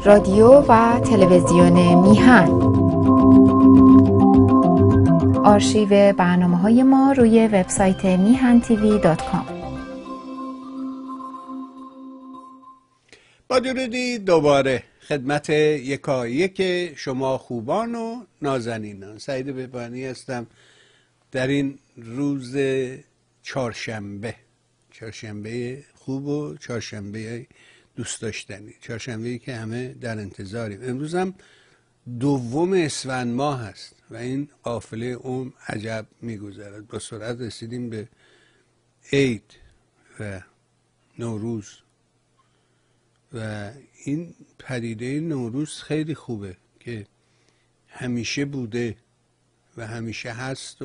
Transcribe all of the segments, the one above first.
رادیو و تلویزیون میهن. آرشیو برنامه‌های ما روی وبسایت mihan.tv.com. با درودی دوباره خدمت یکایک شما خوبان و نازنینان. سعید بهبانی هستم در این روز چهارشنبه خوب و چهارشنبه دوست داشتنی، چهارشنبه‌ای که همه در انتظاریم. امروز هم 2 اسفند ماه هست و این قافله عجب میگذرد. با سرعت رسیدیم به عید و نوروز و این پدیده نوروز خیلی خوبه که همیشه بوده و همیشه هست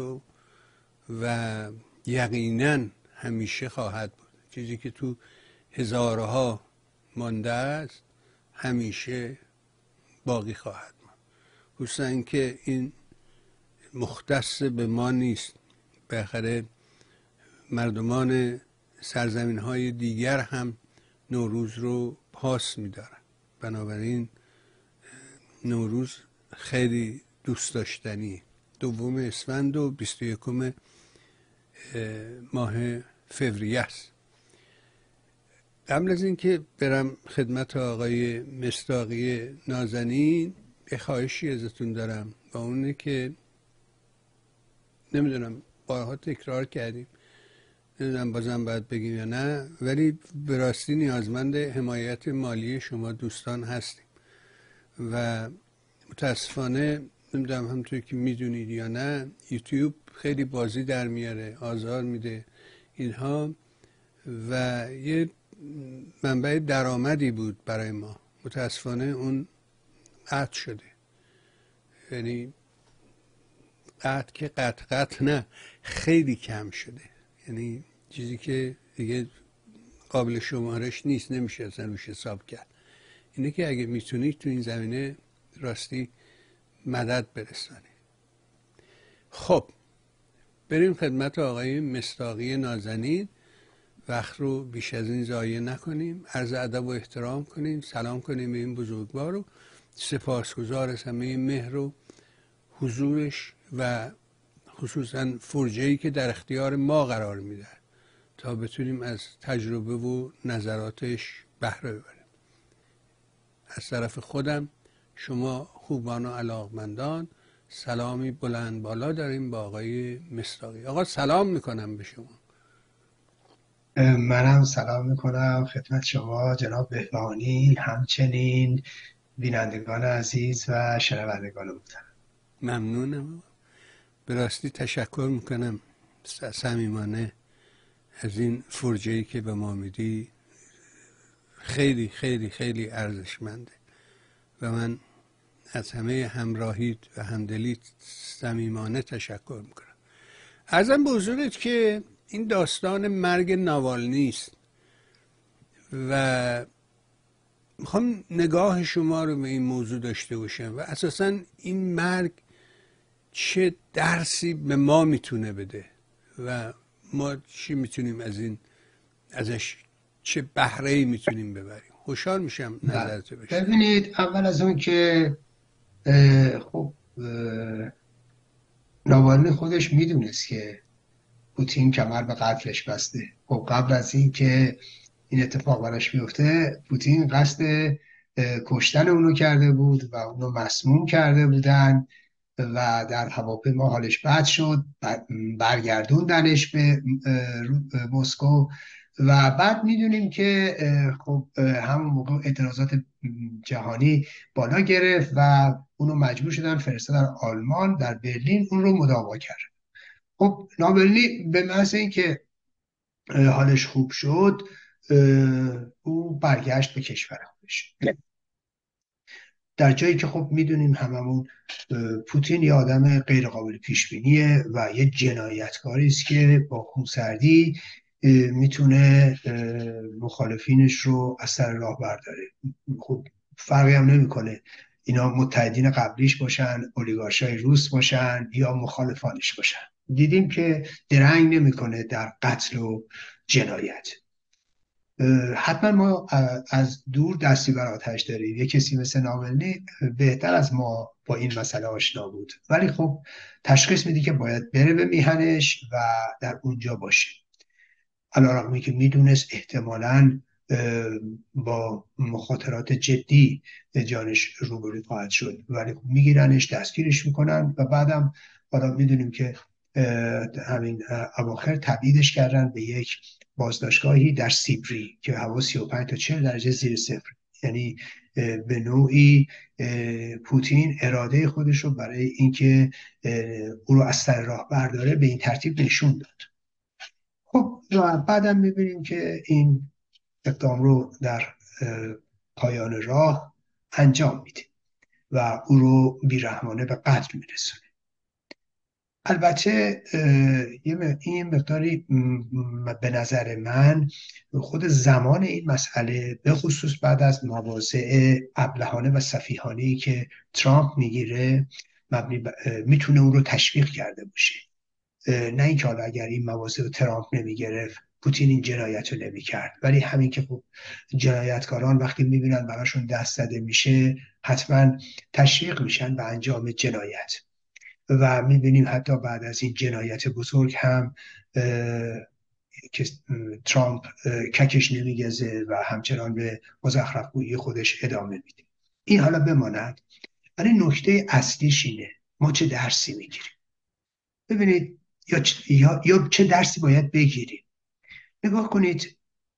و یقینا همیشه خواهد بود. چیزی که تو هزارها مانده است همیشه باقی خواهد ماند. خصوصا اینکه این مختص به ما نیست، بالاخره مردمان سرزمین های دیگر هم نوروز رو پاس می‌دارن. بنابراین نوروز خیلی دوست داشتنی. 2 اسفند و 21 ماه فوریه است. قبل از اینکه برم خدمت آقای مصداقی نازنین، یه خواهشی ازتون دارم و اونه که نمیدونم بارها تکرار کردیم، نمیدونم بازم باید بگیم یا نه، ولی به راستی نیازمند حمایت مالی شما دوستان هستیم و متاسفانه نمیدونم همونطور که میدونید یا نه، یوتیوب خیلی بازی در میاره، آزار میده اینها و یه منبع درآمدی بود برای ما. متاسفانه اون قطع شده. یعنی قطع که قطع نه، خیلی کم شده. یعنی چیزی که دیگه قابل شمارش نیست، نمیشه اصلا روش حساب کرد. اینه که اگه میتونید تو این زمینه راستی مدد برسانید. خب بریم خدمت آقای مصداقی نازنین. وقت رو بیش از این ضایع نکنیم، عرض ادب و احترام کنیم، سلام کنیم به این بزرگوار و سپاسگزار از همه مهر و حضورش و خصوصا فرجه‌ای که در اختیار ما قرار میده تا بتونیم از تجربه و نظراتش بهره ببریم. از طرف خودم شما خوبان و علاقمندان سلامی بلند بالا داریم با آقای مصداقی. آقا سلام میکنم به شما. منم سلام میکنم خدمت شما جناب بهبانی، همچنین بینندگان عزیز و شنوندگان محترم. ممنونم. به راستی تشکر میکنم صمیمانه از این فرجه‌ای که به ما میدی. خیلی خیلی خیلی ارزشمنده و من از همه همراهیت و همدلیت صمیمانه تشکر میکنم. عرضم به حضورت که این داستان مرگ ناوالنی است و میخوام نگاه شما رو به این موضوع داشته باشم و اساساً این مرگ چه درسی به ما میتونه بده و ما چی میتونیم ازش چه بهره‌ای میتونیم ببریم. خوشحال میشم نظرتو بشنوم. ببینید، اول از اون که خب ناوالنی خودش میدونست که پوتین کمر به قتلش بسته. خب قبل از این که این اتفاق براش بیفته، پوتین قصد کشتن اونو کرده بود و اونو مسموم کرده بودن و در هواپیما حالش بد شد، برگردوندنش به مسکو و بعد میدونیم که خب همون موقع اعتراضات جهانی بالا گرفت و اونو مجبور شدن فرستادن آلمان، در برلین اون رو مداوا کرد. خب ناولنی به محض اینکه حالش خوب شد او برگشت به کشور خودش، در جایی که خب میدونیم هممون پوتین یه آدم غیر قابل پیش بینیه و یه جنایتکاری است که با خونسردی میتونه مخالفینش رو از سر راه برداره. خب فرقی هم نمیکنه اینا متحدین قبلیش باشن، اولیگارشای روس باشن یا مخالفانش باشن. دیدیم که درنگ نمیکنه در قتل و جنایت. حتما ما از دور دستی بر آتش داریم. یه کسی مثل ناولنی بهتر از ما با این مسئله آشنا بود، ولی خب تشخیص میدی که باید بره به میهنش و در اونجا باشه، علیرغمی که میدونست احتمالاً با مخاطرات جدی جانش روبرو خواهد شد، ولی خب میگیرنش، دستگیرش میکنن و بعدم حالا میدونیم که همین اواخر تبعیدش کردن به یک بازداشتگاهی در سیبری که هوا 35 تا 40 درجه زیر صفر. یعنی به نوعی پوتین اراده خودش رو برای اینکه او رو از سر راه برداره به این ترتیب نشون داد. خب و بعدم میبینیم که این اقدام رو در پایان راه انجام میده و او رو بیرحمانه به قتل میرسونه. البته این مقداری به نظر من خود زمان این مسئله، به خصوص بعد از مواضع ابلهانه و سفیهانه‌ای که ترامپ میگیره، میتونه اون رو تشویق کرده باشه. نه اینکه حالا اگر این مواضع ترامپ نمیگرفت پوتین این جنایت رو نمیکرد، ولی همین که خب جنایتکاران وقتی میبینن براشون دست زده میشه حتما تشویق میشن به انجام جنایت. و میبینیم حتی بعد از این جنایت بزرگ هم که ترامپ ککش نمیگزه و همچنان به مزخرفگویی خودش ادامه میده. این حالا بماند، ولی نکته اصلیش اینه ما چه درسی میگیریم. ببینید یا چه درسی باید بگیریم. نگاه کنید،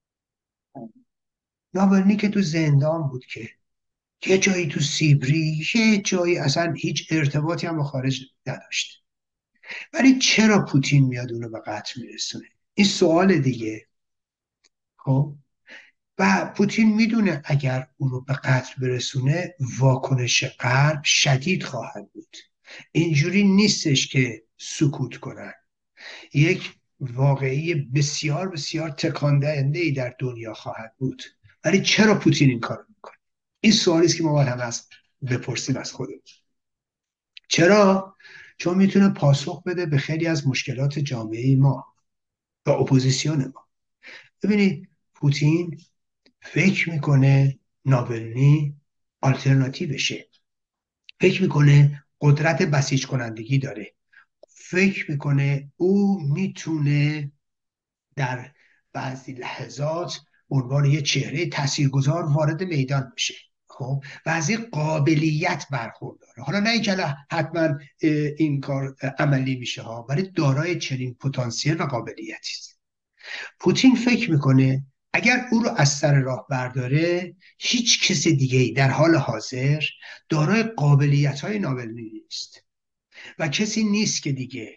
ناولنی که تو زندان بود که یه جایی تو سیبری، یه جایی اصلا هیچ ارتباطی هم با خارج نداشت، ولی چرا پوتین میاد اونو به قتل میرسونه؟ این سوال دیگه. خب و پوتین میدونه اگر اونو به قتل برسونه واکنش غرب شدید خواهد بود. اینجوری نیستش که سکوت کنن. یک واقعی بسیار بسیار تکان دهنده‌ای در دنیا خواهد بود. ولی چرا پوتین این کارو میکنه؟ این سوالی است که ما باید هم از بپرسیم از خودمون. چرا؟ چون میتونه پاسخ بده به خیلی از مشکلات جامعه ما و اپوزیسیون ما. ببینید پوتین فکر میکنه ناولنی آلترناتیوشه، فکر میکنه قدرت بسیج کنندگی داره، فکر میکنه او میتونه در بعضی لحظات عنوان یه چهره تاثیرگذار وارد میدان بشه. خب و از این قابلیت برخورداره. حالا نه اینکه حتما این کار عملی میشه ها، ولی دارای چنین پتانسیل و قابلیتی است. پوتین فکر میکنه اگر او رو از سر راه برداره هیچ کس دیگه‌ای در حال حاضر دارای قابلیت‌های ناولنی نیست و کسی نیست که دیگه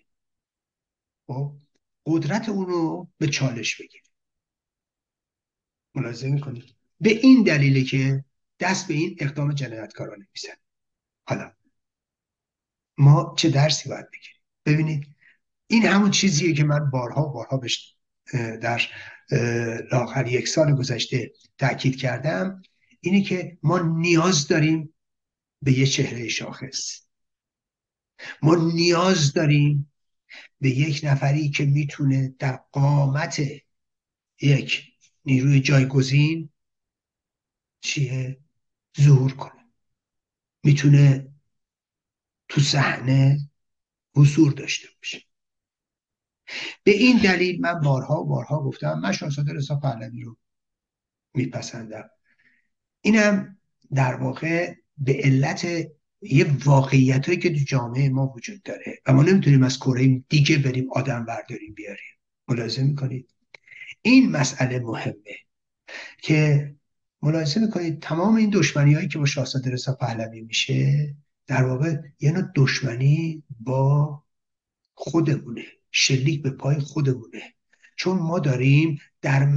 قدرت اون رو به چالش بگیره. ملاحظه میکنید؟ به این دلیله که دست به این اقدام جنایتکارانه میزنه. حالا ما چه درسی باید بگیریم؟ ببینید این همون چیزیه که من بارها و بارها بهش در لااقل 1 سال گذشته تاکید کردم، اینه که ما نیاز داریم به یه چهره شاخص. ما نیاز داریم به یک نفری که میتونه در قامت یک نیروی جایگزین ظهور کنه، میتونه تو صحنه حضور داشته باشه. به این دلیل من بارها و بارها گفتم من شاهزاده رضا پهلوی رو میپسندم. اینم در واقع به علت یه واقعیتایی که تو جامعه ما وجود داره و ما نمیتونیم از کره دیگه بریم آدم برداریم بیاریم. ملاحظه میکنید؟ این مسئله مهمه که ملاحظه میکنید تمام این دشمنی هایی که با شاهزاده رضا پهلوی میشه در واقع یه نوع دشمنی با خودمونه، شلیک به پای خودمونه، چون ما داریم در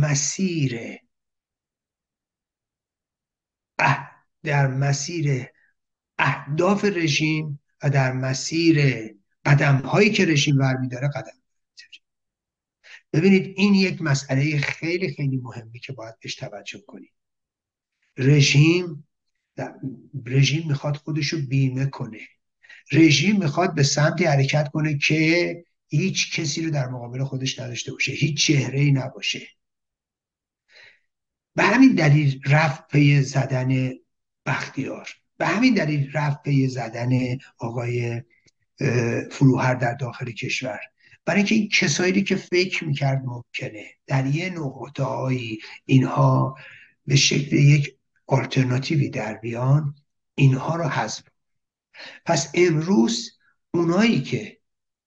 مسیر اهداف رژیم و در مسیر قدم هایی که رژیم برمیداره قدم می‌ذاریم. ببینید این یک مسئله خیلی خیلی مهمی که باید بهش توجه کنیم. رژیم میخواد خودشو بیمه کنه، رژیم میخواد به سمتی حرکت کنه که هیچ کسی رو در مقابل خودش نداشته باشه، هیچ چهره‌ای نباشه. به همین دلیل رفت پی زدن بختیار، به همین دلیل رفت پی زدن آقای فروهر در داخل کشور، برای اینکه این کسایی که فکر میکرد ممکنه در یه نقطه‌ای اینها به شکل یک آلترناتیوی در بیان، اینها رو حذف. پس امروز اونایی که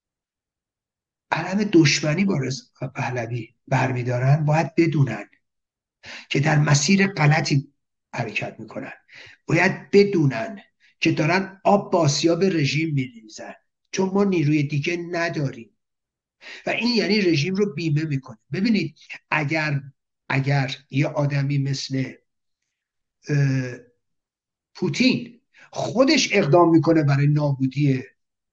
علم دشمنی با رضا پهلوی برمیدارن باید بدونن که در مسیر غلطی حرکت میکنن، باید بدونن که دارن آب با آسیاب رژیم میریزن، چون ما نیروی دیگه نداریم و این یعنی رژیم رو بیمه میکنه. ببینید اگر یه آدمی مثل پوتین خودش اقدام میکنه برای نابودی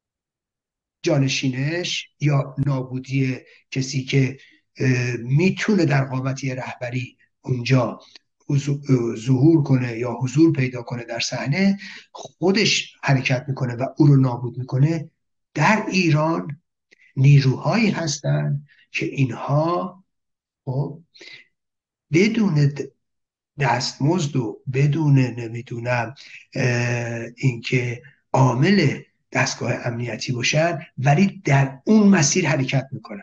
جانشینش یا نابودی کسی که میتونه در قامتی رهبری اونجا ظهور کنه یا حضور پیدا کنه در صحنه، خودش حرکت میکنه و او رو نابود میکنه، در ایران نیروهایی هستن که اینها خب بدون دستمزد و بدون نمیدونم اینکه عامل دستگاه امنیتی باشن ولی در اون مسیر حرکت میکنن.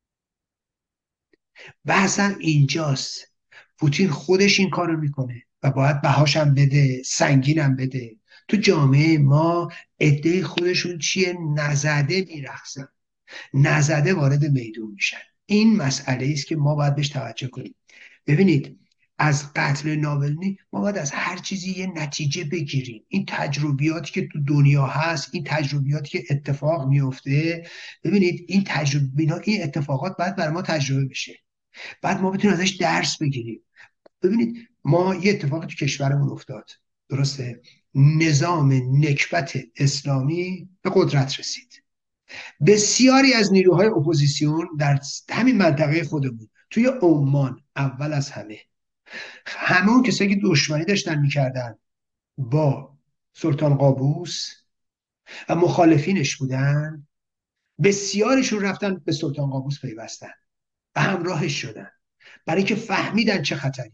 بحثم اینجاست، پوتین خودش این کارو میکنه و باید بهاشم بده، سنگینم بده. تو جامعه ما عده خودشون چیه؟ نزده میرقصن، نزده وارد میدون میشن. این مسئله است که ما باید بهش توجه کنیم. ببینید از قتل ناولنی ما باید از هر چیزی یه نتیجه بگیریم. این تجربیاتی که تو دنیا هست، این تجربیاتی که اتفاق میفته، ببینید این اتفاقات باید برای ما تجربه بشه، بعد ما بتونیم ازش درس بگیریم. ببینید ما یه اتفاقی تو کشورمون افتاد، درسته؟ نظام نکبت اسلامی به قدرت رسید. بسیاری از نیروهای اپوزیسیون در همین منطقه خودمون توی عمان اول از همه اون کسایی که دشمنی داشتن میکردن با سلطان قابوس و مخالفینش بودن، بسیاریشون رفتن به سلطان قابوس پیوستن و همراهش شدن، برای که فهمیدن چه خطری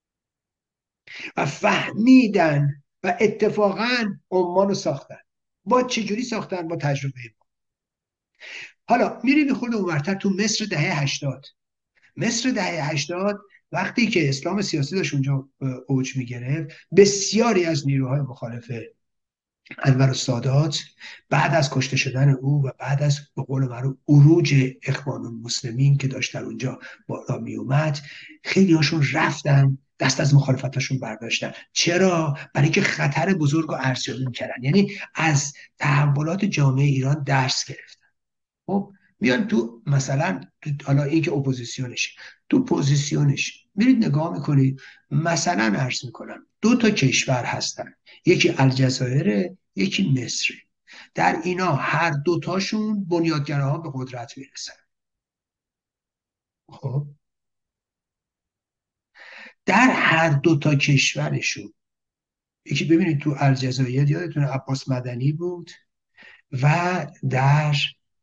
و فهمیدن و اتفاقا عمان رو ساختن. با چجوری ساختن؟ با تجربه ما. حالا میریم خود اونورتر تو مصر دهه 80. مصر دهه 80 وقتی که اسلام سیاسی داشت اونجا اوج میگرفت، بسیاری از نیروهای مخالف انور السادات بعد از کشته شدن او و بعد از به قول معروف عروج اخوان المسلمین که داشت در اونجا بالا می اومد، خیلی هاشون رفتن دست از مخالفتشون برداشتن. چرا؟ برای که خطر بزرگ رو ارزیابی میکردن، یعنی از تحولات جامعه ایران درس گرفتن. خب میان تو مثلا حالا این که اپوزیسیونش، تو پوزیسیونش میرید نگاه میکنید، مثلا عرض میکنم 2 تا کشور هستن، یکی الجزایر، یکی مصر. در اینا هر دوتاشون بنیادگراها به قدرت میرسن. خب در هر 2 تا کشورشون، یکی ببینید تو الجزایر یادتونه عباس مدنی بود و در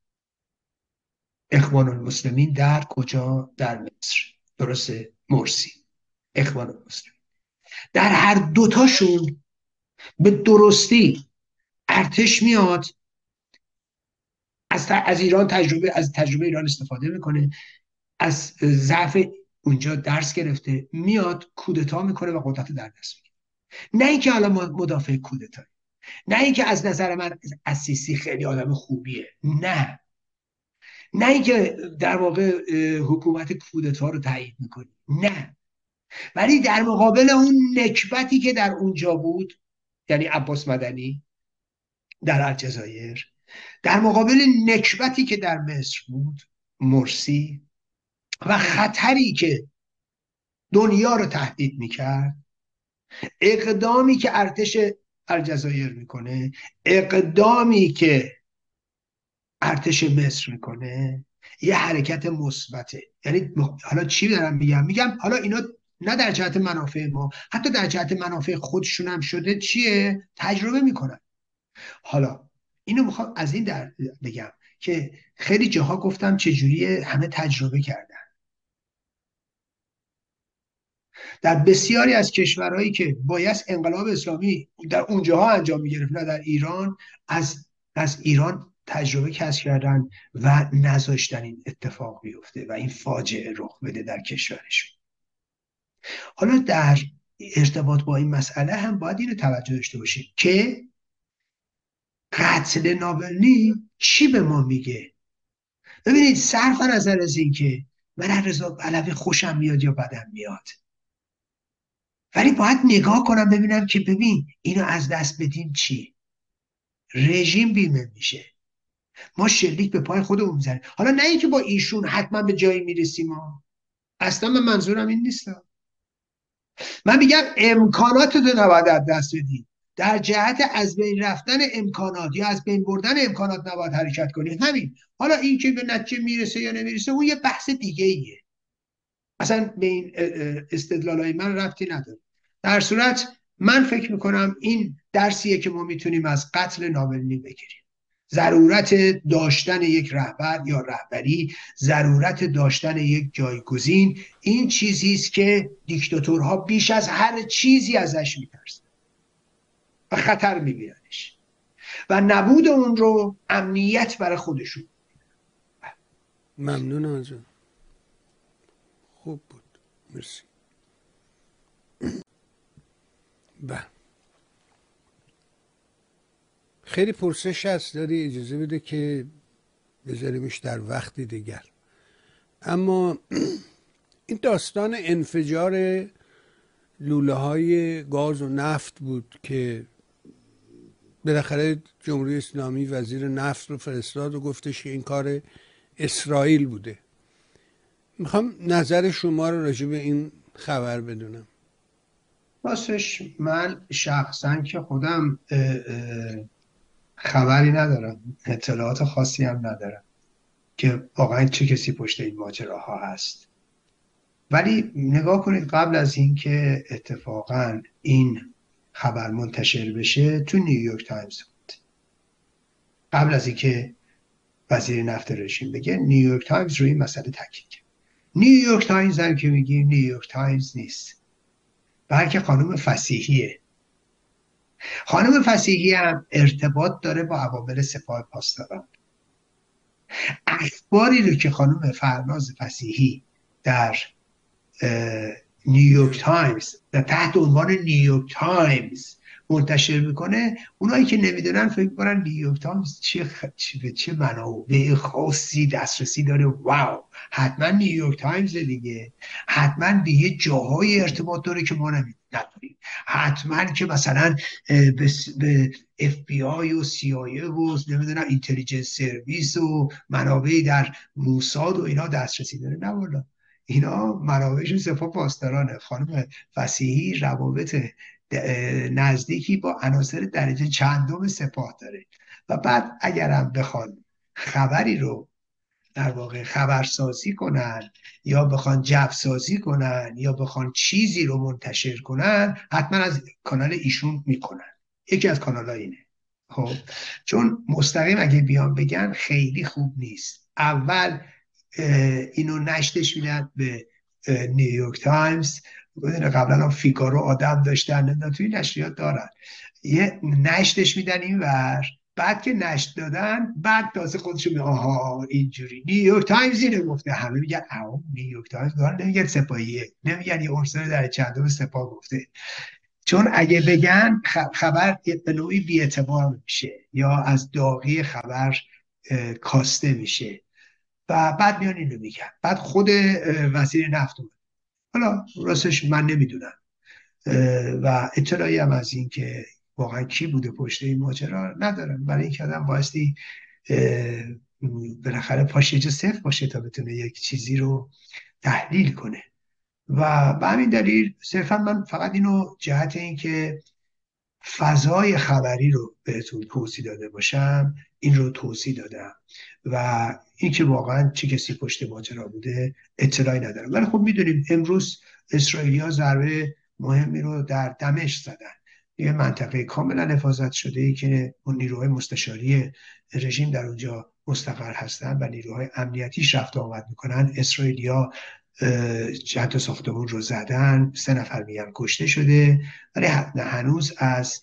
اخوان المسلمین در کجا؟ در مصر، درسته؟ مرسی، اخوان المسلمین. در هر دوتاشون به درستی ارتش میاد از ایران از تجربه ایران استفاده میکنه، از ضعف اونجا درس گرفته، میاد کودتا میکنه و قدرت در دست میگیره. نه اینکه حالا مدافع کودتا، نه اینکه از نظر من السیسی خیلی آدم خوبیه، نه اینکه در واقع حکومت کودتا رو تایید میکنی، نه، ولی در مقابل اون نکبتی که در اونجا بود، یعنی عباس مدنی در الجزایر، در مقابل نکبتی که در مصر بود مرسی و خطری که دنیا رو تهدید میکرد، اقدامی که ارتش الجزایر میکنه، اقدامی که ارتش مصر میکنه، یه حرکت مثبته. یعنی حالا چی دارم میگم حالا اینا نه در جهت منافع ما، حتی در جهت منافع خودشون هم شده چیه؟ تجربه میکنن. حالا اینو میخوام از این در بگم که خیلی جاها گفتم چجوری همه تجربه کردن. در بسیاری از کشورهایی که باید انقلاب اسلامی در اونجاها انجام میگرفت نه در ایران، از ایران تجربه کسب کردن و نذاشتن این اتفاق بیفته و این فاجعه رخ بده در کشورشون. حالا در ارتباط با این مسئله هم باید اینو توجه داشته باشیم که قتل ناولنی چی به ما میگه. ببینید صرف نظر از این که من از رضا پهلوی خوشم میاد یا بدم میاد، ولی باید نگاه کنم ببینم که ببین اینو از دست بدیم چی؟ رژیم بیمه میشه، ما شلیک به پای خودمون میزنیم. حالا نه اینکه با ایشون حتما به جایی میرسیم، اصلا من منظورم این نیست. من میگم امکانات رو نباید از دست بدیم، در جهت از بین رفتن امکانات یا از بین بردن امکانات نباید حرکت کنیم. همین. حالا این که به نتیجه میرسه یا نمیرسه اون یه بحث دیگه ایه، اصلا به این استدلالای من ربطی نداره. در صورت من فکر میکنم این درسیه که ما میتونیم از قتل ناولنی بگیریم. ضرورت داشتن یک رهبر یا رهبری، ضرورت داشتن یک جایگزین، این چیزی است که دیکتاتورها بیش از هر چیزی ازش میترسن و خطر میبیننش و نبود اون رو امنیت برای خودشون. ممنونم از اون. خوب بود، مرسی. خیلی پرسش هست، داری اجازه بده که بذاریمش در وقتی دیگر. اما این داستان انفجار لوله های گاز و نفت بود که بالاخره جمهوری اسلامی وزیر نفت رو فرستاد و گفتش که این کار اسرائیل بوده. میخوام نظر شما رو راجع به این خبر بدونم. راستش من شخصا که خودم خبری ندارم، اطلاعات خاصی هم ندارم که واقعا چه کسی پشت این ماجراها هست، ولی نگاه کنید قبل از اینکه اتفاقا این خبر منتشر بشه تو نیویورک تایمز بود. قبل از اینکه وزیر نفت رژیم بگه نیویورک تایمز روی این مسئله تاکید کرد. نیویورک تایمز هم که میگیم نیویورک تایمز نیست، بلکه خانم فصیحیه. خانم فصیحی هم ارتباط داره با عوامل سپاه پاسداران. اخباری رو که خانم فرناز فصیحی در نیویورک تایمز در تحت عنوان نیویورک تایمز منتشر میکنه، اونایی که نمیدونن فکر کنن نیویورک تایمز چه منابع خاصی دسترسی داره، واو حتما نیویورک تایمز دیگه، حتما به یه جاهای ارتباط داره که ما نداریم، حتما که مثلا به اف بی آی و سی آی و نمیدونم اینتلیجنس سرویس و منابعی در موساد و اینا دسترسی داره. نه والا، اینا منابعشون سپاه پاسدارانه. خانم فصیحی روابط نزدیکی با عناصر درجه چندم سپاه داره و بعد اگرم بخوان خبری رو در واقع خبرسازی کنن یا بخوان جفسازی کنن یا بخوان چیزی رو منتشر کنن، حتما از کانال ایشون میکنن. یکی از کانال ها اینه. خب چون مستقیم اگه بیان بگن خیلی خوب نیست. اول اینو نشتش میدن به نیویورک تایمز، قبلا هم فیگارو آدم داشتن، توی نشریات دارن، یه نشتش میدن این ور، بعد که نشت دادن بعد تازه خودشون میگن آها اینجوری نیویورک تایمز اینو گفته. همه میگن آها نیویورک تایمز دارن، نمیگن سپاهیه، نمیگن یه عنصر در چندم سپاه گفته، چون اگه بگن خبر به نوعی بی‌اعتبار میشه یا از داغی خبر کاسته میشه و بعد میان اینو میگن. بعد خود وزیر نفت حالا راستش من نمیدونم و اطلاعی هم از این که واقعا کی بوده پشت این ماجرا ندارم، برای اینکه آدم بایستی بالاخره پاش یه جا صفر باشه تا بتونه یک چیزی رو تحلیل کنه و به همین دلیل صرفا من فقط اینو جهت این که فضای خبری رو بهتون توضیح داده باشم این رو توضیح دادم و این که واقعا چه کسی پشت ماجرا بوده اطلاعی ندارم. ولی خب میدونیم امروز اسرائیلی‌ها ضربه مهمی رو در دمشق زدن، یه منطقه کاملا حفاظت شده ای که اون نیروهای مستشاری رژیم در اونجا مستقر هستن و نیروهای امنیتیش رفت آمد میکنن. اسرائیلی‌ها چند تا ساختمون رو زدن، 3 نفر میگن کشته شده، ولی هنوز از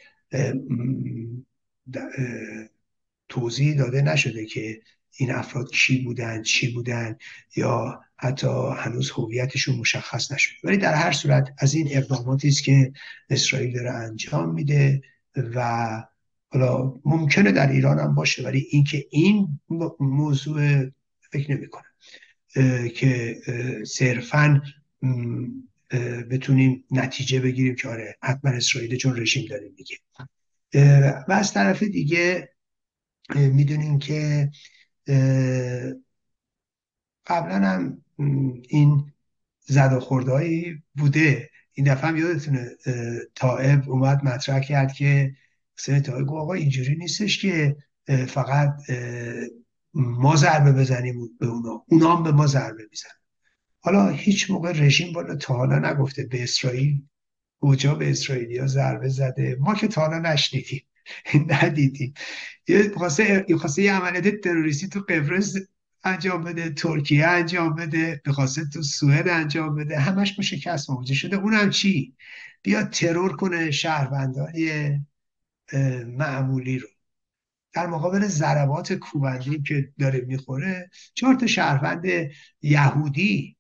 توضیح داده نشده که این افراد کی بودن، چی بودن، یا حتی هنوز هویتشون مشخص نشده. ولی در هر صورت از این اقداماتی است که اسرائیل داره انجام میده و حالا ممکنه در ایران هم باشه، ولی اینکه این موضوع فکر نمی کنم که صرفاً بتونیم نتیجه بگیریم که آره حتما اسرائیل چون رژیم داره میگه. و از طرف دیگه میدونیم که قبلا هم این زد و خوردهایی بوده. این دفعه هم یادتونه طائب اومد مطرح کرد که حسین طائب گفت آقا اینجوری نیستش که فقط ما ضربه بزنیم به اونا هم به ما ضربه میزنن. حالا هیچ موقع رژیم بالا تا حالا نگفته به اسرائیل کجا به اسرائیلیا ضربه زده، ما که تا حالا نشنیدیم ندیدیم. خواسته یه عملیات تروریستی تو قبرس انجام بده، ترکیه انجام بده، بخواسته تو سوئد انجام بده، همش با شکست مواجه شده. اونم چی؟ بیاد ترور کنه شهروندای معمولی رو. در مقابل ضربات کوبنده که داره میخوره 4 تا شهروند یهودی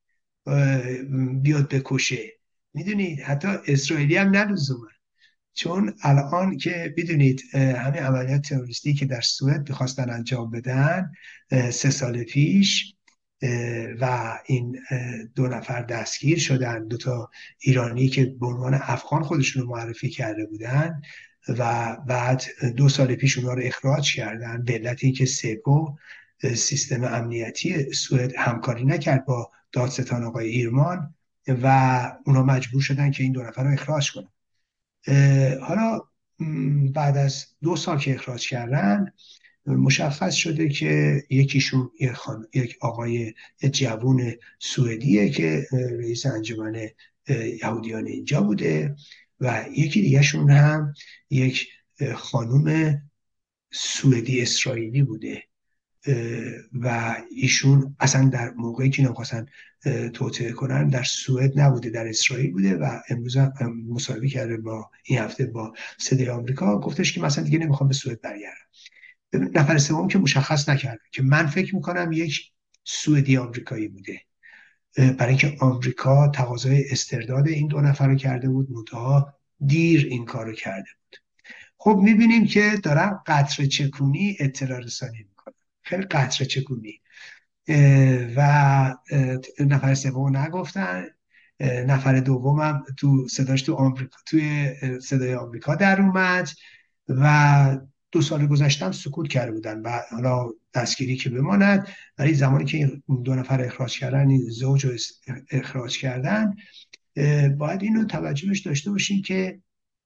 بیاد بکشه. میدونید حتی اسرائیلی هم نلزومه، چون الان که بدونید همین عملیات تروریستی که در سوئد میخواستن انجام بدن 3 سال پیش و این 2 نفر دستگیر شدن، 2 تا ایرانی که به عنوان افغان خودشون رو معرفی کرده بودن و بعد 2 سال پیش اونها رو اخراج کردن به علت اینکه سپو سیستم امنیتی سوئد همکاری نکرد با دادستان آقای ایرمان و اونا مجبور شدن که این 2 نفر رو اخراج کنن. حالا بعد از 2 سال که اخراج کردن مشخص شده که یکیشون یک آقای جوون سوئدیه که رئیس انجمن یهودیان اینجا بوده و یکی دیگهشون هم یک خانم سوئدی اسرائیلی بوده و ایشون اصلا در موقعی که نمیخواستن توطئه کنن در سوئد نبوده، در اسرائیل بوده و امروز مصاحبه کرده با این هفته با صدای آمریکا، گفتش که مثلا دیگه نمیخوام به سوئد برگردم. نفر سوم که مشخص نکرده که من فکر میکنم یک سوئدی آمریکایی بوده، برای اینکه آمریکا تقاضای استرداد این 2 نفر رو کرده بود، منتها دیر این کارو کرده بود. خب میبینیم که دارن قطره چکونی اطلاع رسانی میکنن، خیلی قطره چکونی. و نفر سوم نگفتن، نفر دومم تو صداش تو آمریکا، توی صدای آمریکا در اومد و 2 سال گذشته هم سکوت کرده بودن و حالا دستگیری که بماند. ولی زمانی که این 2 نفر اخراج کردن، این زوج رو اخراج کردن، باید اینو توجهش داشته باشین که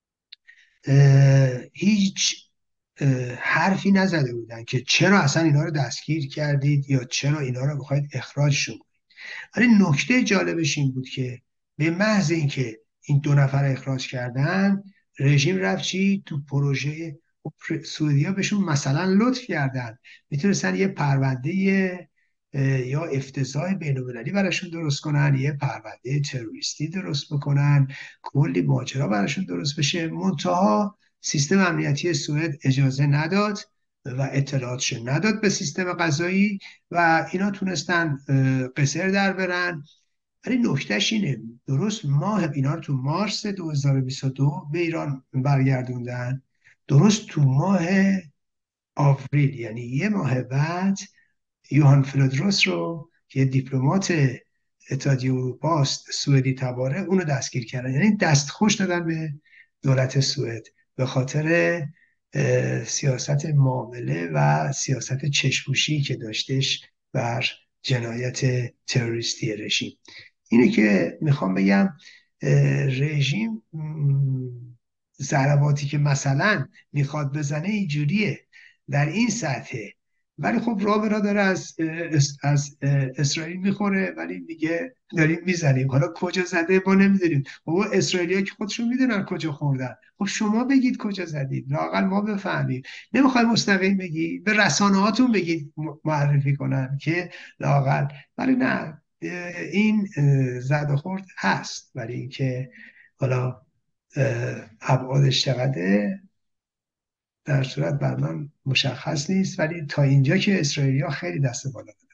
هیچ حرفی نزده بودن که چرا اصلا اینا رو دستگیر کردید یا چرا اینا رو بخواید اخراجشون کنید. ولی نکته جالبش این بود که به محض اینکه این 2 نفر اخراج کردن، رژیم رفت چی؟ تو پروژه سعودیا بهشون مثلا لطف کردن، میتونستن یه پرونده یا افتضاح بین‌المللی براشون درست کنن، یه پرونده تروریستی درست بکنن، کلی ماجرا براشون درست بشه. منتها سیستم امنیتی سوئد اجازه نداد و اطلاعاتش نداد به سیستم قضایی و اینا تونستن قصر در برن. ولی نکتهش اینه، درست ماه اینا رو تو مارس 2022 به ایران برگردوندن، درست تو ماه آوریل یعنی 1 ماه بعد یوهان فلودروس رو که دیپلمات اتحادیه اروپا است، سوئدی تباره، اونو دستگیر کردن. یعنی دستخوش دادن به دولت سوئد به خاطر سیاست معامله و سیاست چشم‌پوشی که داشتش بر جنایت تروریستی رژیم. اینه که میخوام بگم رژیم ضرباتی که مثلا میخواد بزنه اینجوریه در این سطحه، ولی خب راه برا داره از اسرائیل میخوره، ولی میگه داریم میزنیم. حالا کجا زده ما نمیدونیم. بابا اسرائیلی‌ها که خودشون میدونن کجا خوردن، خب شما بگید کجا زدید، لااقل ما بفهمیم. نمیخوای مستقیم بگی، به رسانه هاتون بگید معرفی کنن که لااقل. ولی نه، این زد و خورد هست، ولی اینکه حالا ابعادش چقدره در صورت بر من مشخص نیست، ولی تا اینجا که اسرائیلی‌ها خیلی دست بالا دارن.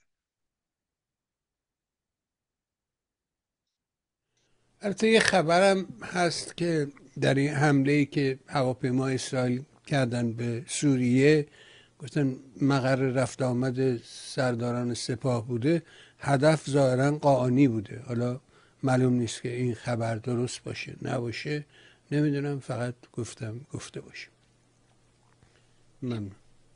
البته یه خبرم هست که در این حمله‌ای که هواپیما اسرائیل کردن به سوریه، گفتن مقر رفت آمد سرداران سپاه بوده، هدف ظاهرا قاآنی بوده. حالا معلوم نیست که این خبر درست باشه نباشه، نمیدونم، فقط گفته باشه. ممنون.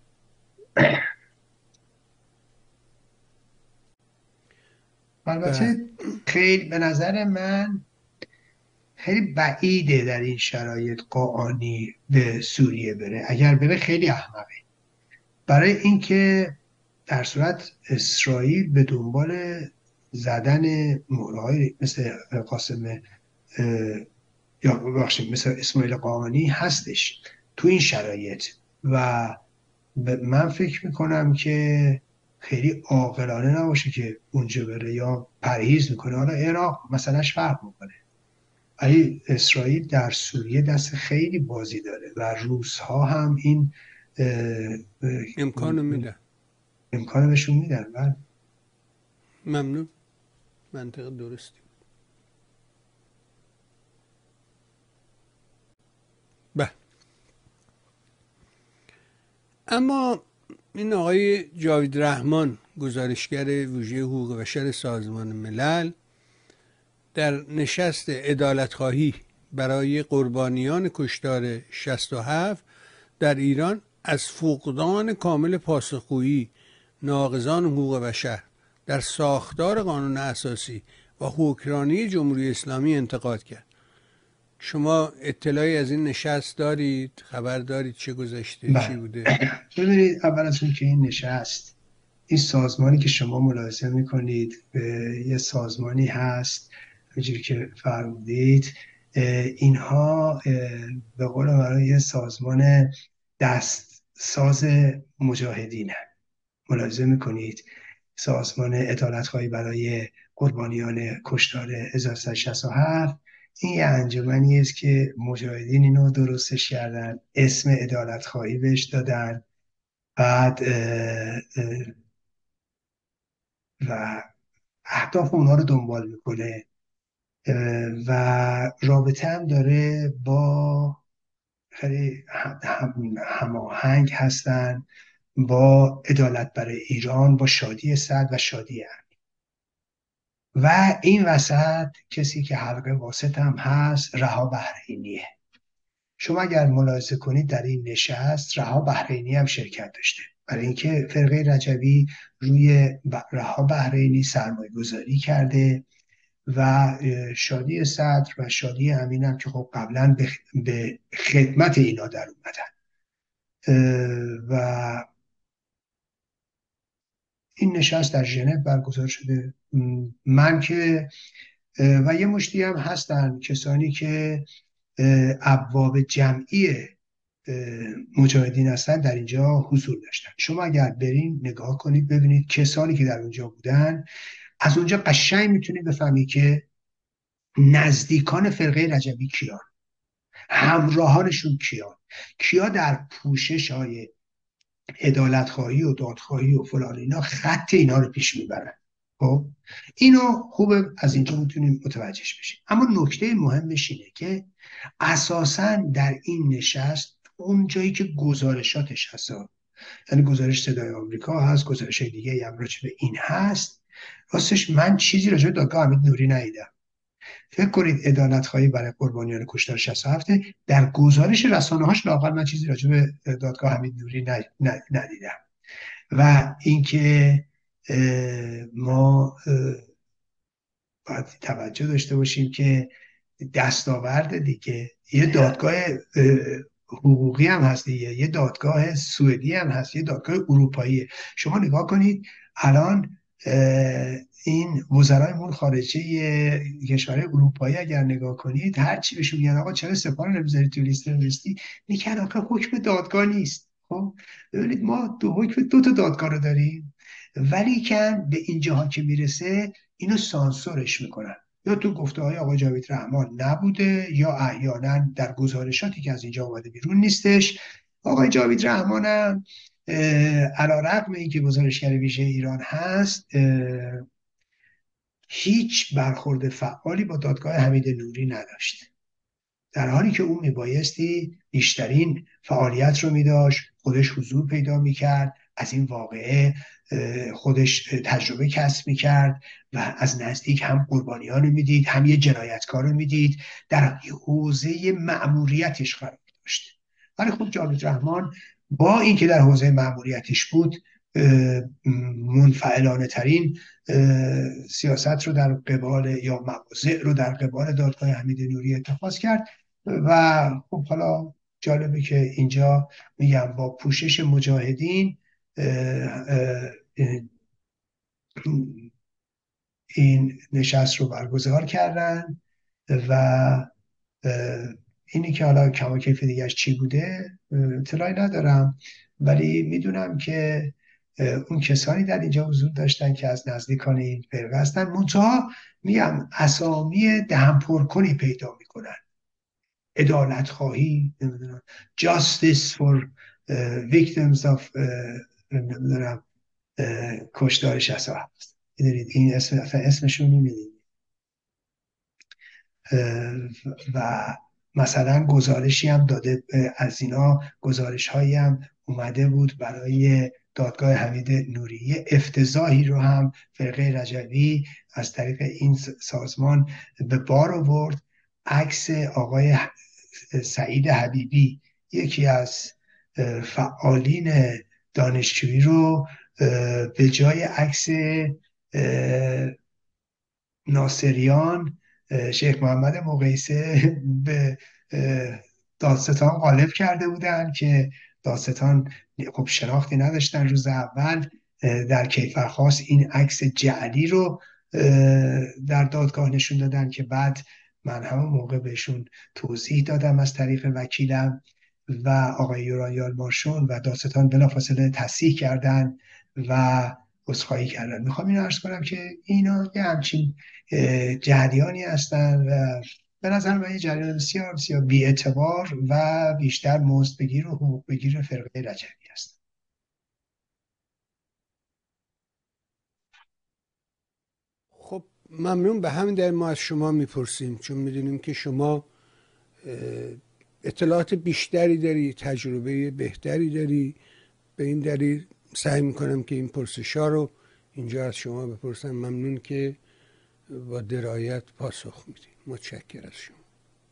البته خیلی به نظر من خیلی بعیده در این شرایط قاآنی به سوریه بره. اگر بره خیلی احمقه، برای اینکه در صورت اسرائیل به دنبال زدن مهرهای مثل قاسم یا ببخشید مثل اسماعیل قاآنی هستش تو این شرایط، و من فکر میکنم که خیلی عاقلانه نباشه که اونجا بره، یا پرهیز میکنه. حالا عراق مثلا فرق میکنه، ولی اسرائیل در سوریه دست خیلی بازی داره و روس‌ها هم این امکانو میدن، امکانو بهشون میدن. ممنون، منطق درستی. بله، اما این آقای جاوید رحمان، گزارشگر ویژه حقوق بشر سازمان ملل، در نشست عدالتخواهی برای قربانیان کشتار 67 در ایران از فقدان کامل پاسخگویی ناقضان حقوق بشر در ساختار قانون اساسی و حکمرانی جمهوری اسلامی انتقاد کرد. شما اطلاعی از این نشست دارید؟ خبر دارید چه گذشته؟ چی بوده؟ ببینید، اول از اون که این نشست، این سازمانی که شما ملاحظه میکنید یه سازمانی هست همینجوری که فرمودید، اینها به قول برای یه سازمان دستساز مجاهدینه. ملاحظه میکنید سازمان عدالتخواهی برای قربانیان کشتار 1367 این یه انجمنی است که مجاهدین اینو درستش کردن، اسم عدالتخواهی بهش دادن، بعد و اهداف اونها رو دنبال میکنه و رابطه هم داره با خیلی هماهنگ هستن با عدالت برای ایران، با شادی سعد و شادی امین. و این وسط کسی که حلقه واسط هم هست رها بحرینیه. شما اگر ملاحظه کنید در این نشست رها بحرینی هم شرکت داشته، برای اینکه فرقه رجبی روی رها بحرینی سرمایه گذاری کرده و شادی صدر و شادی امین هم که خب قبلا به خدمت اینا در اومدن. و این نشست در ژنو برگزار شده. من که و یه مشتی هم هستن کسانی که ابواب جمعی مجاهدین هستن در اینجا حضور داشتن. شما اگر برین نگاه کنید ببینید کسانی که در اونجا بودن، از اونجا قشنگ میتونید بفهمید که نزدیکان فرقه رجبی کیان، همراهانشون کیان، کیا در پوشش های عدالتخواهی و دادخواهی و فلان اینا خط اینا رو پیش میبرن. خب اینو خوبه از اینجا میتونیم متوجهش بشیم. اما نکته مهمش اینه که اساساً در این نشست اون جایی که گزارشاتش هست، یعنی گزارش صدای آمریکا هست، گزارش دیگه هم راجع به این هست، راستش من چیزی راجع به دادگاه حمید نوری ندیدم. فکر کنید عدالتخواهی برای قربانیان کشتار 67 در گزارش رسانه‌هاش لااقل من چیزی راجع به دادگاه حمید نوری ندیدم. و اینکه ما باید توجه داشته باشیم که دستاورد دیگه یه دادگاه حقوقی هم هست دیگه، یه دادگاه سوئدی هم هست، یه دادگاه اروپایی. شما نگاه کنید الان این وزرای امور خارجه کشورهای اروپایی اگر نگاه کنید هر چی بهشون میگن آقا چرا سپاه رو نمیذارید تو لیست تروریستی، میگن آقا حکم دادگاه نیست. خب ببینید ما حکم 2 تا دادگاه رو داریم، ولی که به اینجاها که میرسه اینو سانسورش میکنن، یا تو گفته های آقای جاوید رحمان نبوده یا احیانا در گزارشاتی که از اینجا اومده بیرون نیستش. آقای جاوید رحمان هم علیرغم اینکه گزارشگر ویژه ایران هست هیچ برخورد فعالی با دادگاه حمید نوری نداشت، در حالی که اون میبایستی بیشترین فعالیت رو میداشت، خودش حضور پیدا میکرد، از این واقعه خودش تجربه کسب میکرد و از نزدیک هم قربانیان رو میدید، هم یه جنایتکار رو میدید، در حوزه مأموریتش قرار داشت. ولی خب جاوید رحمان با اینکه در حوزه مأموریتش بود منفعلانه ترین سیاست رو در قبال یا مواضع رو در قبال دادگاه حمید نوری اتخاذ کرد. و خب حالا جالبه که اینجا میگم با پوشش مجاهدین این نشست رو برگزار کردن و اینی که حالا کم و کیف دیگرش چی بوده اطلاعی ندارم، ولی میدونم که اون کسانی در اینجا حضور داشتن که از نزدیکان این فرقه هستن، منتها میگم اسامی دهن پرکنی پیدا میکنن، عدالت خواهی، نمیدونم justice for victims of نمیدونم کشتار 67. میدونید این اسمشون نمیدید. و مثلا گزارشی هم داده از اینا، گزارش هایی هم اومده بود برای دادگاه حمید نوری، افتضاحی رو هم فرقه رجوی از طریق این سازمان به بار آورد. عکس آقای سعید حبیبی، یکی از فعالین دانشجویی رو به جای عکس ناصریان شیخ محمد مقیسه به دادستان غالب کرده بودن که دادستان خب شناختی نداشتن. روز اول در کیفرخواست این عکس جعلی رو در دادگاه نشون دادن که بعد من همون موقع بهشون توضیح دادم از طریق وکیلم و آقای یورانیال مارشون و دادستان بلافاصله تصحیح کردن و عذرخواهی کردن. میخوام اینو عرض کنم که اینا یه همچین جریانی هستن و به نظر من یه جریان بسیار بسیار بی‌اعتبار و بیشتر مزدبگیر و حقوق بگیر فرقه رجوی هست. خب ممنون. به همین دلیل ما از شما میپرسیم، چون میدونیم که شما اطلاعات بیشتری داری، تجربه بهتری داری. به این دلیل سعی میکنم که این پرسشا رو اینجا از شما بپرسم. ممنون که با درایت پاسخ میدید. متشکر از شما.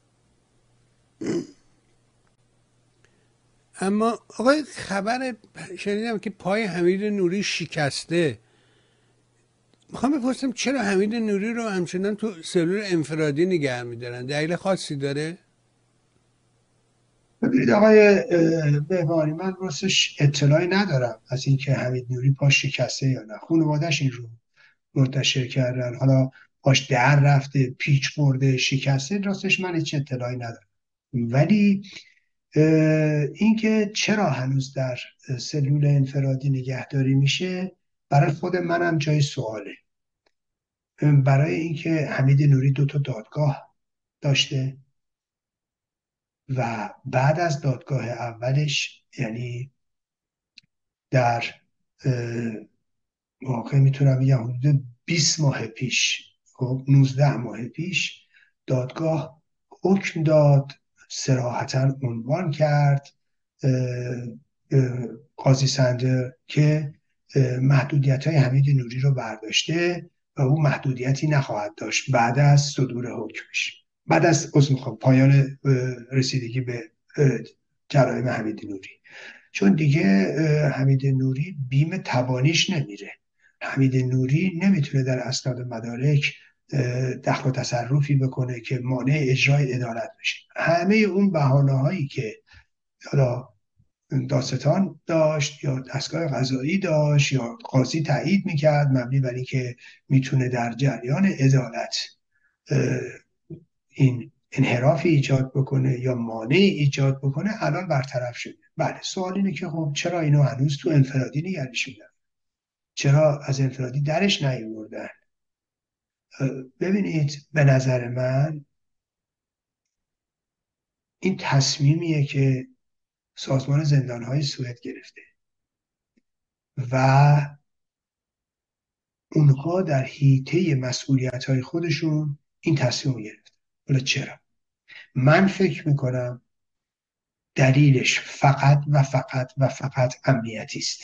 اما آقای خبر شنیدم که پای حمید نوری شکسته. میخوام بپرسم چرا حمید نوری رو همچنان تو سلول انفرادی نگه میدارن؟ دلیل خاصی داره؟ ببینید آقای بهبانی، من راستش اطلاعی ندارم از اینکه حمید نوری پاش شکسته یا نه. خانواده‌اش این رو منتشر کردن، حالا پاش در رفته، پیچ خورده، شکسته، راستش من هیچ اطلاعی ندارم. ولی اینکه چرا هنوز در سلول انفرادی نگهداری میشه برای خود منم جای سواله. برای اینکه حمید نوری 2 تا دادگاه داشته و بعد از دادگاه اولش، یعنی در واقع میتونم بگم حدود 20 ماه پیش، خب 19 ماه پیش، دادگاه حکم داد، صراحتاً عنوان کرد قاضی سندر که محدودیت‌های حمید نوری رو برداشته و او محدودیتی نخواهد داشت بعد از صدور حکمش، بعد از پایان رسیدگی به جرایم حمید نوری. چون دیگه حمید نوری بیم تبانیش نمیره، حمید نوری نمیتونه در اسناد مدارک دخل و تصرفی بکنه که مانع اجرای عدالت بشه. همه اون بهانه‌هایی که حالا دادستان داشت یا دستگاه قضایی داشت یا قاضی تایید میکرد مبنی بر اینکه میتونه در جریان عدالت این انحرافی ایجاد بکنه یا مانعی ایجاد بکنه، الان برطرف شده. بله، سوال اینه که خب چرا اینو هنوز تو انفرادی نگرش میدن؟ چرا از انفرادی درش نیاوردن؟ ببینید به نظر من این تصمیمیه که سازمان زندانهای سوئد گرفته و اونها در حیطه مسئولیت‌های خودشون این تصمیم رو گرفت. حالا چرا؟ من فکر میکنم دلیلش فقط و فقط و فقط امنیتی است.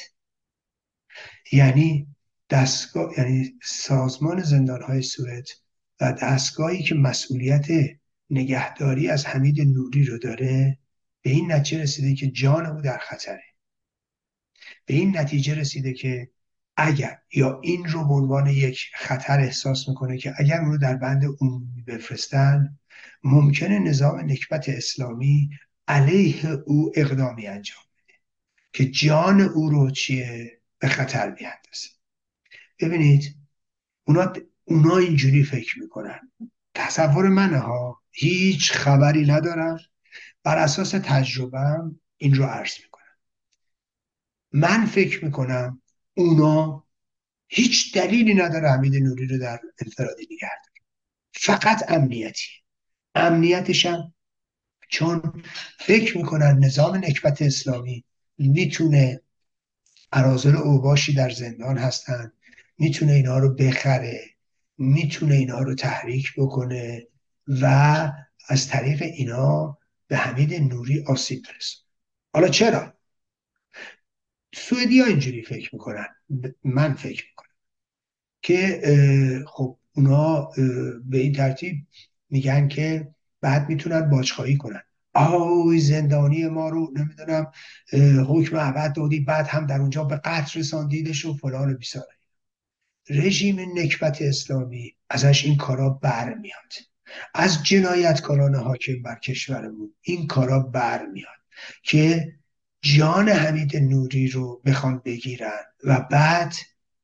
یعنی یعنی سازمان زندانهای سوئد و دستگاهی که مسئولیت نگهداری از حمید نوری رو داره به این نتیجه رسیده که جان او در خطره. به این نتیجه رسیده که اگر یا این رو به عنوان یک خطر احساس میکنه که اگر اون رو در بند عمومی بفرستن ممکنه نظام نکبت اسلامی علیه او اقدامی انجام بده که جان او رو به خطر بیاندازه. ببینید اونا اینجوری فکر میکنن. تصور منه ها، هیچ خبری ندارم، بر اساس تجربه‌ام این رو عرض میکنم. من فکر میکنم اونا هیچ دلیلی نداره حمید نوری رو در انفرادی نگه داره، فقط امنیتش هم چون فکر میکنن نظام نکبت اسلامی میتونه اراذل اوباشی در زندان هستن، میتونه اینا رو بخره، میتونه اینا رو تحریک بکنه و از طریق اینا به حمید نوری آسیب برسونه. حالا چرا؟ سوئدی‌ها اینجوری فکر میکنن، من فکر میکنم که خب اونا به این ترتیب میگن که بعد میتونن باجخواهی کنن. آهای زندانی ما رو نمیدونم حکم ابد دادی، بعد هم در اونجا به قتل رساندیدش و فلان و بیساره. رژیم نکبت اسلامی ازش این کارا برمیاد، از جنایتکاران حاکم بر کشورمون این کارا برمیاد که جان حمید نوری رو بخوان بگیرن و بعد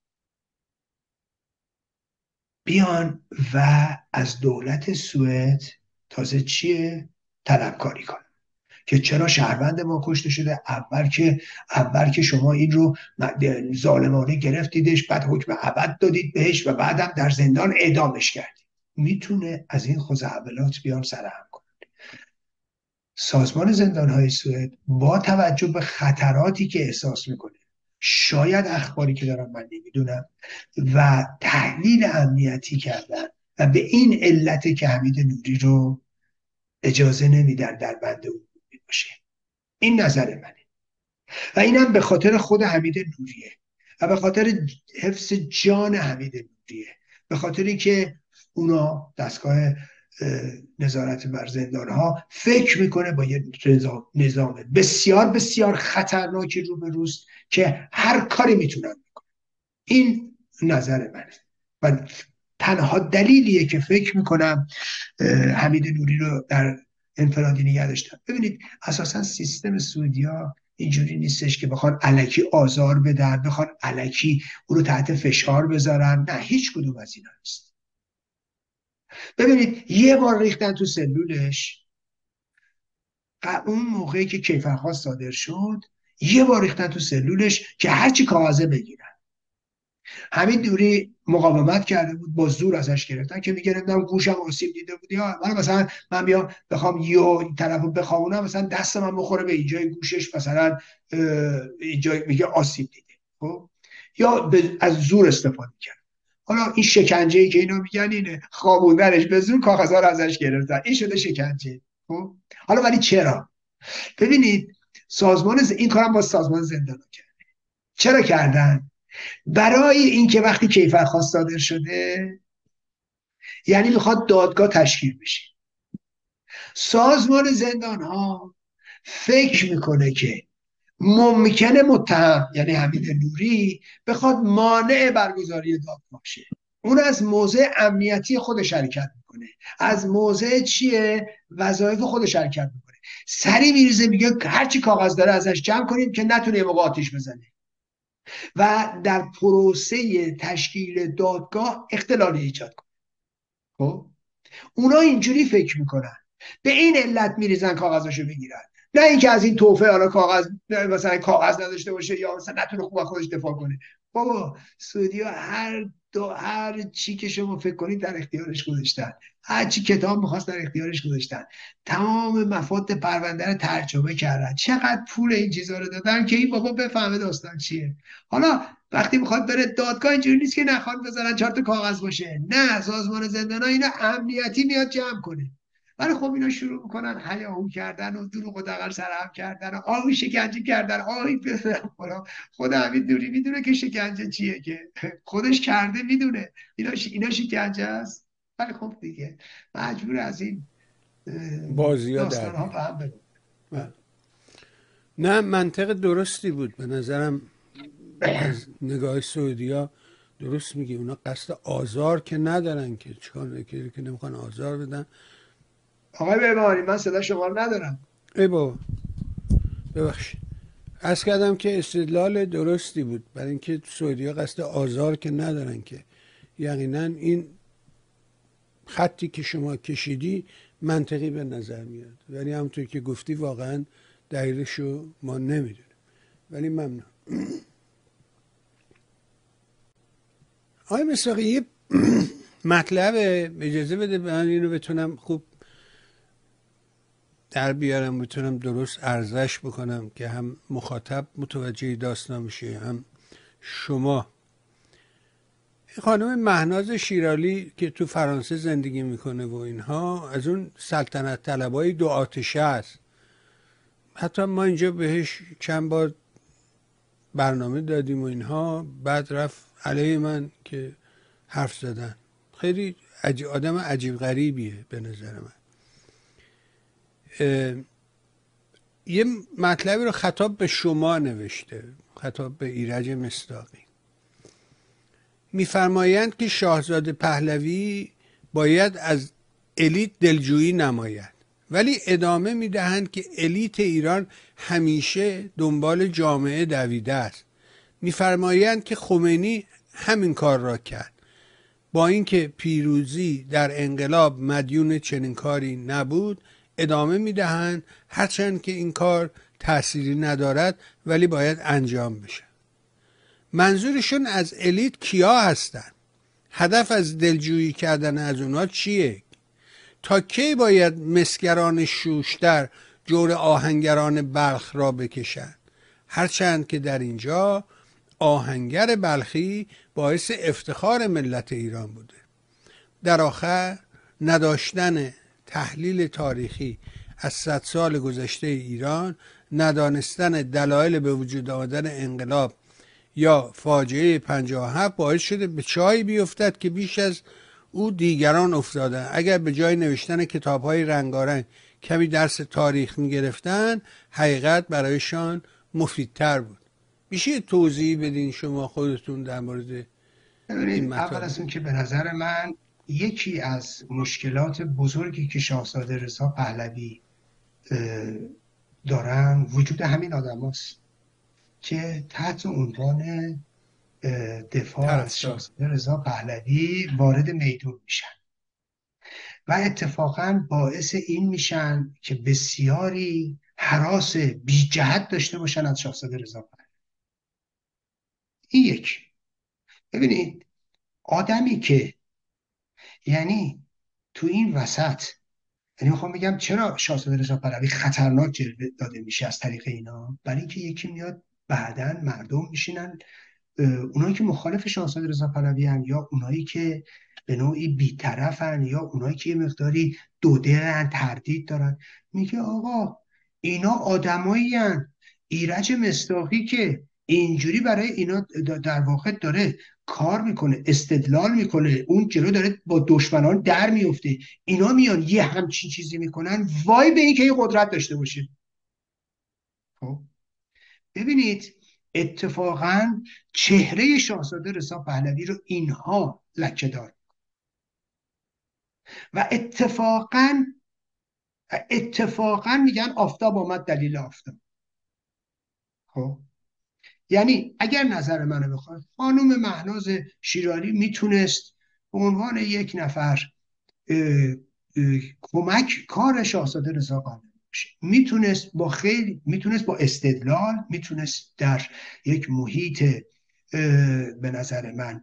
بیان و از دولت سوئد تازه طلبکاری کنن که چرا شهروند ما کشته شده. اول که شما این رو ظالمانه گرفتیدش، بعد حکم ابد دادید بهش و بعدم در زندان اعدامش کردید. میتونه از این خزعبلات بیان سرهم کنن. سازمان زندانهای سوئد با توجه به خطراتی که احساس میکنه، شاید اخباری که دارم من نمیدونم، و تحلیل امنیتی کردن و به این علت که حمید نوری رو اجازه نمیدن در بند عمومی باشه. این نظر منه و اینم به خاطر خود حمید نوریه و به خاطر حفظ جان حمید نوریه، به خاطری که اونا دستگاه نظارت بر زندان ها فکر میکنه با یه نظام بسیار بسیار خطرناکی روبروست که هر کاری میتونن بکنن. این نظر منه و تنها دلیلیه که فکر میکنم حمید نوری رو در انفرادی نگه داشتن. ببینید اساسا سیستم سعودیا اینجوری نیستش که بخوان الکی آزار بدن، بخوان الکی او رو تحت فشار بذارن، نه، هیچ کدوم از اینا نیست. ببینید یه بار ریختن تو سلولش، اون موقعی که کیفرخواست صادر شد یه بار ریختن تو سلولش که هرچی کاغذه بگیرن. حمید نوری مقاومت کرده بود، با زور ازش گرفتن که میگه نمیدونم گوشم آسیب دیده بود، یا مثلا من بیام بخوام یه طرفو بخوابونم مثلا دست من بخوره به اینجای گوشش، مثلا اینجا میگه آسیب دیده، خب یا از زور استفاده کرد. حالا این شکنجه‌ای که اینا میگن اینه، خوابوندنش به زور، کاغذها رو ازش گرفتن، این شده شکنجه. خب حالا ولی چرا؟ ببینید این کارم با سازمان زندان کرد. چرا کردن؟ برای اینکه وقتی کیفرخواست صادر شده یعنی میخواد دادگاه تشکیل بشه، سازمان زندان ها فکر میکنه که ممکنه متهم یعنی حمید نوری بخواد مانع برگزاری دادگاه شه. اون از موضع امنیتی خودش حرکت میکنه، از موضع وظایف خودش حرکت میکنه، سری میریزه میگه هرچی کاغذ داره ازش جمع کنید که نتونه یه موقع آتیش بزنه و در پروسه تشکیل دادگاه اختلال ایجاد کنه. خب اونا اینجوری فکر میکنن، به این علت میریزن کاغذاشو بگیرن، نه اینکه از این توفه حالا مثلا کاغذ نداشته باشه یا مثلا نتونه خوب خودش دفاع کنه. بابا سعودی‌ها هر هر چی که شما فکر کنید در اختیارش گذاشتن، هر چی کتاب میخواست در اختیارش گذاشتن، تمام مفاد پرونده رو ترجمه کردن، چقدر پول این چیزا رو دادن که این بابا بفهمه داستان چیه. حالا وقتی میخواد بره دادگاه اینجوری نیست که نخواد بذارن 4 تا کاغذ باشه، نه، سازمان زندانها اینا امنیتی میاد جمع کنه. ولی خب اینا شروع میکنن هیاهو کردن و دروغ و دغل سرهم کردن و آهی شکنجه کردن، آهی خود حمید نوری میدونه که شکنجه چیه، که خودش کرده میدونه اینا شکنجه است. ولی خب دیگه مجبور از این بازی ها داستان ها در فهم بده. نه، منطق درستی بود به نظرم از نگاه سعودیا. درست میگی، اونا قصد آزار که ندارن، که چیکار که نمیخوان آزار بدن. آقای بهبهانی من صدا شما رو ندارم. ای بابا ببخشید، عرض کردم که استدلال درستی بود برای اینکه سعودیا قصد آزار که ندارن، که یقینا این خطی که شما کشیدی منطقی به نظر میاد، ولی همونطور که گفتی واقعا دلیلشو ما نمیدونیم. ولی ممنون. آقای مصداقی یه مطلب اجازه بده من اینو بتونم خوب در بیارم، بتونم درست عرضش بکنم که هم مخاطب متوجه داستان بشه هم شما. خانم مهناز شیرالی که تو فرانسه زندگی میکنه و اینها، از اون سلطنت طلبای 2 آتشه است. حتی ما اینجا بهش چند بار برنامه دادیم و اینها، بعد رفت علیه من که حرف زدن. خیلی آدم عجیب غریبیه به نظر من. یه مطلبی رو خطاب به شما نوشته، خطاب به ایرج مصداقی. میفرمایند که شاهزاده پهلوی باید از الیت دلجویی نماید، ولی ادامه میدهند که الیت ایران همیشه دنبال جامعه دویده است. میفرمایند که خمینی همین کار را کرد، با اینکه پیروزی در انقلاب مدیون چنین کاری نبود. ادامه میدهند هرچند که این کار تأثیری ندارد ولی باید انجام بشه. منظورشون از الیت کیا هستن؟ هدف از دلجویی کردن از اونا چیه؟ تا کی باید مسگران شوشتر جور آهنگران بلخ را بکشند؟ هرچند که در اینجا آهنگر بلخی باعث افتخار ملت ایران بوده. در آخر نداشتن تحلیل تاریخی از 100 سال گذشته ایران، ندانستن دلایل به وجود آمدن انقلاب یا فاجعه 57 باعث شده به چای بیفتد که بیش از او دیگران افتادن. اگر به جای نوشتن کتاب‌های رنگارنگ کمی درس تاریخ می‌گرفتن، حقیقت برایشان مفیدتر بود. میشه توضیح بدین شما خودتون در مورد این مطالب؟ اول از اون که به نظر من یکی از مشکلات بزرگی که شاهزاده رضا پهلوی دارن وجود همین آدم هاست که تحت عنوان دفاع از شاهزاده رضا پهلوی وارد میدون میشن و اتفاقا باعث این میشن که بسیاری هراس بی جهت داشته باشن از شاهزاده رضا پهلوی. این یک. ببینید آدمی که یعنی تو این وسط، یعنی میخوام بگم چرا شاهزاده رضا پهلوی خطرناک جلوه داده میشه از طریق اینا، برای اینکه یکی میاد بعدن مردم میشینن، اونایی که مخالف شاهزاده رضا پهلوی هن یا اونایی که به نوعی بی‌طرفن یا اونایی که یه مقداری دوده‌ن، تردید دارن، میگه آقا اینا آدمایی هن. ایرج مصداقی که اینجوری برای اینا در واقع داره کار میکنه، استدلال میکنه، اون جلو داره با دشمنان در میفته، اینا میان یه همچین چیزی میکنن، وای به این که یه قدرت داشته باشه. خب ببینید اتفاقا چهره شاهزاده رضا پهلوی رو اینها لکه دار و اتفاقا میگن آفتاب آمد دلیل آفتاب. خب یعنی اگر نظر منو بخواد، خانم مهناز شیرالی میتونست به عنوان یک نفر کمک کار شاهزاده رضا پهلوی باشه، میتونست با استدلال، میتونست در یک محیط به نظر من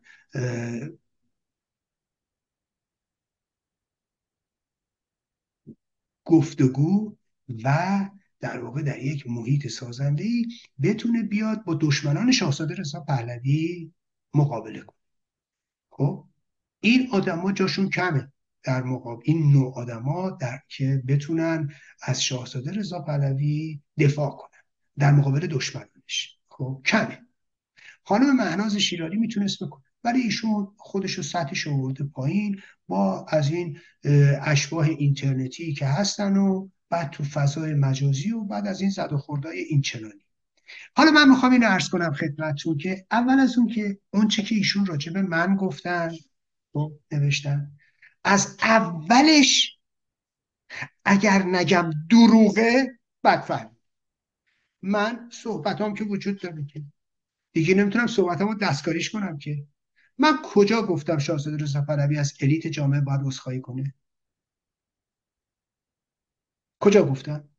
گفتگو و در واقع در یک محیط سازنده‌ای بتونه بیاد با دشمنان شاهزاده رضا پهلوی مقابله کنه. خب این آدما جاشون کمه در مقابل این نوع آدما در که بتونن از شاهزاده رضا پهلوی دفاع کنن در مقابل دشمنانش. خب کمه. خانم مهناز شیرازی میتونست بکنه ولی ایشون خودش رو سطحش آورده پایین با از این اشباح اینترنتی که هستن و بعد تو فضای مجازی و بعد از این زد و خوردهای اینچنانی. حالا من میخوام اینو عرض کنم خدمتتون که اول از اون که اون چه که ایشون راجع به من گفتن و نوشتن از اولش اگر نگم دروغه بدفهم. من صحبتام که وجود داره که دیگه نمیتونم صحبتامو دستکاریش کنم که من کجا گفتم شاهزاده رضا پهلوی از الیت جامعه باید عذرخواهی کنه؟ کجا گفتم؟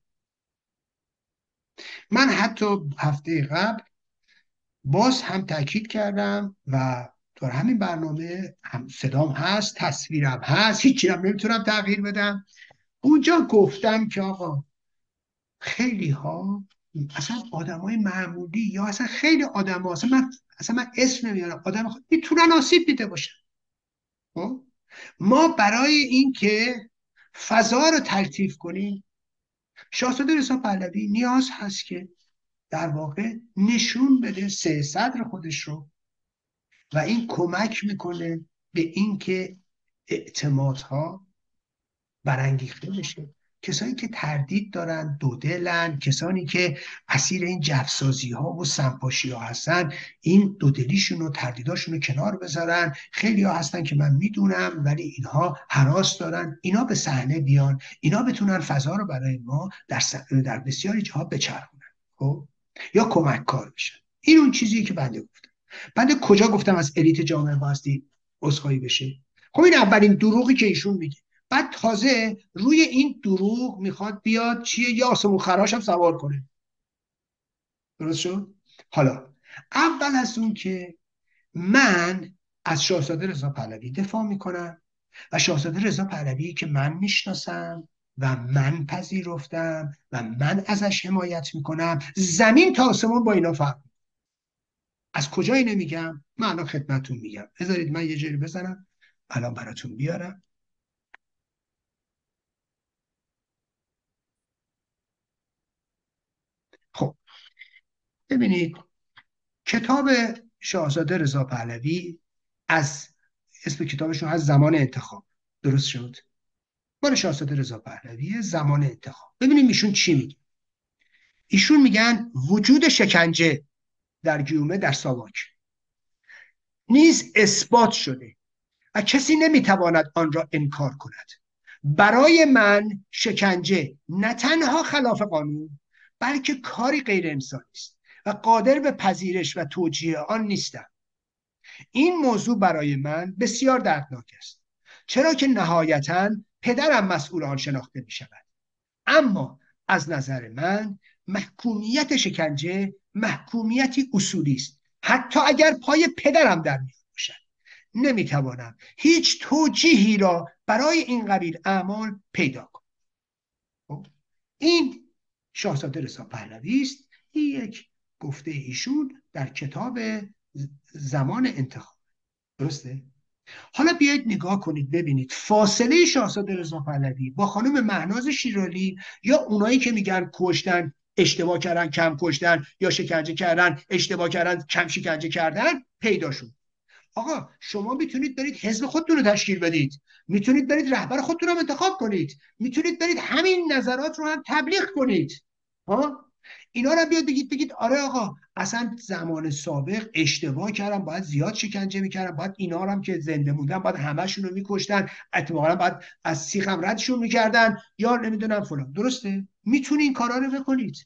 من حتی هفته قبل باز هم تاکید کردم و در همین برنامه هم صدام هست، تصویرم هست، هیچی هم نمیتونم تغییر بدم. اونجا گفتم که آقا خیلی ها اصلا آدمای معمولی یا اصلا خیلی آدم ها اصلا من اسم نمیارم آدم میتونن آسیب دیده باشن. خب ما برای این که فضا رو تلطیف کنیم شاهزاده رضا پهلوی نیاز هست که در واقع نشون بده سه صدر خودش رو و این کمک میکنه به اینکه اعتمادها برانگیخته بشه. کسانی که تردید دارن دودلن، کسانی که اسیر این جفسازی ها و سمپاشی ها هستن این دودلیشون و تردیداشون رو کنار بذارن. خیلی ها هستن که من میدونم ولی اینها هراس دارن، اینا به صحنه بیان، اینا بتونن فضا رو برای ما در بسیاری جاها بچرخونن. خب یا کمک کار بشن. این اون چیزیه که بنده گفتم. بنده کجا گفتم از الیت جامعه باستی عذرخواهی بشه؟ خب این اولین دروغی که ایشون میگه. بعد تازه روی این دروغ میخواد بیاد چیه یه آسمون خراش هم سوار کنه. درست شد؟ حالا اول از اون که من از شاهزاده رضا پهلوی دفاع میکنم و شاهزاده رضا پهلوی که من میشناسم و من پذیرفتم و من ازش حمایت میکنم زمین تا آسمون با اینا فرق. از کجا اینو میگم؟ من الان خدمتتون میگم. بذارید من یه جوری بزنم الان براتون بیارم. خب ببینید کتاب شاهزاده رضا پهلوی از اسم کتابشون از زمان انتخاب. درست شد؟ مال شاهزاده رضا پهلوی زمان انتخاب. ببینیم ایشون چی میگه. ایشون میگن وجود شکنجه در گیومه در ساواک نیز اثبات شده و کسی نمیتواند آن را انکار کند. برای من شکنجه نه تنها خلاف قانون بلکه کاری غیر انسانی است و قادر به پذیرش و توجیه آن نیستم. این موضوع برای من بسیار دردناک است چرا که نهایتاً پدرم مسئول آن شناخته می شود. اما از نظر من محکومیت شکنجه محکومیتی اصولی است حتی اگر پای پدرم در می باشد. نمیتوانم هیچ توجیهی را برای این قبیل اعمال پیدا کنم. این شاهزاده رضا پهلوی است. این یک گفته ایشون در کتاب زمان انتخاب. درسته؟ حالا بیایید نگاه کنید ببینید فاصله شاهزاده رضا پهلوی با خانم مهناز شیرالی یا اونایی که میگن کشتن اشتباه کردن کم کشتن یا شکنجه کردن اشتباه کردن کم شکنجه کردن پیدا شد. آقا شما میتونید برید حزب خودتون رو تشکیل بدید، میتونید برید رهبر خودتون رو انتخاب کنید، میتونید برید همین نظرات رو هم تبلیغ کنید. ها اینا رو بیاد بگید آره آقا اصلا زمان سابق اشتباه کردم باید زیاد شکنجه میکردم باید اینا رو هم که زنده موندن باید همشون رو میکشتن اتفاقا باید از سیخ هم ردشون میکردن یا نمیدونم فلان. درسته؟ میتونید این کارا رو بکنید.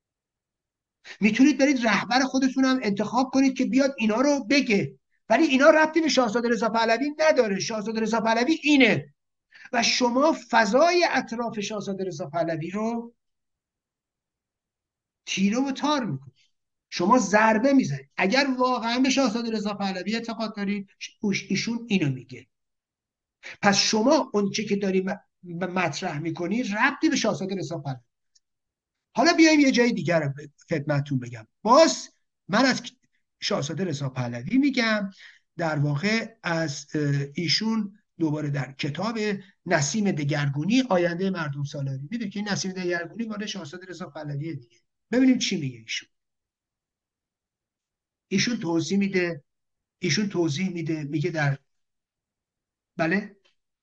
میتونید برید رهبر خودتون هم انتخاب کنید که بیاد اینا رو بگه. ولی اینا ربطی به شاهزاده رضا پهلوی نداره. شاهزاده رضا پهلوی اینه و شما فضای اطراف شاهزاده رضا پهلوی رو تیره و تار میکنید. شما ضربه میزنید. اگر واقعا به شاهزاده رضا پهلوی اعتقاد دارید، ایشون اینو میگه. پس شما اونچه که داری مطرح میکنی ربطی به شاهزاده رضا پهلوی. حالا بیایم یه جای دیگر رو خدمتتون بگم. باز من از شاهزاده رضا پهلوی میگم، در واقع از ایشون دوباره در کتاب نسیم دگرگونی آینده مردم سالاری. میدونید که نسیم دگرگونی مال شاهزاده رضا پهلوی دیگه. ببینیم چی میگه ایشون. ایشون توضیح میده میگه در بله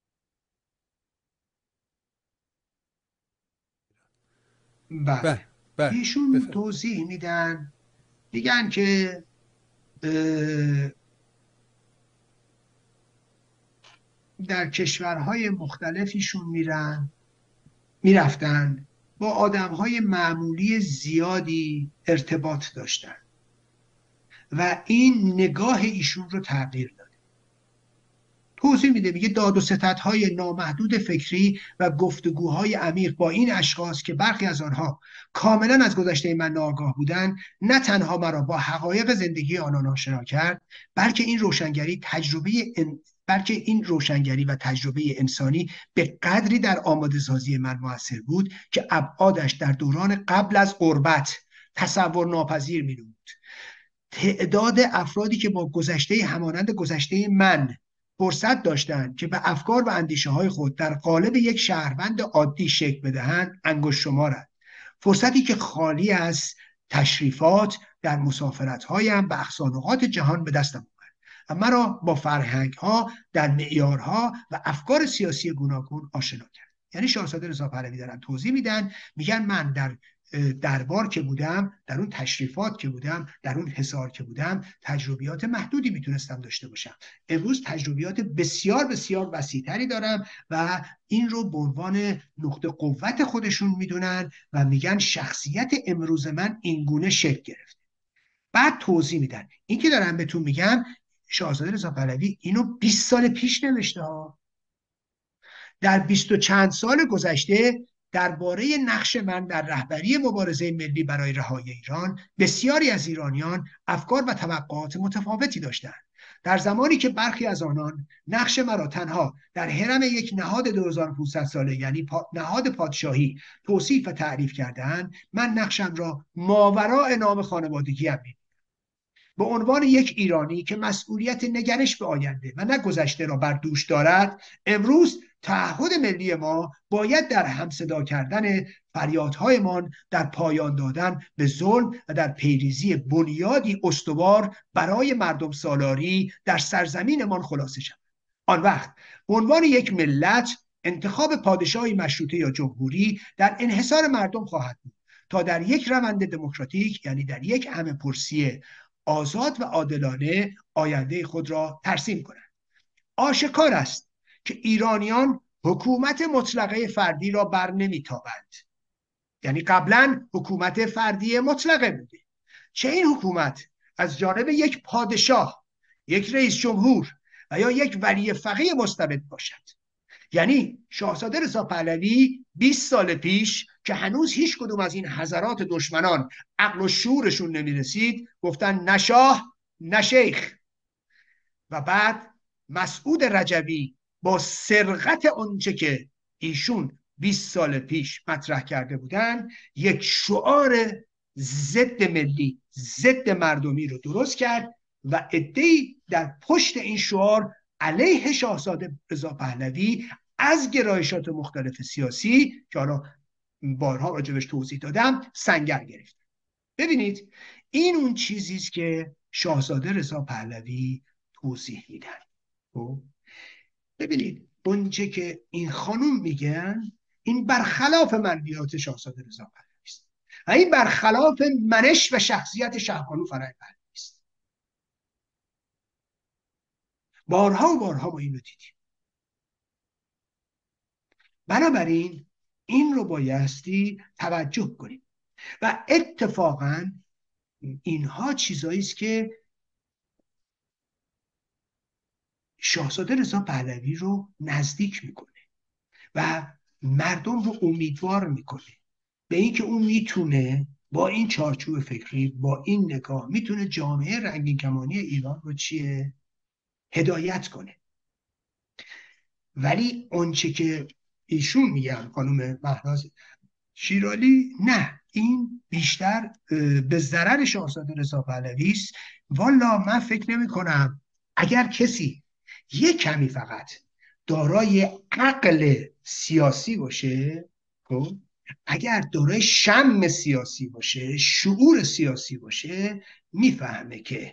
بله بله ایشون بفرمایید. توضیح میدن، میگن که در کشورهای مختلفیشون میرفتن، با آدمهای معمولی زیادی ارتباط داشتن و این نگاه ایشون رو تغییر داد. توضیح میده، میگه داد و ستدهای نامحدود فکری و گفتگوهای عمیق با این اشخاص که برخی از آنها کاملا از گذشته من ناآگاه بودند، نه تنها مرا با حقایق زندگی آنان آشنا کرد، بلکه این روشنگری و تجربه انسانی به قدری در آماده سازی من موثر بود که ابعادش در دوران قبل از غربت تصور ناپذیر می بود. تعداد افرادی که با گذشته همانند گذشته من فرصت داشتند که به افکار و اندیشه های خود در قالب یک شهروند عادی شکل بدهند انگشت شمارند. فرصتی که خالی از تشریفات در مسافرت هایم به اقصانقاط جهان به دستم آمد و مرا با فرهنگ ها در معیارها و افکار سیاسی گوناگون آشنا کرد. یعنی شاهزاده رضا پهلوی دارن توضیح میدن، میگن من در دربار که بودم، در اون تشریفات که بودم، در اون حصار که بودم، تجربیات محدودی میتونستم داشته باشم. امروز تجربیات بسیار بسیار وسیع‌تری دارم و این رو به عنوان نقطه قوت خودشون میدونن و میگن شخصیت امروز من اینگونه شکل گرفته. بعد توضیح میدن. این که دارم بهتون میگم، شاهزاده رضا پهلوی اینو 20 سال پیش نوشته ها. در 20 و چند سال گذشته درباره نقش من در رهبری مبارزه ملی برای رهایی ایران بسیاری از ایرانیان افکار و توقعات متفاوتی داشتند. در زمانی که برخی از آنان نقش مرا تنها در حرم یک نهاد 2500 ساله یعنی نهاد پادشاهی توصیف و تعریف کردند، من نقشم را ماوراء نام خانوادگی می‌دیدم. به عنوان یک ایرانی که مسئولیت نگرش به آینده و نه گذشته را بر دوش دارد، امروز تعهد ملی ما باید در همصدا کردن فریادهایمان در پایان دادن به ظلم و در پیریزی بنیادی استوار برای مردم سالاری در سرزمینمان خلاصه شود. آن وقت به عنوان یک ملت انتخاب پادشاهی مشروطه یا جمهوری در انحصار مردم خواهد بود تا در یک روند دموکراتیک، یعنی در یک همه‌پرسی آزاد و عادلانه، آینده خود را ترسیم کنند. آشکار است که ایرانیان حکومت مطلقه فردی را بر نمیتابند. یعنی قبلا حکومت فردی مطلقه بوده، چه این حکومت از جانب یک پادشاه، یک رئیس جمهور و یا یک ولی فقیه مستبد باشد. یعنی شاهزاده رضا پهلوی 20 سال پیش که هنوز هیچ کدوم از این حضرات دشمنان عقل و شعورشون نمیرسید، گفتن نه شاه نه شیخ. و بعد مسعود رجبی با سرقت آنچه که ایشون 20 سال پیش مطرح کرده بودن، یک شعار ضد ملی، ضد مردمی رو درست کرد و عده‌ای در پشت این شعار علیه شاهزاده رضا پهلوی از گرایشات مختلف سیاسی که حالا بارها راجبش توضیح دادم سنگر گرفت. ببینید این اون چیزی است که شاهزاده رضا پهلوی توضیح میدن. ببینید اونچه که این خانوم میگن این برخلاف منویات شاهزاده رضا پهلوی است و این برخلاف منش و شخصیت شهبانو فرای پهلوی است. بارها و بارها ما اینو دیدیم. بنابراین این رو بایستی توجه کنیم و اتفاقا اینها چیزایی است که شاهزاده رضا پهلوی رو نزدیک میکنه و مردم رو امیدوار میکنه به اینکه اون میتونه با این چارچوب فکری، با این نگاه میتونه جامعه رنگین کمانی ایران رو چیه هدایت کنه. ولی اونچه که ایشون میگن، خانم مهناز شیرالی، نه، این بیشتر به ضرر شاهزاده رضا پهلوی است. والا من فکر نمی کنم اگر کسی یک کمی فقط دارای عقل سیاسی باشه، خب اگر دارای شم سیاسی باشه، شعور سیاسی باشه، میفهمه که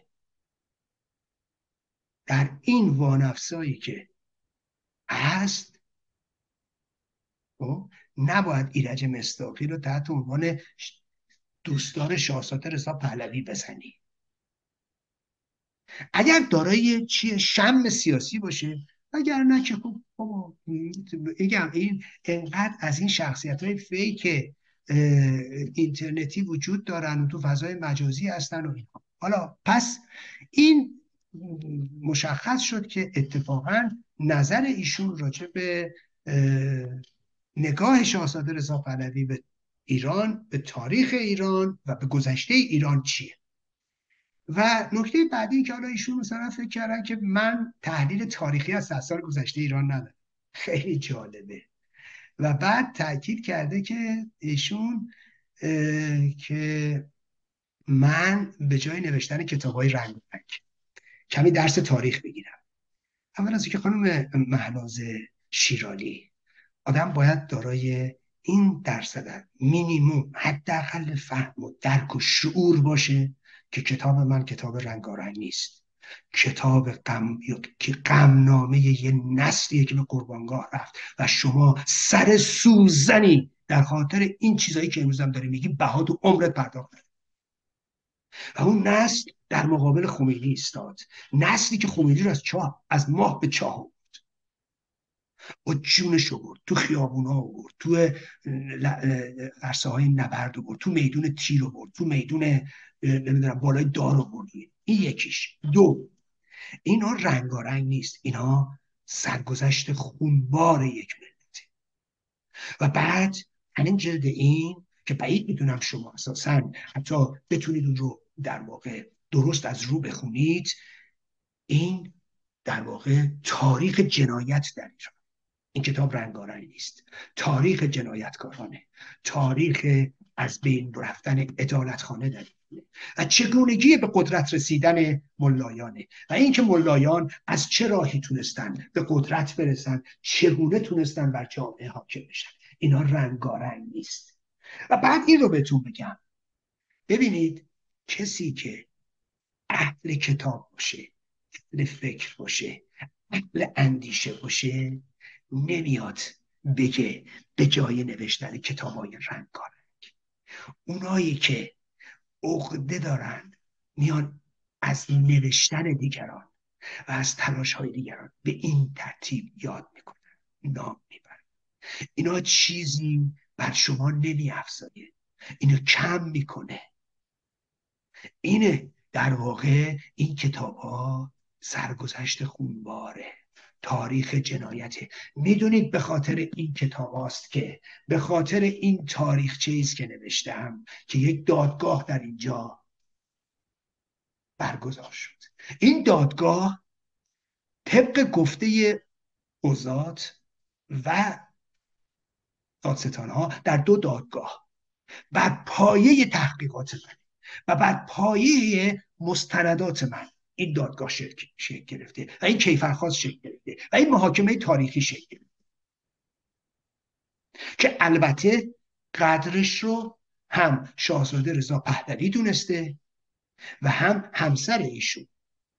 در این وانفسایی که هست، خب نباید ایرج مصداقی رو تحت عنوان دوستدار شاهزاده رضا پهلوی بزنی. اگر دارای چیه شم سیاسی باشه، اگر نه که خب بابا میگم این انقدر از این شخصیت های فیک اینترنتی وجود دارن و تو فضای مجازی هستن و اینها. حالا پس این مشخص شد که اتفاقا نظر ایشون راجع به نگاه شاهزاده رضا پهلوی به ایران، به تاریخ ایران و به گذشته ایران چیه. و نکته بعدی که حالا ایشون مثلا فکر کردن که من تحلیل تاریخی از 100 سال گذشته ایران ندارم. خیلی جالبه. و بعد تاکید کرده که ایشون که من به جای نوشتن کتاب‌های رنگ کمی درس تاریخ بگیرم. اول از اینکه خانم مهناز شیرالی، آدم باید دارای این درصد مینیموم حداقل فهم و درک و شعور باشه که کتاب من کتاب رنگارنگ نیست. کتاب غمنامه یه نسلیه که به قربانگاه رفت و شما سر سوزنی در خاطر این چیزایی که امروز هم داری میگی بها تو عمرت پرداخت. و اون نسل در مقابل خمینی استاد، نسلی که خمینی رو از ماه به چاه و جونش رو برد، تو خیابونا رو برد، تو عرصه های نبرد رو برد، تو میدون تیر رو برد، تو میدون نمیدونم بالای دار رو برد. این یکیش. دو، اینا رنگارنگ نیست، اینا سرگذشت خونبار یک ملت. و بعد همین جلد این که بعید میدونم شما اساسا حتی بتونید اون رو در واقع درست از رو بخونید، این در واقع تاریخ جنایت در ایران. این کتاب رنگارنگ نیست، تاریخ جنایتکارانه، تاریخ از بین رفتن عدالتخانه در ایران و چگونگی به قدرت رسیدن ملایانه و اینکه ملایان از چه راهی تونستن به قدرت برسن، چگونه تونستن بر جامعه حاکم بشن. اینا رنگارنگ نیست. و بعد این رو بهتون بگم، ببینید کسی که اهل کتاب باشه، اهل فکر باشه، اهل اندیشه باشه، نمیاد بگه به جای نوشتن کتاب‌های رنگارنگ. اونایی که عقده دارن میان از نوشتن دیگران و از تلاش‌های دیگران به این ترتیب یاد میکنن، نام میبرن. اینا چیزی بر شما نمیافزایه، اینو کم میکنه. اینه در واقع این کتاب‌ها سرگذشت خونباره، تاریخ جنایته. میدونید به خاطر این کتاب هاست که، به خاطر این تاریخچه‌ای است که نوشتم که یک دادگاه در اینجا برگزار شد. این دادگاه طبق گفته قضات و دادستانها در دو دادگاه بر پایه تحقیقات من و بر پایه مستندات من این دادگاه شکل گرفته و این کیفرخواست شکل گرفته و این محاکمه تاریخی شکل گرفته که البته قدرش رو هم شاهزاده رضا پهلوی دونسته و هم همسر ایشون.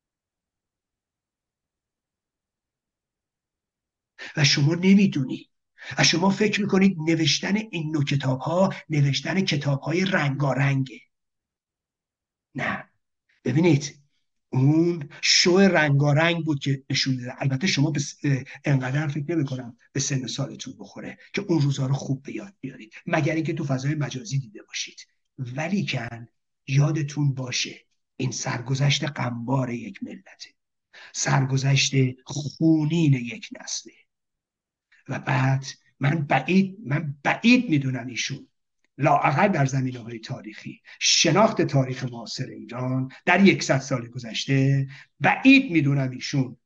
و شما نمیدونی و شما فکر میکنید نوشتن این نوع کتاب ها نوشتن کتاب های رنگارنگه. نه، ببینید اون شو رنگارنگ بود که نشون داده. البته شما انقدر فکر نمی کنم به سن سالتون بخوره که اون روزها رو خوب به یاد بیارید، مگر اینکه تو فضای مجازی دیده باشید. ولی کن یادتون باشه این سرگذشت غمبار یک ملته، سرگذشت خونین یک نسله. و بعد من بعید میدونم ایشون لااقل در زمینه‌های تاریخی شناخت تاریخ معاصر ایران در 100 سال گذشته، بعید میدونم ایشون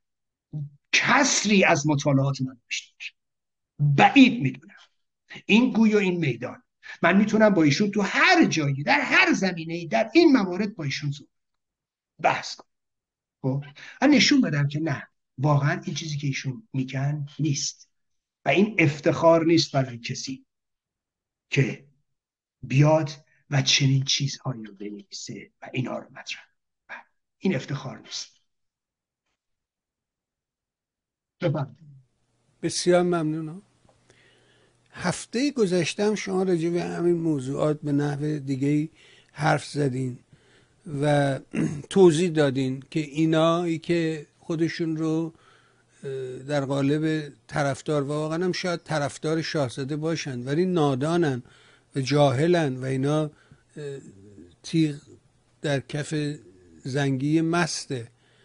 کسری از مطالعات من داشته باشه. بعید میدونم. این گوی و این میدان من میتونم با ایشون تو هر جایی در هر زمینه‌ای در این موارد با ایشون بحث کنم. خب نشون بدم که نه، واقعا این چیزی که ایشون میگن نیست و این افتخار نیست برای کسی که بیاد و چنین چیزهایی رو بنویسه و اینا رو مطرح. این افتخار نیست. بسیار ممنونم. هفته گذشتم شما راجع به همین موضوعات به نحو دیگه حرف زدین و توضیح دادین که اینایی که خودشون رو در قالب طرفدار و واقعا هم شاید طرفدار شاهزاده باشن ولی نادانن و جاهلن و اینا تیغ در کف زنگی مسته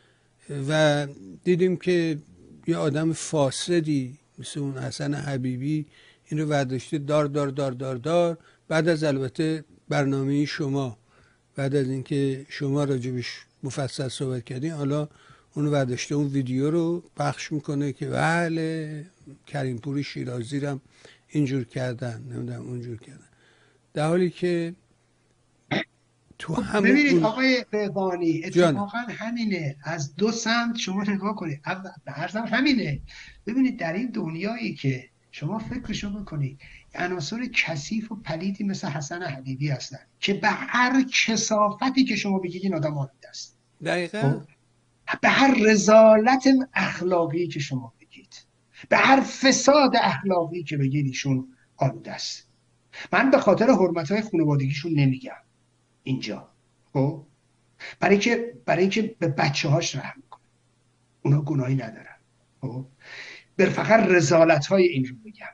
و دیدیم که یه آدم فاسدی مثل اون حسن حبیبی این رو برداشته دار دار دار دار دار. بعد از البته برنامه شما، بعد از اینکه شما راجبش مفصل صحبت کردین، حالا اونو برداشته اون ویدیو رو پخش میکنه که بله کریم پور شیرازی رو هم اینجور کردن، نمیدونم اونجور کردن، در حالی که تو همون ببینید آقای بهبانی اتفاقا همینه. از دو سمت شما نگاه کنید. عرضم همینه. ببینید در این دنیایی که شما فکرشو بکنید عناصر کثیف و پلیدی مثل حسن حبیبی هستن که به هر کثافتی که شما بگید این آدم آلوده است. دقیقاً. به هر رذالت اخلاقی که شما بگید، به هر فساد اخلاقی که بگید ایشون آلوده است. من به خاطر حرمت‌های خانوادگیشون نمیگم اینجا، خب برای اینکه به بچه‌هاش رحم کنه، اونا گناهی ندارن، خب فقط رذالت‌های این رو میگم،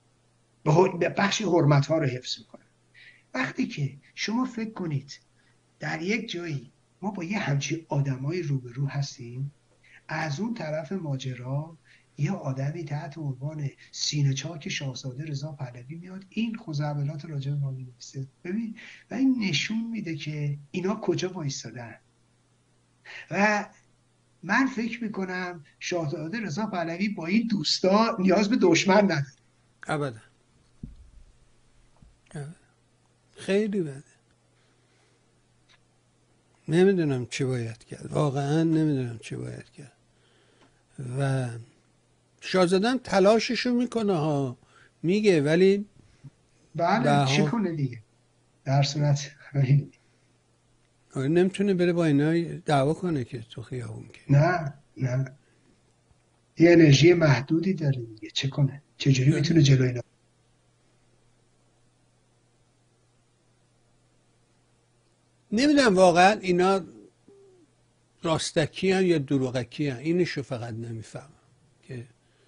به بخشی حرمت‌ها رو حفظ میکنن. وقتی که شما فکر کنید در یک جایی ما با یه همچین آدمای روبرو هستیم، از اون طرف ماجرا یه آدمی تحت عنوان سینه چاک شاهزاده رضا پهلوی میاد این خزعبلات راجع به ما می‌نویسه. ببین و این نشون میده که اینا کجا وایسادن. و من فکر میکنم شاهزاده رضا پهلوی با این دوستا نیاز به دشمن نداره. ابدا. خیلی بده. نمیدونم چه باید کرد، واقعا نمیدونم چه باید کرد. و شاهزاده هم تلاششو میکنه ها، میگه، ولی بله چی کنه دیگه. در صورت نمیتونه بره با اینا دعوا کنه که تو خیابون که نه یه انرژی محدودی داره دیگه، چه کنه؟ چجوری میتونه جلوی اینا؟ نمیدونم واقعا اینا راستکی هن یا دروغکی هن، اینشو فقط نمیفهمم که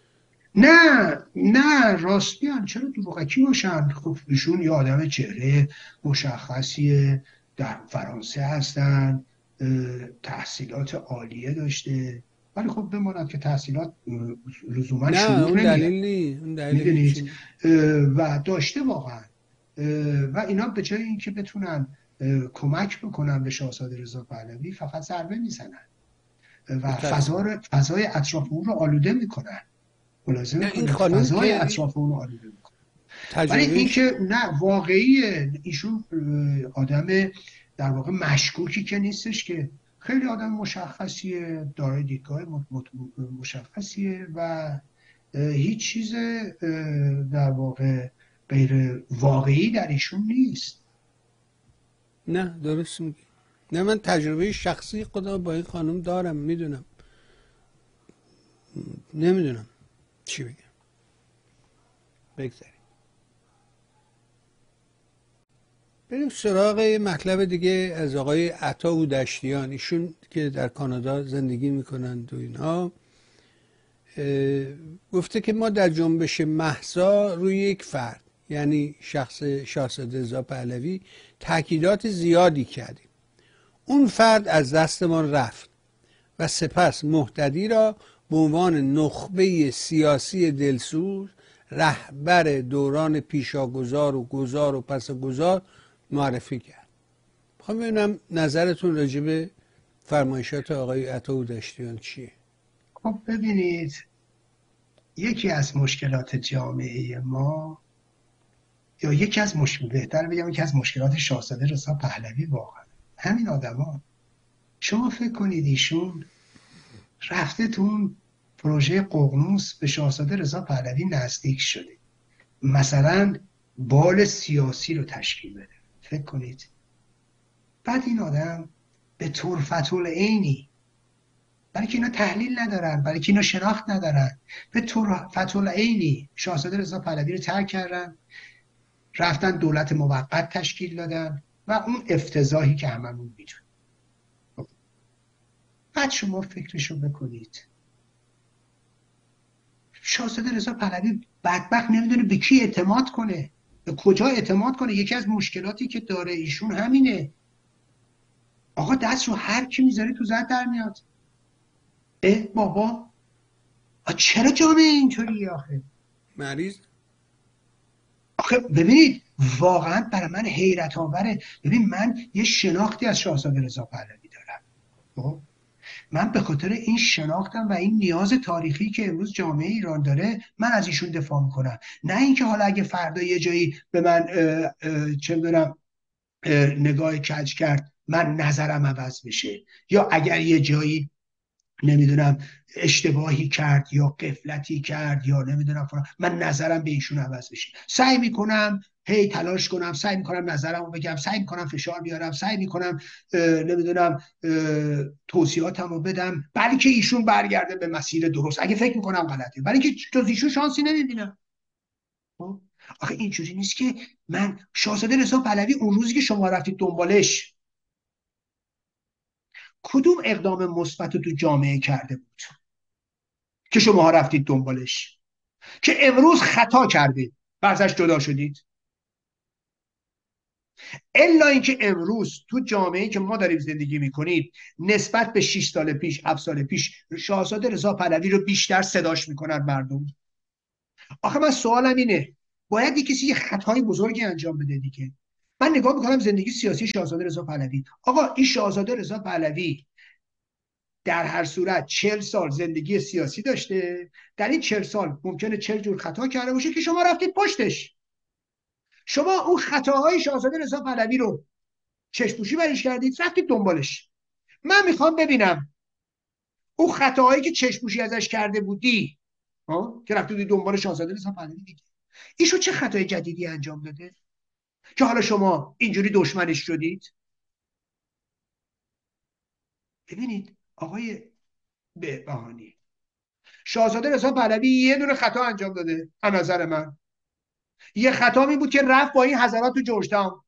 نه راستی هن. چرا دروغکی باشن؟ خب ایشون یه آدم چهره مشخصیه، در فرانسه هستن، تحصیلات عالیه داشته، ولی خب بماند که تحصیلات لزوما شروع نمیاد و داشته واقعا و اینا به جای اینکه بتونن کمک بکنن به شاهزاده رضا پهلوی فقط ضربه میزنن و فضای اطراف اون رو آلوده میکنن. ملازمه کنید فضای اطراف اون رو آلوده میکنن. ولی اینکه نه واقعی ایشون آدم در واقع مشکوکی که نیستش، که خیلی آدم مشخصیه، دارای دیدگاه مشخصیه و هیچ چیز در واقع غیر واقعی در ایشون نیست. نه درست میگی. نه من تجربه شخصی خدا با این خانم دارم، میدونم، نمیدونم چی بگم. بگذاریم بریم سراغ مطلب دیگه از آقای عطا اودشتیان. ایشون که در کانادا زندگی میکنند و اینها، گفته که ما در جنبش مهسا روی یک فرد، یعنی شخص شاهزاده رضا پهلوی، تاکیدات زیادی کردیم. اون فرد از دستمان رفت و سپس مهتدی را به عنوان نخبه سیاسی دلسوز رهبر دوران پیشاگذار و گذار و پس گذار معرفی کرد. میخوام ببینم نظرتون راجع به فرمایشات آقای عطاهودشتیان چیه؟ خب ببینید، یکی از مشکلات جامعه ما، یا یکی از بهتر بگم یکی از مشکلات شاهزاده رضا پهلوی واقعا همین آدما. شما فکر کنید ایشون رفته تو اون پروژه ققنوس به شاهزاده رضا پهلوی نزدیک شده، مثلا بال سیاسی رو تشکیل بده. فکر کنید بعد این آدم به طرفة العینی، برای که اینا تحلیل ندارن، برای که اینا شناخت ندارن، به طرفة العینی شاهزاده رضا پهلوی رو ترک کردن، رفتن دولت موقت تشکیل دادن و اون افتضاحی که هممون میدونیم. بعد شما فکرشو بکنید، شاهزاده رضا پهلوی بدبخت نمیدونه به کی اعتماد کنه، به کجا اعتماد کنه. یکی از مشکلاتی که داره ایشون همینه. آقا دست رو هر کی میذاره تو زد در میاد. بابا چرا جامعه اینطوریه آخه؟ مریض. آخه ببینید واقعا برای من حیرت آوره. ببین من یه شناختی از شاهزاده رضا پهلوی دارم. خب من به خاطر این شناختم و این نیاز تاریخی که امروز جامعه ایران داره من از ایشون دفاع میکنم، نه اینکه حالا اگه فردا یه جایی به من چه میدونم نگاه کج کرد من نظرم عوض بشه، یا اگر یه جایی نمیدونم اشتباهی کرد یا غفلتی کرد یا نمیدونم من نظرم به ایشون عوض بشه. سعی میکنم هی تلاش کنم، سعی میکنم نظرمو بگم، سعی میکنم فشار بیارم، سعی میکنم نمیدونم توصیاتمو بدم، بلکه ایشون برگرده به مسیر درست اگه فکر میکنم غلطه، بلکه جز ایشون شانسی نمیبینم. آخه اینجوری نیست که من شاهزاده رضا پهلوی اون روزی که شما رفتید دنبالش کدوم اقدام مثبت رو تو جامعه کرده بود که شما رفتید دنبالش که امروز خطا کرده و ازش جدا شدید؟ الا اینکه امروز تو جامعه‌ای که ما داریم زندگی میکنید نسبت به 6 سال پیش 7 سال پیش شاهزاده رضا پهلوی رو بیشتر صداش میکنن مردم. آخه من سوالم اینه، باید یه کسی یه خطای بزرگی انجام بده دیگه. من نگاه میکنم زندگی سیاسی شاهزاده رضا پهلوی، آقا این شاهزاده رضا پهلوی در هر صورت 40 سال زندگی سیاسی داشته، در این 40 سال ممکنه 40 جور خطا کرده باشه که شما رفتید پشتش. شما اون خطاهای شاهزاده رضا پهلوی رو چشم‌پوشی برش کردید، رفتید دنبالش. من میخوام ببینم اون خطاهایی که چشم‌پوشی ازش کرده بودی که رفتید دنبال شاهزاده رضا پهلوی دیگه، ایشو چه خطای جدیدی انجام داده که حالا شما اینجوری دشمنش شدید؟ ببینید آقای بهبهانی، شاهزاده رضا پهلوی یه دونه خطا انجام داده از نظر من. یه خطا این بود که رفت با این حضرات تو جورجتاون.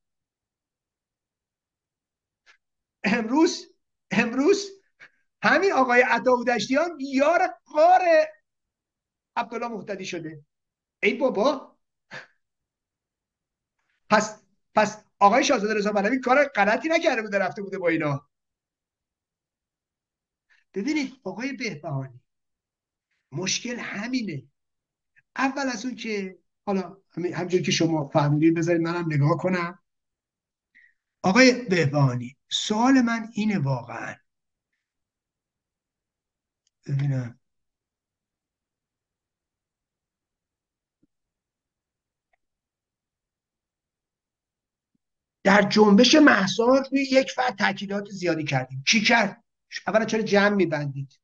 امروز همین آقای عطاهودشتیان یار غار عبدالله مهتدی شده. ای بابا، پس آقای شاهزاده رضا پهلوی کار غلطی نکرده بوده رفته بوده با اینا. ببینید آقای بهبهانی، مشکل همینه. اول از اون که حالا همونجور که شما فهمیدید بذارید منم نگاه کنم. آقای بهبهانی سوال من اینه واقعا، ببینم در جنبش مهسا روی یک فرد تاکیدات زیادی کردیم. چی کرد؟ اولا چرا جمع میبندید؟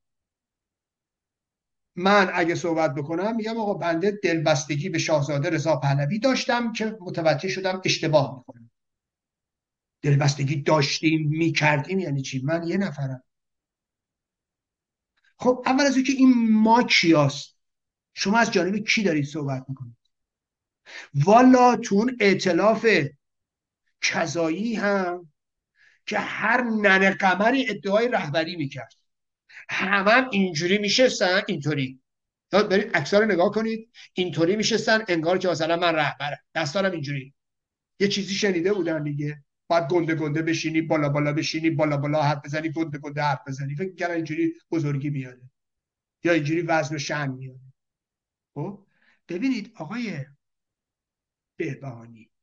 من اگه صحبت بکنم میگم آقا بنده دلبستگی به شاهزاده رضا پهلوی داشتم که متوجه شدم اشتباه میکنم. دلبستگی داشتیم میکردیم یعنی چی؟ من یه نفرم. خب اول از اینکه این ما کیاست؟ شما از جانب کی دارید صحبت میکنید؟ والا تون ائتلاف کذایی هم که هر ننه قمری ادعای رهبری میکرد هم اینجوری میشستن، اینطوری برید عکس‌ها رو نگاه کنید، اینطوری میشستن انگار که مثلا من رهبرم، دستارم اینجوری. یه چیزی شنیده بودن دیگه، باید گنده گنده بشینی، بالا بالا بشینی، بالا بالا حرف بزنی، گنده گنده حرف بزنی. فکر می‌کردن اینجوری بزرگی میاد یا اینجوری وزن و شأن میاد. خب ببینید آقای بهبهانی،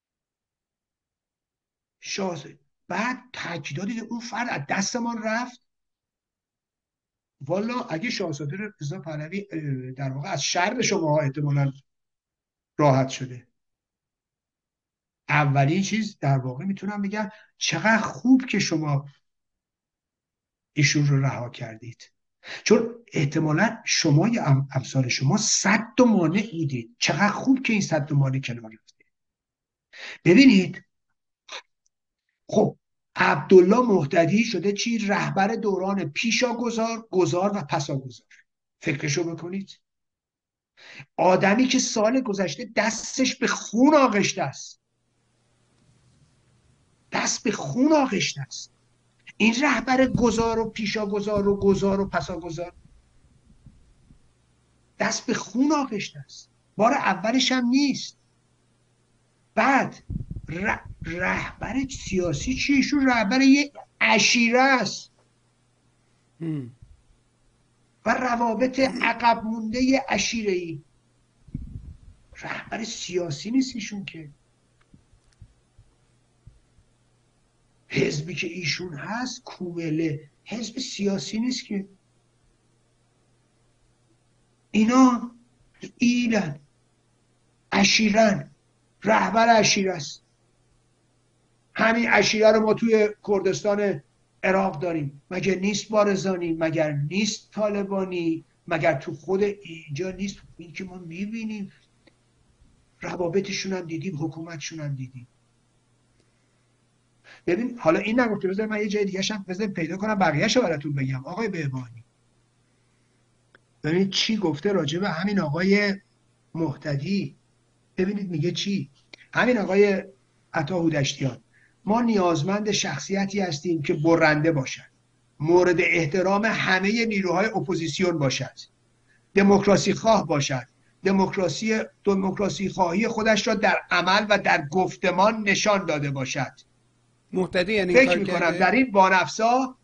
بعد تاکیدات اون فرد از دستمان رفت. والا اگه شاهزاده رضا پهلوی در واقع از شر شما احتمالاً راحت شده، اولین چیز در واقع میتونم بگم چقدر خوب که شما ایشون رو رها کردید، چون احتمالا شما یا امثال شما صد و مانع بودید. چقدر خوب که این صد و مانع کنار رفته. ببینید خب عبدالله مهتدی شده چی؟ رهبر دوران پیشاگذار، گذار و پساگذار. فکرشو بکنید. آدمی که سال گذشته دستش به خون آغشته است، دست به خون آغشته است، این رهبر گذار و پیشاگذار و گذار و پساگذار دست به خون آغشته است. بار اولش هم نیست. بعد رهبر سیاسی چیه؟ ایشون رهبر یک عشیره است و روابط عقب مونده عشیره‌ای. رهبر سیاسی نیست ایشون که. حزبی که ایشون هست کومله حزب سیاسی نیست که. اینا ایلن، عشیرن، رهبر عشیره است. همین عشیره رو ما توی کردستان عراق داریم. مگر نیست بارزانی؟ مگر نیست طالبانی؟ مگر تو خود اینجا نیست؟ این که ما میبینیم، روابطشون هم دیدیم، حکومتشون هم دیدیم. ببین حالا این نگفته، بذار من یه جای دیگه شم بذار پیدا کنم بقیه‌شو براتون بگم. آقای بهبهانی ببینید چی گفته راجع به همین آقای مهتدی. ببینید میگه چی. همین آقای عطاهودشتیان: ما نیازمند شخصیتی هستیم که برنده باشد، مورد احترام همه نیروهای اپوزیسیون باشد، دموکراسی خواه باشد، دموکراسی خواهی خودش را در عمل و در گفتمان نشان داده باشد. مهتدی یعنی فکر میکنم در این وانفسا،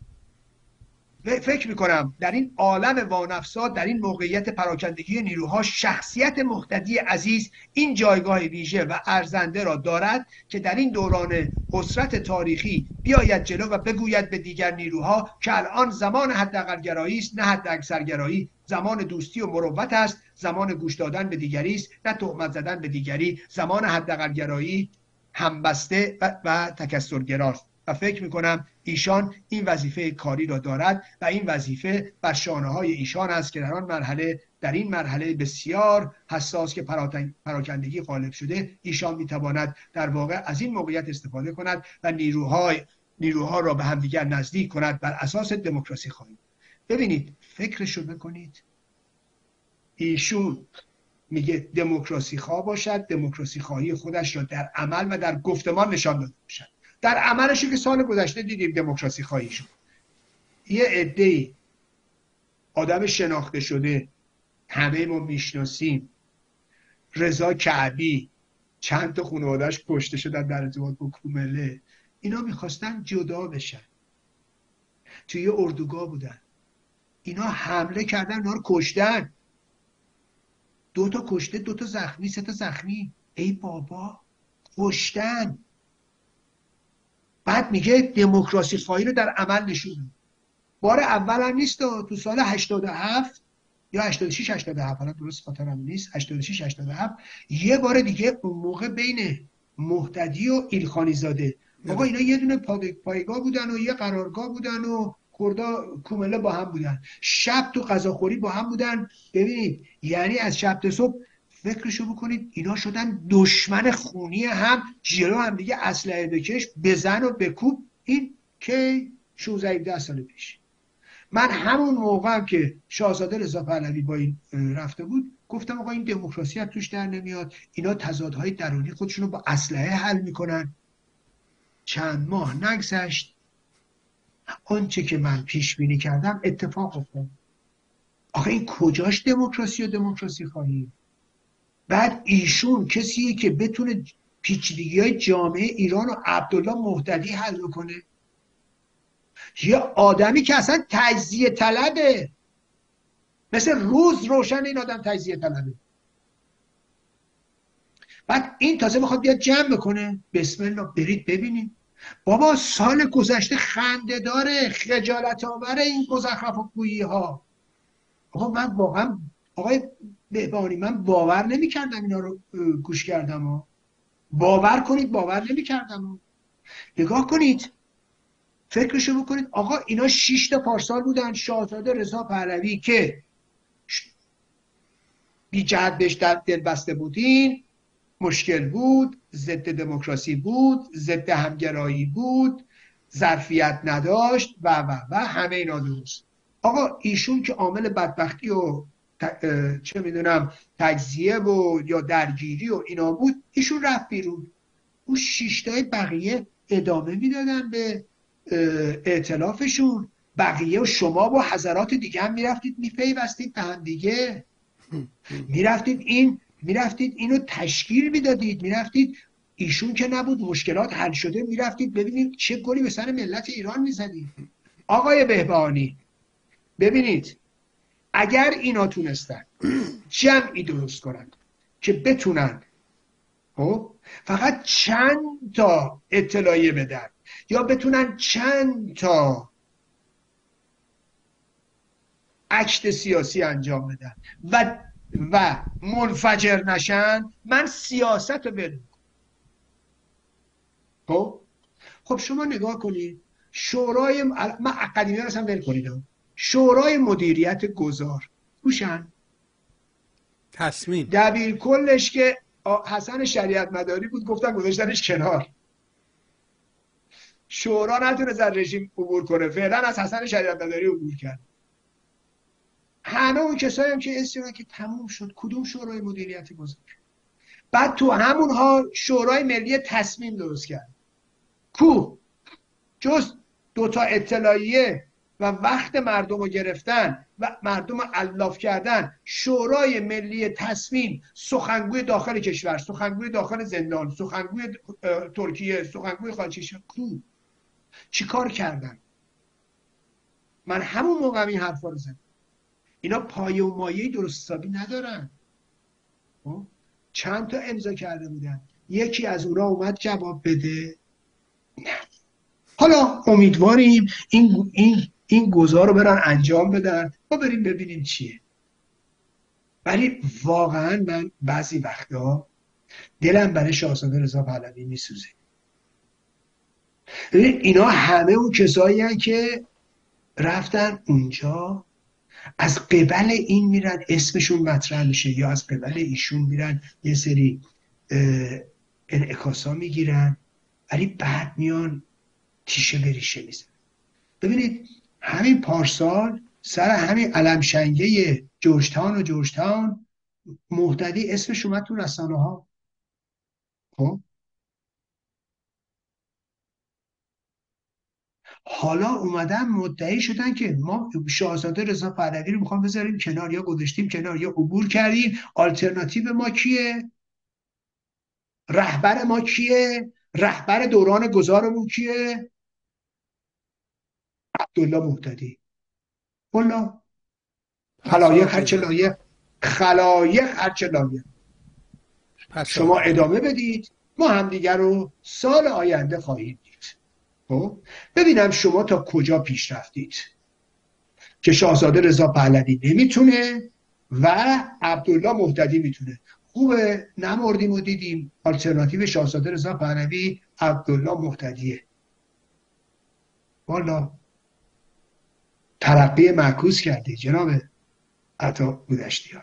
فکر میکنم در این عالم وانفسا، در این موقعیت پراکندگی نیروها، شخصیت مهتدی عزیز این جایگاه ویژه و ارزنده را دارد که در این دوران حسرت تاریخی بیاید جلو و بگوید به دیگر نیروها که الان زمان حداقل‌گرایی است نه حداکثرگرایی، زمان دوستی و مروت است، زمان گوش دادن به دیگری است نه تهمت زدن به دیگری، زمان حداقل‌گرایی، همبسته و تکثرگراست. و فکر میکنم ایشان این وظیفه کاری را دارد و این وظیفه بر شانه‌های ایشان است که در این مرحله بسیار حساس که پراکندگی غالب شده، ایشان میتواند در واقع از این موقعیت استفاده کند و نیروها را به همدیگر نزدیک کند بر اساس دموکراسی خواهی. ببینید فکرشو بکنید. ایشون میگه دموکراسی خواه باشد، دموکراسی خواهی خودش را در عمل و در گفتمان نشان داده باشد. در عملش که سال گذشته دیدیم دموکراسی خواهی شد. یه عده‌ای آدم شناخته شده، همه ما میشناسیم، رضا کعبی، چند تا خانواده‌اش کشته شدن در ارتباط با کومله، اینا میخواستن جدا بشن، توی یه اردوگاه بودن، اینا حمله کردن، اینا رو کشتن، 2 تا کشته، 2 تا زخمی، 3 تا زخمی. ای بابا، کشتن. بعد میگه دموکراسی خواهی رو در عمل نشون. بار اول هم نیست، تو سال 87 یا 86 87 حالا درست خاطرم نیست، 86 87 یه بار دیگه اون موقع بین مهتدی و ایلخانی زاده، آقا اینا یه دونه پایگاه بودن و یه قرارگاه بودن و کردا کومله با هم بودن، شب تو غذاخوری با هم بودن. ببینید یعنی از شب تا صبح. فکرشو بکنید اینا شدن دشمن خونی هم، جلو هم دیگه اسلحه بکش، بزن و بکوب. این که 16 سال پیش. من همون موقع هم که شاهزاده رضا پهلوی با این رفته بود گفتم آقا این دموکراسی از توش در نمیاد، اینا تضادهای درونی خودشونو با اسلحه حل میکنن. چند ماه نگذشت، آنچه که من پیش بینی کردم اتفاق افتاد. آقا این کجاش دموکراسی و دموکراسی خواهی؟ بعد ایشون کسیه که بتونه پیچیدگی‌های جامعه ایران و عبدالله مهتدی حل کنه؟ یه آدمی که اصلا تجزیه طلبه، مثل روز روشن این آدم تجزیه طلبه. بعد این تازه میخواد بیاد جمع بکنه. بسم الله، برید ببینید. بابا سال گذشته خنده داره، خجالت آوره این مزخرف و گویی ها. آقا من واقعا، آقای بهبانی، من باور نمیکردم اینا رو گوش کردم ها. باور کنید باور نمیکردم. نگاه کنید، فکرشو بکنید. آقا اینا 6 تا پارسال بودن، شاهزاده رضا پهلوی که بی جهت بهش دل بسته بودین، مشکل بود، ضد دموکراسی بود، ضد همگرایی بود، ظرفیت نداشت و همه اینا درست. آقا ایشون که عامل بدبختی و چه میدونم تجزیه و یا درگیری و اینا بود، ایشون رفت بیرون. اون 6 تای بقیه ادامه میدادن به ائتلافشون. بقیه و شما با حضرات دیگه هم میرفتید میپیوستید به هم دیگه، میرفتید اینو تشکیل میدادید، میرفتید. ایشون که نبود، مشکلات حل شده، میرفتید ببینید چه گلی به سر ملت ایران میزدید. آقای بهبانی ببینید، اگر اینا تونستن جمعی درست کنند که بتونن فقط چند تا اطلاعیه بدن یا بتونن چند تا اکت سیاسی انجام بدن و منفجر نشن، من سیاست رو بدونم. خب شما نگاه کنید، شورای من قدیمی ها رو ول کنید، شورای مدیریت گذار گوشن تصمیم دبیر کلش که حسن شریعت مداری بود، گفتن گذاشتنش کنار. شورا نتونست از رژیم عبور کنه، فعلا از حسن شریعت مداری عبور کرد. همه اون کسایی هم که استیران که تموم شد، کدوم شورای مدیریت گذار؟ بعد تو همونها شورای ملی تصمیم درست کرد. کو جز 2 تا اطلاعیه و وقت مردم رو گرفتن و مردم رو الاف کردن، شورای ملی تصمیم سخنگوی داخل کشور، سخنگوی داخل زندان، سخنگوی ترکیه، سخنگوی خارجی، کو چی کار کردن؟ من همون موقع این حرفا رو زدم. اینا پایه و مایه درست حسابی ندارن. چند تا امضا کرده بودن، یکی از اونا اومد جواب بده؟ نه. حالا امیدواریم این گذار رو برن انجام بدن، ما بریم ببینیم چیه. ولی واقعا من بعضی وقتا دلم برای شاهزاده رضا پهلوی میسوزه. اینا همه اون کسایی هستن که رفتن اونجا، از قبل این میرن اسمشون مطرح میشه یا از قبل ایشون میرن یه سری انعکاسا میگیرن، ولی بعد میان تیشه بریشه میزن. ببینید همین پارسال سر همین علمشنگه جورجتاون مهتدی اسمش اومد تو رسانه ها. خب حالا اومدن مدعی شدن که ما شاهزاده رضا پهلوی رو میخوام بذاریم کنار، یا گذاشتیم کنار یا عبور کردیم. آلترناتیو ما کیه؟ رهبر ما کیه؟ رهبر دوران گذارمون کیه؟ عبدالله مهتدی. والله خلایق هرچه لایق، خلایق هرچه لایق. شما ادامه بدید، ما هم دیگر رو سال آینده خواهید دید. خب ببینم شما تا کجا پیش رفتید که شاهزاده رضا پهلوی نمیتونه و عبدالله مهتدی میتونه. خوبه نمردیم و دیدیم آلترناتیو شاهزاده رضا پهلوی عبدالله مهتدیه. والا ترقی معکوس کردی جناب عطا بودشتیان.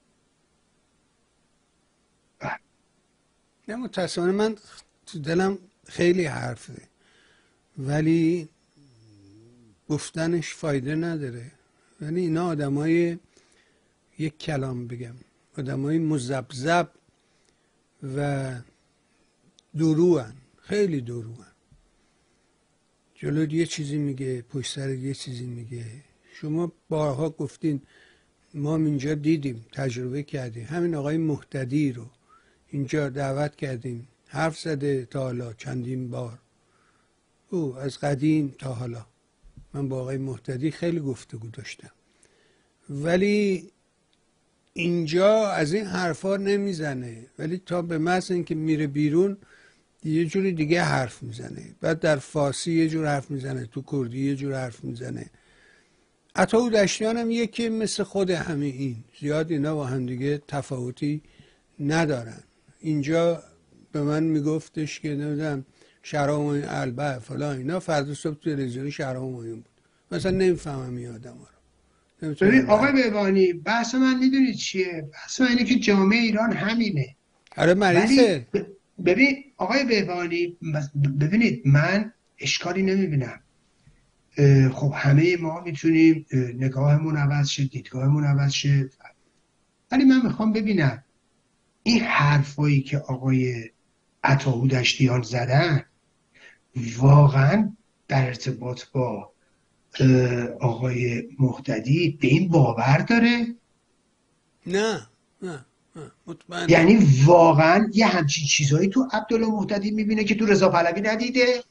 نه متاسفانه من تو دلم خیلی حرفه، ولی گفتنش فایده نداره. یعنی اینا آدمای، یک کلام بگم، آدمای مذبذب و دروان، خیلی دروان. جلو یه چیزی میگه، پشت سر یه چیزی میگه. شما بارها گفتین، ما اینجا دیدیم، تجربه کردیم. همین آقای مهتدی رو اینجا دعوت کردیم، حرف زده تا حالا چندین بار، او از قدیم تا حالا. من با آقای مهتدی خیلی گفتگو داشتم، ولی اینجا از این حرفا نمیزنه، ولی تا به محض اینکه میره بیرون یه جوری دیگه حرف میزنه. بعد در فارسی یه جور حرف میزنه، تو کردی یه جور حرف میزنه. عطاهودشتیان هم یکی مثل خود همه این، زیاد اینا با هم دیگه تفاوتی ندارن. اینجا به من میگفتش که نمیدونم شهرام البه فلان اینا، فردا صبح تو تلویزیون شهرام بود. مثلا نمیفهمم این آدم ها رو. ببین آقای بهبانی، بحث من میدونید چیه؟ بحث من اینه که جامعه ایران همینه. آره مریضه. ببین آقای بهبانی، ببینید من اشکالی نمیبینم. خب همه ما میتونیم نگاهمون عوض شه، دیدگاهمون عوض شه، ولی من میخوام ببینم این حرفایی که آقای عطاهودشتیان زدن واقعا در ارتباط با آقای مهتدی به این باور داره؟ نه مطمئن. یعنی واقعا یه همچین چیزهایی تو عبدالله مهتدی میبینه که تو رضا پهلوی ندیده؟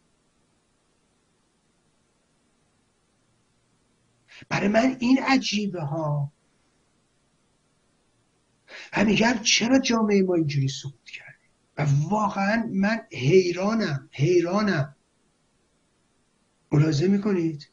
برای من این عجیبه ها. من میگم چرا جامعه ما اینجوری سقوط کرده و واقعا من حیرانم. ملاحظه میکنید؟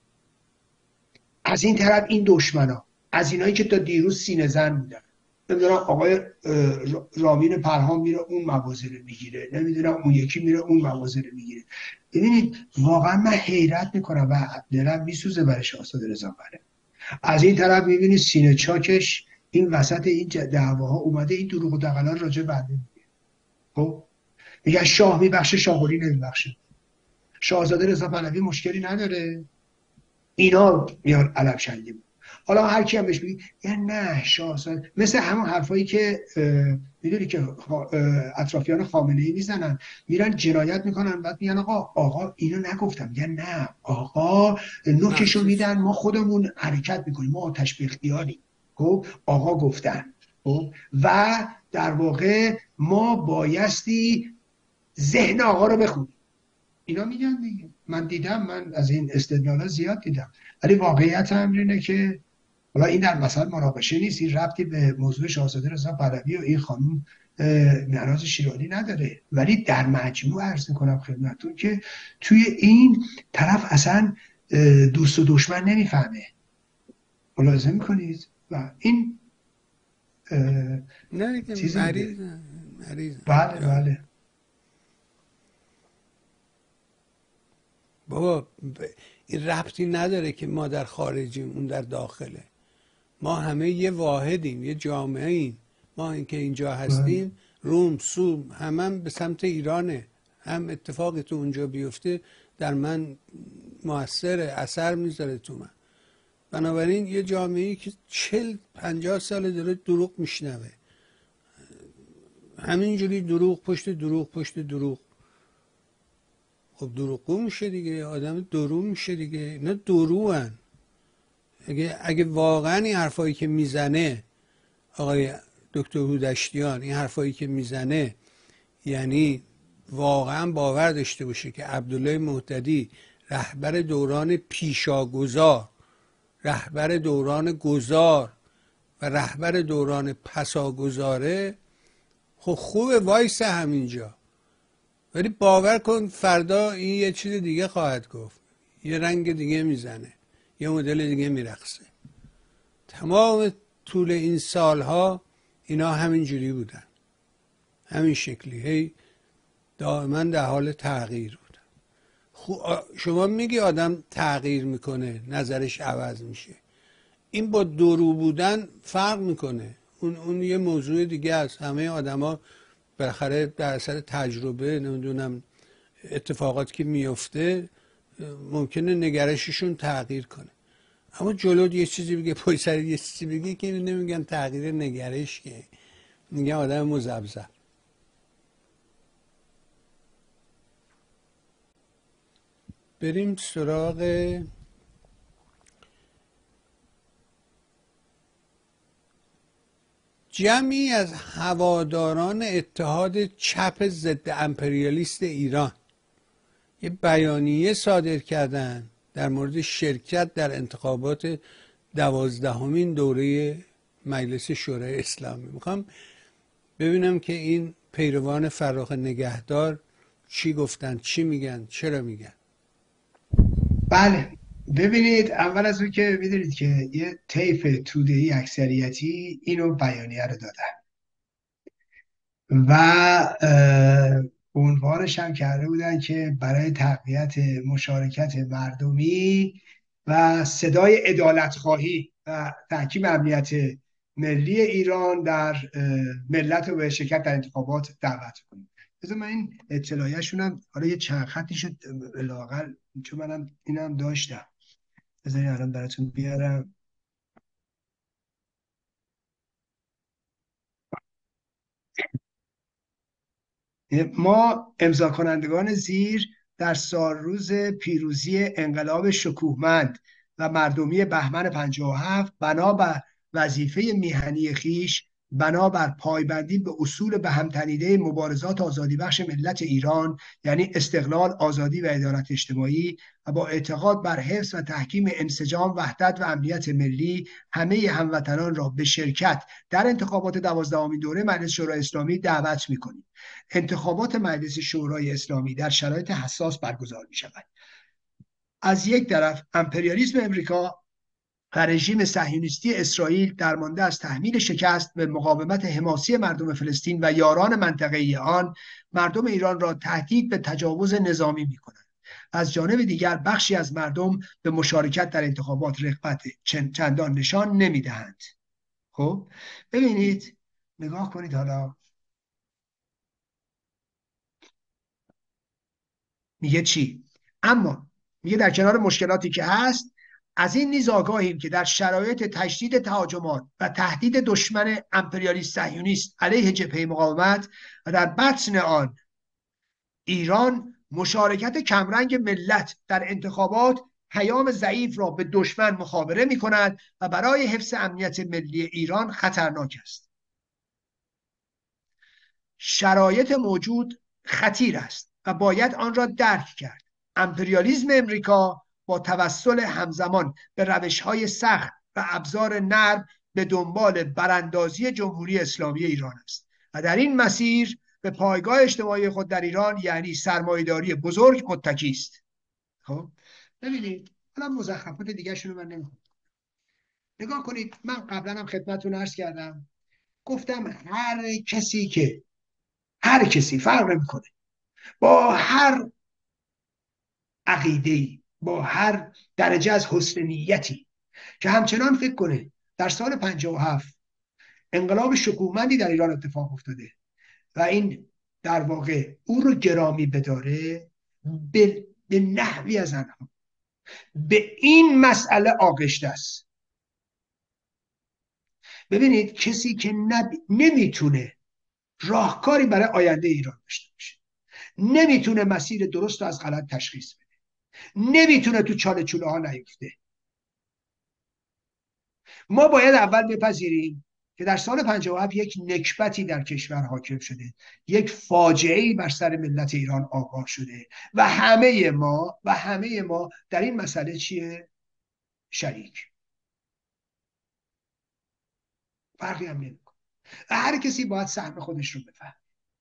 از این طرف این دشمنا، از اینایی که تا دیروز سینه زن بودن، نمیدونم آقای رامین پرهام میره اون موازه رو میگیره، نمیدونم اون یکی میره اون موازه رو میگیره. ببینید واقعا من حیرت میکنم و دلم میسوزه برای شاهزاده رضا پهلوی. از این طرف میبینید سینه چاکش این وسط این دعواها اومده این دروغ و دغلان راجع بنده میگه. خب میگه شاه میبخشه شاهولی نمیبخشه. شاهزاده رضا پهلوی مشکلی نداره، اینا میان علم شنگی بود. حالا هر کی هم بهش بگی یا نه شاهزاده، مثل همون حرفایی که میدونی که اطرافیان خامنه‌ای میزنن، میرن جنایت میکنن، بعد میگن آقا اینو نگفتم، یا نه آقا نوکشو میدن، ما خودمون حرکت میکنیم، ما آتش به اختیاریم. خب آقا گفتن. خب و در واقع ما بایستی ذهن آقا رو بخونیم. اینا میگن دیگه. من دیدم، من از این استدلالا زیاد دیدم، ولی واقعیت هم اینه که حالا این در مثلا مناقشه نیست، این ربطی به موضوع شاهزاده رضا پهلوی و این خانم مهناز شیرازی نداره، ولی در مجموع عرض میکنم خدمتتون که توی این طرف اصلا دوست و دشمن نمیفهمه. ملاحظه میکنید؟ و این چیزی مریض. بله بابا این ربطی نداره که ما در خارجیم اون در داخله. ما همه یه واحدیم، یه جامعه ایم. ما این که اینجا هستیم روم سوم همه به سمت ایرانه. هم اتفاقی تو اونجا بیفته در من مؤثر اثر میذاره تو من. بنابراین یه جامعه‌ای که 40-50 سال داره دروغ میشنوه، همینجوری دروغ پشت دروغ پشت دروغ، خب دروغگو میشه دیگه، آدم درو میشه دیگه. اینا دروان. اگه واقعا این حرفایی که میزنه آقای دکتر هودشتیان، این حرفایی که میزنه یعنی واقعا باور داشته باشه که عبدالله مهتدی رهبر دوران پیشاگذار، رهبر دوران گذار و رهبر دوران پساگذاره، خب خوبه وایس همینجا. ولی باور کن فردا این یه چیز دیگه خواهد گفت، یه رنگ دیگه میزنه، یه مدل دیگه میرقصه. تمام طول این سالها اینا همینجوری بودن، همین شکلی، هی دائما در حال تغییر بودن. شما میگی آدم تغییر میکنه، نظرش عوض میشه. این با درو بودن فرق میکنه. اون یه موضوع دیگه است. همه آدما بالاخره در اثر تجربه، نمیدونم اتفاقاتی که میفته، ممکنه نگرششون تغییر کنه. اما جلو یه چیزی بگه، پای سر یه چیزی بگه که نمیگن تغییر نگرش، که میگن آدم مزبزب. بریم سراغ جمعی از هواداران اتحاد چپ ضد امپریالیست ایران یه بیانیه صادر کردن در مورد شرکت در انتخابات 12مین دوره مجلس شورای اسلامی. میخوام ببینم که این پیروان فراخ نگهدار چی گفتن، چی میگن، چرا میگن. بله، ببینید، اول از اون که میدونید که یه طیف توده‌ای اکثریتی اینو بیانیه رو دادن و عنوانش هم کرده بودن که برای تقویت مشارکت مردمی و صدای عدالت‌خواهی و تحکیم امنیت ملی ایران در ملت رو به شرکت در انتخابات دعوت کنیم. بذار من این اطلاعیه‌شون هم حالا یه چند خطی شد لااقل، چون منم اینم داشتم. بذارید الان براتون بیارم. ما امضا کنندگان زیر در سالروز پیروزی انقلاب شکوهمند و مردمی بهمن 57 بنا بر وظیفه میهنی خیش، بنا بر پایبندی به اصول به هم تنیده مبارزات آزادی بخش ملت ایران، یعنی استقلال، آزادی و عدالت اجتماعی، و با اعتقاد بر حفظ و تحکیم انسجام، وحدت و امنیت ملی، همه هموطنان را به شرکت در انتخابات 12مین دوره مجلس شورای اسلامی دعوت می‌کنیم. انتخابات مجلس شورای اسلامی در شرایط حساس برگزار می شود. از یک طرف امپریالیسم امریکا و رژیم صهیونیستی اسرائیل درمانده از تحمیل شکست به مقاومت حماسی مردم فلسطین و یاران منطقه‌ای آن، مردم ایران را تهدید به تجاوز نظامی می کنند. از جانب دیگر بخشی از مردم به مشارکت در انتخابات رغبت چندان نشان نمی دهند. خب ببینید، نگاه کنید، حالا میگه چی؟ اما میگه در کنار مشکلاتی که هست، از این نیز آگاهیم که در شرایط تشدید تهاجمات و تهدید دشمن امپریالیست صهیونیست علیه جبهه مقاومت و در بطن آن ایران، مشارکت کمرنگ ملت در انتخابات پیام ضعیف را به دشمن مخابره می کند و برای حفظ امنیت ملی ایران خطرناک است. شرایط موجود خطیر است و باید آن را درک کرد. امپریالیسم امریکا با توسل همزمان به روش‌های سخت و ابزار نرم به دنبال براندازی جمهوری اسلامی ایران است و در این مسیر به پایگاه اجتماعی خود در ایران، یعنی سرمایه‌داری بزرگ، متکی است. خب ببینید، حالا مزخرفات دیگه شونو من نمیخوام. نگاه کنید، من قبلا هم خدمتتون عرض کردم، گفتم هر کسی فرق نمیکنه، با هر عقیده‌ای، با هر درجه از حسن نیتی، که همچنان فکر کنه در سال 57 انقلاب شکوهمندی در ایران اتفاق افتاده و این در واقع او رو گرامی بداره، به نحوی از آنها به این مسئله آغشته است. ببینید، کسی که نمیتونه راهکاری برای آینده ایران داشته باشه، نمیتونه مسیر درست رو از غلط تشخیص بده، نمیتونه تو چاله چوله ها نیفته. ما باید اول بپذیریم که در سال 57 یک نکبتی در کشور حاکم شده، یک فاجعه‌ای بر سر ملت ایران آغاز شده و همه ما در این مسئله چیه؟ شریک. فرقی هم نمیکنه. هر کسی باید سهم خودش رو بفهمه.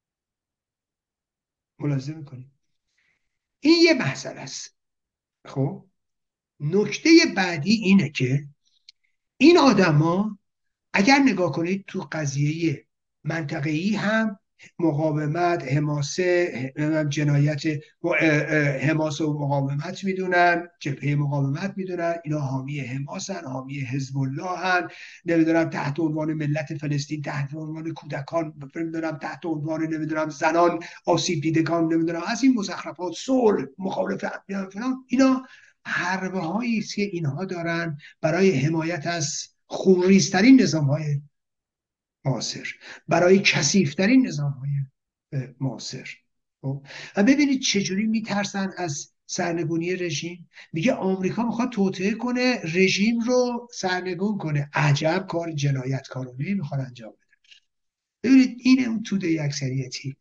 ملاحظه میکنید؟ این یه مسئله است. خب نکته بعدی اینه که این آدما اگر نگاه کنید تو قضیه منطقه‌ای هم مقاومت، حماسه، جنایت، حماس و مقاومت میدونن، جبهه مقاومت میدونن، اینا حامی حماسن، حامی حزب الله هن، نمیدونم تحت عنوان ملت فلسطین، تحت عنوان کودکان، نمیدونم تحت عنوان نمیدونم زنان آسیب دیدگان، نمیدونم از این مزخرفات، صلح، مخالفت، اینا حربه هایی است که اینها دارن برای حمایت از خونریزترین نظام‌های معاصر، برای کثیف‌ترین نظام‌های معاصر. و ببینید چجوری میترسن از سرنگونی رژیم. میگه آمریکا میخواد توطئه کنه، رژیم رو سرنگون کنه. عجب کار جنایتکارانه‌ای میخواد انجام بده. ببینید، این اون توده اکثریتی.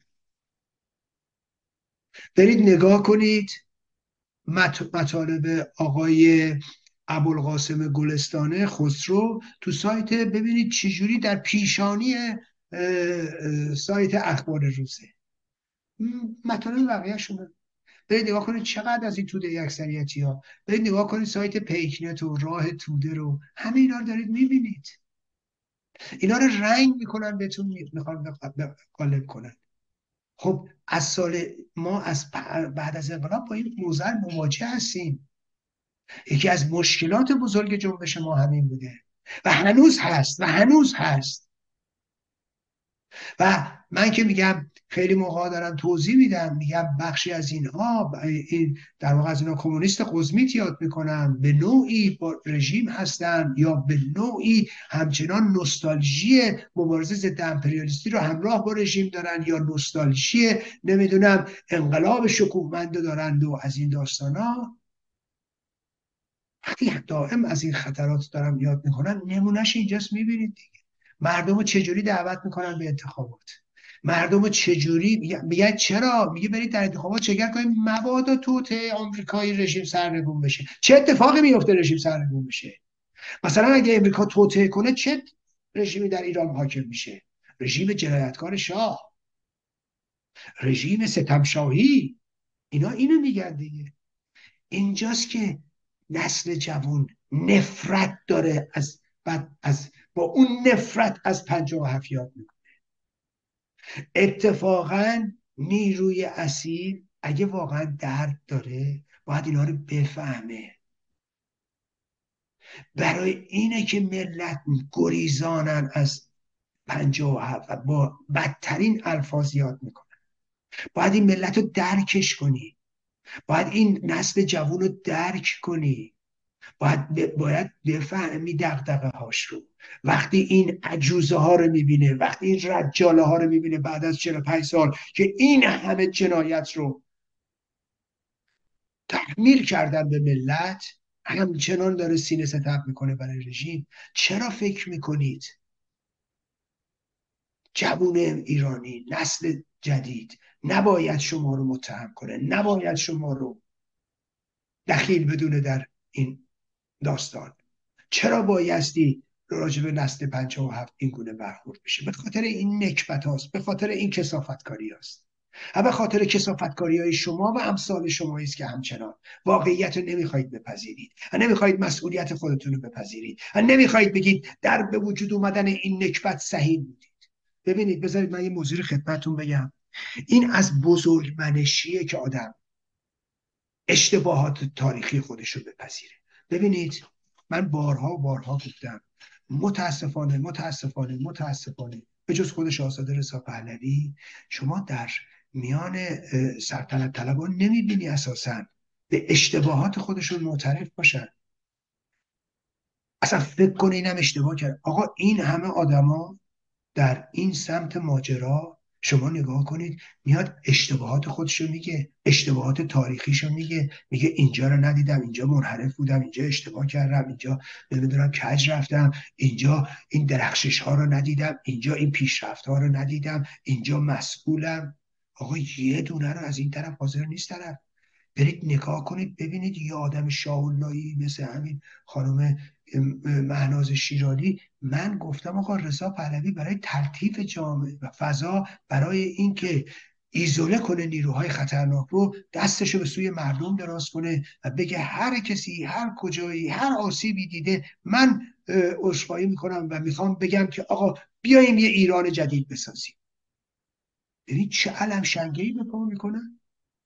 برید نگاه کنید مطالب آقای ابوالقاسم گلستانه خسرو تو سایت، ببینید چجوری در پیشانی سایت اخبار روزه مطالب بقیه شونه. برید نگاه کنید چقدر از این توده اکثریتی ها، برید نگاه کنید سایت پیکنت و راه توده رو، همه اینا رو دارید میبینید. اینا رو رنگ میکنن بهتون، میخوان غالب کنن. خب از سال ما از بعد از انقلاب با این موضوع مواجه هستیم. یکی از مشکلات بزرگ جنبش ما همین بوده و هنوز هست و هنوز هست. و من که میگم خیلی موقع دارم توضیح میدم، میگم بخشی از اینها این در واقع از اینا کمونیست قزمیت یاد میکنم، به نوعی با رژیم هستن یا به نوعی همچنان نوستالژی مبارزه ضد امپریالیستی رو همراه با رژیم دارن، یا نوستالژی نمیدونم انقلاب شکوهمند دارند و از این داستانا. وقتی دائم از این خطرات دارم یاد میکنم، نمونهش اینجاست، میبینید دیگه مردم رو چجوری دعوت میکنن به انتخابات، مردم رو چجوری میگن چرا، میگه برید در انتخابات شرکت کنید مبادا توطئه آمریکایی رژیم سرنگون بشه. چه اتفاقی میفته رژیم سرنگون بشه؟ مثلا اگه امریکا توطئه کنه چه رژیمی در ایران حاکم میشه؟ رژیم جنایتکار شاه، رژیم ستمشاهی. اینا اینو میگن دیگه. اینجاست که نسل جوان نفرت داره از بعد از با اون نفرت از 57 یاد میکنه. اتفاقا نیروی اصیل اگه واقعا درد داره باید اینا رو بفهمه. برای اینه که ملت گریزانن از 57 و با بدترین الفاظ یاد میکنن. باید این ملت رو درکش کنی، باید این نسل جوان رو درک کنی، باید بفهمی دغدغه هاش رو. وقتی این عجوزه ها رو میبینه، وقتی این رجاله ها رو میبینه بعد از 45 سال که این همه جنایت رو تحمیل کردن به ملت، همچنان داره سینه ستب میکنه برای رژیم. چرا فکر میکنید جوون ایرانی، نسل جدید نباید شما رو متهم کنه، نباید شما رو دخیل بدونه در این داستان؟ چرا بایستی راجع به نسل 57 این گونه برخورد بشه؟ به خاطر این نکبت هاست، به خاطر این کثافتکاری هاست و به خاطر کثافتکاری های شما و امثال شمایی است که همچنان واقعیت رو نمیخواهید بپذیرید و نمیخواهید مسئولیت خودتون رو بپذیرید و نمیخواهید بگید در به وجود اومدن این نکبت صحیح بودید. ببینید، بذارید من یه موضوع خدمتتون بگم. این از بزرگمنشیه که آدم اشتباهات تاریخی خودش رو بپذیره. ببینید، من بارها و بارها گفتم متاسفانه به جز خود شاهزاده رضا پهلوی شما در میان سلطنت طلبان نمیبینی اساسا به اشتباهات خودشون معترف باشن. اصلا فکر کنه اینم اشتباه کرد. آقا این همه آدما در این سمت ماجرا، شما نگاه کنید، میاد اشتباهات خودشو میگه، اشتباهات تاریخیشو میگه، میگه اینجا رو ندیدم، اینجا منحرف بودم، اینجا اشتباه کردم، اینجا نمیدونم کج رفتم، اینجا این درخشش ها رو ندیدم، اینجا این پیشرفت ها رو ندیدم، اینجا مسئولم. آقا یه دونه رو از این طرف حاضر نیست طرف. برید نگاه کنید ببینید یه آدم شاولایی مثل همین خانم مهناز شیرازی. من گفتم آقا رضا پهلوی برای تلطیف جامعه و فضا، برای اینکه ایزوله کنه نیروهای خطرناک رو، دستشو به سوی مردم دراز کنه و بگه هر کسی هر کجایی هر آسیبی دیده من عذرخواهی میکنم و میخوام بگم که آقا بیایم یه ایران جدید بسازیم. ببین چه علم شنگه‌ای به پا میکنن.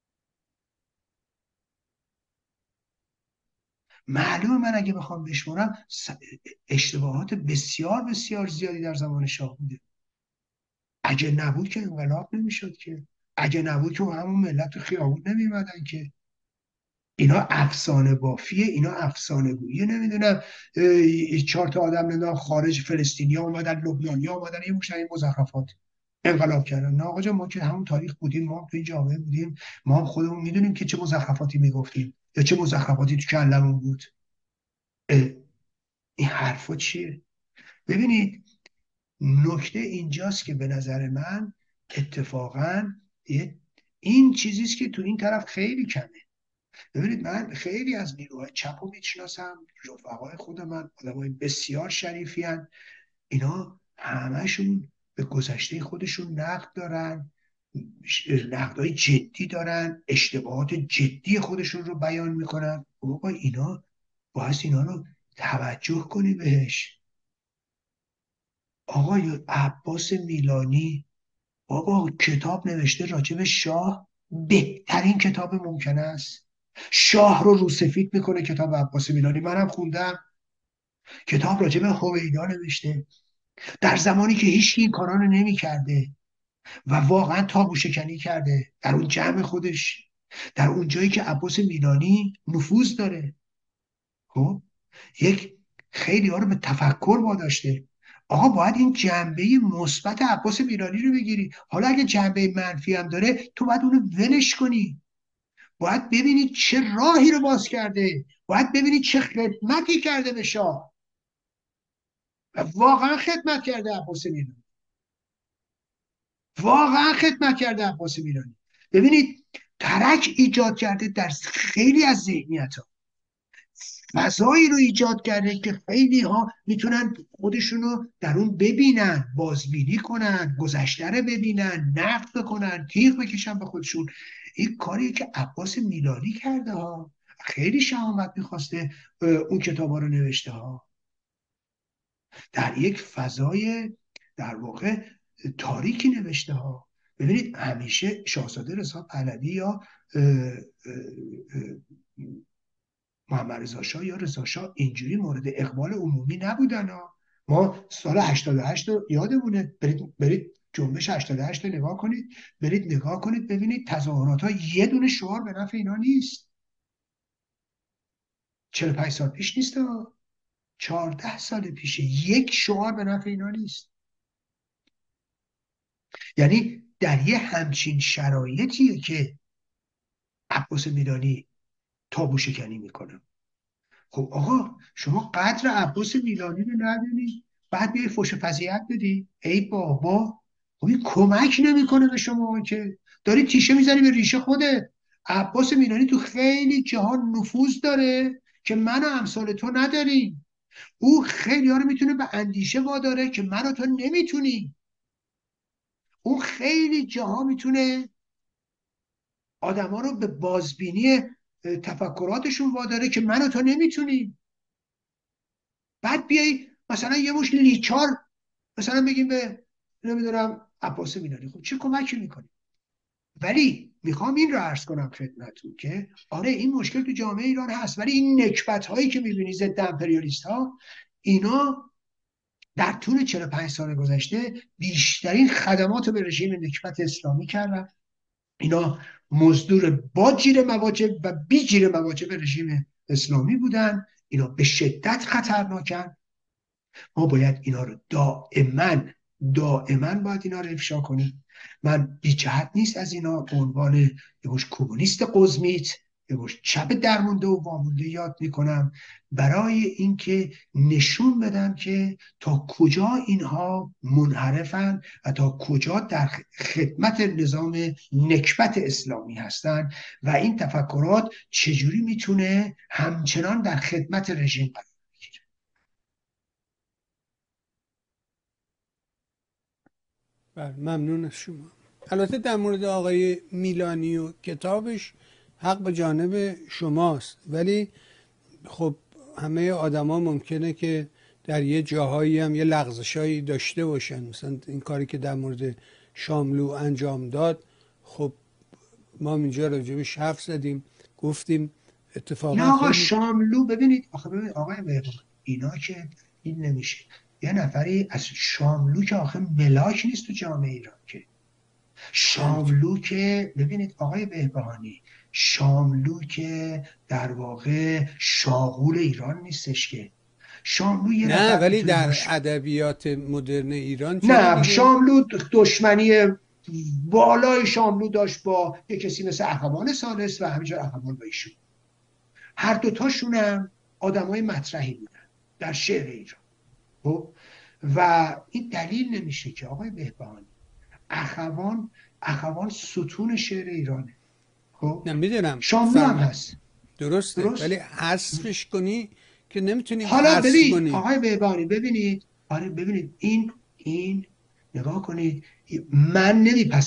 معلومه من اگه بخوام بشمارم اشتباهات بسیار بسیار زیادی در زمان شاه بوده. اگه نبود که انقلاب نمیشد که، اگه نبود که همون ملت تو خیابون نمیمدن که. اینا افسانه بافیه، اینا افسانه گوییه. نمیدونم 4 تا آدم نمیدونم خارج فلسطینیا اومدن، لبنانیا اومدن یه مشت مزخرفات انقلاب کردن. نه آقا جان، ما که همون تاریخ بودیم، ما هم توی جامعه بودیم، ما هم خودمون میدونیم که چه مزخرفاتی میگفتیم یا چه مزخرفاتی تو کلمون بود. این حرفا چیه؟ ببینید، نکته اینجاست که به نظر من اتفاقا این چیزیست که تو این طرف خیلی کمه. ببینید من خیلی از نیروهای چپ رو میشناسم، رفقای خود من آدمای بسیار شریفی هن. اینا همشون به گذشته خودشون نقد دارن، نقدهای جدی دارن، اشتباهات جدی خودشون رو بیان میکنن. بابا اینا باید اینا رو توجه کنی بهش. آقای عباس میلانی بابا کتاب نوشته راجب شاه، بهترین کتاب ممکن است. شاه رو روسفید میکنه کتاب عباس میلانی. منم خوندم. کتاب راجب هویدا نوشته در زمانی که هیچ این کارا رو نمیکرده و واقعا تابو شکنی کرده در اون جمع خودش، در اون جایی که عباس میلانی نفوذ داره. خب یک خیلی ها رو به تفکر واداشته. آقا باید این جنبه مثبت عباس میلانی رو بگیری. حالا اگه جنبه منفی هم داره تو باید اونو ولش کنی. باید ببینید چه راهی رو باز کرده، باید ببینید چه خدمتی کرده به شاه. و واقعا خدمت کرده عباس میلانی، واقعا خدمت کرده عباس میلانی. ببینید ترک ایجاد کرده در خیلی از ذهنیت ها، فضایی رو ایجاد کرده که خیلی ها میتونن خودشونو در اون ببینن، بازبینی کنن، گذشته رو ببینن، نقد کنن، تیغ بکشن به خودشون. این کاری که عباس میلانی کرده ها، خیلی شهامت میخواسته اون کتاب ها رو نوشته ها در یک فضای در واقع تاریکی نوشته ها. ببینید همیشه شاهزاده رضا پهلوی یا محمد رضا شاه یا رضا شاه اینجوری مورد اقبال عمومی نبودن ها. ما سال 88 رو یادمونه، برید جنبش 88 رو نگاه کنید، برید نگاه کنید ببینید تظاهرات ها یه دونه شعار به نفع اینا نیست. 45 سال پیش نیست ها، 14 سال پیشه، یک شعار به نفع اینا نیست. یعنی در یه همچین شرایطیه که عباس میلانی تابو شکنی میکنه. خب آقا شما قدر عباس میلانی رو ندونی بعد بیای فوش فضیحت بدی؟ ای بابا، خب این کمک نمیکنه به شما که داری تیشه میزنی به ریشه خودت. عباس میلانی تو خیلی جهان نفوذ داره که من و امثال تو نداریم. او خیلی ها رو میتونه به اندیشه واداره که من و تو نمیتونی. او خیلی جاها میتونه آدما رو به بازبینی تفکراتشون واداره که من و تو نمیتونیم. بعد بیای مثلا یه مش لیچار مثلا بگیم به نمیدونم عباس میلانی، خب چه کمکی میکنی؟ ولی میخوام این رو عرض کنم خدمتتون که آره این مشکل تو جامعه ایران هست، ولی این نکبت هایی که میبینی ضد امپریالیست ها، اینا در طول 45 سال گذشته بیشترین خدمات رو به رژیم نکبت اسلامی کردن. اینا مزدور با جیر مواجب و بی جیر مواجب رژیم اسلامی بودن. اینا به شدت خطرناکن. ما باید اینا رو دائما باید اینا رو افشا کنیم. من بی جهت نیست از اینا به عنوان یه مش کمونیست قزمیت، یه مش چپ درمونده و وامونده یاد میکنم، برای اینکه نشون بدم که تا کجا اینها منحرفن و تا کجا در خدمت نظام نکبت اسلامی هستن و این تفکرات چجوری میتونه همچنان در خدمت رژیم قرار بگیره. بله ممنون از شما. البته در مورد آقای میلانی و کتابش حق به جانب شماست، ولی خب همه آدما ممکنه که در یه جاهایی هم یه لغزشایی داشته باشن. مثلا این کاری که در مورد شاملو انجام داد، خب ما اینجا راجبش حرف زدیم، گفتیم نه اتفاقا آقا خیلی شاملو، ببینید آخه ببینید آقای مهران، اینا که این نمیشه. یه نفری از شاملو که آخه ملاک نیست تو جامعه ایران که. یعنی چی؟ شاملو که ببینید آقای بهبهانی، شاملو که در واقع شاغول ایران نیستش که. شاملو یه نه نفر ولی میتونه در باشه. ادبیات مدرن ایران چرا نه دیگه؟ شاملو دشمنی بالای شاملو داشت با یه کسی مثل اخوان ثالث و همینجور اخوان با ایشون. هر دوتاشون هم آدمای مطرحی بودن در شعر ایران. خب و این دلیل نمیشه که آقای بهبهانی، اخوان ستون شعر ایرانه. خب نه میدونم شاملو هم هست. درسته، درست؟ ولی حذفش کنی که نمیتونیم حالا حذف ببین کنیم. آقای بهبانی ببینید، آره ببینید این نگاه کنید، من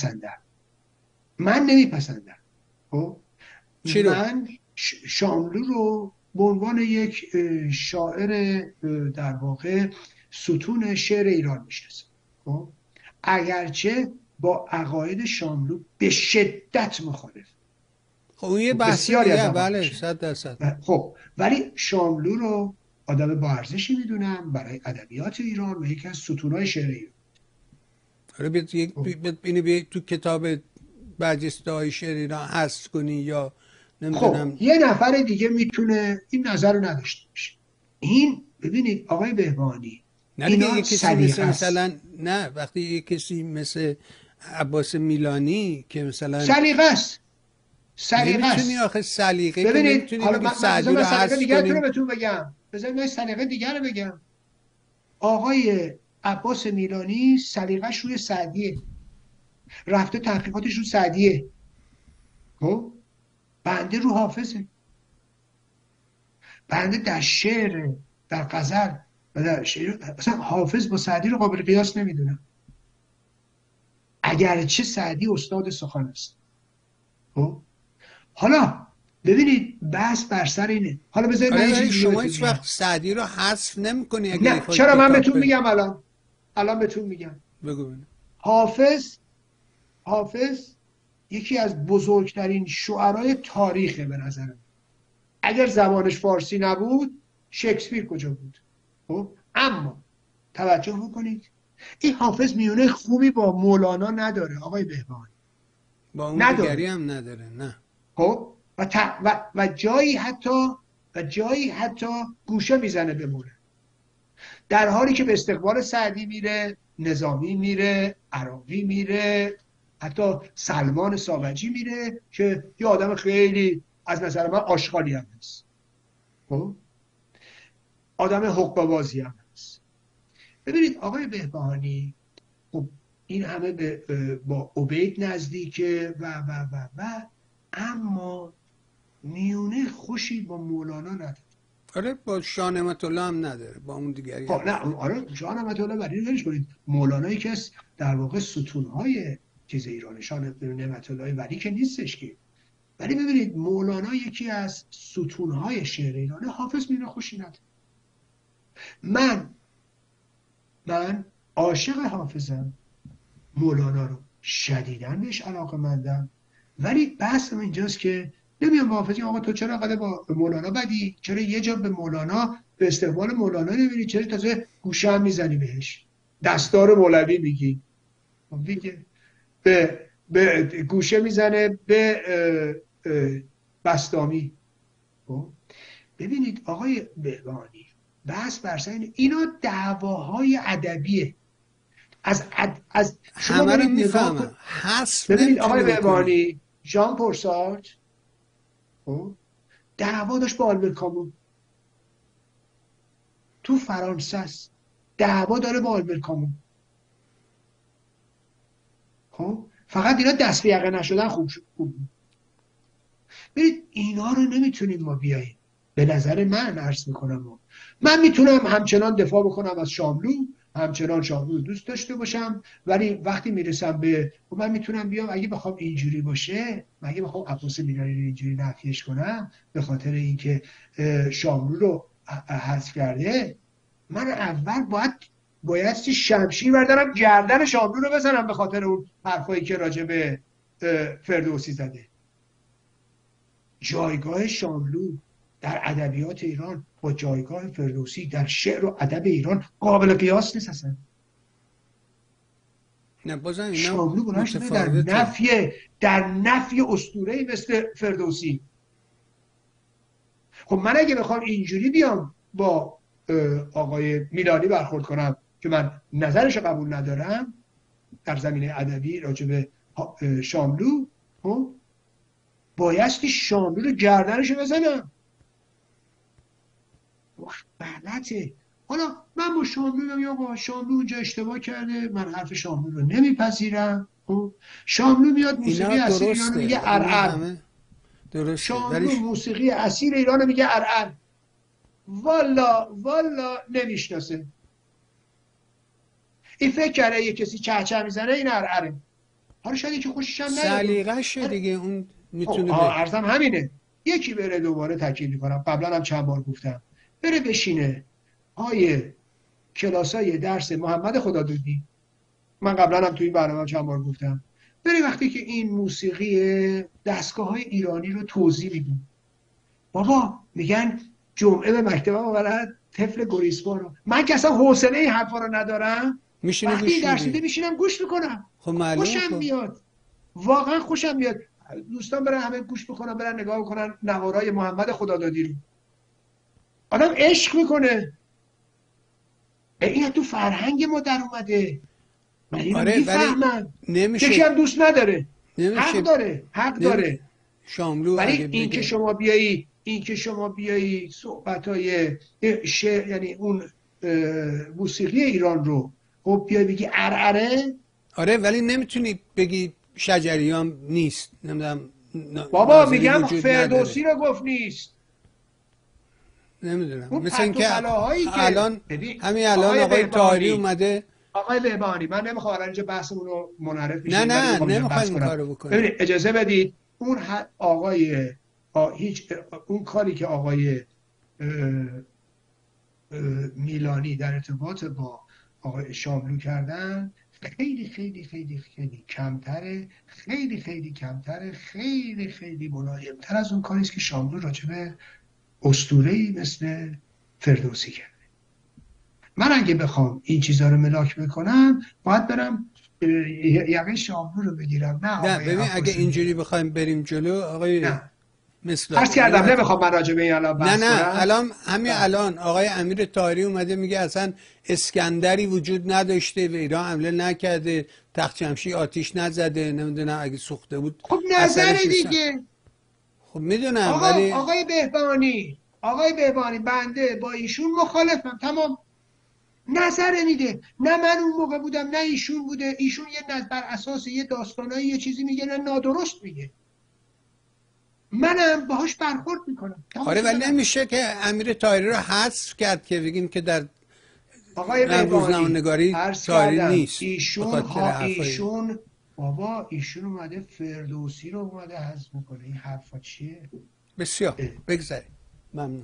نمیپسندم. خب چی رو؟ من شاملو رو به عنوان یک شاعر در واقع ستون شعر ایران میشناسم. خب اگرچه با عقاید شاملو به شدت مخالف، خب اون یه بحث بسیاری از دیگه، بله، عقایدش. 100%. خب ولی شاملو رو آدم با ارزشی میدونم برای ادبیات ایران و یکی از ستونهای شعر ایران. حالا اینو تو کتاب برجسته های شعر ایران حذف کنی یا نمیدونم. خب یه نفر دیگه میتونه این نظر رو نداشته باشه. این ببینید آقای بهبانی، نه دیگه اینا یه کسی سلیقه است. مثلا نه وقتی یه کسی مثل عباس میلانی که مثلا سلیقه است. نمیتونی آخه سلیقه که ببینید نمیتونی حالا بگی من سعدی رو سلیقه حذف دیگر رو کنیم. بهتون بگم. بذارید من سلیقه دیگر رو بگم. آقای عباس میلانی سلیقه‌ش روی سعدیه، رفته تحقیقاتش رو سعدیه. خب بنده رو حافظه، بنده در شعر، در غزل و در شعر مثلا حافظ با سعدی رو قابل قیاس نمیدونم، اگرچه سعدی استاد سخن است. خب حالا ببینید بحث بر سر اینه. حالا بذارید من یه چیز دیگه شما بهتون هیچ میگم. وقت سعدی رو حذف نمی‌کنی اگه نه میخوای چرا، من کتاب بهتون میگم الان بهتون میگم. بگو ببینم. حافظ یکی از بزرگترین شعرای تاریخه به نظر من. اگر زبانش فارسی نبود شکسپیر کجا بود؟ خب اما توجه بکنید این حافظ میونه خوبی با مولانا نداره آقای بهبانی، با اون دیگری هم نداره. نه خب و جایی حتی گوشه میزنه به مولانا، در حالی که به استقبال سعدی میره، نظامی میره، عراقی میره، حتی سلمان ساوجی میره که یه آدم خیلی از نظر من آشغالی هم هست، خب آدم حقه بازی هم هست. ببینید آقای بهبهانی، خب این همه با عبید نزدیکه و اما میونه خوشی با مولانا نداره. آره با شاه نعمت الله هم نداره، با اون دیگری خب نه آره شاه نعمت الله برای ولش کنید، مولانا یکی از در واقع ستونهای چیز ایران، شاه نعمت الله ولی که نیستش که. ولی ببینید مولانا یکی از ستونهای شعر ایرانه، حافظ میونه خوشی نداره. من عاشق حافظم، مولانا رو شدیداً بهش علاقه‌مندم، ولی بحثم اینجاست که نمیام با حافظی آقا تو چرا قدر با مولانا بدی، چرا یه جا به مولانا به استقبال مولانا نمیری، چرا تازه گوشه هم میزنی بهش، دستار مولوی میگی، دیگه به گوشه میزنه به بسطامی. ببینید آقای بهبانی، بحث برسن اینا دعواهای ادبیه. از شما همه رو برید نگاه میفهمم. حذف ببینید آقای نمیتونی بکنی. بهبانی، ژان پورسارت دعوا داشت با آلبر کامو تو فرانسه است، دعوا داره با آلبر کامو. خب فقط اینا دست به یقه نشدن خوب ببینید اینا رو نمیتونیم ما بیاییم. به نظر من عرض میکنم من میتونم همچنان دفاع بکنم از شاملو، همچنان شاملو رو دوست داشته باشم، ولی وقتی میرسم به من میتونم بیام اگه بخوام اینجوری باشه، اگه بخوام عباس میلانی رو اینجوری نفیش کنم به خاطر اینکه شاملو رو حذف کرده، من اول بایستی شمشیر بردارم گردن شاملو رو بزنم به خاطر اون حرفایی که راجع به فردوسی زده. جایگاه شاملو در ادبیات ایران با جایگاه فردوسی در شعر و ادب ایران قابل قیاس نیست اصلا. نه بازم اینا شاملو بلند شده در نفی اسطوره‌ای مثل فردوسی. خب من اگه بخوام اینجوری بیام با آقای میلانی برخورد کنم که من نظرش قبول ندارم در زمینه ادبی راجع به شاملو، خب بایستی شاملو رو گردنشو بزنم. غلطه. حالا من با شاملو میگم آقا شاملو اونجا اشتباه کرده، من حرف شاملو رو نمیپذیرم. شاملو میاد موسیقی اصیل ایران میگه ارعر. درسته شاملو موسیقی اصیل ایران میگه ارعر. والا نمیشناسه. این فکر کرده یه کسی چهچه میزنه این ارعره. حالا شاید یکی خوشش هم نیاد. سلیقه‌شه دیگه، اون میتونه عرضم همینه. یکی بره دوباره تاکید میکنم، قبلا هم چند بار گفتم، بره بشینه کلاسای درس محمد خدادادی، من قبلا هم توی این برنامه چند بار گفتم، بره وقتی که این موسیقی دستگاه‌های ایرانی رو توضیح میدون. بابا میگن جمعه به مکتبم آورد طفل گریسپان رو، من که اصلا حوصله این حرفا رو ندارم، وقتی درس میده میشینم گوش میکنم. خب خوشم میاد، واقعا خوشم میاد. دوستان برن همه گوش بکنن، برن نگاه بکنن نوارای محمد خدادادی رو. آدم عشق میکنه. این تو فرهنگ ما در اومده. من اینو میفهمم. یکی هم دوست نداره، حق داره. شاملو ولی این که شما بیایی صحبتای یعنی اون موسیقی ایران رو خب بیای بگی ارعره. آره ولی نمیتونی بگی شجریان نیست، نمیدونم بابا میگم فردوسی رو گفت نیست. نمیدونم مثل اینکه الان همین الان آقای طاهری اومده. آقای بهبانی، من نمیخوام اینجا بحثمون رو منحرف بشه. نه نمیخوایم این کارو بکنیم. ببینید اجازه بدید اون آقای اون کاری که آقای میلانی در ارتباط با آقای شاملو کردن خیلی خیلی خیلی خیلی کمتره، خیلی خیلی کمتره، خیلی خیلی ملایمتر از اون کاریست که شاملو راجبه اسطوره‌ای مثل فردوسی کرده. من اگه بخوام این چیزا رو ملاک بکنم باید برم یقه شاملو رو بگیرم. نه ببین اگه اینجوری بخوایم بریم جلو آقای عرض کردم نمیخوام من راجع به این الان بحث کنم. الان همین الان آقای امیر طاهری اومده میگه اصلا اسکندری وجود نداشته و ایران حمله نکرده، تخت جمشید آتیش نزده، نمیدونم اگه سوخته بود. خب نظر دیگه. خب میدونم ولی آقای بهبانی بنده با ایشون مخالفم، تمام. نظر میده. نه من اون موقع بودم نه ایشون بوده. ایشون یه نظر بر اساس یه داستانایی یه چیزی میگه، نه نادرست میگه، منم باهاش برخورد میکنم. آره ولی نمیشه که امیر طاهری رو حذف کرد که بگیم که در آقای روزنامه‌نگاری طاهری نیست. ایشون بابا ایشون اومده فردوسی رو اومده حذف میکنه. این حرفا چیه؟ بسیار بگذاریم. ممنون.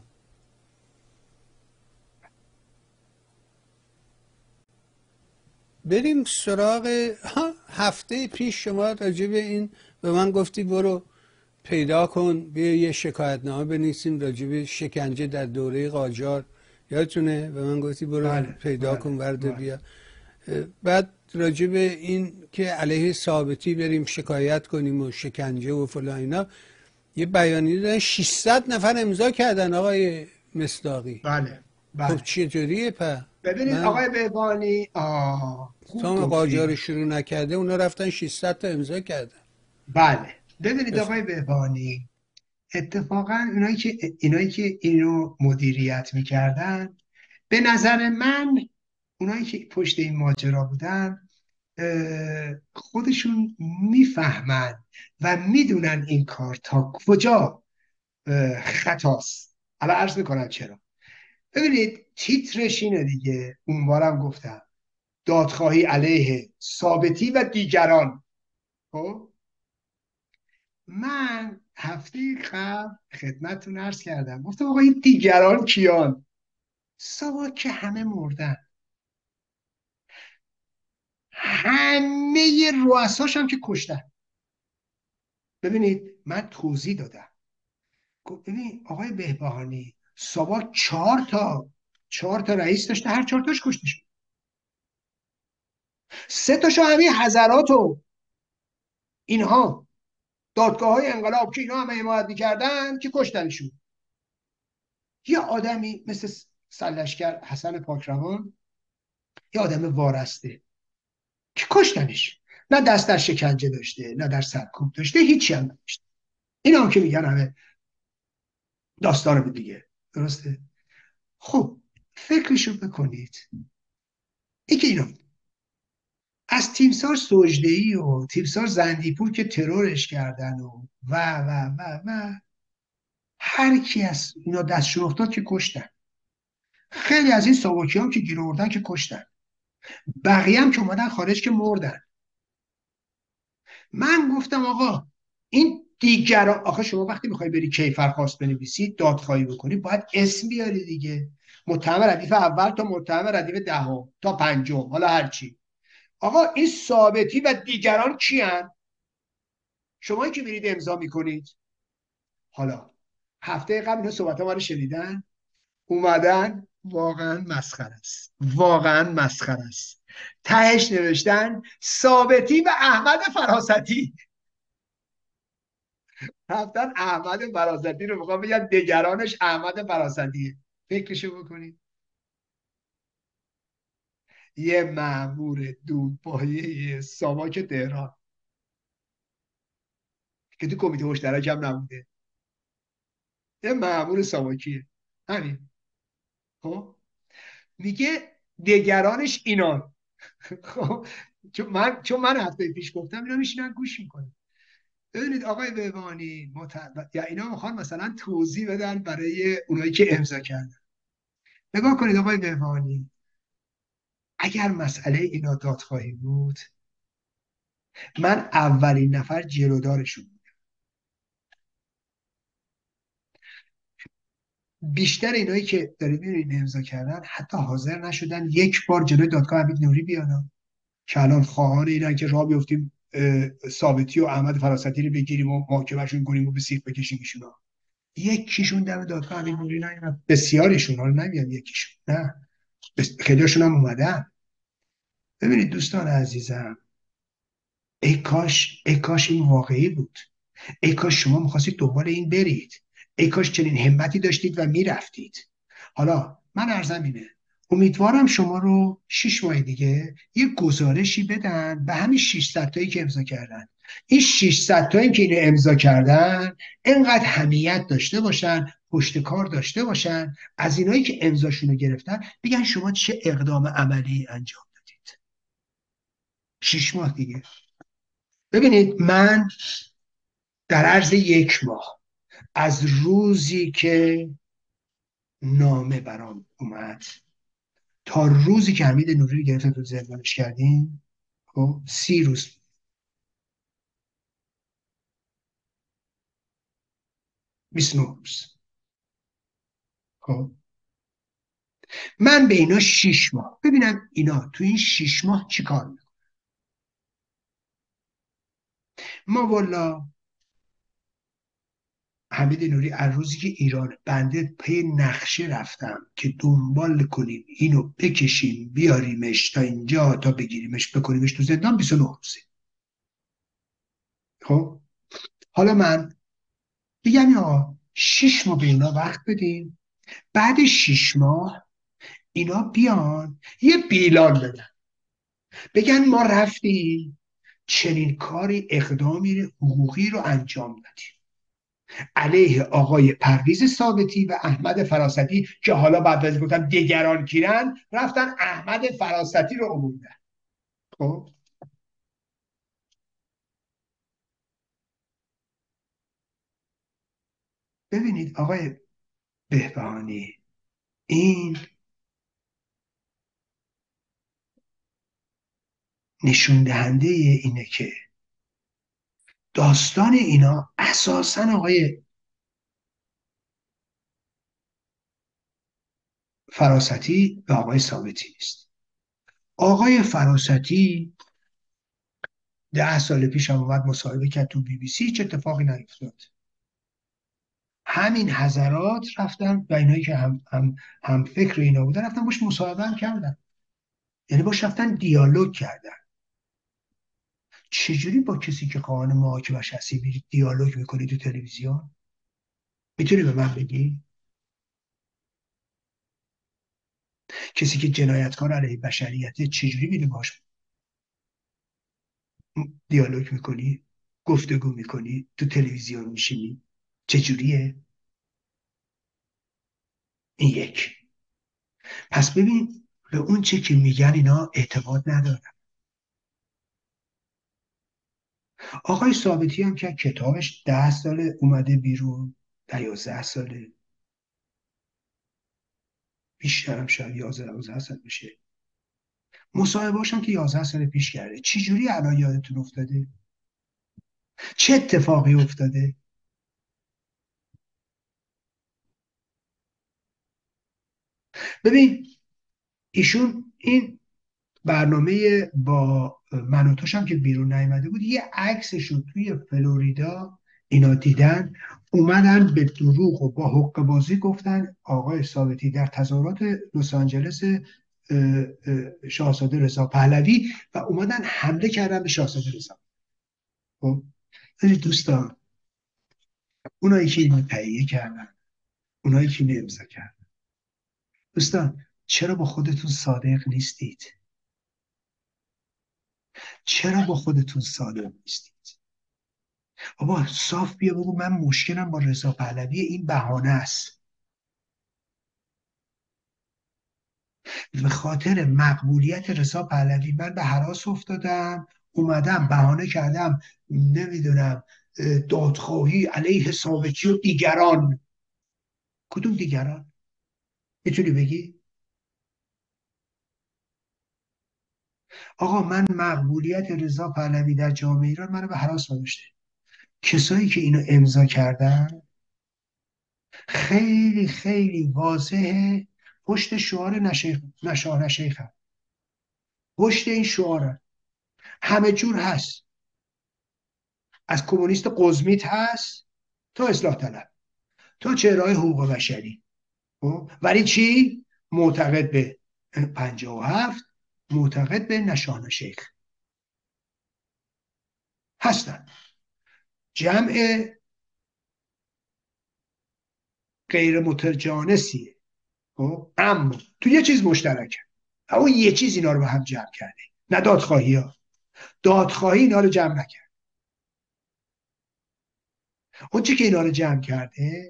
بریم سراغ هفته پیش شما راجع به این به من گفتی برو پیدا کن بیا یه شکایتنامه بنویسیم راجع به شکنجه در دوره قاجار، یادتونه؟ به من گفتی برو پیدا کن ورد بیا. بعد راجع به این که علیه ثابتی بریم شکایت کنیم و شکنجه و فلان اینا یه بیانیه دادن 600 نفر امضا کردن آقای مصداقی. بله. خب چطوریه ببینید آقای بهبانی تا قاجار شروع نکرده اونا رفتن 600 تا امضا کردن. بله ببینید آقای بهبانی، اتفاقا اینایی که اینو مدیریت میکردن، به نظر من اونایی که پشت این ماجرا بودن خودشون میفهمن و میدونن این کار تا کجا خطاست. الان عرض میکنم چرا. ببینید تیترش اینه دیگه، اون بارم گفتم دادخواهی علیه ثابتی و دیگران. خب من هفته قبل خدمتتون عرض کردم، گفتم آقا این دیگران کیان؟ ساواک که همه مردن، همه رؤساش هم که کشتن. ببینید من توضیح دادم، ببین آقای بهبهانی ساواک 4 تا رئیس داشته، هر 4 تاش کشته شد. 3 تاشو همین حضرات و اینها دادگاه های انقلاب که اینا همه حمایت میکردن که کشتنشون. یه آدمی مثل سرلشکر حسن پاکروان، یه آدم وارسته که کشتنش، نه دست در شکنجه داشته نه در سرکوب داشته، هیچی هم نداشته. اینا هم که میگن همه داستان به دیگه، درسته؟ خب فکرشو بکنید، این که اینا از تیمسار سجده‌ای و تیمسار زندیپور که ترورش کردن و هر کی از اینا دستشون افتاد که کشتن. خیلی از این ساواکی هم که گیر آوردن که کشتن. بقیه هم که اومدن خارج که مردن. من گفتم آقا این دیگران، آخه شما وقتی میخوای بری کیفرخواست بنویسی دادخواهی بکنی باید اسم بیاری دیگه، متهم ردیف اول تا متهم ردیف دهم تا پنجم، حالا هرچی. آقا این ثابتی و دیگران کیان؟ شمایی که میرید امضا میکنید. حالا هفته قبل اینا صحبت ما رو شنیدن، اومدن واقعا مسخره است، واقعا مسخره است. تهش نوشتن ثابتی و احمد فراستی. رفتن احمد فراستی رو میخوام بگم دگرانش احمد فراستیه. فکرشو بکنید. یه مأمور دونپایه ساواک تهران که تو کمیته مشترک هم نبوده، یه مأمور ساواکیه همین، خب میگه دگرانش اینان. خب چون من هفته پیش گفتم اینا میشینن گوش میکنن. ببینید آقای بهبانی یا اینا میخوان مثلا توضیح بدن برای اونایی که امضا کردن. نگاه کنید آقای بهبانی، اگر مسئله اینا دادخواهی بود من اولین نفر جلودارشون بودم. بیشتر اینایی که دارید میبینید امضا کردن حتی حاضر نشدن یک بار جلوی دادگاه حمید نوری بیان که الان خواهان اینن که راه بیفتیم ثابتی و احمد فراستی رو بگیریم و محاکمهشون کنیم و به سیخ بکشیم ایشونا. یکیشون دم دادگاه حمید نوری نیومد. بسیاریشون، حالا نمیگم یکیشون، نه خیلیشون هم اومدن. ببینید دوستان عزیزم، ای کاش این واقعی بود. ای کاش شما میخواستید دنبال این برید. ای کاش چنین همتی داشتید و میرفتید. حالا من عرضم اینه، امیدوارم شما رو 6 ماه دیگه یه گزارشی بدن به همین 600 تایی که امضا کردن. این 600 تایی که اینو امضا کردن اینقدر حمیت داشته باشن، پشت کار داشته باشن، از اینایی که امضاشون رو گرفتن بگن شما چه اقدام عملی انجام دادید. 6 ماه دیگه. ببینید من در عرض 1 ماه از روزی که نامه برام اومد تا روزی که حمید نوری رو گرفتن تو زندانش کردیم، خب 30 روز، 29 روز. خب من به اینا 6 ماه ببینم اینا تو این 6 ماه چی کار میکنن. ما والا حمید نوری از روزی که ایران بنده پی نقشه رفتم که دنبال کنیم اینو بکشیم بیاریمش تا اینجا تا بگیریمش بکنیمش تو زندان 29 روزه. خب حالا من میگم یا 6 ماه به اینا وقت بدیم، بعد 6 ماه اینا بیان یه بیلان بدن بگن ما رفتیم چنین کاری اقدامی حقوقی رو انجام دادیم علیه آقای پرویز ثابتی و احمد فراستی که حالا بعد از گفتم دیگران کیرن رفتن احمد فراستی رو آوردن. خب ببینید آقای بهبهانی، این نشون دهنده اینه که داستان اینا اساسا آقای فراستی و آقای ثابتی نیست. آقای فراستی 10 سال پیش هم اومد مصاحبه کرد تو BBC، هیچ اتفاقی نیفتاد. همین حضرات رفتن و اینایی که هم فکر اینا بودن رفتن باش مصاحبه هم کردن، یعنی باش رفتن دیالوگ کردن. چجوری با کسی که خواهان محاکمه‌اش هستی میری دیالوگ میکنی تو تلویزیون؟ میتونی به من بگی؟ کسی که جنایتکار علیه بشریته چجوری میری باش دیالوگ میکنی، گفتگو میکنی، تو تلویزیون میشینی؟ چجوریه؟ این یک. پس ببین به اون چه که میگن اینا اعتقاد ندارن. آقای ثابتی هم که کتابش 10 ساله اومده بیرون، 11 ساله، بیشترم شاید 11 سال بشه. مصاحبه‌اش هم که 11 سال پیش کرده. چی جوری الان یادتون افتاده؟ چه اتفاقی افتاده؟ ببین ایشون این برنامه با من و توش هم که بیرون نیامده بود، یه عکسشون توی فلوریدا اینا دیدن، اومدن به دروغ و با حقه بازی گفتن آقای ثابتی در تظاهرات لس آنجلس شاهزاده رضا پهلوی، و اومدن حمله کردن به شاهزاده رضا. خب دوستان، اونایی که اینو تهیه کردن، اونایی که اینو امضا کردن، دوستان چرا با خودتون صادق نیستید؟ چرا با خودتون صادق نیستید؟ بابا صاف بیا بگو من مشکلم با رضا پهلوی، این بهانه است. به خاطر مقبولیت رضا پهلوی من به هراس افتادم، اومدم بهانه کردم، نمیدونم دادخواهی علیه ثابتی و دیگران. کدوم دیگران؟ میتونی بگی؟ آقا من مقبولیت رضا پهلوی در جامعه ایران منو به هراس گذاشته. کسایی که اینو امضا کردن خیلی خیلی واضحه، پشت شعار نشاه نشیخ، پشت این شعار همه جور هست، از کمونیست قزمیت هست تا اصلاح طلب تا چهرهای حقوق بشری. ولی چی؟ معتقد به 57، معتقد به نشان شیخ هستن. جمع غیر متجانسیه، اما تو یه چیز مشترکه، اون یه چیز اینا رو به هم جمع کرده، نه دادخواهی ها. دادخواهی اینا رو جمع نکرد. اون چی که اینا رو جمع کرده،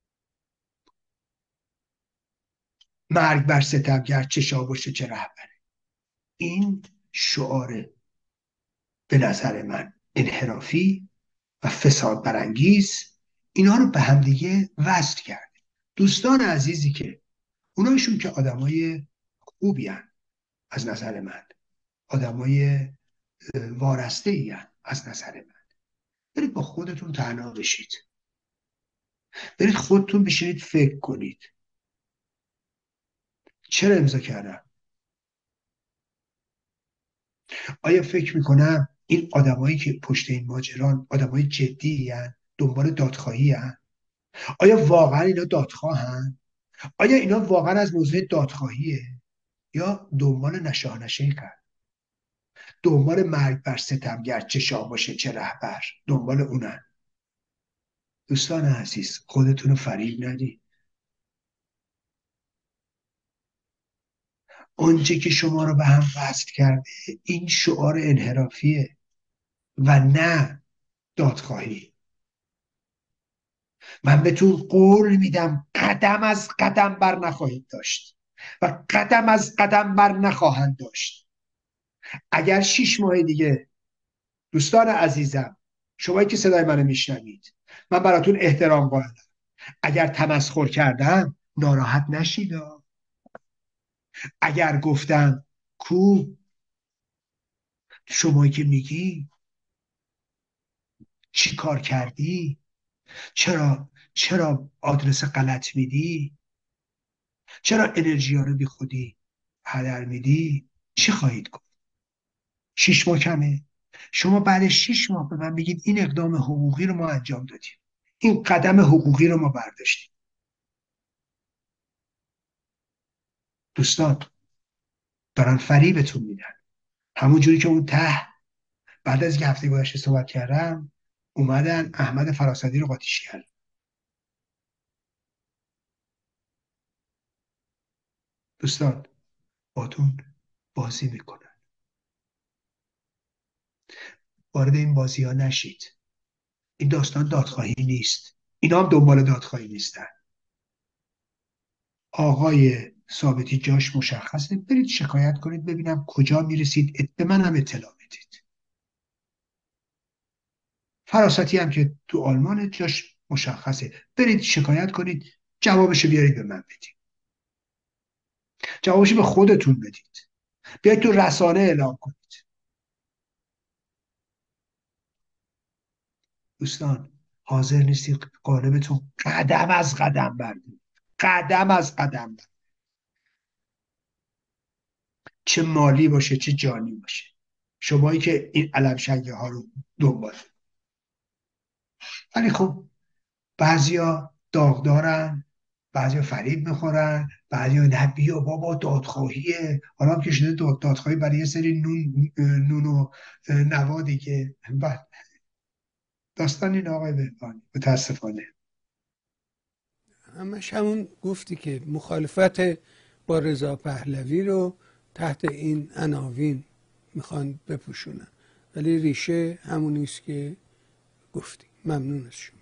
مرگ بر ستمگر چه شاباشه چه رهبره. این شعار به نظر من انحرافی و فساد برانگیز اینا رو به همدیگه وصل کرد. دوستان عزیزی که اونایشون که آدمای خوبی هن، از نظر من آدمای وارسته ای هن، از نظر من برید با خودتون تنها بشید، برید خودتون بشینید فکر کنید چرا امضا کردم. آیا فکر میکنم این آدمایی که پشت این ماجران آدمای جدی هن، دنبال دادخواهی هن؟ آیا واقعا اینا دادخواهن؟ آیا اینا واقعا از موضوع دادخواهیه یا دنبال نشاه نشیخن، دنبال مرگ بر ستمگر چه شاه باشه چه رهبر، دنبال اونن؟ دوستان عزیز خودتون رو فریب ندید. اونچه که شما رو به هم وصل کرده این شعار انحرافیه و نه دادخواهی. من بهتون قول میدم قدم از قدم بر نخواهید داشت و قدم از قدم بر نخواهند داشت. اگر 6 ماه دیگه، دوستان عزیزم، شمایی که صدای منو میشنوید، من براتون احترام قائلم، اگر تمسخر کردم ناراحت نشید. اگر گفتم کو شمایی که میگی چی کار کردی، چرا آدرس غلط میدی، چرا انرژی ها رو بی خودی هدر میدی، چی خواهید گفت؟ 6 ماه کمه؟ شما بعد 6 ماه به من میگید این اقدام حقوقی رو ما انجام دادیم، این قدم حقوقی رو ما برداشتیم. دوستان دارن فریبتون میدن، همون جوری که اون ته بعد از یه هفته گذشته صحبت کردم اومدن احمد فراسدی رو قاطیش کردن. دوستان باتون بازی میکنن، وارد این بازی ها نشید. این داستان دادخواهی نیست، اینا هم دنبال دادخواهی نیستن. آقای ثابتی جاش مشخصه، برید شکایت کنید ببینم کجا میرسید، به منم اطلاع بدید. فراستی هم که تو آلمان جاش مشخصه. برید شکایت کنید، جوابشو بیارید به من بدید، جوابشو به خودتون بدید، بیاید تو رسانه اعلام کنید. دوستان حاضر نیستید قالبتون قدم از قدم بردارید، قدم از قدم بردارید. چه مالی باشه چه جانی باشه، شمایی که این علمشنگه ها رو دنبال. ولی خب بعضیا داغدارن، بعضیا فریب میخورن، بعضیا نه بیا بابا دادخواهیه. حالا هم که شده دادخواهی برای یه سری نون و نوا دیگه. بعد داستان این آقای بهبانی متاسفانه همش همون گفتی که مخالفت با رضا پهلوی رو تحت این عناوین میخوان بپوشونن، ولی ریشه همونیست که گفتی. ممنون از شما.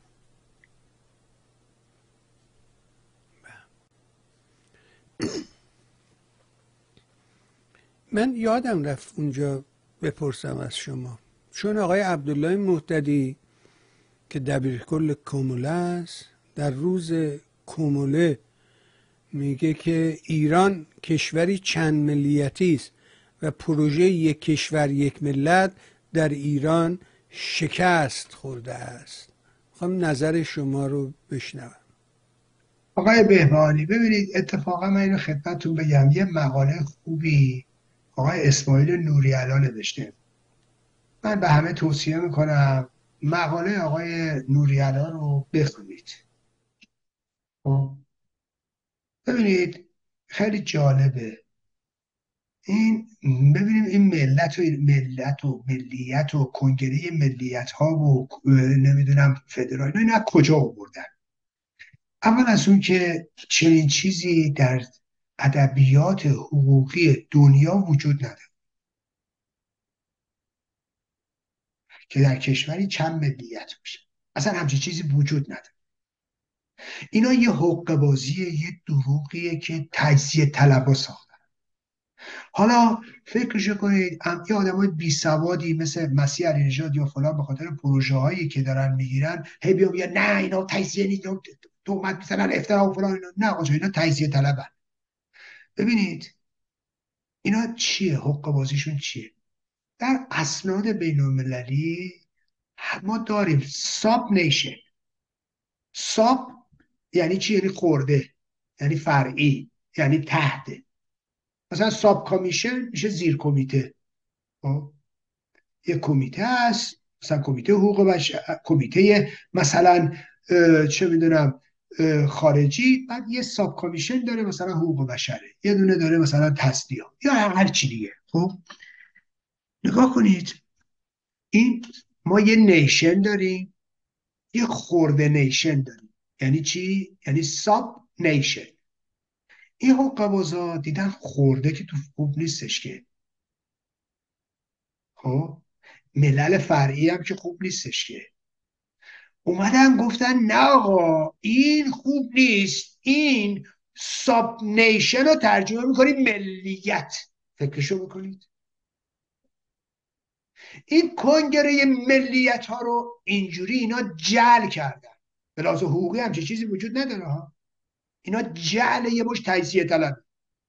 من یادم رفت اونجا بپرسم از شما، چون آقای عبدالله مهتدی که دبیرکل کموله است در روز کموله میگه که ایران کشوری چند ملیتی است و پروژه یک کشور یک ملت در ایران شکست خورده است. میخوام نظر شما رو بشنوم. آقای بهبانی ببینید، اتفاقا من اینو خدمتتون بگم، یه مقاله خوبی آقای اسماعیل نوری‌علا نوشته، من به همه توصیه میکنم مقاله آقای نوری‌علا رو بخونید. خب ببینید خیلی جالبه این، ببینیم این ملت و ملیت و کنگره ملیت ها و نمیدونم فدرال اینا کجا آوردن. اول از اون که چنین چیزی در ادبیات حقوقی دنیا وجود نداره که در کشوری چند ملیت باشه، اصلا همچین چیزی وجود نداره. اینا یه حقه بازیه، یه دروغیه که تجزیه طلبا ساختن. حالا فکرشو کنید یه آدمای بی سوادی مثل مسیح علی نژاد یا فلان به خاطر پروژه هایی که دارن میگیرن هی بیان میگن نه اینا تجزیه نیست، تهمت میزنن، افترا و فلان. نه آقا اینا تجزیه طلبن. ببینید اینا چیه، حقه بازیشون چیه؟ در اسناد بین المللی ما داریم ساب نیشن. ساب یعنی چی؟ یعنی خورده، یعنی فرعی، یعنی تحت. مثلا ساب کمیشن میشه زیر کمیته. یه کمیته هست، مثلا کمیته حقوق بشر، کمیته مثلا چه میدونم خارجی، بعد یه ساب کمیشن داره مثلا حقوق بشره، یه دونه داره مثلا تسلیح یا هر چی دیگه. خب نگاه کنید، این ما یه نیشن داریم، یه خورده نیشن داریم. یعنی چی؟ یعنی ساب نیشن. این حقوق دیدن خورده که تو خوب نیستش که. خب ملل فرعی هم که خوب نیستش که. اومدن گفتن نه آقا این خوب نیست، این ساب نیشن رو ترجمه میکنیم ملیت. فکرشو بکنید، این کنگره ملیت ها رو اینجوری اینا جعل کردن. به لحاظ حقوقی هم چه چیزی وجود نداره ها، اینا جعل یه مش تجزیه طلب.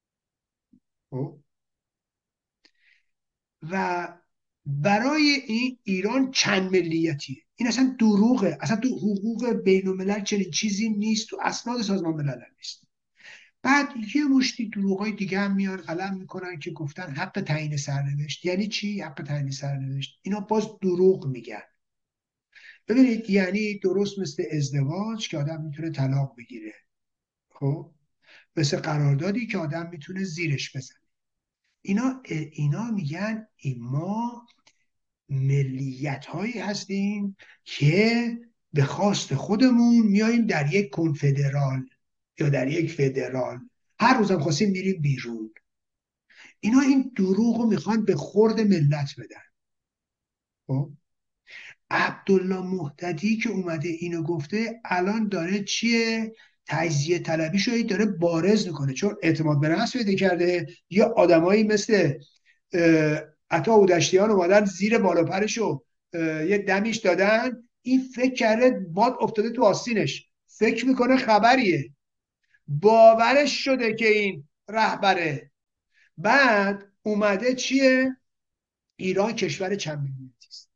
و برای این ایران چند ملیتیه، این اصلا دروغه، اصلا تو حقوق بین الملل چنین چیزی نیست، تو اسناد سازمان ملل نیست. بعد یه مشتی دروغای دیگه هم میان قلم میکنن که گفتن حق تعیین سرنوشت. یعنی چی حق تعیین سرنوشت؟ اینا باز دروغ میگن. ببینید یعنی درست مثل ازدواج که آدم میتونه طلاق بگیره، خب مثل قراردادی که آدم میتونه زیرش بزنه. اینا میگن ما ملیت هایی هستیم که به خواست خودمون میاییم در یک کنفدرال یا در یک فدرال، هر روزم خواستیم میریم بیرون. اینا این دروغ رو میخوان به خورد ملت بدن. خب عبدالله مهتدی که اومده اینو گفته الان داره چیه؟ تجزیه طلبی شده داره بارز میکنه، چون اعتماد به نفس پیدا کرده. یه آدمایی مثل عطا اودشتیان اومدن زیر بالا پرشو یه دمیش دادن این فکر کرده باد افتاده تو آستینش، فکر میکنه خبریه، باورش شده که این رهبره. بعد اومده چیه؟ ایران کشور چند ملیتی است.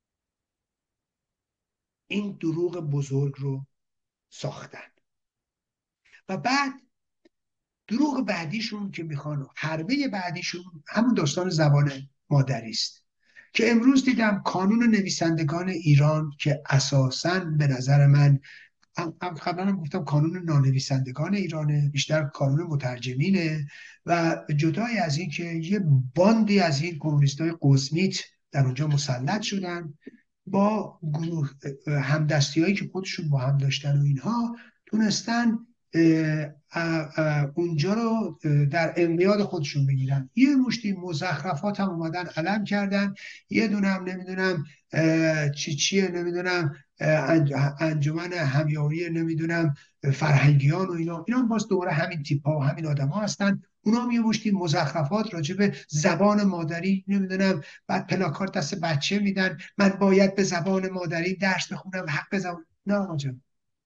این دروغ بزرگ رو ساختن. و بعد دروغ بعدیشون که میخوان، حربه بعدیشون همون داستان زبان مادری است که امروز دیدم کانون نویسندگان ایران که اساساً به نظر من، قبلا هم گفتم کانون نانویسندگان ایرانه، بیشتر کانون مترجمینه، و جدای از این که یه باندی از این کمونیستای قزمیت در اونجا مسلط شدن با گروه همدستی هایی که خودشون با هم داشتن و اینها تونستن اونجا رو در انقیاد خودشون بگیرن. یه مشتی مزخرفات هم اومدن علم کردن، یه دونه هم نمیدونم چیه نمیدونم انجمن همیاری نمیدونم فرهنگیان و اینا هم باز دوره همین تیپ ها و همین آدم ها هستن. اونا هم یه مشتی مزخرفات راجع به زبان مادری نمیدونم، بعد پلاکارد دست بچه میدن من باید به زبان مادری درس بخونم، حق زبان. نه آقا جان،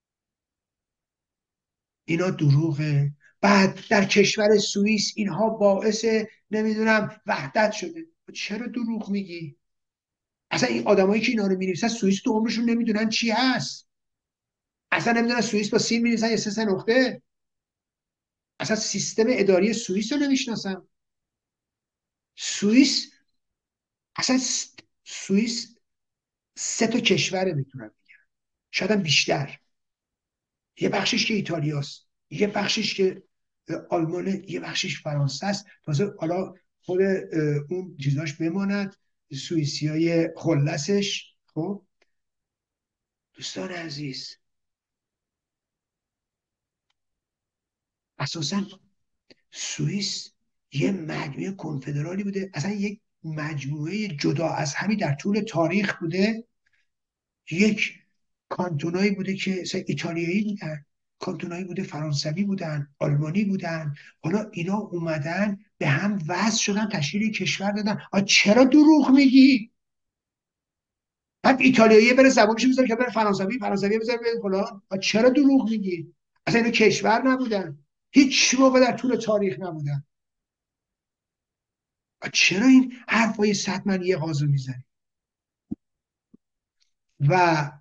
اینا دروغه. بعد در کشور سوئیس اینها باعث نمیدونم وحدت شده. چرا دروغ میگی؟ اصلا این آدمایی که اینا رو مینویسن سوئیس تو عمرشون نمیدونن چی هست، اصلا نمیدونن سوئیس با سین مینویسن یا سه نقطه، اصلا سیستم اداری سوئیس رو نمیشناسن. سوئیس اصلا سوئیس سه تا کشوره میتونم بگم، شاید هم بیشتر. یه بخشش که ایتالیاست، یه بخشش که آلمانه، یه بخشش فرانسه است. تازه حالا خود اون چیزاش بماند، سوئیسیای خلصش. خب دوستان عزیز، اساسا سوئیس یه مجموعه کنفدرالی بوده، اصلا یک مجموعه جدا از همین در طول تاریخ بوده. یک کانتونایی بوده که مثلا ایتالیایی بودن، کانتونایی بوده فرانسوی بودن، آلمانی بودن. حالا اینا اومدن به هم وصل شدن، تشکیل کشور دادن. چرا دروغ میگی؟ بعد ایتالیایی بره زبانش بذاره که بره فرانسوی، فرانسوی بذاره بره فلان. چرا دروغ میگی؟ اصلا اینا کشور نبودن، هیچ موقع در طول تاریخ نبودن. چرا این حرفای صدمنی غازو میزنی؟ و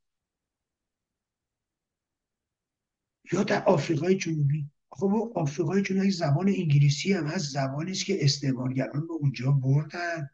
یا در آفریقای جنوبی، خب آفریقای جنوبی زبان انگلیسی هم هست، زبانی است که استعمارگران به اونجا بردن.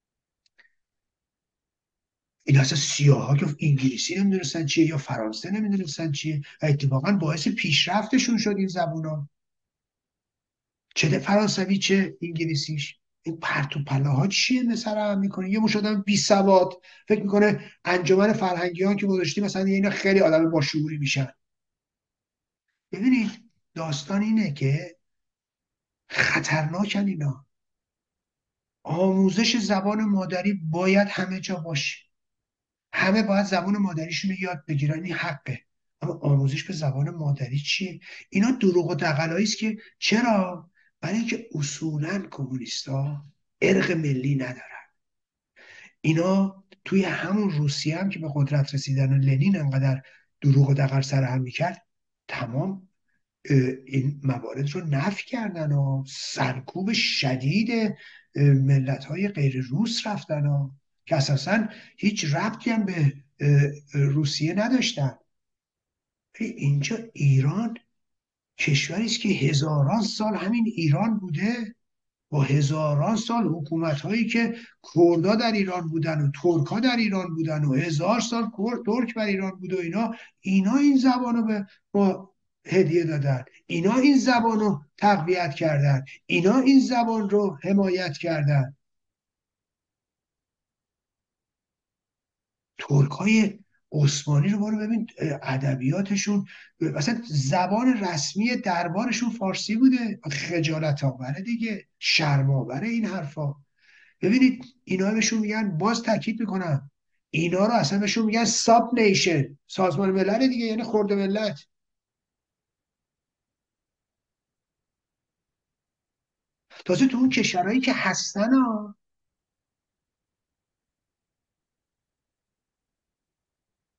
این اصلا سیاها که انگلیسی نمیدونستن چیه یا فرانسه نمیدونستن چیه، و اتفاقا باعث پیشرفتشون شد این زبونا، چه فرانسوی چه انگلیسیش. این پرت و پلاها چیه مثلا هم میکنه؟ یه مش آدم بی سواد فکر میکنه انجمن فرهنگیان که گذاشتی مثلا اینا خیلی آدم با شعوری میشن. ببینید داستان اینه که خطرناکن اینا. آموزش زبان مادری باید همه جا باشه، همه باید زبان مادریشون رو یاد بگیرن، این حقه. اما آموزش به زبان مادری چیه؟ اینا دروغ و دغلایی است. که چرا؟ برای اینکه اصولا کمونیستا ارق ملی ندارن. اینا توی همون روسیه هم که به قدرت رسیدن و لنین انقدر دروغ و دغل سرهم میکرد، تمام این موارد رو نفی کردن و سرکوب شدید ملت های غیر روس رفتن و که اساسا هیچ ربطی هم به روسیه نداشتن. اینجا ایران کشوری است که هزاران سال همین ایران بوده، با هزاران سال حکومت هایی که کردها در ایران بودن و ترک ها در ایران بودن و هزار سال ترک بر ایران بود و اینا این زبان رو به ما هدیه دادن، اینا این زبان رو تقویت کردن، اینا این زبان رو حمایت کردن. ترک های عثمانی رو برو ببین، ادبیاتشون مثلا زبان رسمی دربارشون فارسی بوده. خجالت آوره دیگه، شرم آوره این حرفا. ببینید اینا بهشون میگن، باز تاکید میکنم، اینا رو اصلا بهشون میگن ساب نیشن، سازمان ملل دیگه، یعنی خرد ملت. تازه تو اون کشورهایی که هستن ها،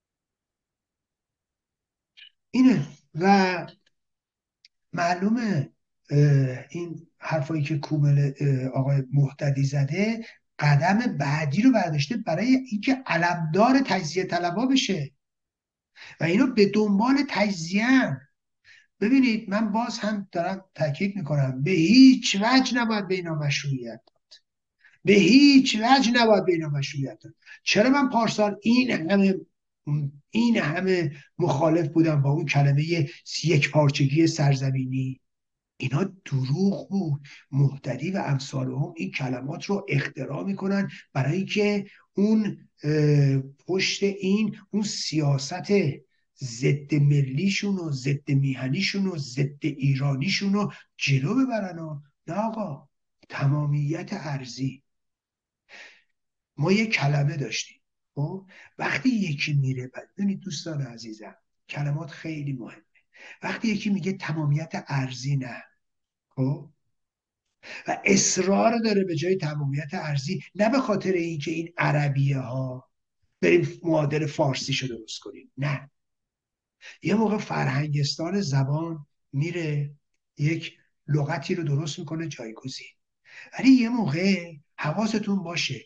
اینه. و معلومه این حرفایی که کومل آقای مهتدی زده قدم بعدی رو برداشته برای اینکه علمدار تجزیه طلبها بشه و اینو به دنبال تجزیه. ببینید من باز هم دارم تاکید میکنم، به هیچ وجه نباید به اینا مشروعیت داد. به هیچ وجه نباید به اینا مشروعیت داد. چرا من پارسال این همه مخالف بودم با اون کلمه یک پارچگی سرزمینی؟ اینا دروغ بود. مهتدی و امثالهم این کلمات رو اختراع میکنن برای اینکه اون پشت اون سیاست ضد ملیشون و ضد میهنیشون و ضد ایرانیشون رو جلو ببرن. نه آقا، تمامیت ارضی. ما یه کلمه داشتیم، خب وقتی یکی میره، ببینید دوستان عزیزم، کلمات خیلی مهمه. وقتی یکی میگه تمامیت ارضی، نه، خب، و اصرار داره به جای تمامیت ارضی، نه به خاطر اینکه این عربیه ها بریم معادل فارسیشو درست کنیم، نه. یه موقع فرهنگستان زبان میره یک لغتی رو درست میکنه جایگزین، ولی یه موقع حواستون باشه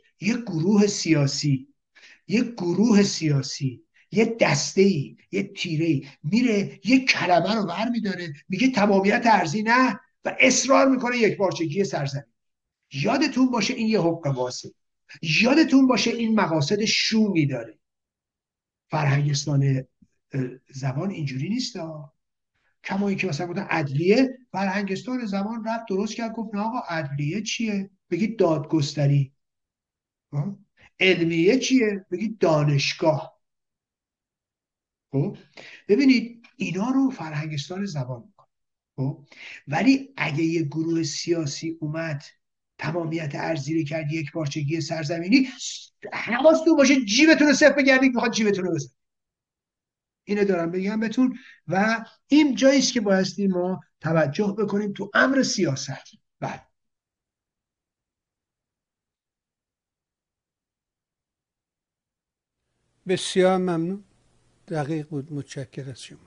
یک گروه سیاسی یه دسته‌ای، یه تیره‌ای میره یک کلمه رو برمی‌داره میگه تمامیت ارضی نه، و اصرار میکنه یک پارچگی سرزمین. یادتون باشه این یه حقوق واسه، یادتون باشه این مقاصد شومی داره. فرهنگستان زبان اینجوری نیست ها. کما اینکه مثلا بودن عدلیه، فرهنگستان زبان رفت درست کرد، گفت نه آقا عدلیه چیه؟ بگید دادگستری. علمیه چیه؟ بگید دانشگاه. خب ببینید اینا رو فرهنگستان زبان میکنه. خب ولی اگه یه گروه سیاسی اومد تمامیت ارضی رو کرد یک پارچگی سرزمینی، حواستون باشه جیبتون رو صفر بگردید، میخواد جیبتون رو بزن. اینو دارم بگم بهتون. و این جاییست که بایستی ما توجه بکنیم تو امر سیاست. بله. بسیار ممنون، دقیق بود، متشکر از شما.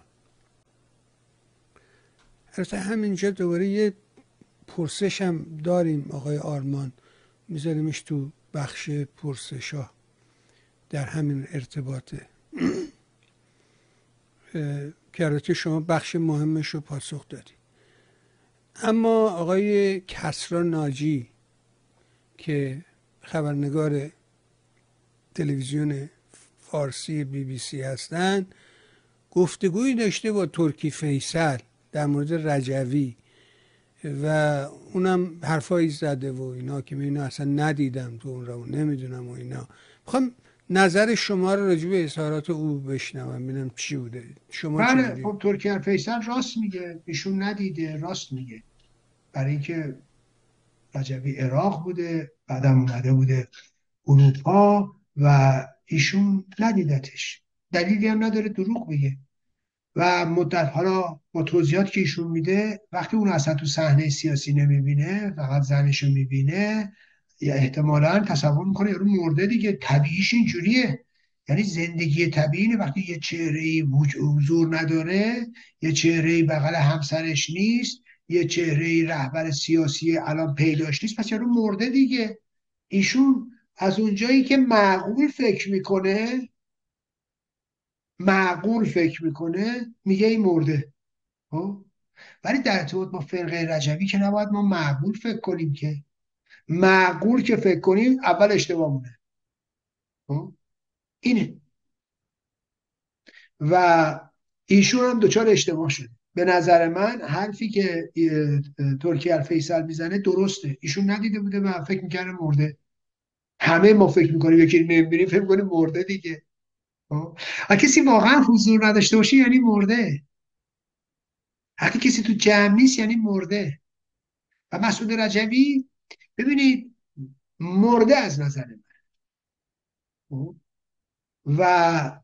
البته همینجا دوباره یه پرسش هم داریم آقای آرمان، میذاریمش تو بخش پرسشا در همین ارتباطه که البته شما بخش مهمش رو پاسخ دادی. اما آقای کسرا ناجی که خبرنگار تلویزیون فارسی BBC هستن، گفتگویی داشته با ترکی فیصل در مورد رجوی و اونم حرفایی زده و اینا که من اینا اصلا ندیدم تو اون رو نمیدونم و اینا. میخوام نظر شما رو راجع به اظهارات او بشنوم، ببینم چی بوده. شما بله، چجوری؟ خب ترکی فیصل راست میگه، ایشون ندیده، راست میگه. برای اینکه رجوی عراق بوده، بعدم اومده بوده اروپا و ایشون ندیدتش، دلیلی هم نداره دروغ بگه. و مدت حالا با توضیحات که ایشون میده، وقتی اون اصلا تو صحنه سیاسی نمیبینه، فقط زنشو میبینه، یا احتمالا تصور میکنه یارو مرده دیگه، طبیعیش اینجوریه. یعنی زندگی طبیعی اینه وقتی یه چهره‌ای حضور نداره، یه چهره‌ای بغل همسرش نیست، یه چهره‌ای رهبر سیاسی الان پیداش نیست، پس یارو مرده دیگه. ایشون از اونجایی که معقول فکر میکنه میگه این مرده. خب ولی در ارتباط با فرقه رجوی که نباید ما معقول فکر کنیم، که معقول که فکر کنیم اول اشتباه مونه. خب اینه. و ایشون هم دچار اشتباه شده. به نظر من حرفی که ترکی الفیصل میزنه درسته. ایشون ندیده بوده و فکر میکنه مرده. همه ما فکر میکنیم یکی نمیبینیم فکر میکنیم مرده دیگه. خب کسی واقعا حضور نداشته باشه یعنی مرده. وقتی کسی تو جمع نیست یعنی مرده. و مسعود رجوی، ببینید، مرده از نظر من. خب؟ و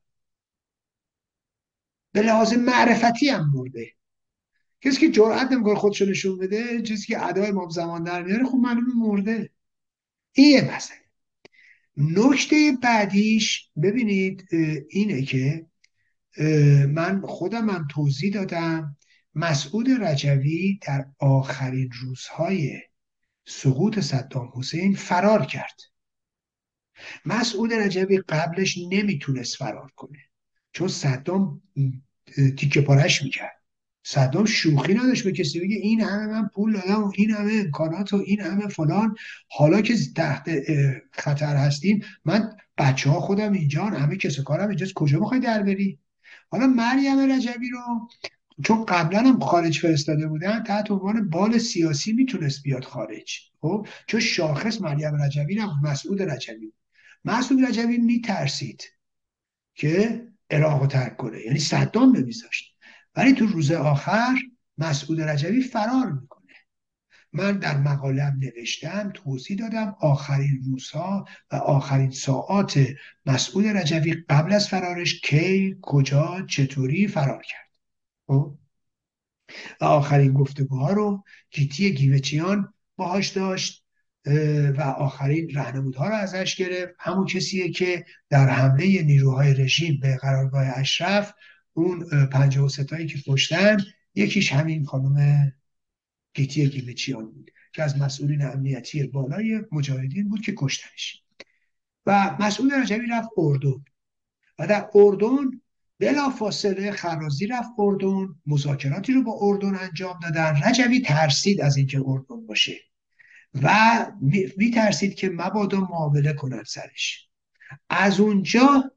به لحاظ معرفتی هم مرده. کسی که جرأت نمیکنه خودشو نشون بده، چیزی که ادای امام زمان در میاره، خب معلومه مرده. این یه مسئله. نکته بعدیش ببینید اینه که من خودم توضیح دادم. مسعود رجوی در آخرین روزهای سقوط صدام حسین فرار کرد. مسعود رجوی قبلش نمیتونست فرار کنه، چون صدام تیکه پارش میکرد. صدام شوخی نداشت به کسی بگه این همه من پول دادم و این همه امکانات و این همه فلان، حالا که تحت خطر هستیم، من بچه ها خودم اینجان، همه کس کارم اینجاست، کجا میخوای در بری؟ حالا مریم رجبی رو چون قبلا هم خارج فرستاده بودن، تحت عنوان بال سیاسی میتونست بیاد خارج، خب چون شاخص مریم رجبی نبود، مسعود رجبی. مسعود رجبی میترسید که عراق رو ترک کنه، یعنی صدام نمیذاشت. ولی تو روز آخر مسعود رجبی فرار میکنه. من در مقالم نوشتم، توضیح دادم آخرین روزها و آخرین ساعات مسعود رجبی قبل از فرارش کی، کجا، چطوری فرار کرد. و آخرین گفتگوها رو گیتی گیوچیان باهاش داشت و آخرین راهنمودها رو ازش گرفت. همون کسیه که در حمله نیروهای رژیم به قرارگاه اشرف، اون 53 تایی که کشتن، یکیش همین خانم گیتی گیوچیان بود که از مسئولین امنیتی بالای مجاهدین بود که کشتنش. و مسعود رجبی رفت اردن و در اردن بلافاصله خرازی رفت اردن، مذاکراتی رو با اردن انجام دادن. رجبی ترسید از اینکه اردن باشه و میترسید که مبادا معامله کنن سرش. از اونجا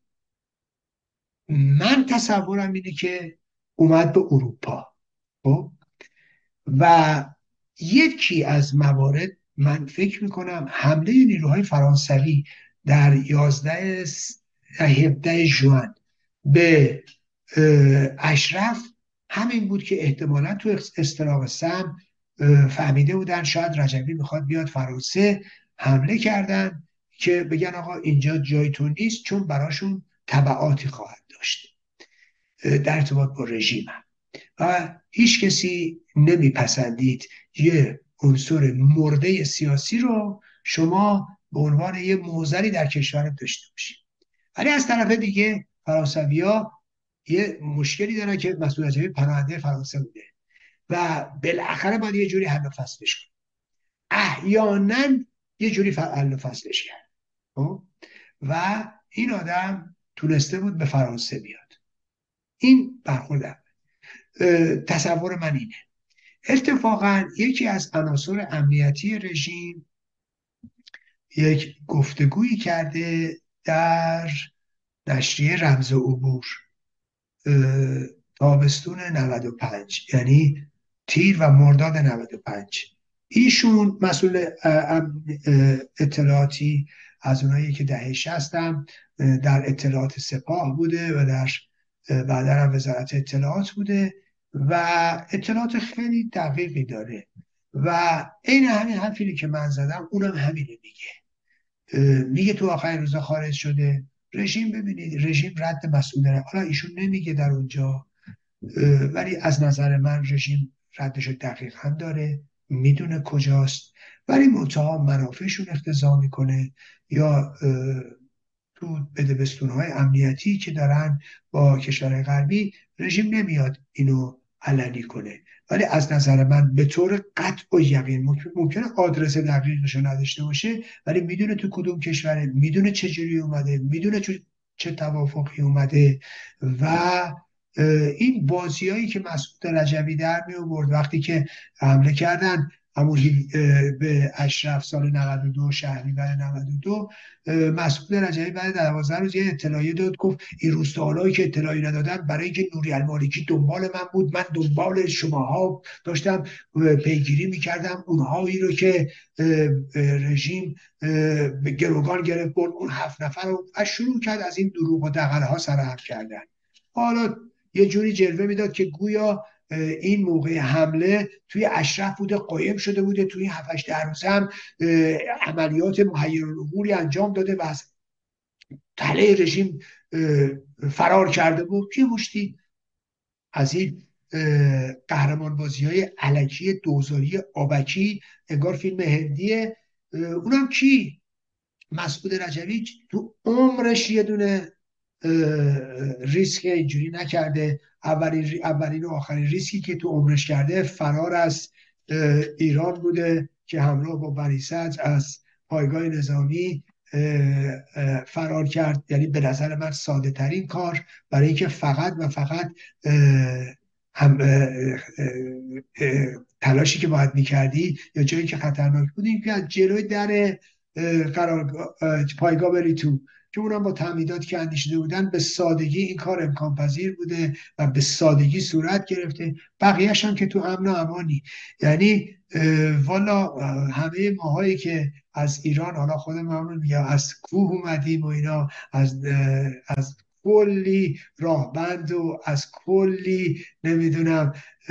من تصورم اینه که اومد به اروپا. خب و یکی از موارد، من فکر میکنم حمله نیروهای فرانسوی در 17 ژوئن به اشرف همین بود که احتمالا تو استراق سم فهمیده بودن شاید رجبی میخواد بیاد فرانسه، حمله کردن که بگن آقا اینجا جایتون نیست، چون براشون تبعاتی خواهد داشت در ارتباط با رژیم. و هیچ کسی نمیپسندید یه عنصر مرده سیاسی رو شما به عنوان یه موزلی در کشورت داشته باشید. ولی از طرف دیگه فرانسوی‌ها یه مشکلی دارن که مسعود رجبی پناهنده فرانسه بوده و بالاخره باید یه جوری حل و فصلش کنه. احیانا یه جوری حل و فصلش کرد و این آدم تونسته بود به فرانسه بیاد. این برخورد تصور من اینه. اتفاقا یکی از عناصر امنیتی رژیم یک گفتگویی کرده در نشریه رمز عبور تابستون 95، یعنی تیر و مرداد 95. ایشون مسئول اطلاعاتی از اونایی که دهه 60 هم در اطلاعات سپاه بوده و در بعدا هم وزارت اطلاعات بوده و اطلاعات خیلی دقیقی داره و این همین حرفی که من زدم اونم همینه میگه تو آخرین روزا خارج شده رژیم. ببینید رژیم رد مسئولیت، حالا ایشون نمیگه در اونجا، ولی از نظر من رژیم ردش دقیقا داره، میدونه کجاست، ولی منتها منافعشون اقتضا میکنه یا تو بدبستونهای امنیتی که دارن با کشورهای غربی، رژیم نمیاد اینو علنی کنه. ولی از نظر من به طور قطع و یقین ممکنه آدرس دقیقش نداشته باشه، ولی میدونه تو کدوم کشوره، میدونه چجوری اومده، میدونه چه توافقی اومده و این بازیایی که مسعود رجبی در می آورد وقتی که حمله کردن به اشرف سال 92 شهریور 92، مسعود رجبی بعد 12 روز یه اطلاعیه داد، گفت این روستاهایی که اطلاعی ندادن برای اینکه نوری المالکی دنبال من بود، من دنبال شماها داشتم پیگیری میکردم، اونهایی رو که رژیم به گروگان گرفت برد، اون 7 نفر رو شروع کرد از این دروغ و دغل‌ها سرهم کردن. حالا یه جوری جلوه میداد که گویا این موقع حمله توی اشرف بوده، قایم شده بوده، توی 7-8 روز هم عملیات محیرالاموری انجام داده و از تله رژیم فرار کرده بود. یه مشتی از این قهرمان بازی های علکی دوزاری آبکی، انگار فیلم هندیه. اونم کی؟ مسعود رجبی تو عمرش یه دونه ریسک اینجوری نکرده. اولین و آخرین ریسکی که تو عمرش کرده فرار از ایران بوده که همراه با بنی صدر از پایگاه نظامی فرار کرد. یعنی به نظر من ساده ترین کار، برای اینکه فقط و فقط هم تلاشی که باید میکردی یا جایی که خطرناک بود این که از جلوی در پایگاه بری تو، که اونم با تعمیداتی که اندیشیده بودن به سادگی این کار امکان پذیر بوده و به سادگی صورت گرفته. بقیهش هم که تو امن و امانی. یعنی والا همه ماهایی که از ایران، حالا خودم یا از کوه اومدیم و اینا، از کلی راهبند و از کلی نمیدونم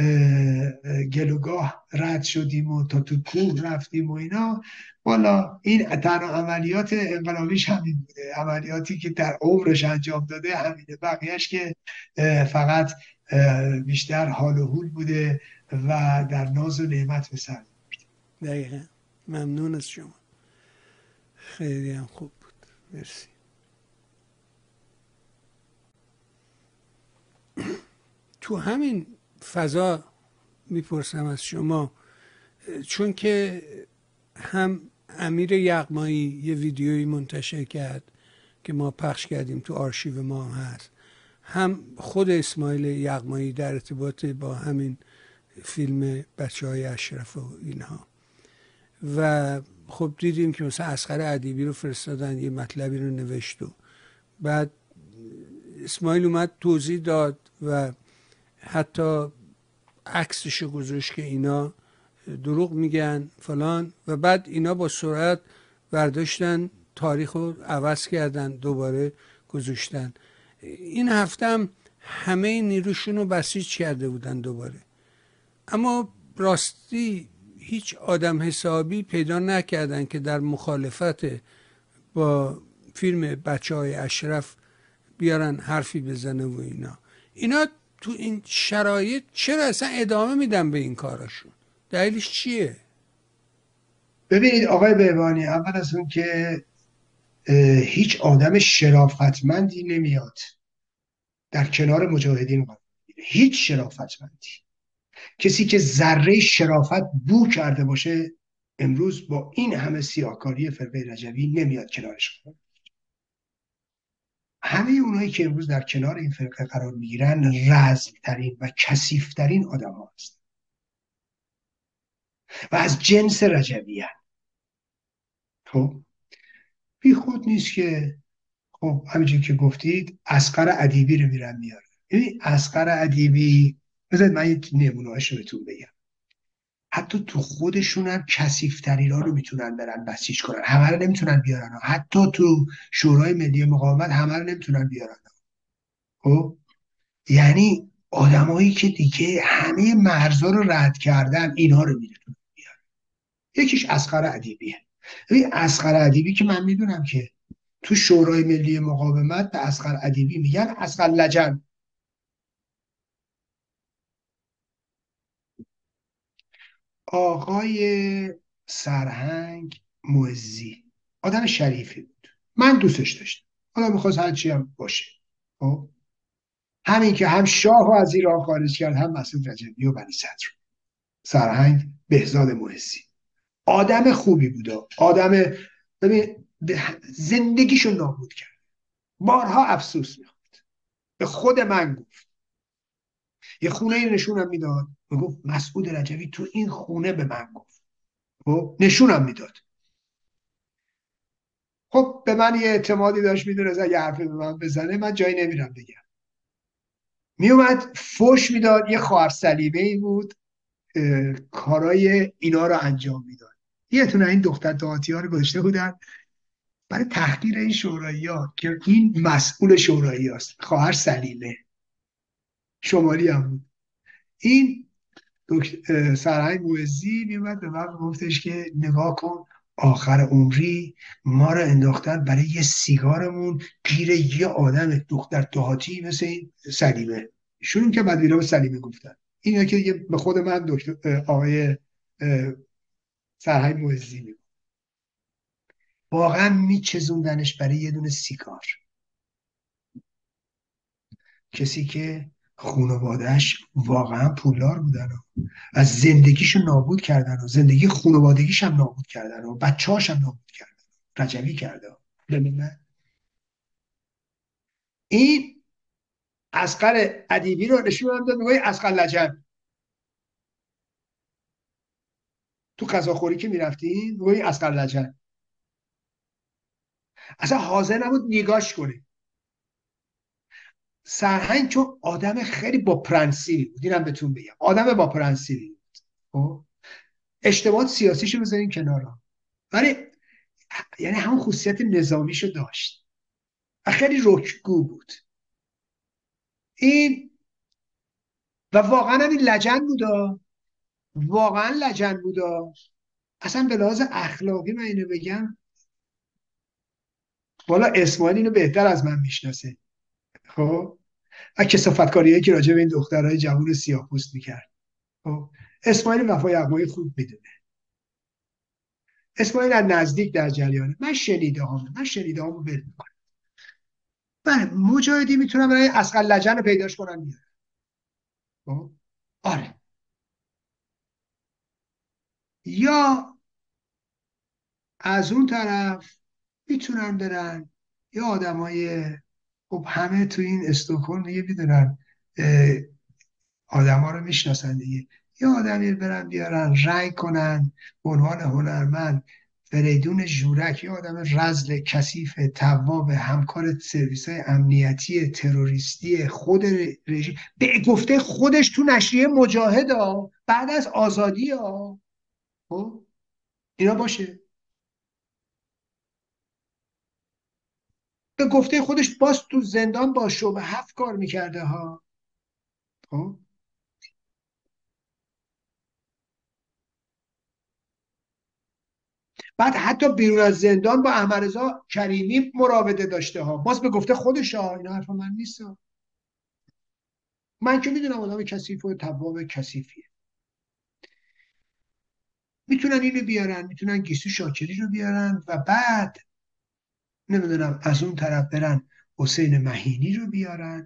گلوگاه رد شدیم و تا تو کوه رفتیم و اینا، والا این تنها عملیات انقلابیش همین بوده، عملیاتی که در عمرش انجام داده همینه. بقیهش که فقط بیشتر حال و حول بوده و در ناز و نعمت به سر. دقیقا. ممنون از شما، خیلی هم خوب بود، مرسی. تو همین فضا میپرسم از شما، چون که هم امیر یغمایی یه ویدیویی منتشر کرد که ما پخش کردیم، تو آرشیو ما هست، هم خود اسماعیل یغمایی در ارتباط با همین فیلم بچه‌های اشرف و اینها، و خب دیدیم که مثلا اصغر ادیبی رو فرستادن یه مطلبی رو نوشت و بعد اسماعیل اومد توضیح داد و حتی عکسشو گذاشت که اینا دروغ میگن فلان، و بعد اینا با سرعت برداشتن تاریخ رو عوض کردن دوباره گذاشتن. این هفته هم همه نیروشون رو بسیج کرده بودن دوباره، اما راستی هیچ آدم حسابی پیدا نکردن که در مخالفت با فیلم بچه‌های اشرف بیارن حرفی بزنه و اینا تو این شرایط چرا اصلا ادامه میدن به این کاراشون؟ دلیلش چیه؟ ببینید آقای بهبانی، اول از اون که هیچ آدم شرافتمندی نمیاد در کنار مجاهدین قرار بگیره. هیچ شرافتمندی، کسی که ذره شرافت بو کرده باشه امروز با این همه سیاهکاری فرقه رجوی نمیاد کنارش قرار. همه اونایی که امروز در کنار این فرقه قرار میگیرن رزم‌ترین و کثیف‌ترین آدم ها هستن و از جنس رجوی هستن. خب بی خود نیست که خب همینجور که گفتید اصغر ادیبی رو میرن میارن. یعنی اصغر ادیبی، بذارید من یک نمونه‌اش رو بهتون بگم، حتی تو خودشون هم کثیف‌ترین ها رو میتونن برن بسیج کنن، همه رو نمیتونن بیارن. حتی تو شورای ملی مقاومت همه رو نمیتونن بیارن. خب یعنی آدمایی که دیگه همه مرزا رو رد کردن اینها رو میتونن بیارن. یکیش اصغر ادیبیه. این اصغر ادیبی که من میدونم که تو شورای ملی مقاومت به اصغر ادیبی میگن اصغر لجن. آقای سرهنگ معزی آدم شریفی بود، من دوستش داشتم، حالا میخواست هرچی هم باشه. خب همین که هم شاه رو از ایران خارج کرد، هم مسعود رجبی و بنی صدر. سرهنگ بهزاد معزی آدم خوبی بود، آدم ببین زندگیشو نابود کرد، بارها افسوس میخواد. به خود من گفت، یه خونه نشونم میداد، میگفت مسعود رجبی تو این خونه به من گفت. خب نشونم میداد. خب به من یه اعتمادی داشت، میدونست اگه حرفی به من بزنه من جایی نمیرم بگم. میومد فوش میداد، یه خواهر صلیبه ای بود کارای اینا رو انجام میداد. یه تونه این دختر دهاتی ها رو گذاشته بودن برای تحقیر این شورایی ها که این مسئول شورایی هاست. خواهر سلیمه شمالی هم بود. این سرهنگ موعظی میومد به من گفتش که نگاه کن آخر عمری ما رو انداختن برای یه سیگارمون گیر یه آدم دختر دهاتی مثل این سلیمه. شروع که بعد ویرا به سلیمه گفتن. اینا که به خود من آقای سرهنگ موعظی میگفت واقعا میچزوندنش برای یه دونه سیگار. کسی که خانوادهش واقعا پولدار بودن و از زندگیشو نابود کردن و زندگی خانوادگیش هم نابود کردن و بچه‌هاش هم نابود کردن، رجبی کرده. ببین من این اصغر ادیبی رو نشون هم داد، میگه اصغر لجن. تو غذاخوری که میرفتین میگه اصغر لجن، اصلا حاضر نبود نگاش کنه. سرهنگ چون آدم خیلی با پرنسیبی بود، اینم بهتون بگم آدم با پرنسیبی بود. خب اشتباهات سیاسیشو بذارین کنار، ولی یعنی همون خصوصیت نظامیشو داشت و خیلی رکگو بود این. و واقعا همین لجن بودا، واقعا لجن بودا. اصلا به لحاظ اخلاقی من اینو بگم، والا اسماعیل اینو بهتر از من میشناسه. خب و کثافتکاریایی که راجع به این دخترای جوون سیاه‌پوست میکرد. خب اسماعیل وفا یغمایی خوب میدونه. اسماعیل از نزدیک در جریانه. من شنیده هامو بل میکنم. بله مجاهدی میتونم برای اصغر لجن رو پیداش کنم بیارم. خب آره. یا از اون طرف میتونن برن یه آدمای، خب همه تو این استکهلم دیگه میدونن، آدما رو میشناسن دیگه، یه آدمی برن بیارن رنگ کنن به عنوان هنرمند. فریدون ژورک، یه آدم رذل کثیف تواب، همکار سرویس های امنیتی تروریستی خود رژیم، به گفته خودش تو نشریه مجاهد ها بعد از آزادی ها. خب اینا باشه، به گفته خودش باز تو زندان با شبه 7 کار میکرده ها. خب بعد حتی بیرون از زندان با احمدرضا کریمی مراوده داشته ها، باز به گفته خودش ها. اینا حرف من نیست ها. من که میدونم آدم کثیف و تواب کثیفیه. میتونن اینو بیارن، میتونن گیسو شاکری رو بیارن و بعد نمیدونم از اون طرف برن حسین مهینی رو بیارن،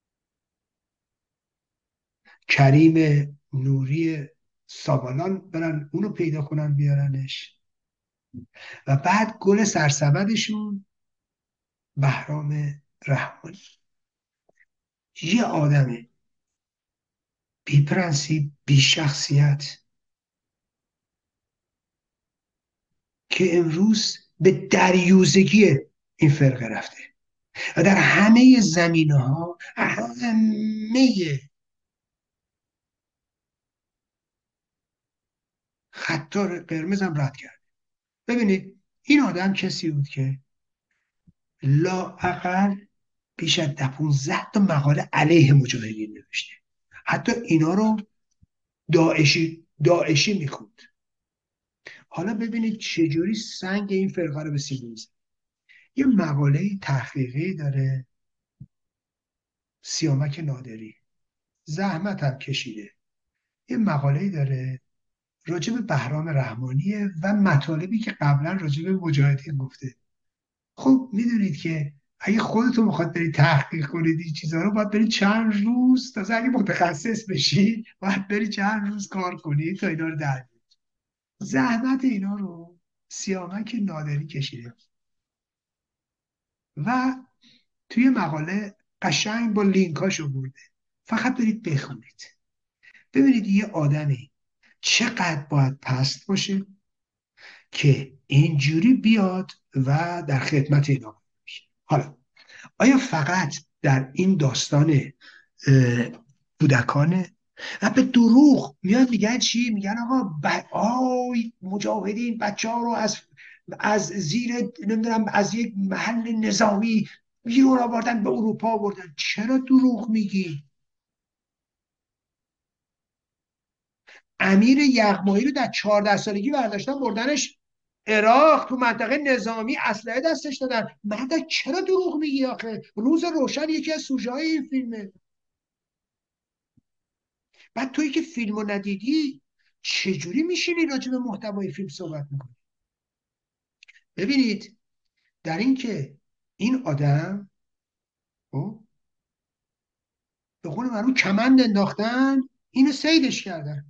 کریم نوری سابالان برن اونو پیدا کنن بیارنش، و بعد گل سرسبدشون بهرام رحمانی. یه آدم بی پرنسیپ، بی شخصیت، که امروز به دریوزگی این فرقه رفته و در همه زمینه ها همه خطار قرمز هم رد کرد. ببینید این آدم کسی بود که لااقل بیش از 15 تا مقاله علیه مجاهدین نوشته، حتی اینا رو داعشی میخوند. حالا ببینید چجوری سنگ این فرقه رو به سیلی میزنه. یه مقاله تحقیقی داره سیامک نادری، زحمت هم کشیده، یه مقاله داره راجع به بهرام رحمانیه و مطالبی که قبلا راجع به مجاهدین گفته. خب میدونید که اگه خودتون میخواد برید تحقیق کنید این چیزها رو، باید برید چند روز، تازه اگه متخصص بشید باید برید چند روز کار کنید تا اینا رو در بیارید. زحمت اینا رو سیامک نادری کشیده و توی مقاله قشنگ با لینکاشو برده. فقط برید بخونید ببینید یه آدمی چقدر باید پست باشه که اینجوری بیاد و در خدمت اینا باشه. حالا آیا فقط در این داستان کودکانه و به دروغ میاد میگن چی؟ میگن آقا آی مجاهدین بچه ها رو از زیر نمیدونم از یک محل نظامی بیرون آوردن به اروپا آوردن. چرا دروغ میگی؟ امیر یغمایی رو در 14 سالگی برداشتن بردنش عراق، تو منطقه نظامی اسلحه دستش دادن. مرد چرا دروغ میگی آخه؟ روز روشن یکی از سوژه های این فیلمه. بعد تویی که فیلمو ندیدی چجوری میشینی راجع به محتوای فیلم صحبت میکنی؟ ببینید در این که این آدم به قول معروف کمند انداختن، اینو صیدش کردن.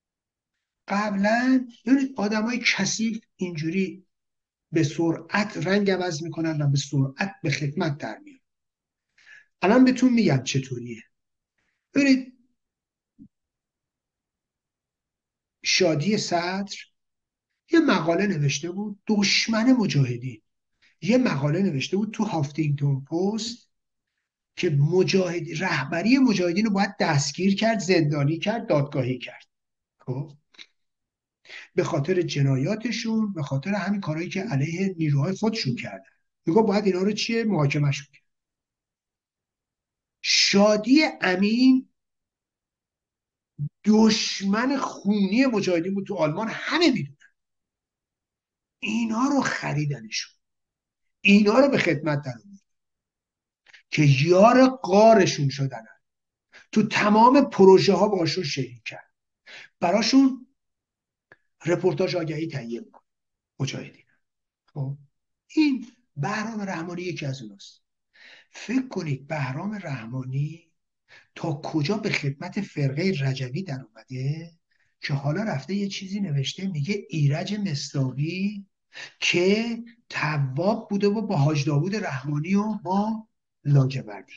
قبلا ببینید آدمای کثیف اینجوری به سرعت رنگ عوض میکنن و به سرعت به خدمت در میان. الان بهتون میگم چطوریه. ببینید شادی صدر یه مقاله نوشته بود، دشمن مجاهدین، یه مقاله نوشته بود تو هافتینگتون پست که رهبری مجاهدین رو باید دستگیر کرد، زندانی کرد، دادگاهی کرد. خب به خاطر جنایاتشون، به خاطر همین کارهایی که علیه نیروهای خودشون کردن، میگه باید اینا رو چیه محاکمهشون کرد. شادی امین دشمن خونی مجاهدین بود تو آلمان، همه میدونن. اینا رو خریدنشون، اینا رو به خدمت در آوردن که یار غارشون شدن، تو تمام پروژه ها باشون شریک کرد، براشون رپورتاج آگهی تهیه میکنه مجاهدین. خب این بهرام رحمانی یکی از اوناست. فکر کنید بهرام رحمانی تا کجا به خدمت فرقه رجوی در اومده که حالا رفته یه چیزی نوشته، میگه ایرج مصداقی که تواب بوده و با حاج داوود رحمانی و با لاجوردی.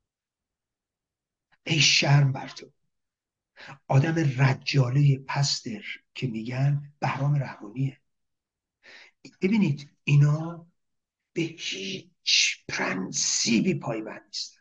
ای شرم بر تو، آدم رجاله پستر که میگن بهرام رحمانیه. ببینید اینا به هیچ پرنسیبی پایبند نیستن.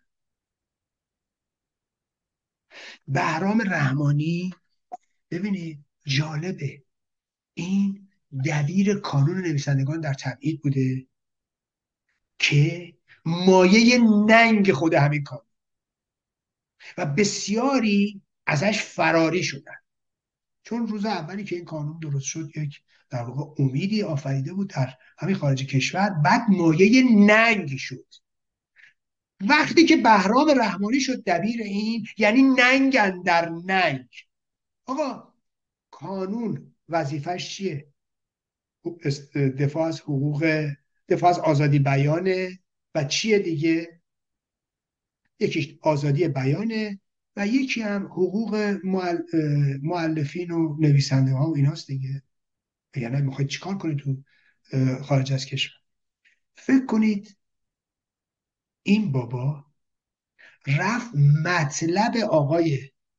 بهرام رحمانی ببینید جالبه، این دبیر کانون نویسندگان در تبعید بوده که مایه ننگ خود همین کانون و بسیاری ازش فراری شدن، چون روز اولی که این قانون درست شد یک در واقع امیدی آفریده بود در همین خارج کشور، بعد مایه ننگ شد. وقتی که بهرام رحمانی شد دبیر این، یعنی ننگ اندر ننگ. آقا قانون وظیفش چیه؟ دفاع از حقوق، دفاع از آزادی بیانه و چیه دیگه؟ یکیش آزادی بیانه و یکی هم حقوق مؤلفین و نویسنده ها و ایناست دیگه. یعنی میخواید چیکار کنید تو خارج از کشور؟ فکر کنید این بابا رفت مطلب آقای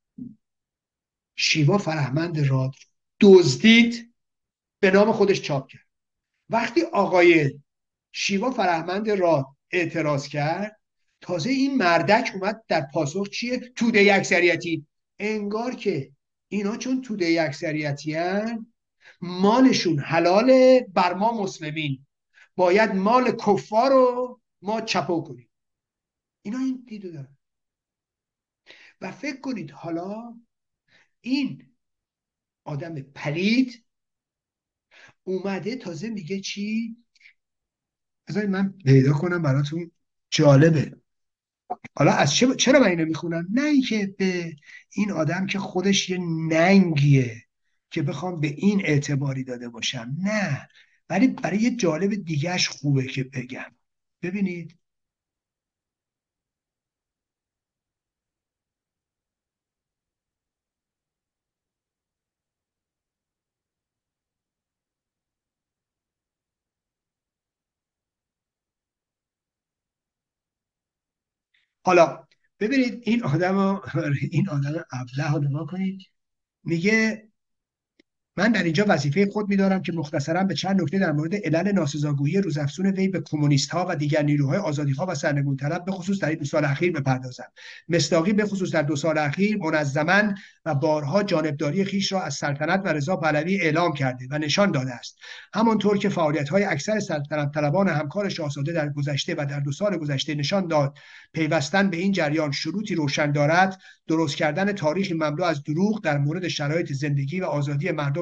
شیوا فرهمند راد دزدید، به نام خودش چاپ کرد. وقتی آقای شیوا فرهمند راد اعتراض کرد، تازه این مردک اومد در پاسخ چیه؟ توده اکثریتی. انگار که اینا چون توده اکثریتی هن، مالشون حلاله، بر ما مسلمین باید مال کفار رو ما چپو کنیم. اینا این دیدو دارن. و فکر کنید حالا این آدم پلید اومده تازه میگه چی؟ بذارید من پیدا کنم براتون، جالبه. حالا از چرا من اینو میخونم؟ نه اینکه به این آدم که خودش یه ننگیه که بخوام به این اعتباری داده باشم، نه، ولی برای یه جالب دیگهش خوبه که بگم. ببینید حالا ببینید این آدم ابله رو نگاه کنید. میگه من در اینجا وظیفه خود می‌دارم که مختصراً به چند نکته در مورد علل ناسزاگویی روزافزون وی به کمونیست‌ها و دیگر نیروهای آزادی‌خواه و سرنگون طلب به خصوص در این 2 سال اخیر بپردازم. مصداقی به خصوص در 2 سال اخیر منظماً و بارها جانبداری خیش را از سلطنت و رضا پهلوی اعلام کرده و نشان داده است. همانطور که فعالیت‌های اکثر سلطنت طلبان همکار شاهزاده در گذشته و در 2 سال گذشته نشان داد پیوستن به این جریان شروطی روشن دارد، درست کردن تاریخی مملو از دروغ در مورد شرایط زندگی و آزادی مردم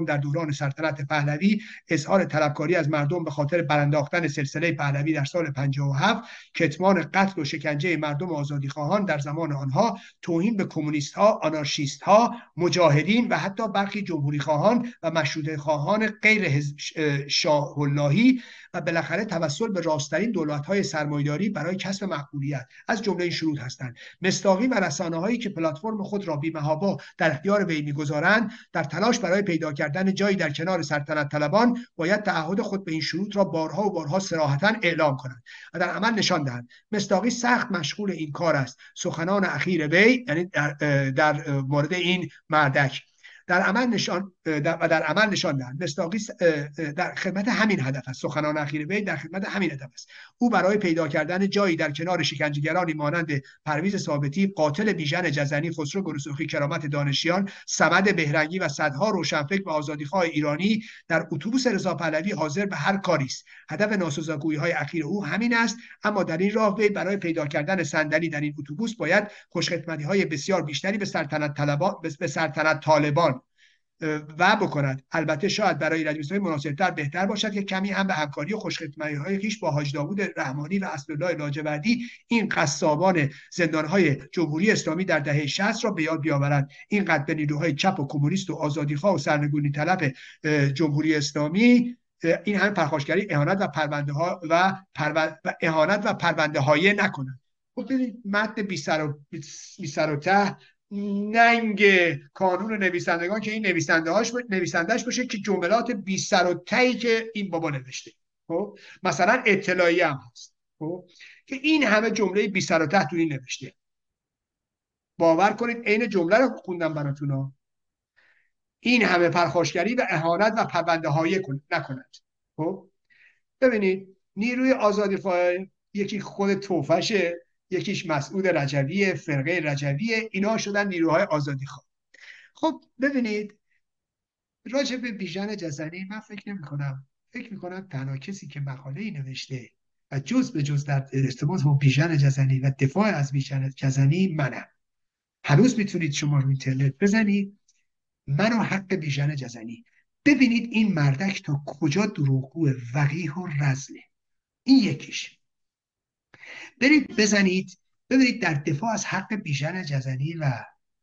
مردم در دوران سلطنت پهلوی، اظهار طلبکاری از مردم به خاطر برانداختن سلسله پهلوی در سال 57، کتمان قتل و شکنجه مردم آزادیخواهان در زمان آنها، توهین به کمونیست ها، آنارشیست ها، مجاهدین و حتی برخی جمهوری خواهان و مشروطه خواهان غیر شاه اللهی و بالاخره توسل به راستترین دولت‌های سرمایه‌داری برای کسب مقبولیت از جمله این شروط هستند. مصداقی و رسانه‌هایی که پلتفرم خود را بی‌محابا در اختیار وی می‌گذارند، در تلاش برای پیدا کردن جایی در کنار سلطنت طلبان باید تعهد خود به این شروط را بارها و بارها صراحتاً اعلام کنند و در عمل نشان دهند. مصداقی سخت مشغول این کار است. سخنان اخیر وی، یعنی در مورد این مردک، در عمل نشان دهند. مصداقی در خدمت همین هدف است. سخنان اخیر وی در خدمت همین هدف است. او برای پیدا کردن جایی در کنار شکنجهگرانی مانند پرویز ثابتی، قاتل بیژن جزنی، خسرو گروسرخی، کرامت دانشیان، صمد بهرنگی و صدها روشنفکر و آزادیخواه ایرانی در اتوبوس رضا پهلوی حاضر به هر کاری است. هدف ناسزاگویی‌های اخیر او همین است، اما در این راه وی برای پیدا کردن صندلی در این اتوبوس باید خوشخدمتی‌های بسیار بیشتری به سلطنت طالبان و بکند. البته شاید برای رجبیس‌های مناسب‌تر بهتر باشد که کمی هم به همکاری و خوشخدمتی‌های خویش با حاج داوود رحمانی و اسدالله لاجوردی این قصابان زندان‌های جمهوری اسلامی در دهه 60 را به یاد بیاورد. اینقدر به نیروهای چپ و کمونیست و آزادیخواه و سرنگونی طلب جمهوری اسلامی این همه پرخاشگری، اهانت و پرونده‌هایی نکنند. خب ببینید متن بی سر و ته ننگ کانون نویسندگان که این نویسندهش باشه که جملات بی سر و تهی که این بابا نوشته. خب مثلا اطلاعیه هم هست، خب که این همه جمله بی سر و ته تو این نوشته. باور کنید عین جمله رو خوندم براتون. این همه پرخاشگری و اهانت و پرونده‌هایی نکنند. خب ببینید نیروی آزادیخواه، یکی خود توفشه، یکیش مسعود رجویه، فرقه رجویه، اینا شدن نیروهای آزادیخواه. خب ببینید راجع به بیژن جزنی من فکر میکنم تنها کسی که مقاله‌ای نوشته و جز به جز در ارتباط با بیژن جزنی و دفاع از بیژن جزنی منم. هنوز میتونید شما رو اینترنت بزنید من و حق بیژن جزنی، ببینید این مردک تا کجا دروغگو، وقیح و رذله. این یکیش. برید بزنید ببینید در دفاع از حق بیژن جزنی و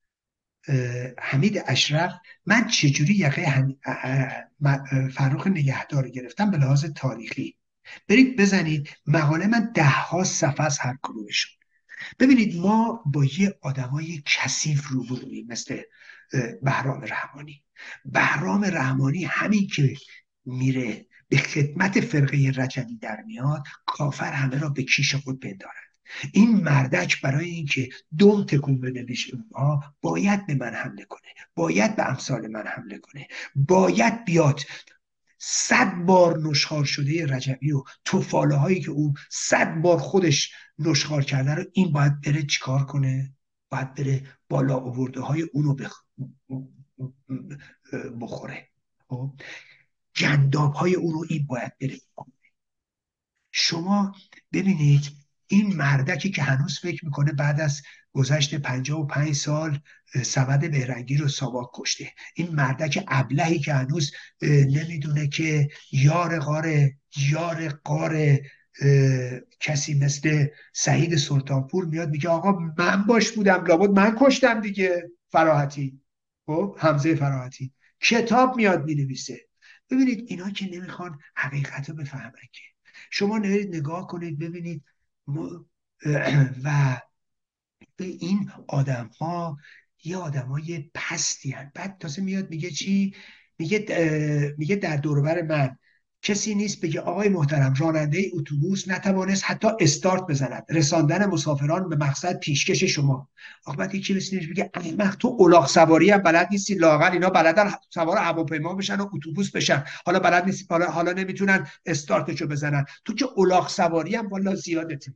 حمید اشرف من چجوری یقه فرخ نگهدار گرفتم به لحاظ تاریخی. برید بزنید مقاله من 10 صفحه از هر کدومشون. ببینید ما با یه آدمای کثیف روبرویم مثل بهرام رحمانی. بهرام رحمانی همین که میره به خدمت فرقه رجوی در میاد، کافر همه را به کیش خود بندارد. این مردک برای اینکه دم تکون بده بشه اونها باید به من حمله کنه، باید به امثال من حمله کنه، باید بیاد 100 بار نشخوار شده رجوی و توفاله هایی که او 100 بار خودش نشخوار کرده رو این باید بره چیکار کنه؟ باید بره بالا آورده های اونو بخوره. گنداب های اونو این باید بره بکنه. شما ببینید این مردکی که هنوز فکر میکنه بعد از گذشت 55 سال صمد بهرنگی رو ساواک کشته، این مردک ابلهی که هنوز نمیدونه که یار قار کسی مثل سعید سلطانپور میاد میگه آقا من باش بودم، لابد من کشتم دیگه. فراحتی، خب حمزه فراحتی کتاب میاد مینویسه. ببینید اینا که نمیخوان حقیقت رو بفهمن که. شما نگاه کنید ببینید و به این آدم ها یه آدم های پستی هست. بعد تازه میاد میگه چی؟ میگه در دوربر من کسی نیست بگه آقای محترم راننده اتوبوس نتوانست حتی استارت بزند، رساندن مسافران به مقصد پیشکش شما. آقا بعد یکی بسید بگه احمق تو الاغ سواری هم بلد نیستی، لااقل اینا بلدن سوار هواپیما بشن و اتوبوس بشن، حالا بلد نیستی، حالا نمیتونن استارتشو بزنن، تو که الاغ سواری هم والا زیادته.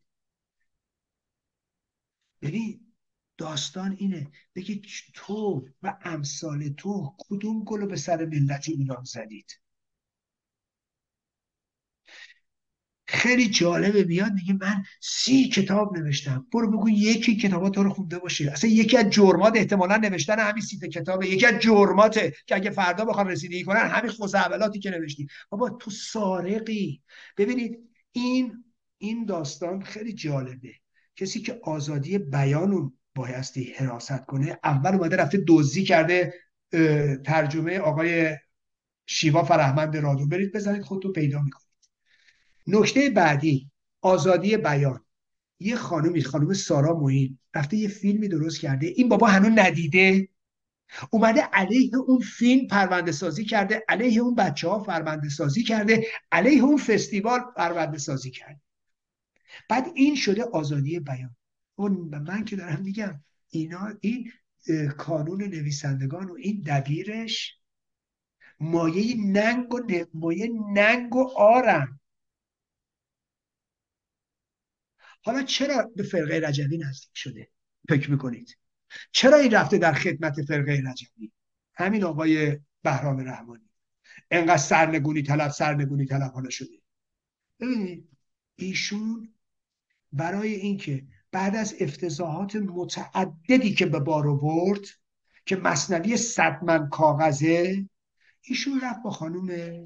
ببین داستان اینه، بگی تو و امثال تو کدوم گلو به سر ملت ایران زدید؟ خیلی جالبه، میاد میگه من 30 کتاب نوشتم. برو بگو یکی کتابات رو خونده باشی. اصلا یکی از جرمات احتمالا نوشتن همین 30 کتابه، یکی از جرماته که اگه فردا بخوان رسیدگی کنن همین خزعبلاتی که نوشتی. بابا تو سارقی. ببینید این داستان خیلی جالبه. کسی که آزادی بیانون بایستی حراست کنه، اول اومده رفته دزدی کرده. ترجمه آقای شیوا فرهمند رادو برید بزنید خودتون پیدا میکنید. نکته بعدی، آزادی بیان. یه خانم سارا معین رفته یه فیلمی درست کرده، این بابا هنوز ندیده، اومده علیه اون فیلم پرونده سازی کرده، علیه اون بچه ها پرونده سازی کرده، علیه اون فستیوال پرونده سازی کرده. بعد این شده آزادی بیان. اون من که دارم میگم این کانون نویسندگان و این دبیرش مایه ننگ و آرم. حالا چرا به فرقه رجوی نزدیک شده فکر میکنید؟ چرا این رفته در خدمت فرقه رجوی؟ همین آقای بهرام رحمانی انقدر سرنگونی طلب حالا شده. ببینید ایشون برای اینکه بعد از افتضاحات متعددی که به بار آورد که مثنوی 100 من کاغذه، ایشون رفت با خانم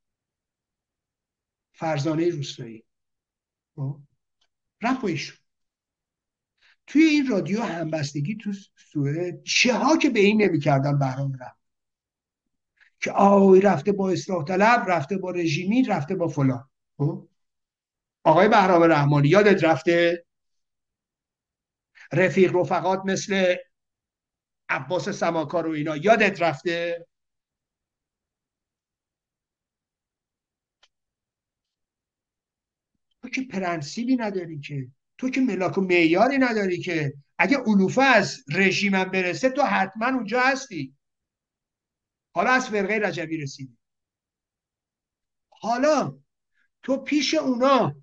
فرزانه روستایی، رفت با ایشون توی این رادیو همبستگی تو سوئد، چه ها که به این نمی‌کردن بهرام رفت که آقای رفته با اصلاح طلب، رفته با رژیمی، رفته با فلان. آقای بهرام رحمانی یادت رفته رفیق رفقات مثل عباس سماکار و اینا یادت رفته؟ تو که پرنسیبی نداری که، تو که ملاک و معیاری نداری که. اگه علوفه از رژیمم برسه تو حتما اونجا هستی. حالا از فرقه رجوی رسیدی، حالا تو پیش اونا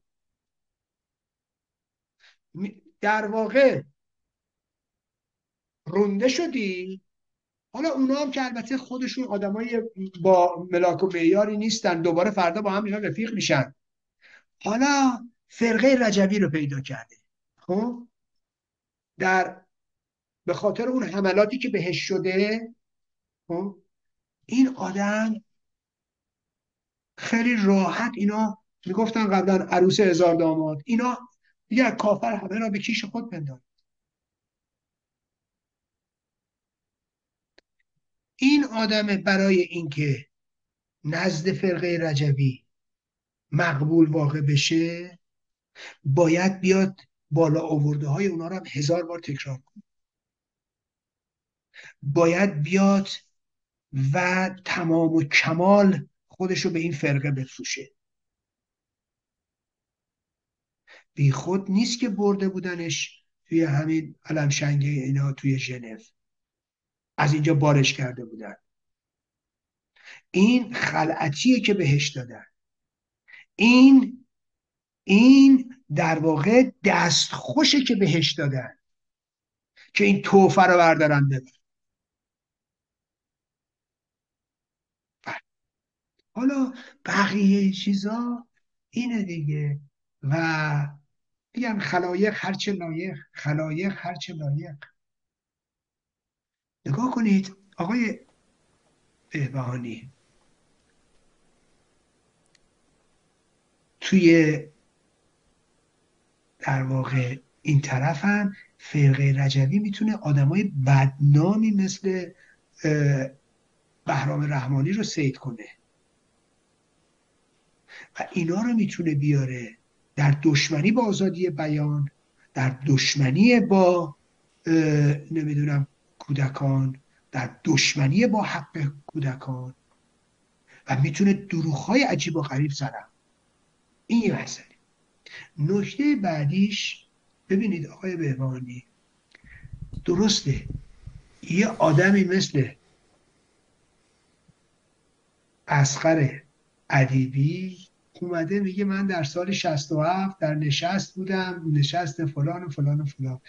در واقع رونده شدی. حالا اونا هم که البته خودشون آدمای با ملاک و معیاری نیستن، دوباره فردا با هم اینا رفیق میشن. حالا فرقه رجوی رو پیدا کرده. خب به خاطر اون حملاتی که بهش شده، خب این آدم خیلی راحت، اینا میگفتن قبلا عروس هزار داماد، اینا دیگه کافر همه را به کیش خود بنداز. این آدم برای اینکه نزد فرقه رجوی مقبول واقع بشه باید بیاد بالا آورده های اونا رو هم 1000 بار تکرار کنه. باید بیاد و تمام و کمال خودش رو به این فرقه بفروشه. بی خود نیست که برده بودنش توی همین علمشنگ اینا توی ژنو، از اینجا بارش کرده بودن. این خلعتیه که بهش دادن. این در واقع دستخوشه که بهش دادن که این توفه رو بردارن ببرن. حالا بقیه چیزا اینه دیگه. و میگن خلایق هرچه لایق، خلایق هرچه لایق. نگاه کنید آقای بهبهانی توی در واقع این طرف هم فرقه رجوی میتونه آدمای بدنامی مثل بهرام رحمانی رو صید کنه و اینا رو میتونه بیاره در دشمنی با آزادی بیان، در دشمنی با نمیدونم کودکان، در دشمنی با حق کودکان، و میتونه دروغ‌های عجیب و غریب زدن. این یه مسئله. نکته بعدیش، ببینید آقای بهبهانی، درسته یه آدمی مثل اصغر ادیبی اومده میگه من در سال 67 در نشست بودم، نشست فلان و فلان و فلان.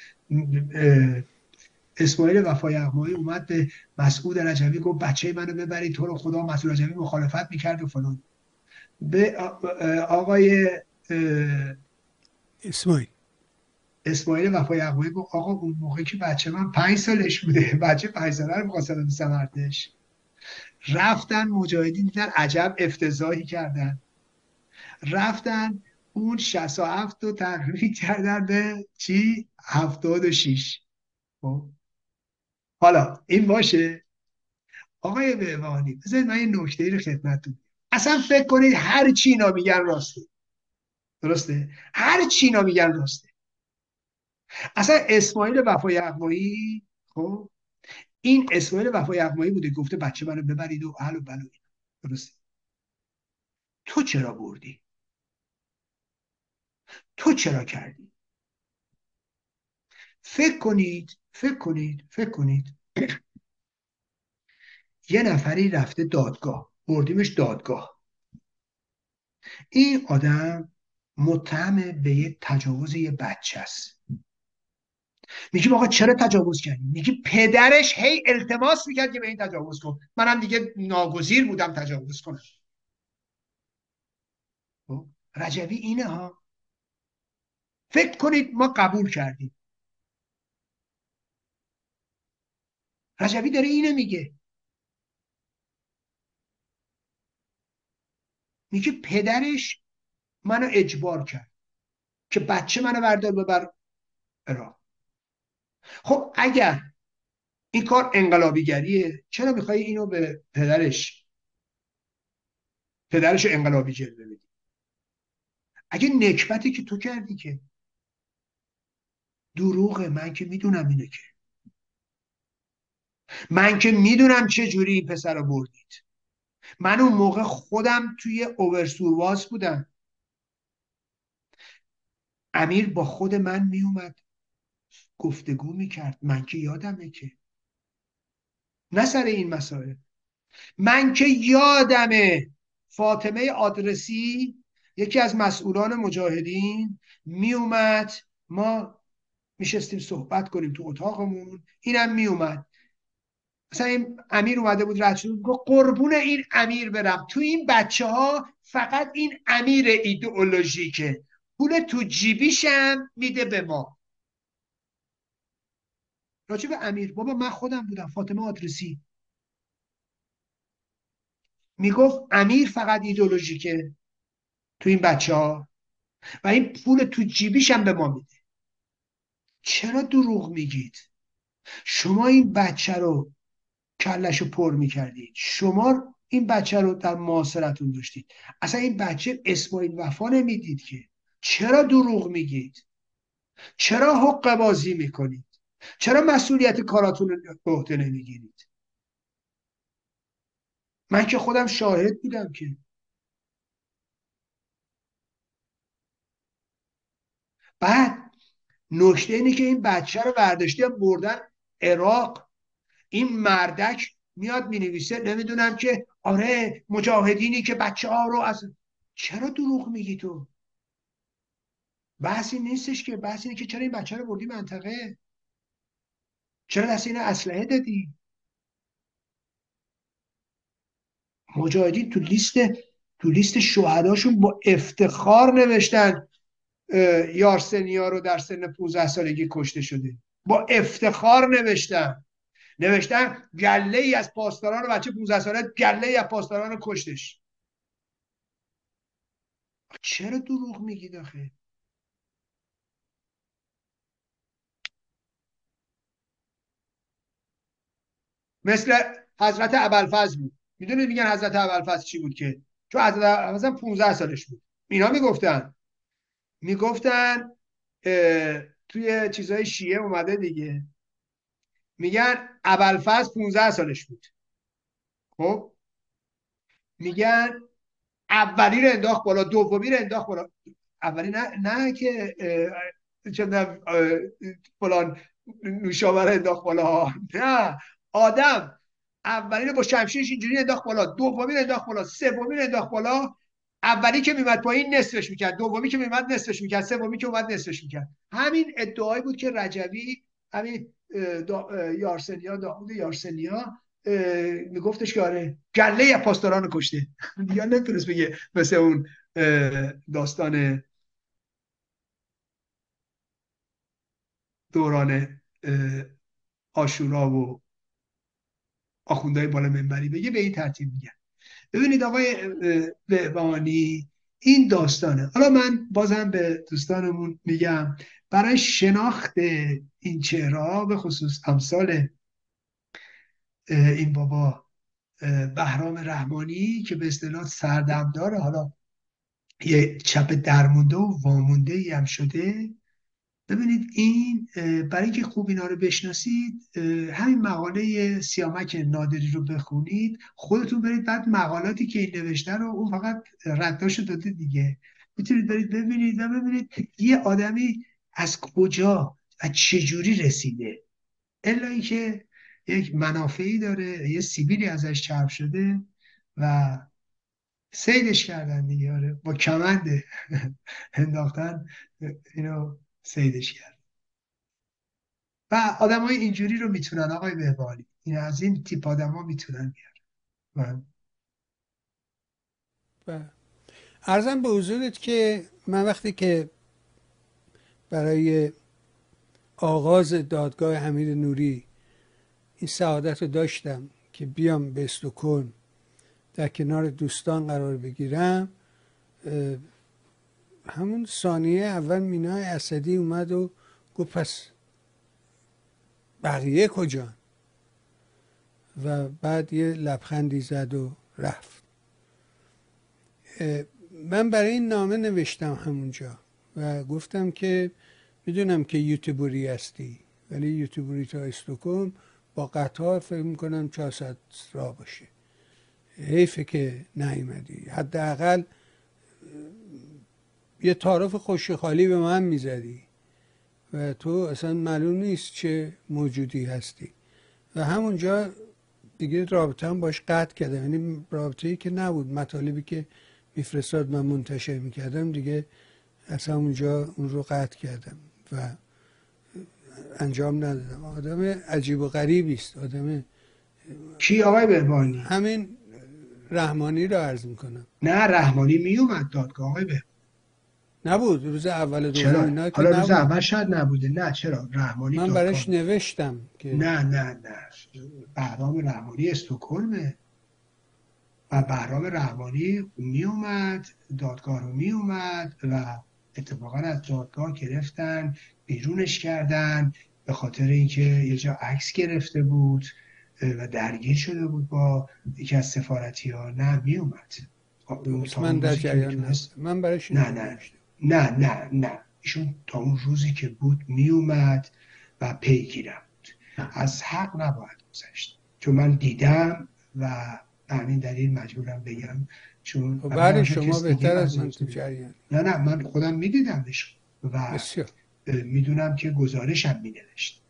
اسماعیل وفای اقمایی اومد به مسعود رجوی گفت بچه منو ببرید، تو رو خدا مسعود رجوی مخالفت میکرد و فلان. به آقای اسماعیل وفای عقبایی گفت آقا اون موقع که بچه من 5 سالش بوده، بچه 5 ساله رو می‌خواستن بزنن ارتش، رفتن مجاهدین دیدن عجب افتضاحی کردن، رفتن اون 67 رو تحویل کردن به چی؟ 76. خب حالا این باشه. آقای بهبانی بذارید من این نکته رو خدمتتون، اصلا فکر کنید هر چی اینا میگن راسته، درسته؟ هر چی اینا میگن راسته. اصلا اسماعیل وفای یغمایی، خب این اسماعیل وفای یغمایی بوده گفته بچه منو ببرید و اهل و بلو، درسته؟ تو چرا بردی؟ تو چرا کردی؟ فکر کنید یه نفری رفته دادگاه، بردیمش دادگاه، این آدم متهم به یه تجاوز یه بچه است. میگیم آقا چرا تجاوز کردی؟ میگه پدرش هی التماس میکرد که به این تجاوز کن، منم دیگه ناگزیر بودم تجاوز کنم. رجوی اینه ها. فکر کنید ما قبول کردیم. رجوی داره اینه میگه، میگه پدرش منو اجبار کرد که بچه منو بردار ببر عراق. خب اگر این کار انقلابیگریه، چرا میخوای اینو به پدرش انقلابی جلوه بدی؟ اگه نکبتی که تو کردی که دروغه، من که میدونم اینه، که من که میدونم چه جوری این پسر رو بردید. من اون موقع خودم توی اوورسورواز بودم، امیر با خود من میومد گفتگو میکرد، من که یادمه، که نه سر این مسائل، من که یادمه فاطمه آدرسی یکی از مسئولان مجاهدین میومد، ما میشستیم صحبت کنیم تو اتاقمون، اینم میومد، مثلا این امیر اومده بود رد شد، گفت قربون این امیر برم، تو این بچه ها فقط این امیر ایدئولوژیکه، پول تو جیبیشم میده به ما. راجع به امیر، بابا من خودم بودم، فاطمه آدرسی میگفت امیر فقط ایدئولوژیکه تو این بچه ها و این پول تو جیبیشم به ما میده. چرا دروغ میگید؟ شما این بچه رو کلشو پر میکردید، شما این بچه رو در معاصرتون داشتید، اصلا این بچه اسماعیل وفا نمیدید که. چرا دروغ میگید؟ چرا حق بازی میکنید؟ چرا مسئولیت کاراتون رو به عهده نمیگیرید؟ من که خودم شاهد بودم که. بعد نکته اینه که این بچه رو برداشته بردن عراق، این مردک میاد مینویسه نمیدونم که آره مجاهدینی که بچه ها رو از. چرا دروغ میگی تو؟ بحثی نیستش که، بحث اینه که چرا این بچه رو بردی منطقه، چرا دست این اسلحه دادی؟ مجاهدین تو لیست شهداشون با افتخار نوشتن یارسنیا رو در سن 15 سالگی کشته شده، با افتخار نوشتن گله ای از پاسداران بچه 15 ساله، گله ای از پاسداران کشتش. چرا دروغ میگید آخه؟ مثل حضرت ابوالفضل بود. میدونید میگن حضرت ابوالفضل چی بود؟ که چون حضرت ابوالفضل 15 سالش بود، اینا میگفتن توی چیزای شیعه اومده دیگه، میگن ابوالفضل 15 سالش بود، خب میگن اولی رو انداخت بالا، دومی رو انداخت بالا. اولی نه که چندم فلان نوشابه رو انداخت بالا، نه، آدم اولی رو با شمشیرش اینجوری انداخت بالا، دومی رو انداخت بالا، سومی رو انداخت بالا. اولی که میمد پایین نصفش میکرد، دومی که میمد نصفش میکرد، سومی که اومد نصفش میکرد. همین ادعایی بود که رجوی، همین یارسنیا، داوود یارسنیا میگفتش که آره گله یا پاسداران کشته. دیگه نمیتونست بگه مثل اون داستان دوران عاشورا و آخوندهای بالا منبری بگه، به این ترتیب میگن. ببینید آقای بهبانی، این داستانه. حالا من بازم به دوستانمون میگم برای شناخت این چهره، به خصوص امثال این بابا بهرام رحمانی که به اصطلاح سردمدار، حالا یه چپ درمونده و وامونده ای هم شده. ببینید این برای اینکه خوب اینا رو بشناسید، همین مقاله سیامک نادری رو بخونید، خودتون برید بعد مقالاتی که این نوشته رو، اون فقط رداشو داده دیگه، میتونید برید ببینید و ببینید یه آدمی از کجا و چجوری رسیده. الا اینکه یک منافعی داره، یه سیبیلی ازش چرب شده و سیلش کردن دیگه، آره، با کمند انداختن اینو سیدش کرد. و آدم های اینجوری رو میتونن آقای بهبانی، این از این تیپ آدم ها میتونن بیارن. و عرضم به حضورت که من وقتی که برای آغاز دادگاه حمید نوری این سعادت رو داشتم که بیام به استکهلم در کنار دوستان قرار بگیرم، همون ثانیه اول مینای اسدی اومد و گفت پس بقیه کجان؟ و بعد یه لبخندی زد و رفت. من برای این نامه نوشتم همونجا و گفتم که میدونم که یوتیوبری هستی، ولی یوتیوبری تا استکهلم با قطار فکر میکنم 400 راه باشه، حیفه که نیومدی، حداقل یه تعارف خوشخالی به من میزدی و تو اصلا معلوم نیست چه موجودی هستی. و همونجا دیگه رابطه هم باش قطع کردم، یعنی رابطه‌ای که نبود، مطالبی که میفرستاد من منتشر میکردم دیگه، اصلا اونجا اون رو قطع کردم و انجام ندادم. آدم عجیب و غریبی است، آدم. کی آقای بهبانی؟ همین رحمانی رو عرض میکنم. نه، رحمانی میومد دادگاه آقای بهبانی. نبود روز اول دوم چرا؟ اینا که حالا روز نبود. اول شاید نبوده. نه چرا؟ رحمانی من دادگاه براش نوشتم که نه بهرام رحمانی استکهلمه و بهرام رحمانی میومد دادگاه رو میومد و اتفاقا از دادگاه گرفتن بیرونش کردن به خاطر اینکه یه جا عکس گرفته بود و درگیر شده بود با یکی از سفارتی ها. نه میومد تا من اون در روزی که جریان میتونست. نبودم. من براش نه نه نوشتم. نه ایشون تا اون روزی که بود میومد و پیگیرم بود. از حق نباید گذشت، چون من دیدم و همین دلیل مجبورم بگم، چون بله شما بهتر از من تو جریان. نه من خودم میدیدمش و بسیار میدونم که گزارشم مینوشت.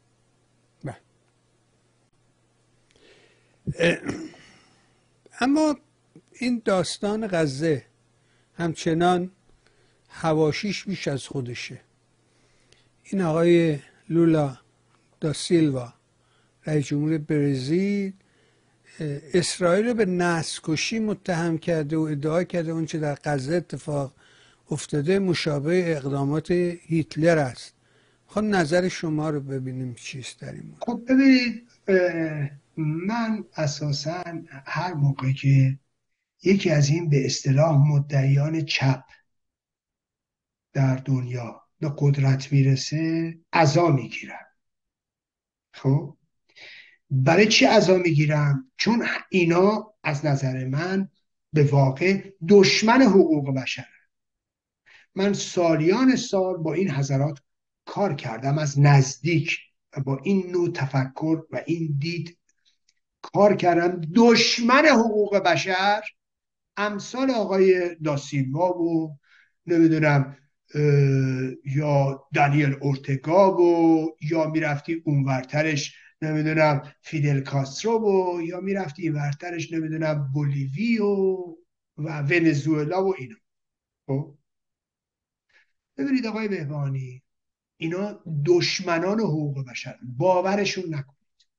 اما این داستان غزه همچنان حواشیش بیش از خودشه. این آقای لولا دا سیلوا رئیس جمهور برزیل اسرائیل رو به نسل‌کشی متهم کرده و ادعا کرده اون چه در غزه اتفاق افتاده مشابه اقدامات هیتلر است. خب نظر شما رو ببینیم چیست در این مورد. خب ببینید، من اساساً هر موقع که یکی از این به اصطلاح مدعیان چپ در دنیا به قدرت میرسه عزا میگیرم. خب برای چی عزا میگیرم؟ چون اینا از نظر من به واقع دشمن حقوق بشر. من سالیان سال با این حضرات کار کردم از نزدیک و با این نوع تفکر و این دید کار کردم. دشمن حقوق بشر امثال آقای داسیلوا و نمیدونم یا دانیل اورتگا و یا میرفتی اونورترش نمیدونم فیدل کاسترو و یا میرفتی اینورترش نمیدونم بولیوی و ونزوئلا و اینا. خب ببینید آقای بهبانی، اینا دشمنان حقوق بشر، باورشون نکنید.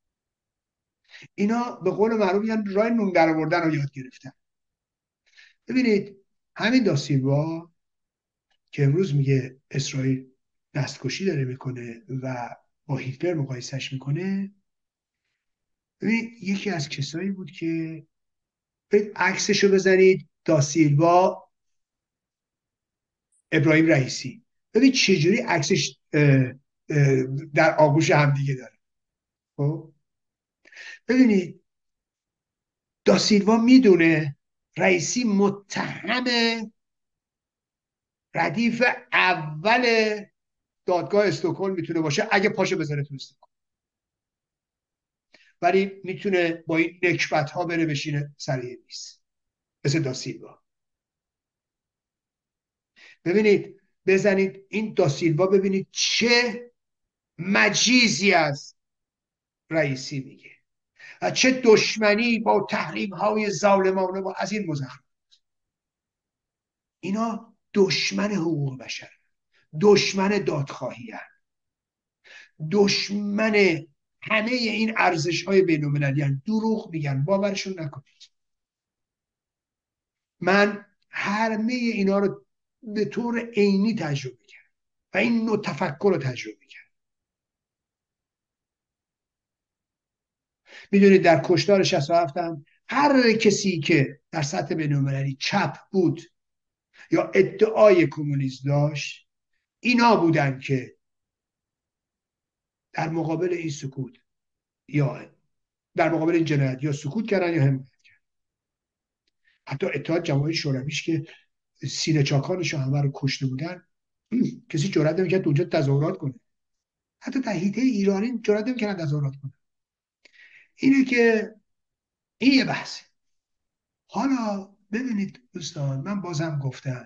اینا به قول معروف میگن راه نون در آوردن رو یاد گرفتن. ببینید همین داسیلوا که امروز میگه اسرائیل دستکشی داره میکنه و با هیتلر مقایسش میکنه. ببینید یکی از کسایی بود که عکسشو بزنید، داسیلوا، ابراهیم رئیسی، ببین چجوری عکسش در آغوش همدیگه داره. خب ببینید داسیلوا میدونه رئیسی متهم ردیف اول دادگاه استکهلم میتونه باشه اگه پاشو بذاره تو استکهلم، ولی میتونه با این نکبت ها بره بشینه سر یه میز مثل داسیلوا. ببینید بزنید این داسیلوا، ببینید چه مجیزی از رئیسی میگه و چه دشمنی با تحریم های ظالمانه با از این مزخرف. اینا دشمن حقوق بشر، دشمن دادخواهی هست، دشمن همه این ارزش های بین المللی هست. دروغ میگن، باورشون نکنید. من همه اینا رو به طور عینی تجربه کردم و این نوع تفکر رو تجربه کردم. میدونید در کشتار 67 هم هر کسی که در سطح بین المللی چپ بود یا ادعای کمونیسم داشت، اینا بودن که در مقابل این سکوت یا در مقابل این جنایت یا سکوت کردن یا حمایت کردن. حتی اتحاد جماهیر شورویش که سینه چاکانش همه رو کشته بودن، کسی جرئت نمی‌کرد اونجا تظاهرات کنه. حتی در حیطه ایرانی جرئت نمی‌کردن تظاهرات کنه. اینه که این یه بحثه. حالا ببینید دوستان، من بازم گفتم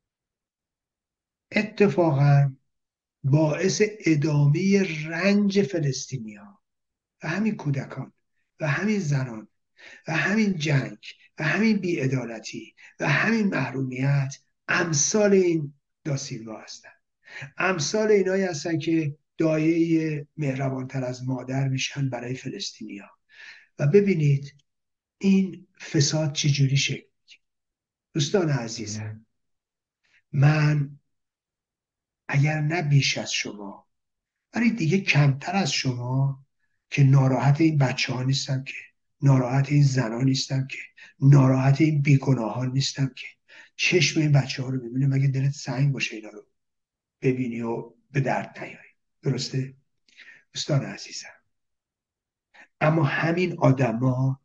اتفاقا باعث ادامه رنج فلسطینی‌ها و همین کودکان و همین زنان و همین جنگ و همین بی‌عدالتی و همین محرومیت امثال این داسیلوا هستن. امثال اینایی هستن که دایه مهربانتر از مادر میشن برای فلسطینیا. و ببینید این فساد چجوری شکل میگیره. دوستان عزیزم، من اگر نه بیش از شما ولی دیگه کمتر از شما که ناراحت این بچه ها نیستم، که ناراحت این زنان نیستم، که ناراحت این بیگناهان نیستم، که چشم این بچه ها رو ببینه مگه دلت سنگ باشه اینا رو ببینی و به درد نیاری. درسته؟ دوستان عزیزم، اما همین آدما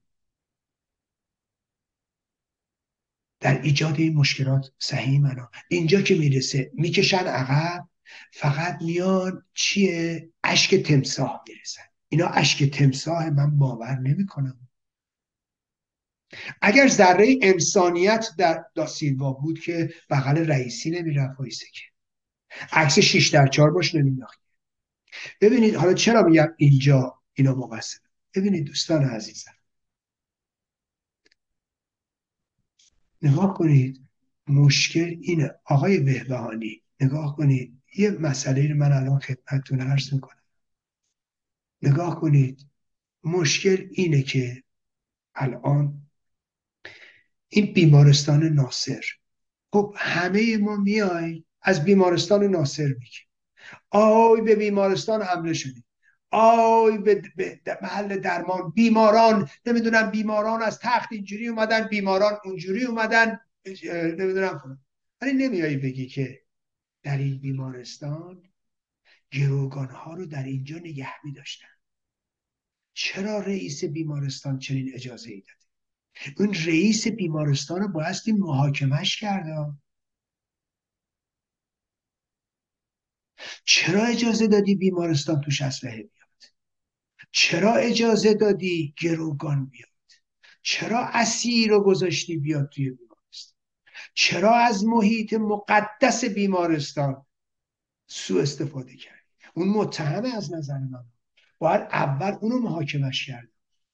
در ایجاد این مشکلات سهیمن. اینجا که میرسه میکشن عقب، فقط میان چیه؟ اشک تمساح میرسن. اینا اشک تمساح، من باور نمیکنم. اگر ذره انسانیت در داسیلوا بود که بغل رئیسی نمیرفت وایسه، که عکس 6:4 باش نمینداخت. ببینید حالا چرا میگم اینجا اینا مقصر. ببینید دوستان عزیزم، نگاه کنید، مشکل اینه. آقای بهبهانی نگاه کنید، یه مسئله رو من الان خدمتتون عرض میکنم. نگاه کنید، مشکل اینه که الان این بیمارستان ناصر، خب همه ما میای از بیمارستان ناصر میگیم آی به بیمارستان حمله شدیم، آی به محل درمان، بیماران نمیدونم، بیماران از تخت اینجوری اومدن، بیماران اونجوری اومدن، نمیدونم. ولی نمیایی بگی که در این بیمارستان گروگانها رو در اینجا نگه می‌داشتن. چرا رئیس بیمارستان چنین اجازه ای داده؟ اون رئیس بیمارستان رو بایستی محاکمش کرده. چرا اجازه دادی بیمارستان توش اسلحه بیاد؟ چرا اجازه دادی گروگان بیاد؟ چرا اسیر رو گذاشتی بیاد توی بیمارستان؟ چرا از محیط مقدس بیمارستان سوء استفاده کردی؟ اون متهمه از نظر من، باید اول اونو محاکمش کرد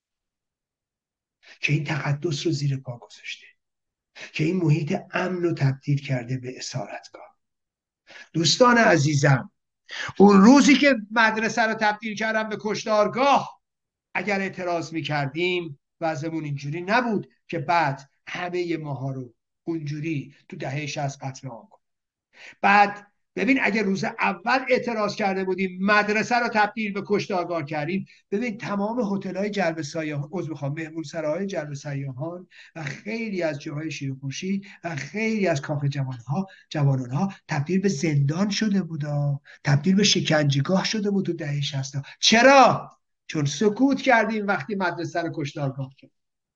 که این تقدس رو زیر پا گذاشته، که این محیط امن رو تبدیل کرده به اسارتگاه. دوستان عزیزم، اون روزی که مدرسه رو تبدیل کردم به کشتارگاه، اگر اعتراض میکردیم وضعمون اینجوری نبود که بعد همه ماها رو اونجوری تو دهه 60 قتل عام کنن. بعد ببین اگه روز اول اعتراض کرده بودیم مدرسه رو تبدیل به کشتارگاه کردیم، ببین تمام هتل‌های جلب سیاحان، عذر میخوام، مهمون سراهای جلب سیاحان و خیلی از جاهای شیر و خورشید و خیلی از کاخ جوانانها تبدیل به زندان شده بود، تبدیل به شکنجهگاه شده بود تو دهه 60. چرا؟ چون سکوت کردیم وقتی مدرسه رو کشتارگاه کرد.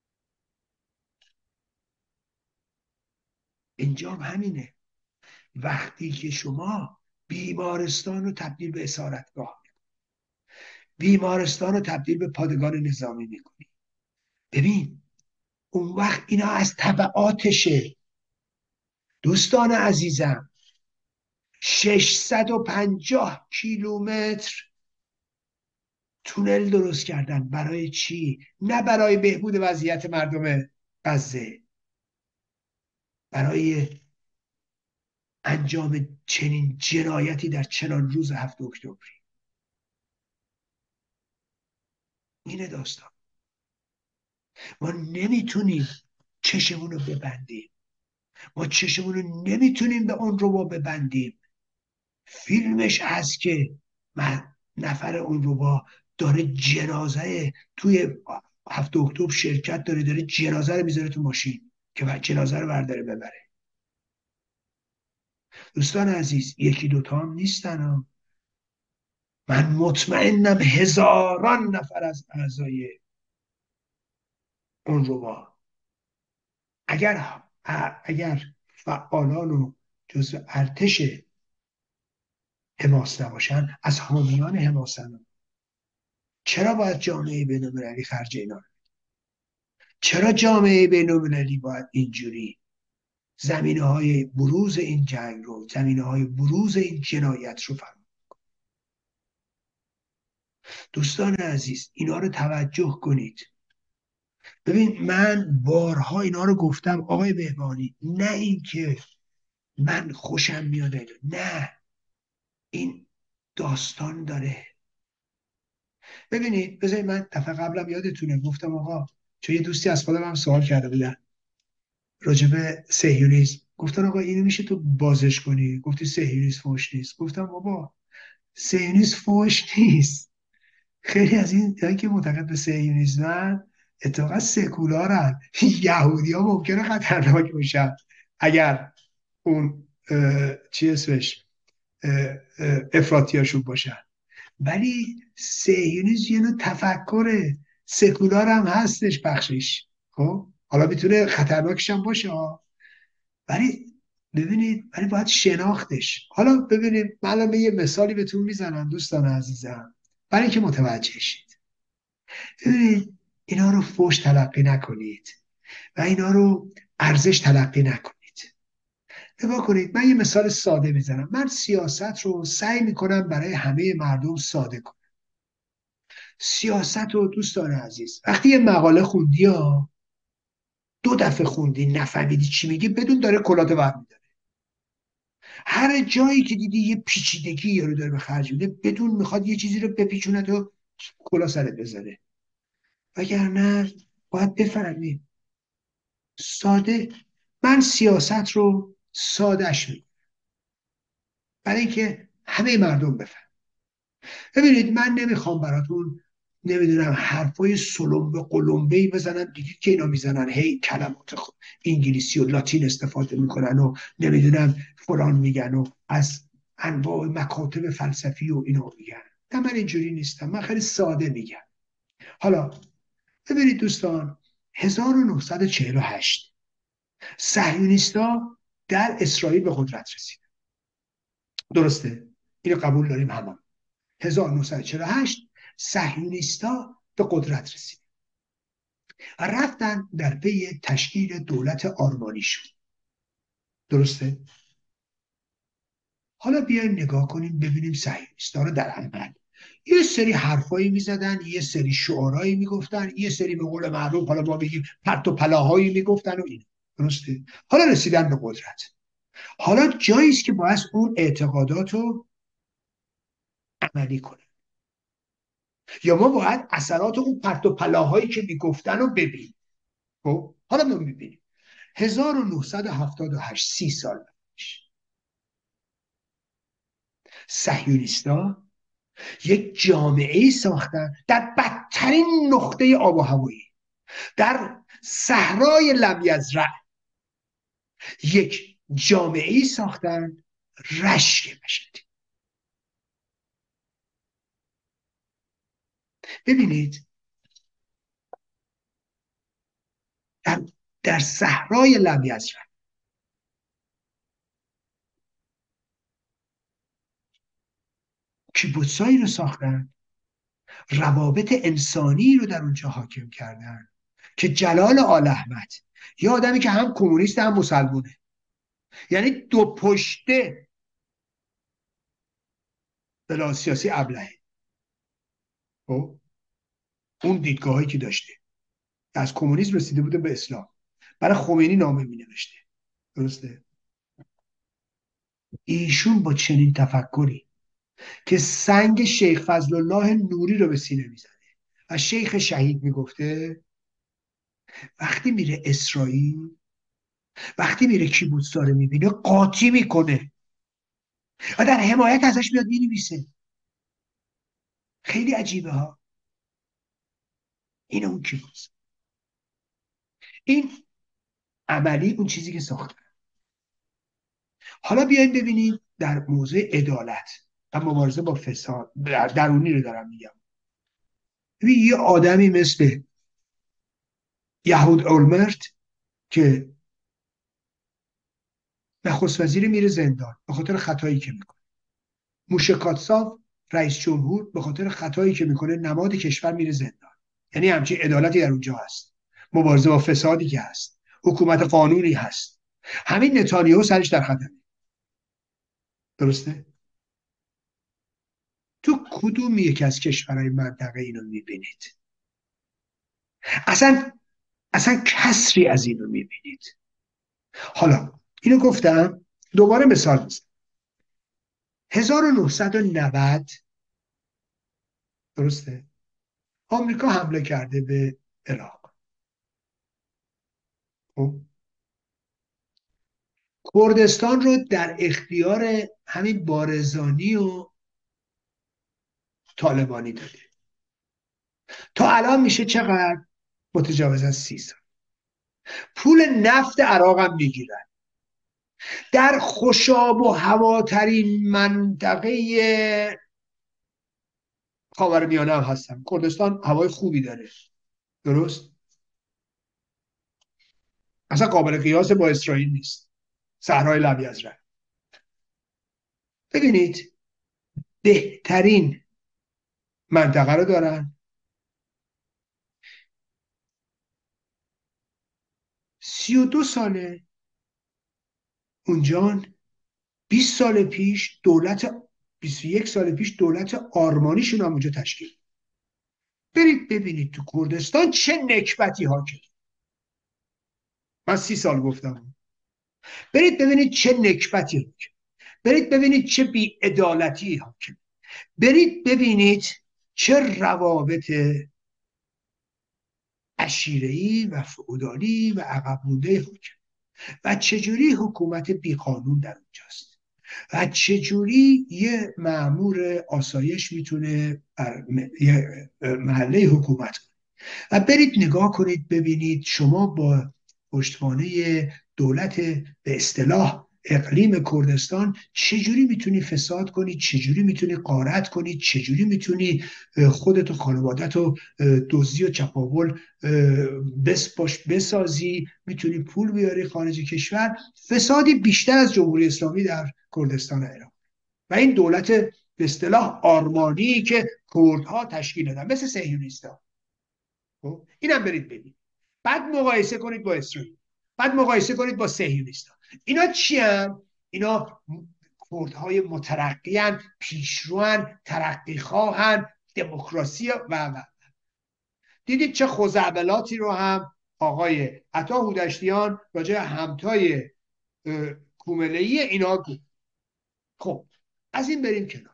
اینجا همینه، وقتی که شما بیمارستان رو تبدیل به اسارتگاه، بیمارستان رو تبدیل به پادگان نظامی میکنی، ببین اون وقت اینا از تبعاتشه. دوستان عزیزم، 650 کیلومتر تونل درست کردن. برای چی؟ نه برای بهبود وضعیت مردم غزه، برای انجام چنین جنایتی در چنان روز 7 اکتبر. اینه داستان. ما نمیتونیم چشمون رو ببندیم، ما چشمون رو نمیتونیم به اون رو ببندیم. فیلمش هست که نفر اون رو داره جنازه توی 7 اکتبر شرکت داره جنازه رو میذاره تو ماشین که جنازه رو برداره ببره. دوستان عزیز، یکی دوتا هم نیستن. من مطمئنم هزاران نفر از اعضای اون رو اگر فعالان و جزء ارتش حماس نباشن، از حامیان حماسن. چرا باید جامعه بین‌المللی خرج اینا رو؟ چرا جامعه بین‌المللی باید اینجوری زمینه‌های بروز این جنگ رو، زمینه‌های بروز این جنایت رو فراهم؟ دوستان عزیز، اینا رو توجه کنید. ببین من بارها اینا رو گفتم آقای بهبانی، نه این که من خوشم میاد، نه، این داستان داره. ببینید بذارید من دفعه قبلم یادتونه گفتم آقا، چون یه دوستی از خودم هم سوال کرده بودن راجب صهیونیسم، گفتن آقا اینو میشه تو بازش کنی؟ گفتی صهیونیسم فحش نیست. گفتم بابا صهیونیسم فحش نیست. خیلی از این که معتقد به صهیونیسمن اتفاقا سکولارن. یهودی ها ممکنه خطرناک باشن اگر اون چی اسمش افراطیاشون باشن، ولی صهیونیسم یه نوع تفکره، سکولار هم هستش بخشش. خب حالا میتونه خطرناکش هم باشه ولی ببینید، ولی باید شناختش. حالا ببینید من الان یه مثالی بهتون میزنم دوستان عزیزم برای اینکه متوجه شید. ببینید اینا رو فحش تلقی نکنید و اینا رو ارزش تلقی نکنید. نگاه کنید، من یه مثال ساده میزنم. من سیاست رو سعی میکنم برای همه مردم ساده کنم. سیاست رو دوستان عزیز وقتی یه مقاله خوندی 2 دفعه خوندی نفهمیدی چی میگه، بدون داره کلات برمی‌داره. هر جایی که دیدی یه پیچیدگی رو داره به خرج میده، بدون میخواد یه چیزی رو بپیچونه تو کلا سرت بزنه. وگرنه باید بفهمیم ساده. من سیاست رو سادهش میکنم برای اینکه همه مردم بفهم. ببینید من نمیخوام براتون نمیدونم حرفای سلمبه قلمبه‌ای بزنم، دیدید که اینا میزنن هی کلمات انگلیسی و لاتین استفاده میکنن و نمیدونم فلان میگن و از انواع مکاتب فلسفی و اینا میگن. نه من اینجوری نیستم، من خیلی ساده میگم. حالا ببینید دوستان، 1948 صهیونیست‌ها در اسرائیل به قدرت رسیدن. درسته؟ اینو قبول داریم همه. 1948 صهیونیست‌ها به قدرت رسیدن و رفتن در پی تشکیل دولت آرمانیشون. درسته؟ حالا بیایم نگاه کنیم ببینیم صهیونیست‌ها رو در عمل. یه سری حرفایی میزدن، یه سری شعارهایی میگفتن، یه سری به قول معروف حالا ما بگیم پرت و پلاهایی میگفتن و این. درسته؟ حالا رسیدن به قدرت. حالا جایی است که باید اون اعتقادات رو عملی کنه، یا ما باید اثرات اون پرت و پلاهایی که میگفتن رو ببینیم. خب حالا ما میبینیم 1978 30 سال بعدش صهیونیستا یک جامعه ای ساختن در بدترین نقطه آب و هوایی، در صحرای لم یزرع، یک جامعه ای ساختن رشک مشهدی. ببینید در, در صحرای لم یزرع کیبوتسایی رو ساختن، روابط انسانی رو در اونجا حاکم کردن که جلال آل احمد یه آدمی که هم کمونیست هم مسلمونه، یعنی دو پشته بلا سیاسی ابلهه. خب اون دیدگاهی که داشته از کمونیسم رسیده بوده به اسلام، برای خمینی نامه می نوشته. درسته؟ ایشون با چنین تفکری که سنگ شیخ فضل الله نوری رو به سینه میزنه و شیخ شهید میگفته، وقتی میره اسرائیل، وقتی میره کیبوتسا رو میبینه قاطی میکنه و در حمایت ازش میاد مینویسه. خیلی عجیبه ها. این اون کیبوتس، این عملی اون چیزی که ساخته. حالا بیاین ببینیم در موضوع عدالت و مبارزه با فساد درونی رو دارم میگم. ببین یه آدمی مثل یهود اولمرت که نخست وزیر میره زندان به خاطر خطایی که میکنه، موشه کاتساف رئیس جمهور به خاطر خطایی که میکنه نماد کشور میره زندان. یعنی همچین عدالتی در اونجا هست، مبارزه با فسادی که هست، حکومت قانونی هست. همین نتانیاهو سرش در خطره. درسته؟ تو کدوم یک از کشورهای منطقه اینو میبینید؟ اصلا کسری از اینو میبینید؟ حالا اینو گفتم، دوباره مثال میزنم. 1990 درسته آمریکا حمله کرده به عراق. خب کردستان رو در اختیار همین بارزانی و طالبانی داده. تا الان میشه چقدر؟ متجاوز از 30 سال. پول نفت عراق هم میگیرن. در خوشاب و هواترین منطقه خاورمیانه هم هستن. کردستان هوای خوبی داره. درست؟ اصلا قابل قیاس با اسرائیل نیست. صحرای لب یزرع. ببینید بهترین منطقه رو دارن. 32 ساله اونجان. 20 سال پیش دولت 21 سال پیش دولت آرمانیشون هم اونجا تشکیل. برید ببینید تو کردستان چه نکبتی حاکم. من 30 سال گفتم. برید ببینید چه نکبتی حاکم. برید ببینید چه بی‌عدالتی حاکم. برید ببینید چه روابط عشیره‌ای و فئودالی و عقب مونده حاکم و چجوری حکومت بیقانون در اونجاست و چجوری یه مأمور آسایش میتونه یه محله حکومت کنه. و برید نگاه کنید ببینید شما با پشتوانه دولت به اصطلاح اقلیم کردستان چجوری میتونی فساد کنی، چجوری میتونی غارت کنی، چجوری میتونی خودت و خانوادت رو دزدی و چپاول بسازی، میتونی پول بیاری خارج کشور. فسادی بیشتر از جمهوری اسلامی در کردستان عراق و این دولت به اصطلاح آرمانی که کردها تشکیل دادن مثل صهیونیست‌ها. اینم برید ببینید. بعد مقایسه کنید با اسرائیل، بعد مقایسه کنید با صهیونیست‌ها. اینا چی هم؟ اینا کردهای مترقیان، پیشروان، ترقیخواهن، دموکراسی و دیدید چه خزعبلاتی رو هم آقای عطا هودشتیان راجع همتای کومله‌ای اینا گفت. خب از این بریم کنار.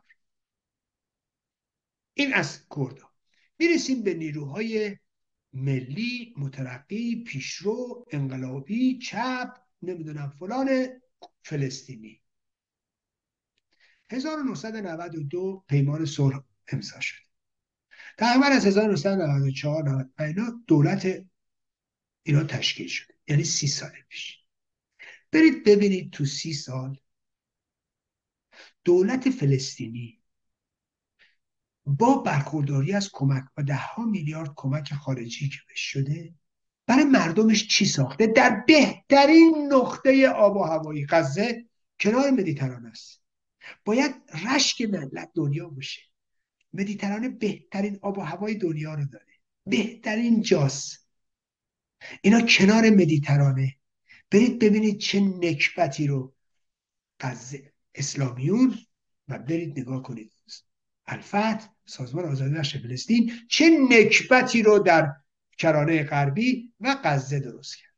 این از کردها. میرسیم به نیروهای ملی، مترقی، پیشرو، انقلابی، چپ، نمیدونم فلان، فلسطینی. 1992 پیمان صلح امضا شد. تقریبا از 1994 اینا دولت ایران تشکیل شده، یعنی 30 سال پیش. برید ببینید تو 30 سال دولت فلسطینی با برخورداری از کمک و 10 میلیارد کمک خارجی که بهش شده برای مردمش چی ساخته؟ در بهترین نقطه آب و هوایی غزه کنار مدیترانه است. باید رشک ملت دنیا باشه. مدیترانه بهترین آب و هوای دنیا رو داره، بهترین جاست. اینا کنار مدیترانه. برید ببینید چه نکبتی رو غزه اسلامیون و برید نگاه کنید الفتح، سازمان آزادی بخش فلسطین، چه نکبتی رو در کرانه غربی و غزه درست کرد.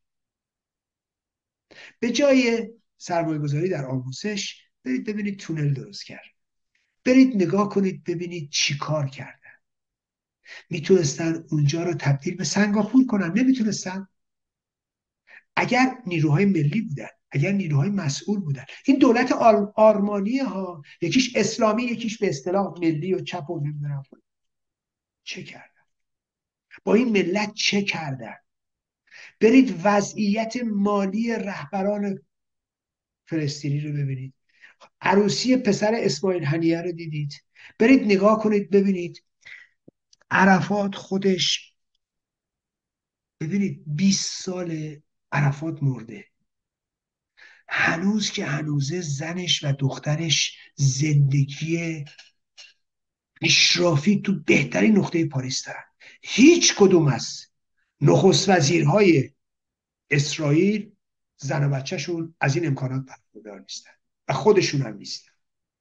به جای سرمایه گذاری در آموزش برید ببینید تونل درست کرد. برید نگاه کنید ببینید چی کار کردن. میتونستن اونجا رو تبدیل به سنگاپور کنن، نمیتونستن. اگر نیروهای ملی بودن، اگر نیروهای مسئول بودن. این دولت آرمانی ها، یکیش اسلامی یکیش به اصطلاح ملی و چپ و نمیدونم چه کردن با این ملت، چه کردن. برید وضعیت مالی رهبران فلسطینی رو ببینید. عروسی پسر اسماعیل هنیه رو دیدید. برید نگاه کنید ببینید عرفات خودش، ببینید 20 سال عرفات مرده، هنوز که هنوزه زنش و دخترش زندگی اشرافی تو بهترین نقطه پاریس دارن. هیچ کدوم از نخست وزیرهای اسرائیل زن و بچهشون از این امکانات برخوردار نیستن و خودشون هم نیستن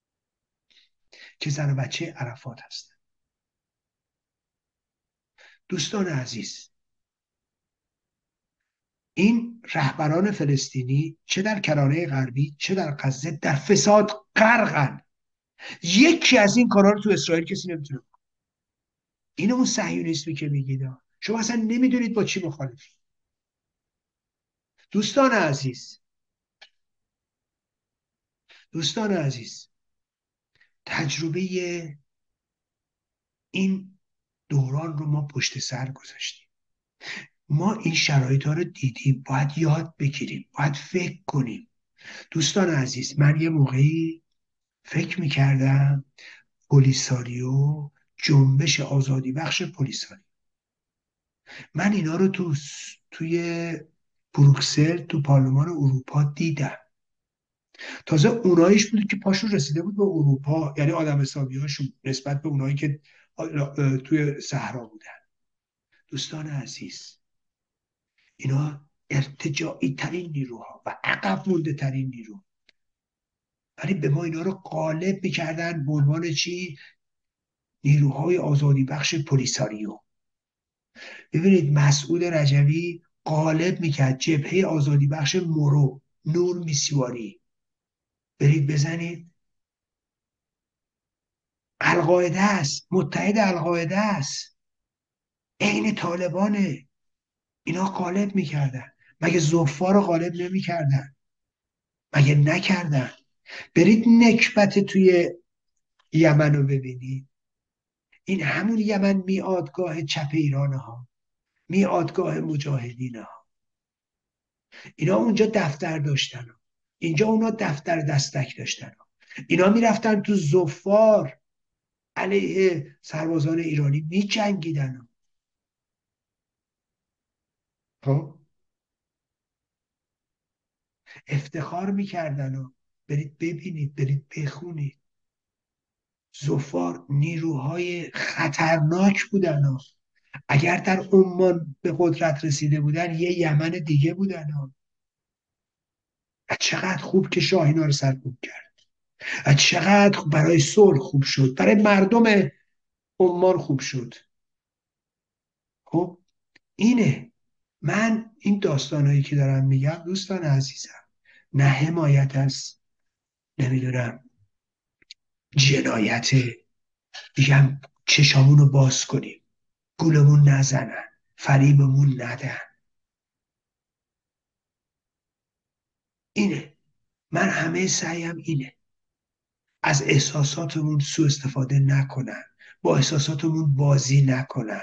که زن و بچه عرفات هستن. دوستان عزیز، این رهبران فلسطینی چه در کرانه غربی چه در غزه در فساد غرقن. یکی از این کارا رو تو اسرائیل کسی نمیتونه بکنه. این اون صهیونیسمی که میگید شما اصلا نمیدونید با چی مخالفید. دوستان عزیز، دوستان عزیز، تجربه این دوران رو ما پشت سر گذاشتیم. ما این شرایط ها رو دیدیم، باید یاد بگیریم، باید فکر کنیم. دوستان عزیز، من یه موقعی فکر میکردم پلیساریو، جنبش آزادی بخش پلیساریو، من اینا رو توی بروکسل تو پارلمان اروپا دیدم. تازه اوناییش بود که پاشون رسیده بود به اروپا، یعنی آدم حسابی هاشون نسبت به اونایی که توی صحرا بودن. دوستان عزیز، اینا ارتجاعی ترین نیروها و عقب مونده ترین نیرو، ولی به ما اینا رو غالب میکردن به عنوان چی؟ نیروهای آزادی بخش پلیساریو. ببینید مسعود رجوی غالب میکرد جبهه آزادی بخش مورو، نور میسیواری. برید بزنید، القاعده است، متحد القاعده است، عین طالبانه. اینا غالب میکردن. مگه زوفا رو غالب نمیکردن؟ مگه نکردن؟ برید نکبت توی یمن رو ببینید. این همون یمن میادگاه چپ ایران ها، میادگاه مجاهدین ها. اینا اونجا دفتر داشتن، اینجا اونا دفتر دستک داشتن. اینا میرفتن تو زفار علیه سربازان ایرانی میجنگیدن. خب افتخار میکردن. برید ببینید، برید بخونید. زفار نیروهای خطرناک بودن. اگر در عمان به قدرت رسیده بودن یه یمن دیگه بودن. چقدر خوب که شاه اینا رو سرکوب کرد، چقدر برای صلح خوب شد، برای مردم عمان خوب شد. خب اینه. من این داستانهایی که دارم میگم دوستان عزیزم، نه حمایت از نمیدونم جنایت، میگم چشامون رو باز کنیم، گولمون نزنن، فریبمون ندن. اینه. من همه سعیم اینه. از احساساتمون سوء استفاده نکنن، با احساساتمون بازی نکنن.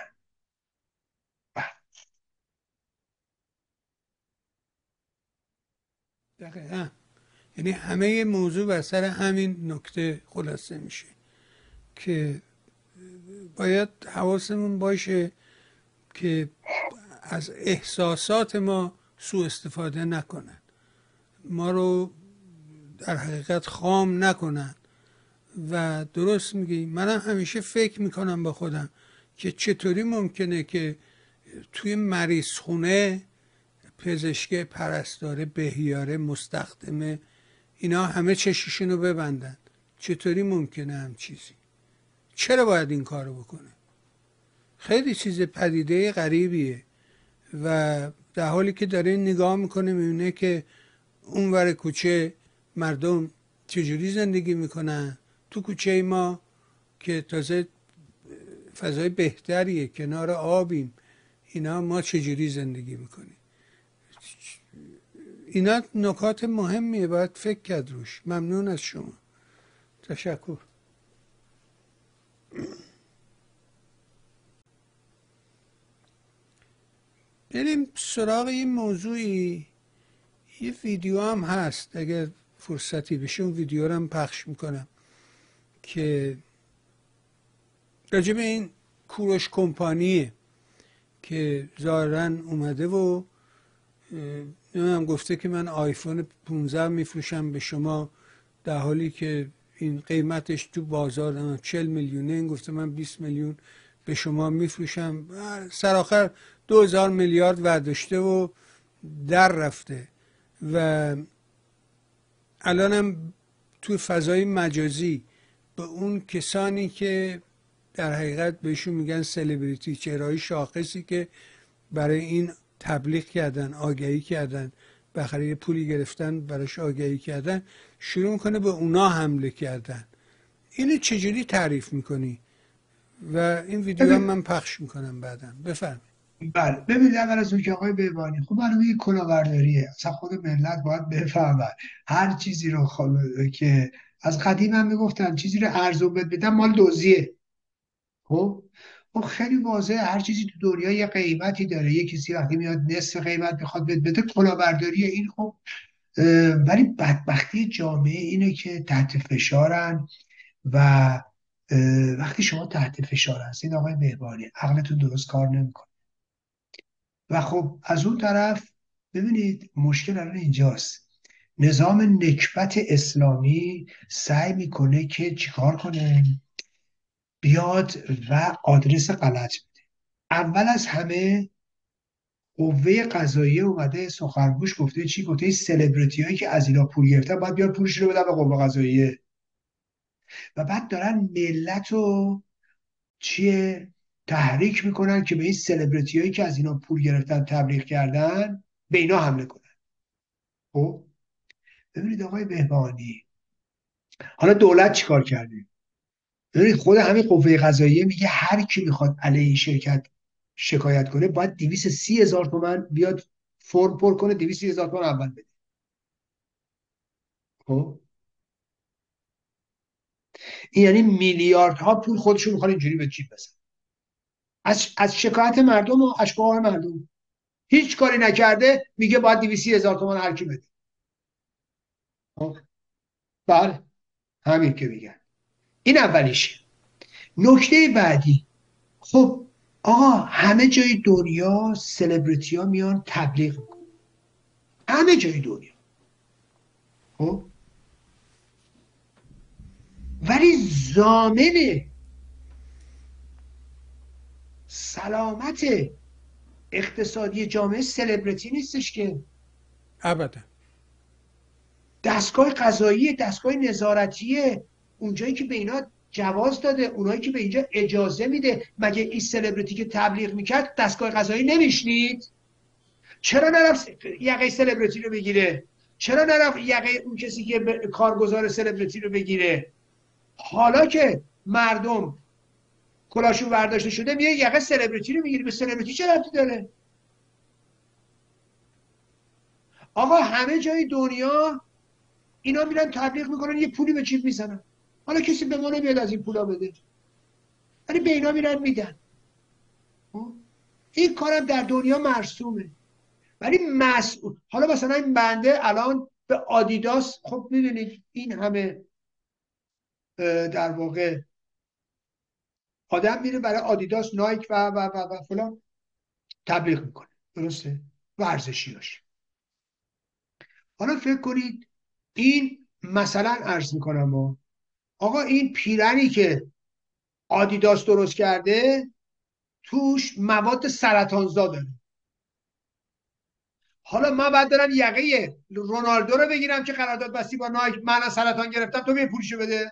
دقیقا، یعنی همه موضوع بر سر همین نکته خلاصه میشه که باید حواسمون باشه که از احساسات ما سوء استفاده نکنن، ما رو در حقیقت خام نکنن. و درست میگی، منم همیشه فکر میکنم با خودم که چطوری ممکنه که توی مریض خونه پزشک، پرستاره، بهیاره، مستخدمه، اینا همه چششون رو ببندن؟ چطوری ممکنه هم چیزی؟ چرا باید این کارو بکنه؟ خیلی چیز پدیده غریبیه و در حالی که داره نگاه میکنه میبینه که اونور کوچه مردم چجوری زندگی میکنن، تو کوچه ما که تازه فضای بهتریه، کنار آبیم، اینا ما چجوری زندگی میکنیم. اینا نکات مهمیه، باید فکر کرد روش. ممنون از شما، تشکر. بریم سراغ این موضوعی. یه ویدیو هم هست، اگر فرصتی بشه اون ویدیو رو هم پخش میکنم که راجع به این کوروش کمپانیه که ظاهرا اومده و نمیدونم گفته که من آیفون 15 میفروشم به شما، در حالی که این قیمتش تو بازار 40 میلیونه. این گفته من 20 میلیون به شما میفروشم. سرآخر 2000 میلیارد ورداشته و در رفته و الانم تو فضای مجازی به اون کسانی که در حقیقت بهشون میگن سلبریتی، چهرهای شاخصی که برای این تبلیغ کردن، آگهی کردن، بخره پولی گرفتن براش آگهی کردن، شروع میکنه به اونا حمله کردن. اینو چجوری تعریف میکنی؟ و این ویدیو هم من پخش میکنم بعدا. بفرمایید. بله، ببینید، اول از اون که آقای بهبانی، خب معلومه یه کلاهبرداریه، اصلا خود ملت باید بفهمن هر چیزی رو که از قدیم هم میگفتن چیزی رو ارزون بدن مال دزدیه. خب خیلی واضحه، هر چیزی تو دنیا یه قیمتی داره. یه کسی وقتی میاد نصف قیمت میخواد بده، کلاهبرداریه این. خب ولی بدبختی جامعه اینه که تحت فشارن و وقتی شما تحت فشار هستید آقای بهبانی، عقلتون درست کار نمیکنه. و خب از اون طرف ببینید مشکل الان اینجاست، نظام نکبت اسلامی سعی میکنه که چیکار کنه؟ بیاد و آدرس غلط بده. اول از همه قوه قضاییه اومده سخنگوش گفته چی؟ گفته سلبریتی هایی که از اینا پول گرفتن باید بیان پولش رو بدن به قوه قضاییه. و بعد دارن ملت رو چیه تحریک میکنن که به این سلبریتی هایی که از اینا پول گرفتن تبلیغ کردن به اینا حمله کنن. خب ببینید آقای بهبانی، حالا دولت چیکار کرده؟ ببینید خود همین قوه قضاییه میگه هر کی میخواد علیه این شرکت شکایت کنه باید 230,000 تومان بیاد فرم پر کنه، 230,000 تومان اول بده. خب این یعنی میلیاردها پول خودشون میخوان اینجوری به جیب بزنن از شکایت مردم و اشکال مردم. هیچ کاری نکرده میگه باید 230,000 تومان هر کی بده. خب بله، همین که میگن. این اولیشه. نکته بعدی، خب آقا همه جای دنیا سلبریتی ها میان تبلیغ میکنن، همه جای دنیا. خب ولی ضامن سلامت اقتصادی جامعه سلبریتی نیستش که. ابدا. دستگاه قضایی، دستگاه نظارتیه، اونجایی که به اینا جواز داده، اونایی که به اینجا اجازه میده. مگه این سلبریتی که تبلیغ میکرد دستگاه قضایی نمیشنید؟ چرا نرفت یقه سلبریتی رو بگیره؟ چرا نرفت یقه اون کسی که کارگزار سلبریتی رو بگیره؟ حالا که مردم کلاشون برداشته شده میگه یقه سلبریتی رو میگیری. به سلبریتی چه ربطی داره؟ آقا همه جای دنیا اینا میرن تبلیغ میکنن، یه پولی به جیب میزنن. حالا کسی به ما نمیاد از این پولا بده، ولی به اینا میرن میدن. این کارم در دنیا مرسومه. ولی مسئول، حالا مثلا این بنده الان به آدیداس، خب میدونید این همه در واقع آدم میره برای آدیداس، نایک و فلان تبلیغ میکنه، درسته؟ ورزشیاش. حالا فکر کنید این مثلا عرض میکنم آقا این پیرنی که آدیداس درست کرده توش مواد سرطانزا داره. حالا من بعد دارم یقه رونالدو رو بگیرم که قرارداد بستی با نایک، من سرطان گرفتم تو می پولشو بده،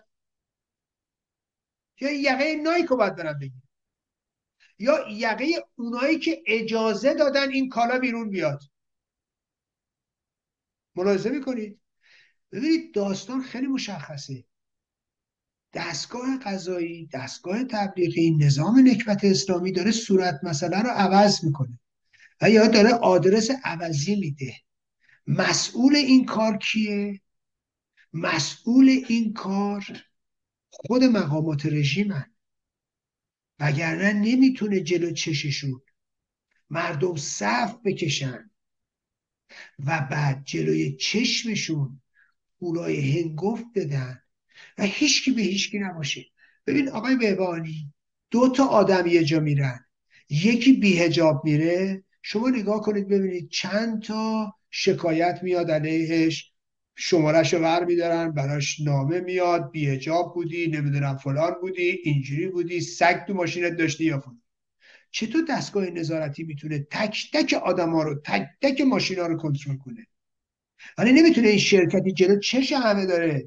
یا یقه نایک رو باید برم بگیرم، یا یقه اونایی که اجازه دادن این کالا بیرون بیاد. ملاحظه میکنید؟ ببینید داستان خیلی مشخصه. دستگاه قضایی، دستگاه تبلیغی، نظام نکبت اسلامی داره صورت مسئله رو عوض میکنه و یا داره آدرس عوضی میده. مسئول این کار کیه؟ مسئول این کار خود مقامات رژیمن، وگرنه نمیتونه جلو چششون مردم صف بکشن و بعد جلوی چشمشون پولای هنگفت بدن و هیچکی به هیچکی نباشه. ببین آقای بهبانی، 2 تا آدم یه جا میرن، یکی بی‌حجاب میره، شما نگاه کنید ببینید چند تا شکایت میاد علیهش، شماره‌شو ور میدارن براش، نامه میاد بی‌حجاب بودی، نمیدونم فلان بودی، اینجوری بودی، سگ تو ماشینت داشتی یا فلان. چطور دستگاه نظارتی میتونه تک تک آدما رو، تک تک ماشینا رو کنترل کنه؟ ولی نمیتونه این شرکتی جلو چش همه داره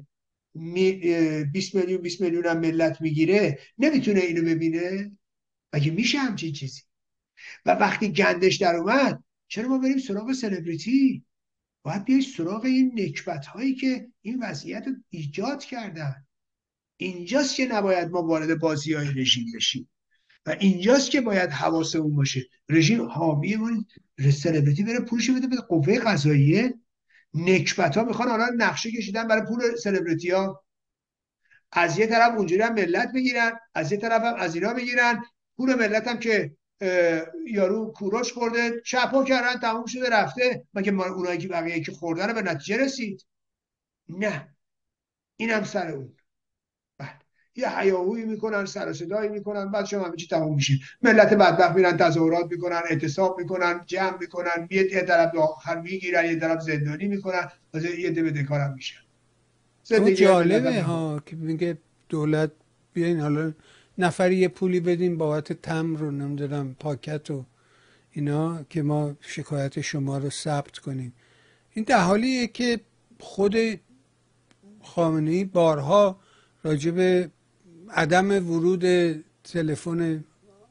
20 میلیون 20 میلیون هم ملت میگیره، نمیتونه اینو ببینه؟ مگه میشه همچین چیزی؟ و وقتی گندش در اومد، چرا ما بریم سراغ سلبریتی؟ باید بیایم سراغ این نکبت هایی که این وضعیت رو ایجاد کردن. اینجاست که نباید ما وارد بازی های رژیم بشیم و اینجاست که باید حواسمون باشه رژیم حامی ما سلبریتی بره پولش بده به قوه قضاییه. نکبت ها میخوان حالا نقشه کشیدن برای پول سلبریتی ها، از یه طرف اونجوری هم ملت بگیرن، از یه طرف هم از اینا بگیرن، پول ملت هم که یارو کوروش خورده چپا کردن تموم شده رفته. مگه اونایی که بقیه که خوردن به نتیجه رسید؟ نه، اینم سر اون. بعد یه هیاهویی میکنن، سر و صدایی میکنن، بعد شما همه چی تموم میشه. ملت بدبخت میرن تظاهرات میکنن، اعتصاب میکنن، جمع میکنن، یه طرف آخر میگیرن، یه طرف زندانی میکنن، یه ده بدهکارم میشن. اما زندگی جالبه ها که میگه دولت بیاین حالا نفری یه پولی بدین بابت تمر رو نمیدونم پاکت و اینا که ما شکایت شما رو ثبت کنیم. این در حالیه که خود خامنه‌ای بارها راجع به عدم ورود تلفن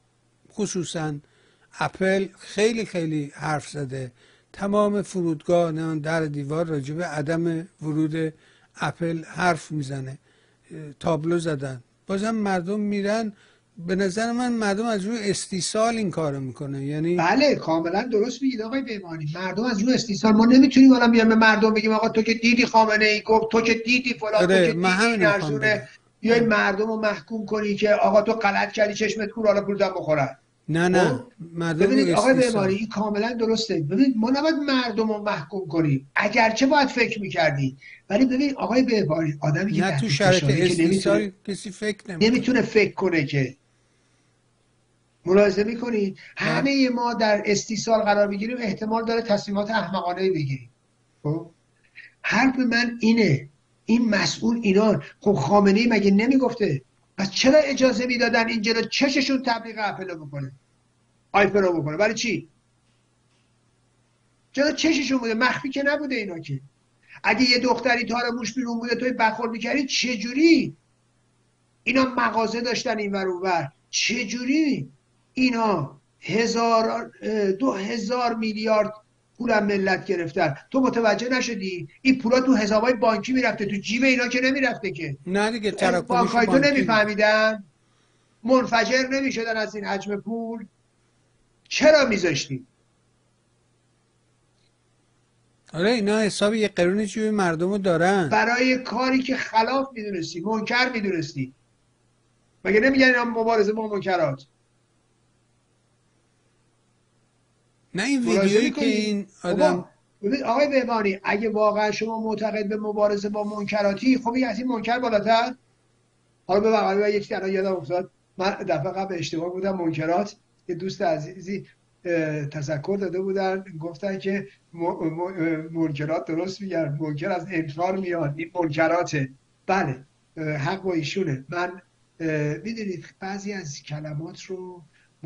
خصوصا اپل خیلی خیلی حرف زده. تمام فرودگاه نه در دیوار راجع به عدم ورود اپل حرف میزنه، تابلو زدن. بازم مردم میرن. به نظر من مردم از روی استیصال این کارو میکنه. یعنی بله کاملا درست میگید آقای پیمانی، مردم از روی استیصال. ما نمیتونیم الان بیایم به مردم بگیم آقا تو که دیدی خامنه ای گفت، تو که دیدی فلان، تو آره که من دیدی همین این میخوام بگم. ارزونه، بیای مردم رو محکوم کنی که آقا تو غلط کردی چشمت کور، حالا پولتم بخورن. نه نه، خب مردم رو ببینید آقای استیصال. معماری این کاملا درسته. ببینید ما نباید مردم رو محکوم کنیم، اگرچه باید فکر میکردی، ولی ببین آقای معماری، آدمی که نه تو تحت شرایط فشاره که استیصال کسی فکر نمیکنه. نمیتونه فکر کنه که. ملاحظه میکنید بله. همه ما در استیصال قرار بگیریم، احتمال داره تصمیمات احمقانه بگیریم. خب حرف من اینه، این مسئول اینان. خب خامنه‌ای مگه نمیگفته؟ پس چرا اجازه میدادن این جلو چششون تبلیغ اپل بکنه، آیفون رو بکنه؟ برای چی؟ چرا چششون بوده؟ مخفی که نبوده اینا که. اگه یه دختری تار موش بیرون بوده توی برخورد میکردی، چجوری اینا مغازه داشتن این ور اون ور؟ چجوری اینا 2000 میلیارد پولم ملت گرفتن؟ تو متوجه نشدی این پولا تو حسابای بانکی میرفته، تو جیب اینا که نمیرفته که. نه دیگه تراکنش بانکای تو بانکی بود. نمیفهمیدن؟ منفجر نمیشدن از این حجم پول؟ چرا میذاشتی؟ آره اینا حساب یه قرون جیب مردمو دارن. برای کاری که خلاف میدونستی، منکر میدونستی. مگه نمیگن اینا مبارزه با منکرات؟ نه این ملاحظه ویدیویی که میکنی؟ این آدم بابا ببین آقای بهبانی، اگه واقعا شما معتقد به مبارزه با منکراتی، خب این از این منکر بالاتر. حالا به واقعا یک الان یادم افتاد، من دفعه قبل اشتباه بودم منکرات، یه دوست عزیزی تذکر داده بودن، گفتن که منکرات درست میگن، منکر از انکار میاد، این منکراته. بله حق با ایشونه. من میدونید بعضی از کلمات رو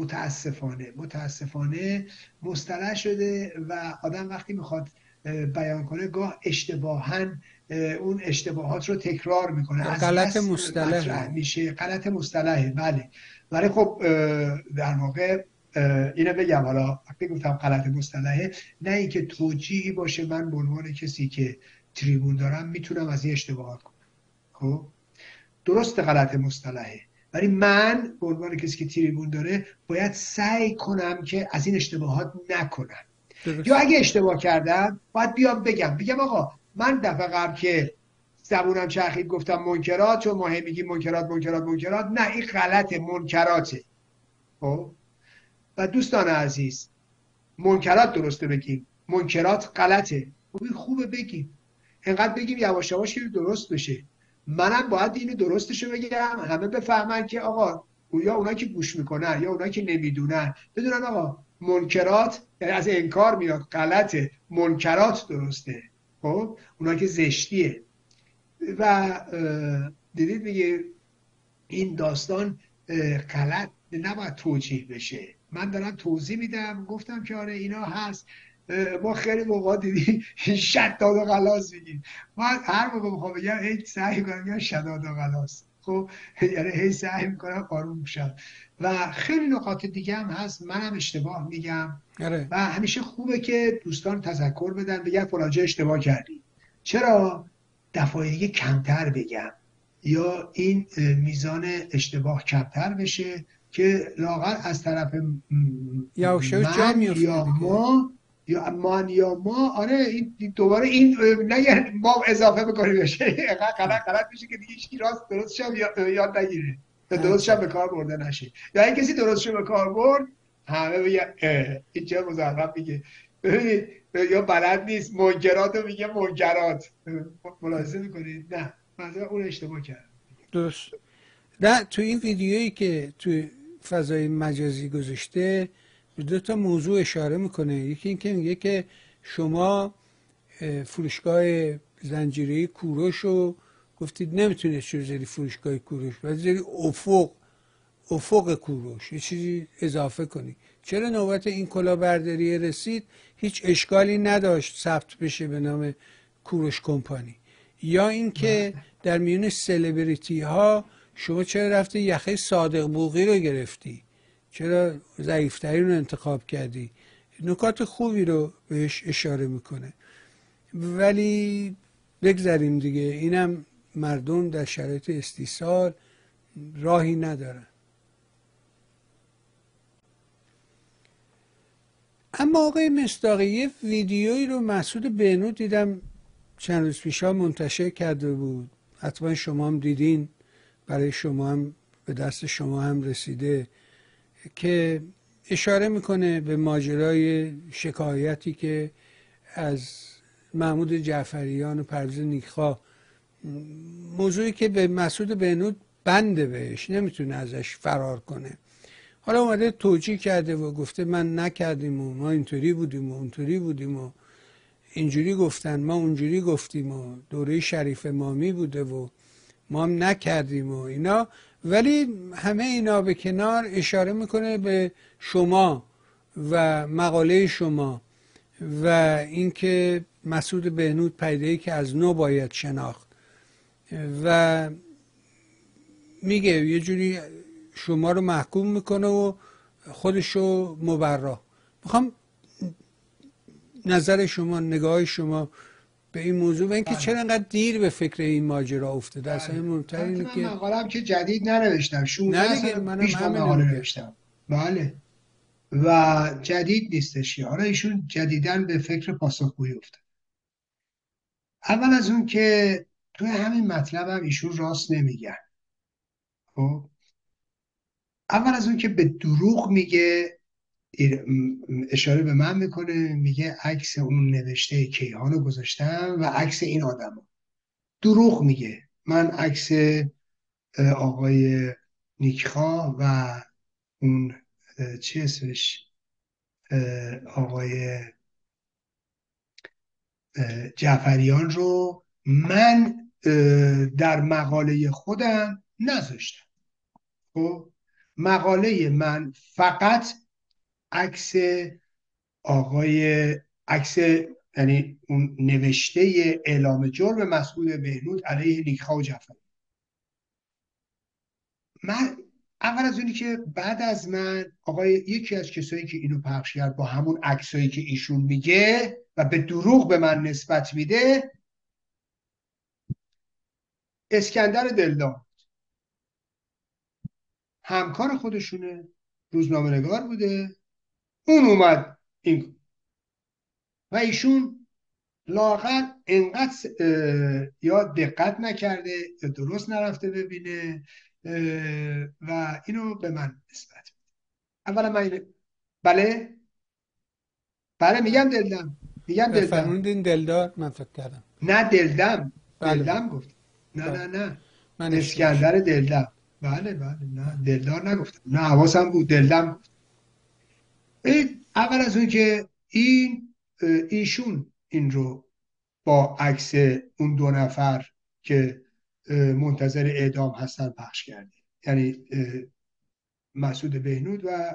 متاسفانه مصطلح شده و آدم وقتی میخواد بیان کنه گاه اشتباهاً اون اشتباهات رو تکرار میکنه، از غلط بس مصطلحه. مطرح میشه، غلط مصطلحه. بله ولی خب در واقع اینو بگم، حالا وقتی گفتم غلط مصطلحه، نه اینکه توجیهی باشه من به عنوان کسی که تریبون دارم میتونم از این اشتباهات کنم. خب درست غلط مصطلحه، ولی من به عنوان کسی که تریبون داره باید سعی کنم که از این اشتباهات نکنم. یا اگه اشتباه کردم باید بیام بگم آقا من دفعه قبل که زبونم چرخید گفتم منکرات، چون ما هم میگیم منکرات، نه این غلط، منکراته. خب و دوستان عزیز، منکرات درسته بگیم، منکرات غلطه. خوبه بگیم، اینقدر بگیم یواش یواش که درست بشه. منم باید اینو درستشو بگم، همه بفهمن که آقا، یا اونا که گوش میکنن یا اونا که نمیدونن بدونن آقا منکرات یعنی از انکار میاد، غلطه، منکرات درسته. خب اونا که زشتیه. و دیدید میگه این داستان غلط نباید توجیه بشه. من دارم توضیح میدم، گفتم که آره اینا هست. ما خیلی موقع دیدیم شداد و غلاس میگیم. من هر موقع میخوام بگم هی سعی میکنم بگم شداد و غلاس. خب یعنی هی سعی میکنم آروم شم. و خیلی نکات دیگه هم هست منم اشتباه میگم. و همیشه خوبه که دوستان تذکر بدن، بگن فلان جا اشتباه کردی. چرا دفعه دیگه کمتر بگم یا این میزان اشتباه کمتر بشه که لااقل از طرف من یا ما آره این دوباره این نه ما اضافه بکنیم بشه غلط میشه که دیگه هیچ راست درستش یاد نگیره، درستش به کار برده نشه. یا این کسی درستش به کار برد همه بگه این چه مزخرف میگه. ببینید یا بلد نیست، منکراتو میگه منکرات. ملاحظه میکنید؟ نه مثلا اون اشتباه کرد. درست. نه تو این ویدیویی که تو فضای مجازی گذاشته به دو تا موضوع اشاره میکنه. یکی این که میگه که شما فروشگاه زنجیره‌ای کوروش رو گفتید نمیتونید چرا زیری فروشگاه کوروش باید زیری افق کوروش یه چیزی اضافه کنی. چرا نوبت این کلاهبرداری رسید هیچ اشکالی نداشت ثبت بشه به نام کوروش کمپانی. یا اینکه در میون سلبریتی ها شما چرا رفتی یخه صادق بوقی رو گرفتی، چرا ضعیفترین رو انتخاب کردی. نکات خوبی رو بهش اشاره میکنه. ولی بگذاریم دیگه، اینم مردم در شرایط استیصال راهی ندارن. اما آقای مصداقی یه ویدیویی رو مسعود بهنود دیدم چند روز پیشا منتشر کرده بود، حتما شما هم دیدین، برای شما هم به دست شما هم رسیده، که اشاره میکنه به ماجرای شکایتی که از محمود جعفریان و پرویز نیکخواه، موضوعی که به مسعود بهنود بنده بهش، نمیتونه ازش فرار کنه. حالا اومده توجیه کرده و گفته من نکردیم و ما اینطوری بودیم و اونطوری بودیم و اینجوری گفتن ما اونجوری گفتیم و دوره شریف امامی بوده و ما هم نکردیم و اینا. ولی همه اینا به کنار اشاره میکنه به شما و مقاله شما و اینکه مسعود بهنود پیدایی که از نو باید شناخت و میگه یه جوری شما رو محکوم میکنه و خودشو مبرا. میخوام نظر شما، نگاه شما به این موضوع و اینکه چرا انقدر دیر به فکر این ماجرا افتاده. اصلا مهمتر اینه که مقاله‌ام که جدید ننوشتم، 16 سال پیش مقاله نوشتم. بله و جدید نیستش. حالا ایشون جدیداً به فکر پاسخگویی افتاد. اول از اون که توی همین مطلب هم ایشون راست نمیگن. خب اول از اون که به دروغ میگه، اشاره به من میکنه، میگه عکس اون نوشته کیهان رو گذاشتم و عکس این آدم. دروغ میگه. من عکس آقای نیکخواه و اون چی اسمش، آقای جعفریان رو من در مقاله خودم نذاشتم. خب مقاله من فقط عکس آقای عکس یعنی اون نوشته اعلام جرم مسئول بهنود علیه نیکخواه و جعفری. من اول از اونی که بعد از من یکی از کسایی که اینو پخش کرد با همون عکسایی که ایشون میگه و به دروغ به من نسبت میده، اسکندر دلدار همکار خودشونه، روزنامه نگار بوده، اون اومد این و ایشون لااقل انقدر یا دقت نکرده یا درست نرفته ببینه و اینو به من نسبت. اولا من بله بله میگم دلدم، میگم دلدم. فرمودین دلدار، من فکر کردم. نه دلدم، بله بله دلدم گفت. نه بله. نه نه من اشتباه اسکندر شد. دلدم. بله بله نه دلدار نگفتم، نه حواسم بود دلدم گفت. اول از اون که ایشون این رو با عکس اون دو نفر که منتظر اعدام هستن پخش کرده، یعنی مسعود بهنود و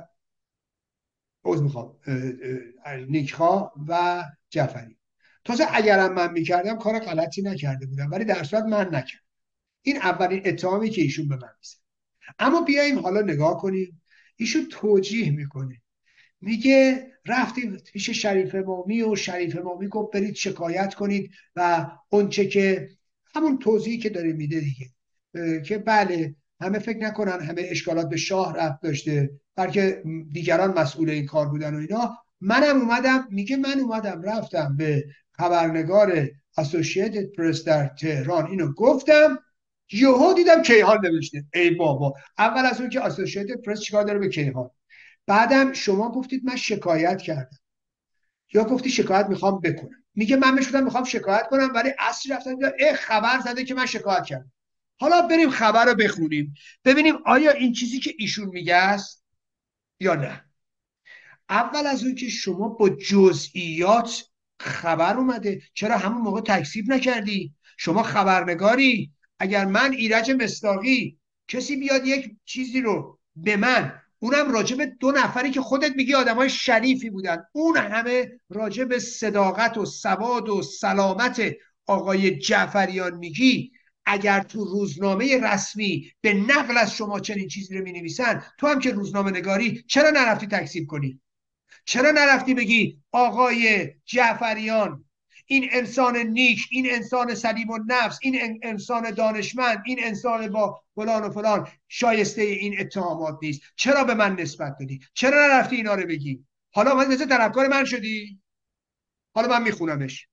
عذر میخوام نیکخواه و جعفری. تازه اگرم من میکردم کار غلطی نکرده بودم، ولی در صورت من نکردم. این اولین اتهامی که ایشون به من میزنه. اما بیایم حالا نگاه کنیم. ایشون توجیه میکنه، میگه رفتیم پیش شریف امامی و شریف امامی گفت برید شکایت کنید و اونچه که همون توضیحی که داره میده دیگه، که بله همه فکر نکنن همه اشکالات به شاه رفت داشته، بلکه دیگران مسئول این کار بودن و اینا. منم اومدم، میگه من اومدم رفتم به خبرنگار اسوسییتد پرس در تهران اینو گفتم، یهو دیدم کیهان نوشته. ای بابا، اول از اون که اسوسییتد پرس چیکار داره به کیهان؟ بعدم شما گفتید من شکایت کردم یا گفتی شکایت میخوام بکنم. میگه من بهش میخوام شکایت کنم، ولی اصلی رفتم دیدم خبر زده که من شکایت کردم. حالا بریم خبر رو بخونیم ببینیم آیا این چیزی که ایشون میگه است یا نه. اول از اون که شما با جزئیات خبر اومده، چرا همون موقع تکذیب نکردی؟ شما خبرنگاری. اگر من ایرج مصداقی کسی بیاد یک چیزی رو به من، اونم راجع به دو نفری که خودت میگی آدمای شریفی بودن، اون همه راجع به صداقت و سواد و سلامت آقای جعفریان میگی، اگر تو روزنامه رسمی به نقل از شما چنین چیزی رو مینویسن، تو هم که روزنامه نگاری چرا نرفتی تکذیب کنی؟ چرا نرفتی بگی آقای جعفریان این انسان نیک، این انسان سلیم النفس، این انسان دانشمند، این انسان با فلان و فلان شایسته این اتهامات نیست؟ چرا به من نسبت دادی؟ چرا نرفتی اینا رو بگی؟ حالا من مثل طرفدار من شدی؟ حالا من میخونمش.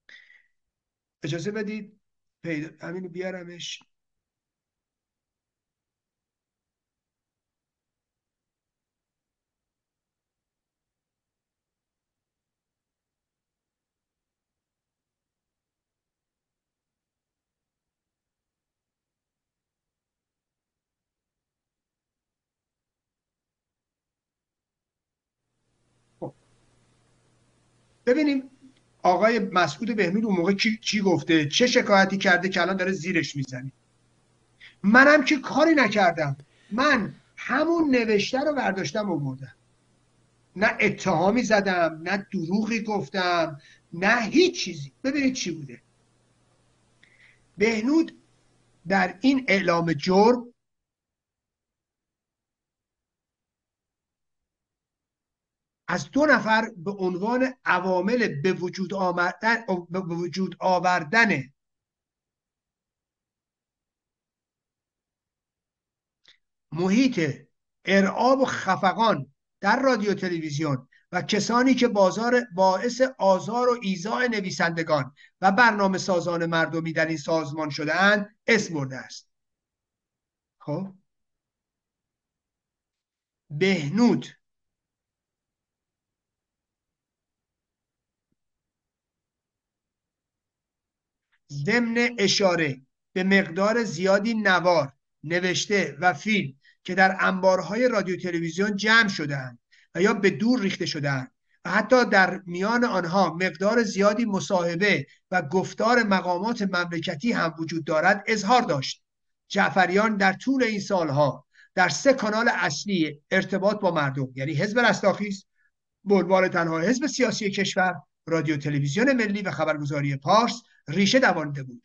اجازه بدید همین بیارمش. خب. ببینیم آقای مسعود بهنود اون موقع چی گفته، چه شکایتی کرده که الان داره زیرش میزنی. منم که کاری نکردم، من همون نوشته رو برداشتم آوردم، نه اتهامی زدم، نه دروغی گفتم، نه هیچ چیزی. ببینید چی بوده. بهنود در این اعلام جرم از دو نفر به عنوان عوامل به وجود آوردن محیط ارعاب و خفقان در رادیو تلویزیون و کسانی که باعث آزار و ایذاء نویسندگان و برنامه سازان مردمی در این سازمان شده‌اند اسم برده است. خب بهنود ضمن اشاره به مقدار زیادی نوار، نوشته و فیلم که در انبارهای رادیو تلویزیون جمع شده‌اند و یا به دور ریخته شده‌اند و حتی در میان آنها مقدار زیادی مصاحبه و گفتار مقامات مملکتی هم وجود دارد اظهار داشت. جعفریان در طول این سالها در 3 کانال اصلی ارتباط با مردم، یعنی حزب رستاخیز، بلوار تنها حزب سیاسی کشور، رادیو تلویزیون ملی و خبرگزاری پارس ریشه دوانده بود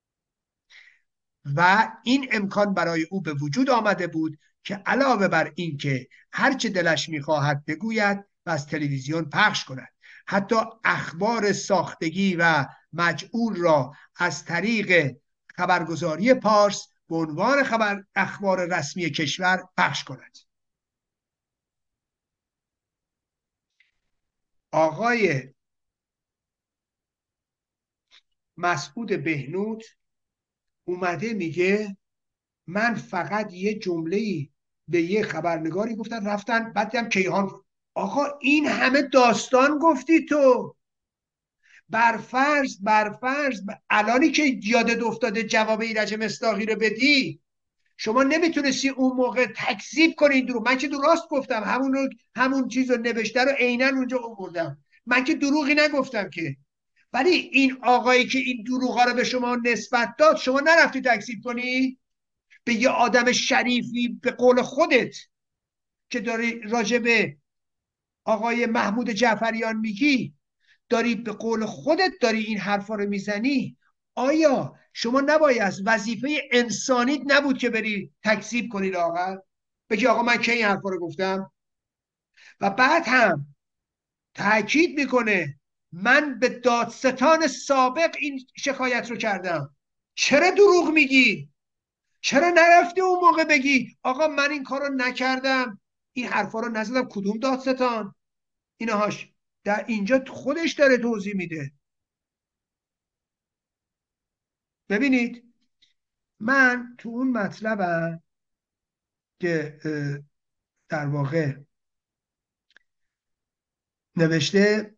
و این امکان برای او به وجود آمده بود که علاوه بر این که هرچه دلش میخواهد بگوید و از تلویزیون پخش کند، حتی اخبار ساختگی و مجعول را از طریق خبرگزاری پارس به عنوان اخبار رسمی کشور پخش کند. آقای مسعود بهنود اومده میگه من فقط یه جمله‌ای به یه خبرنگاری گفتن، رفتن بعد هم کیهان. آقا این همه داستان گفتی تو، برفرض الانی که یادت افتاده جواب ایرج مصداقی رو بدی، شما نمیتونستی اون موقع تکذیب کنی این دروغ. من که درست گفتم، همون چیز رو نوشته رو عیناً اونجا آوردم، من که دروغی نگفتم که. ولی این آقایی که این دروغا رو به شما نسبت داد، شما نرفتی تکذیب کنی؟ به یه آدم شریفی به قول خودت که داری راجع به آقای محمود جعفریان میگی، داری به قول خودت داری این حرفا رو میزنی، آیا شما نباید از وظیفه انسانیت نبود که بری تکذیب کنی لااقل بگی آقا من کی این حرفا رو گفتم؟ و بعد هم تاکید میکنه من به دادستان سابق این شکایت رو کردم. چرا دروغ میگی؟ چرا نرفتی اون موقع بگی آقا من این کارو نکردم، این حرفا رو نزدم؟ کدوم دادستان؟ اینهاش در اینجا خودش داره توضیح میده. ببینید من تو اون مطلبم که در واقع نوشته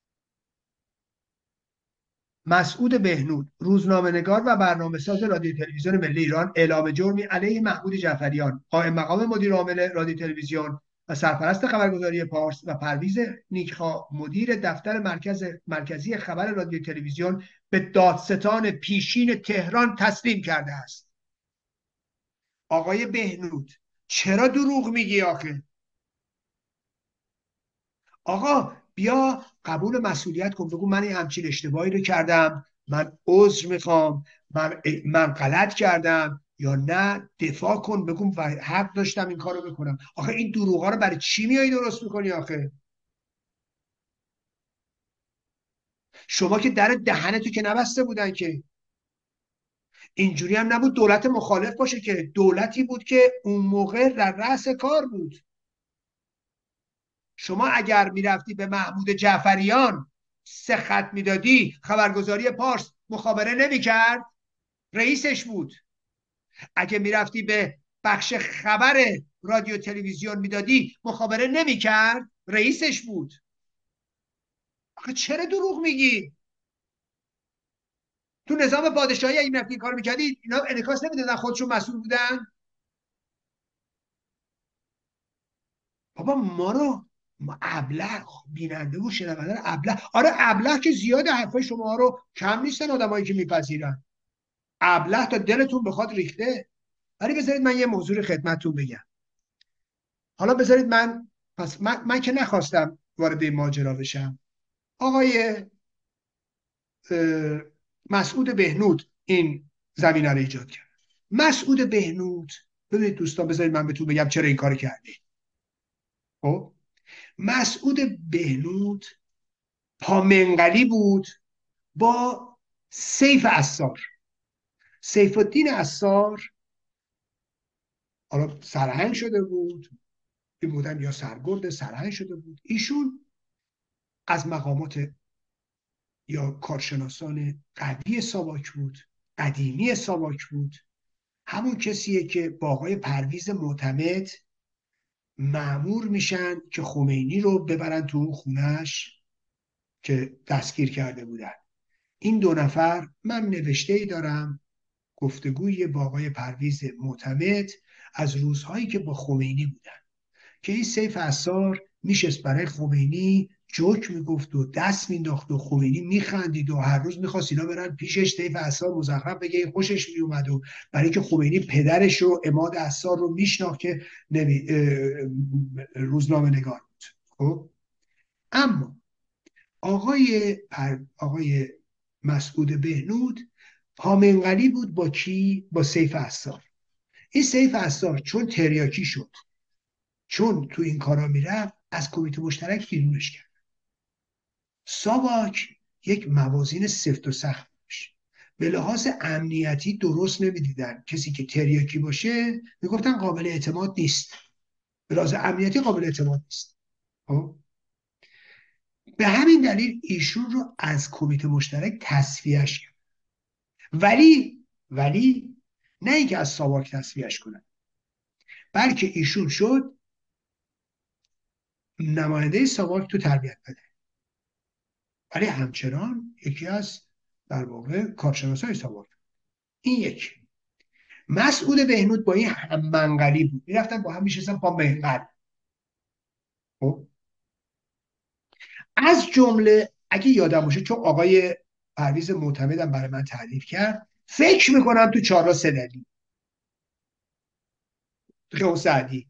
مسعود بهنود، روزنامه‌نگار و برنامه‌ساز رادیو تلویزیون ملی ایران، اعلام جرمی علیه محمود جعفریان، قائم مقام مدیر عامل رادیو تلویزیون و سرپرست خبرگزاری پارس، و پرویز نیکخواه، مدیر دفتر مرکزی خبر رادیو تلویزیون، به دادستان پیشین تهران تسلیم کرده است. آقای بهنود چرا دروغ میگی آخه؟ آقا بیا قبول مسئولیت کن، بگو من این همچین اشتباهی رو کردم، من عذر میخوام، من غلط کردم، یا نه دفاع کن بگو حق داشتم این کارو بکنم. آخه این دروغا رو برای چی میای درست میکنی آخه؟ شما که در دهنتو که نبسته بودن که. اینجوری هم نبود دولت مخالف باشه که، دولتی بود که اون موقع در رأس کار بود. شما اگر میرفتی به محمود جعفریان 3 خط میدادی، خبرگزاری پارس مخابره نمیکرد؟ رئیسش بود. اگه میرفتی به بخش خبر رادیو تلویزیون میدادی، مخابره نمیکرد؟ رئیسش بود. آخه چرا دروغ میگی؟ تو نظام پادشاهی اگه میرفتی این کار میکردی، اینا انعکاس نمیدادن خودشون مسئول بودن؟ بابا ما ابله بیننده و شنونده ابله. آره ابله که زیاد، حرفای شما رو کم نیستن آدمایی که میپذیرن. ابله تا دلتون بخواد ریخته. ولی بذارید من یه موضوع خدمتتون بگم. حالا بذارید من که نخواستم وارد این ماجرا بشم. آقای مسعود بهنود این زمینه رو ایجاد کرد. مسعود بهنود، ببینید دوستان، بذارید من بهتون بگم چرا این کار کردی. خب مسعود بهنود پامنقلی بود با سیف عصار. سیف الدین عصار حالا سرهنگ شده بود، این بودن یا سرگرد سرهنگ شده بود. ایشون از مقامات یا کارشناسان قوی ساواک بود، قدیمی ساواک بود، همون کسیه که با آقای پرویز معتمد مأمور میشن که خمینی رو ببرن تو اون خونش که دستگیر کرده بودن. این دو نفر، من نوشته‌ای دارم، گفتگوی با آقای پرویز معتمد از روزهایی که با خمینی بودن، که این سیف عصار میشست برای خمینی جوک میگفت و دست مینداخت و خمینی میخندید و هر روز میخواست اینا برن پیشش سیف عصار مزخرف بگه این خوشش میومد، و برای که خمینی پدرش رو عماد عصار رو میشناخت که روزنامه نگار بود. خب اما آقای مسعود بهنود پامنقلی بود با کی؟ با سیف عصار. این سیف عصار چون تریاکی شد، چون تو این کارا میرفت، از کمیته مشترک بیرونش کرد. ساواک یک موازین سفت و سخت داشت. به لحاظ امنیتی درست نمیدیدن کسی که تریاکی باشه، میگفتن قابل اعتماد نیست، به لحاظ امنیتی قابل اعتماد نیست. به همین دلیل ایشون رو از کمیته مشترک تصفیهش کرد. ولی نه اینکه از ساواک تصفیهش کنن، بلکه ایشون شد نماینده ساواک تو تربیت بده، ولی همچنان یکی از در واقع کارشناسای ساواک. این یک. مسعود بهنود با این هم منقلی بود، میرفتن با هم میشستن با منقل. خب از جمله اگه یادم باشه، چون آقای پرویز معتمدم برای من تعریف کرد، فکر میکنم تو چهارراه سدلی تو سعدی.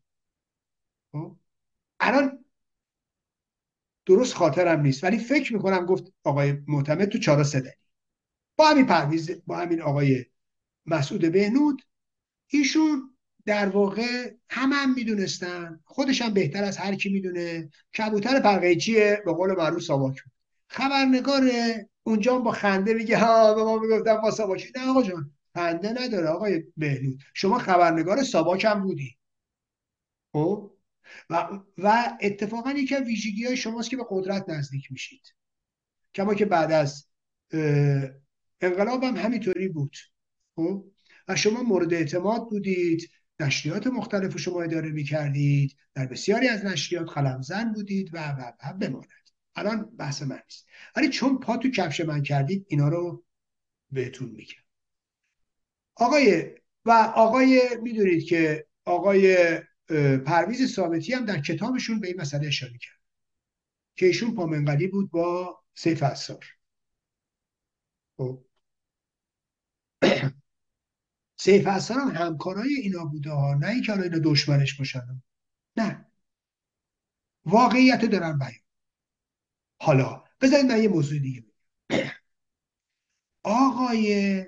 الان درست خاطرم نیست، ولی فکر میکنم گفت آقای معتمد تو چهارراه سدلی با همین پرویز، با همین آقای مسعود بهنود. ایشون در واقع هم میدونستن، خودش هم بهتر از هر کی میدونه، کبوتر پرقیچیه به قول معروف ساواک. خبرنگار اونجا با خنده میگه ها به ما میگفتن ما ساواکی. نه آقا جان، خنده نداره آقای بهنود، شما خبرنگار ساواک هم بودی. خب و اتفاقا یکی از ویژگی‌های شماست که به قدرت نزدیک میشید، کما که بعد از انقلاب هم همینطوری بود. خب و شما مورد اعتماد بودید، نشریات مختلف رو شما اداره میکردید، در بسیاری از نشریات قلمزن بودید و بماند. الان بحث من نیست، ولی چون پا تو کفش من کردید اینا رو بهتون میگم. آقای میدونید که آقای پرویز ثابتی هم در کتابشون به این مسئله اشاره کرد که ایشون پامنقلی بود با سیف عصار. خب سیف عصار هم همکارای اینا بوده ها، نه اینکه حالا اینا دشمنش باشن، نه، واقعیت رو دارن بیان. حالا بذارید من یه موضوع دیگه بگم. آقای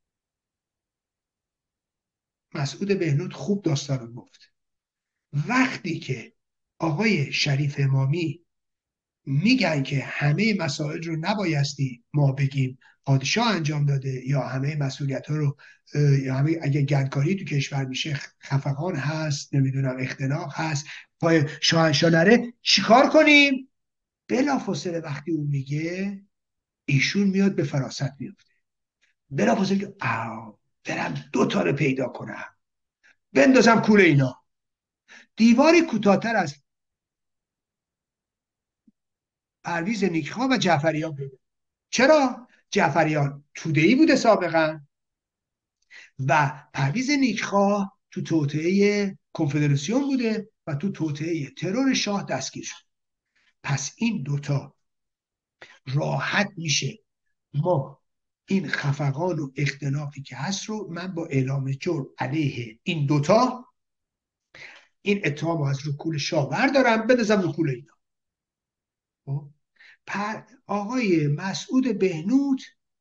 مسعود بهنود خوب داستان رو گفت. وقتی که آقای شریف امامی میگن که همه مسائل رو نبایستی ما بگیم پادشاه انجام داده، یا همه مسئولیت ها رو، یا همه اگه گندکاری تو کشور میشه خفقان هست، نمیدونم اختناق هست، پای شاهنشاه نره، چیکار کنیم؟ بلافاصله وقتی اون میگه، ایشون میاد به فراست میفته، بلافاصله که برم 2 تا رو پیدا کنم بندازم کوله اینا. دیواری کوتاه‌تر از پرویز نیکخواه و جعفریان پیدا. چرا؟ جعفریان توده‌ای بوده سابقا و پرویز نیکخواه تو توطئه کنفدراسیون بوده و تو توطئه ترور شاه دستگیر شد. پس این دوتا راحت میشه ما این خفقان و اختناقی که هست رو، من با اعلام جرم علیه این دوتا این اتهام رو از رو کول شاه بردارم بندازم رو کول اینا. آقای مسعود بهنود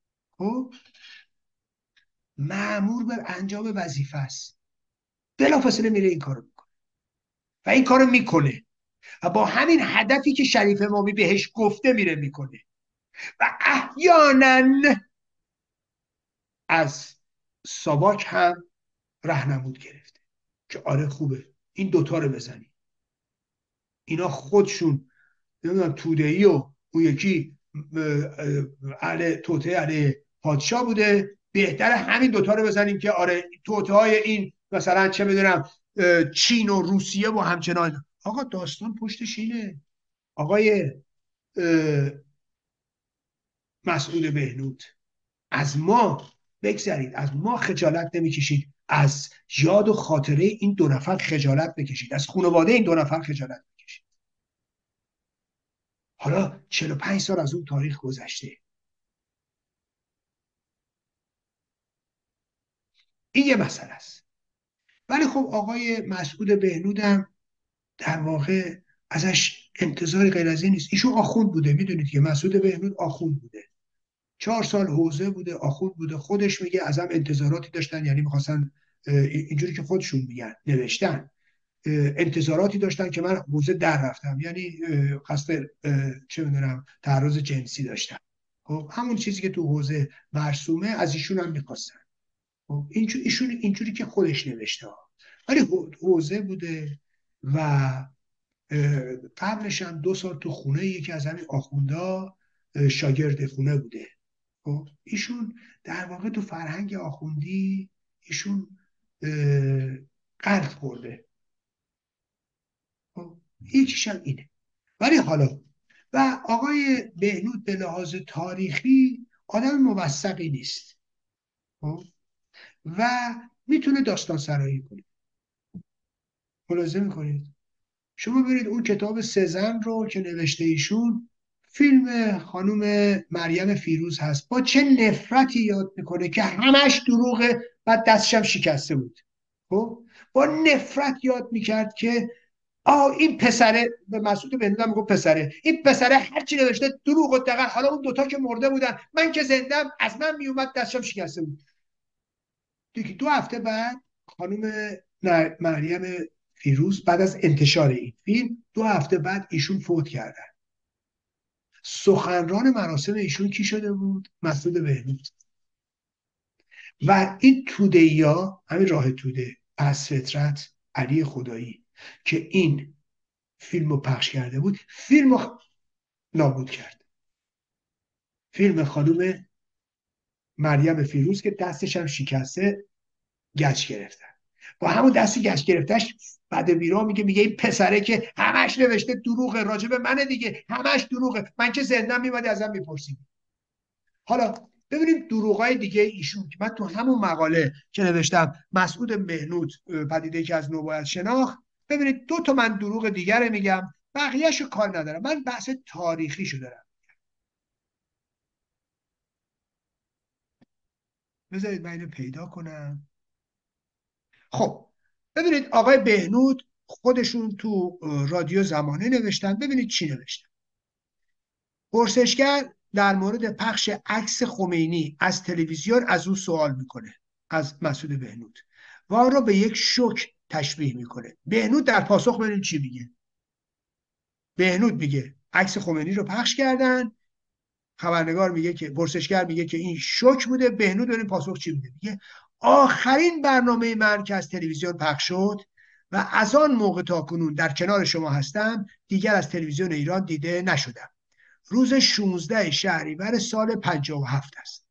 مأمور به انجام وظیفه است، بلافاصله میره این کارو میکنه و این کارو میکنه و با همین هدفی که شریف امامی بهش گفته میره میکنه و احیانا از ساواک هم راهنمود گرفته که آره خوبه این دوتا رو بزنی. اینا خودشون نمیدونم توده‌ای و اون یکی اهل توطئه علیه پادشاه بوده، بهتر همین دوتا رو بزنیم که آره توطئه های این مثلا چه بدونم چین و روسیه و همچنان. آقا داستان پشتش اینه. آقای مسعود بهنود، از ما بگذرید، از ما خجالت نمیکشید، از یاد و خاطره این دو نفر خجالت بکشید، از خانواده این دو نفر خجالت بکشید. حالا 45 سال از اون تاریخ گذشته، این یه مسئله است. ولی خب آقای مسعود بهنودم در واقع ازش انتظاری غیر از این نیست. ایشون آخوند بوده، میدونید که مسعود بهنود آخوند بوده، 4 سال حوزه بوده، آخوند بوده. خودش میگه ازم انتظاراتی داشتن، یعنی میخواستن اینجوری که خودشون میگن نوشتن، انتظاراتی داشتن که من حوزه در رفتم، یعنی قصد چه میدونم تعرض جنسی داشتم. خب همون چیزی که تو حوزه مرسومه از ایشون هم میخواستن. خب ایشون اینجوری که خودش نوشته، ولی حوزه بوده. و قبلش هم 2 سال تو خونه یکی از همین آخوندا شاگرد خونه بوده. خب ایشون در واقع تو فرهنگ آخوندی ایشون غرق خورده. خب یکیش هم اینه. ولی حالا و آقای بهنود به لحاظ تاریخی آدم موثقی نیست. خب و میتونه داستان سرایی کنه. ملاحظه میکنید شما برید اون کتاب سزن رو که نوشته ایشون، فیلم خانم مریم فیروز هست، با چه نفرتی یاد میکنه که همش دروغه، بعد دستشم شکسته بود. خب با نفرت یاد میکرد که این پسره، به مسعود بهنود هم میگفت پسره، این پسره هرچی نوشته دروغ و دقیق، حالا اون دوتا که مرده بودن، من که زندم از من میومد دستشم شکسته بود. دیگه 2 هفته بعد خانم مریم فیروز بعد از انتشار این فیلم 2 هفته بعد ایشون فوت کردن. سخنران مراسم ایشون کی شده بود؟ مسعود بهنود. و این توده‌ایا، همین راه توده، پس فطرت، علی خدایی که این فیلم رو پخش کرده بود، فیلم رو نابود کرد. فیلم خانم مریم فیروز که دستش هم شکسته گچ گرفتن. با همون دستی گچ گرفتش بعد بیرا میگه این پسره که همش نوشته دروغه، راجب منه دیگه، همش دروغه، من که زندم میمادی ازم میپرسید. حالا ببینید دروغای دیگه ایشون که من تو همون مقاله که نوشتم مسعود بهنود پدیده که از نو باید شناخت، ببینید 2 تا من دروغ دیگر میگم، بقیه‌شو کار ندارم، من بحث تاریخیشو دارم. بذارید من اینو پیدا کنم. خب ببینید آقای بهنود خودشون تو رادیو زمانه نوشتن، ببینید چی نوشتن. پرسشگر در مورد پخش عکس خمینی از تلویزیون از او سوال میکنه، از مسعود بهنود، و آن را به یک شوک تشبیه میکنه. بهنود در پاسخ ببینید چی میگه. بهنود میگه عکس خمینی رو پخش کردن، خبرنگار میگه که، پرسشگر میگه که این شوک بوده. بهنود ببینید پاسخ چی میگه. میگه آخرین برنامه من که از تلویزیون پخش شد و از آن موقع تا کنون در کنار شما هستم دیگر از تلویزیون ایران دیده نشدم. روز 16 شهریور سال 57 است.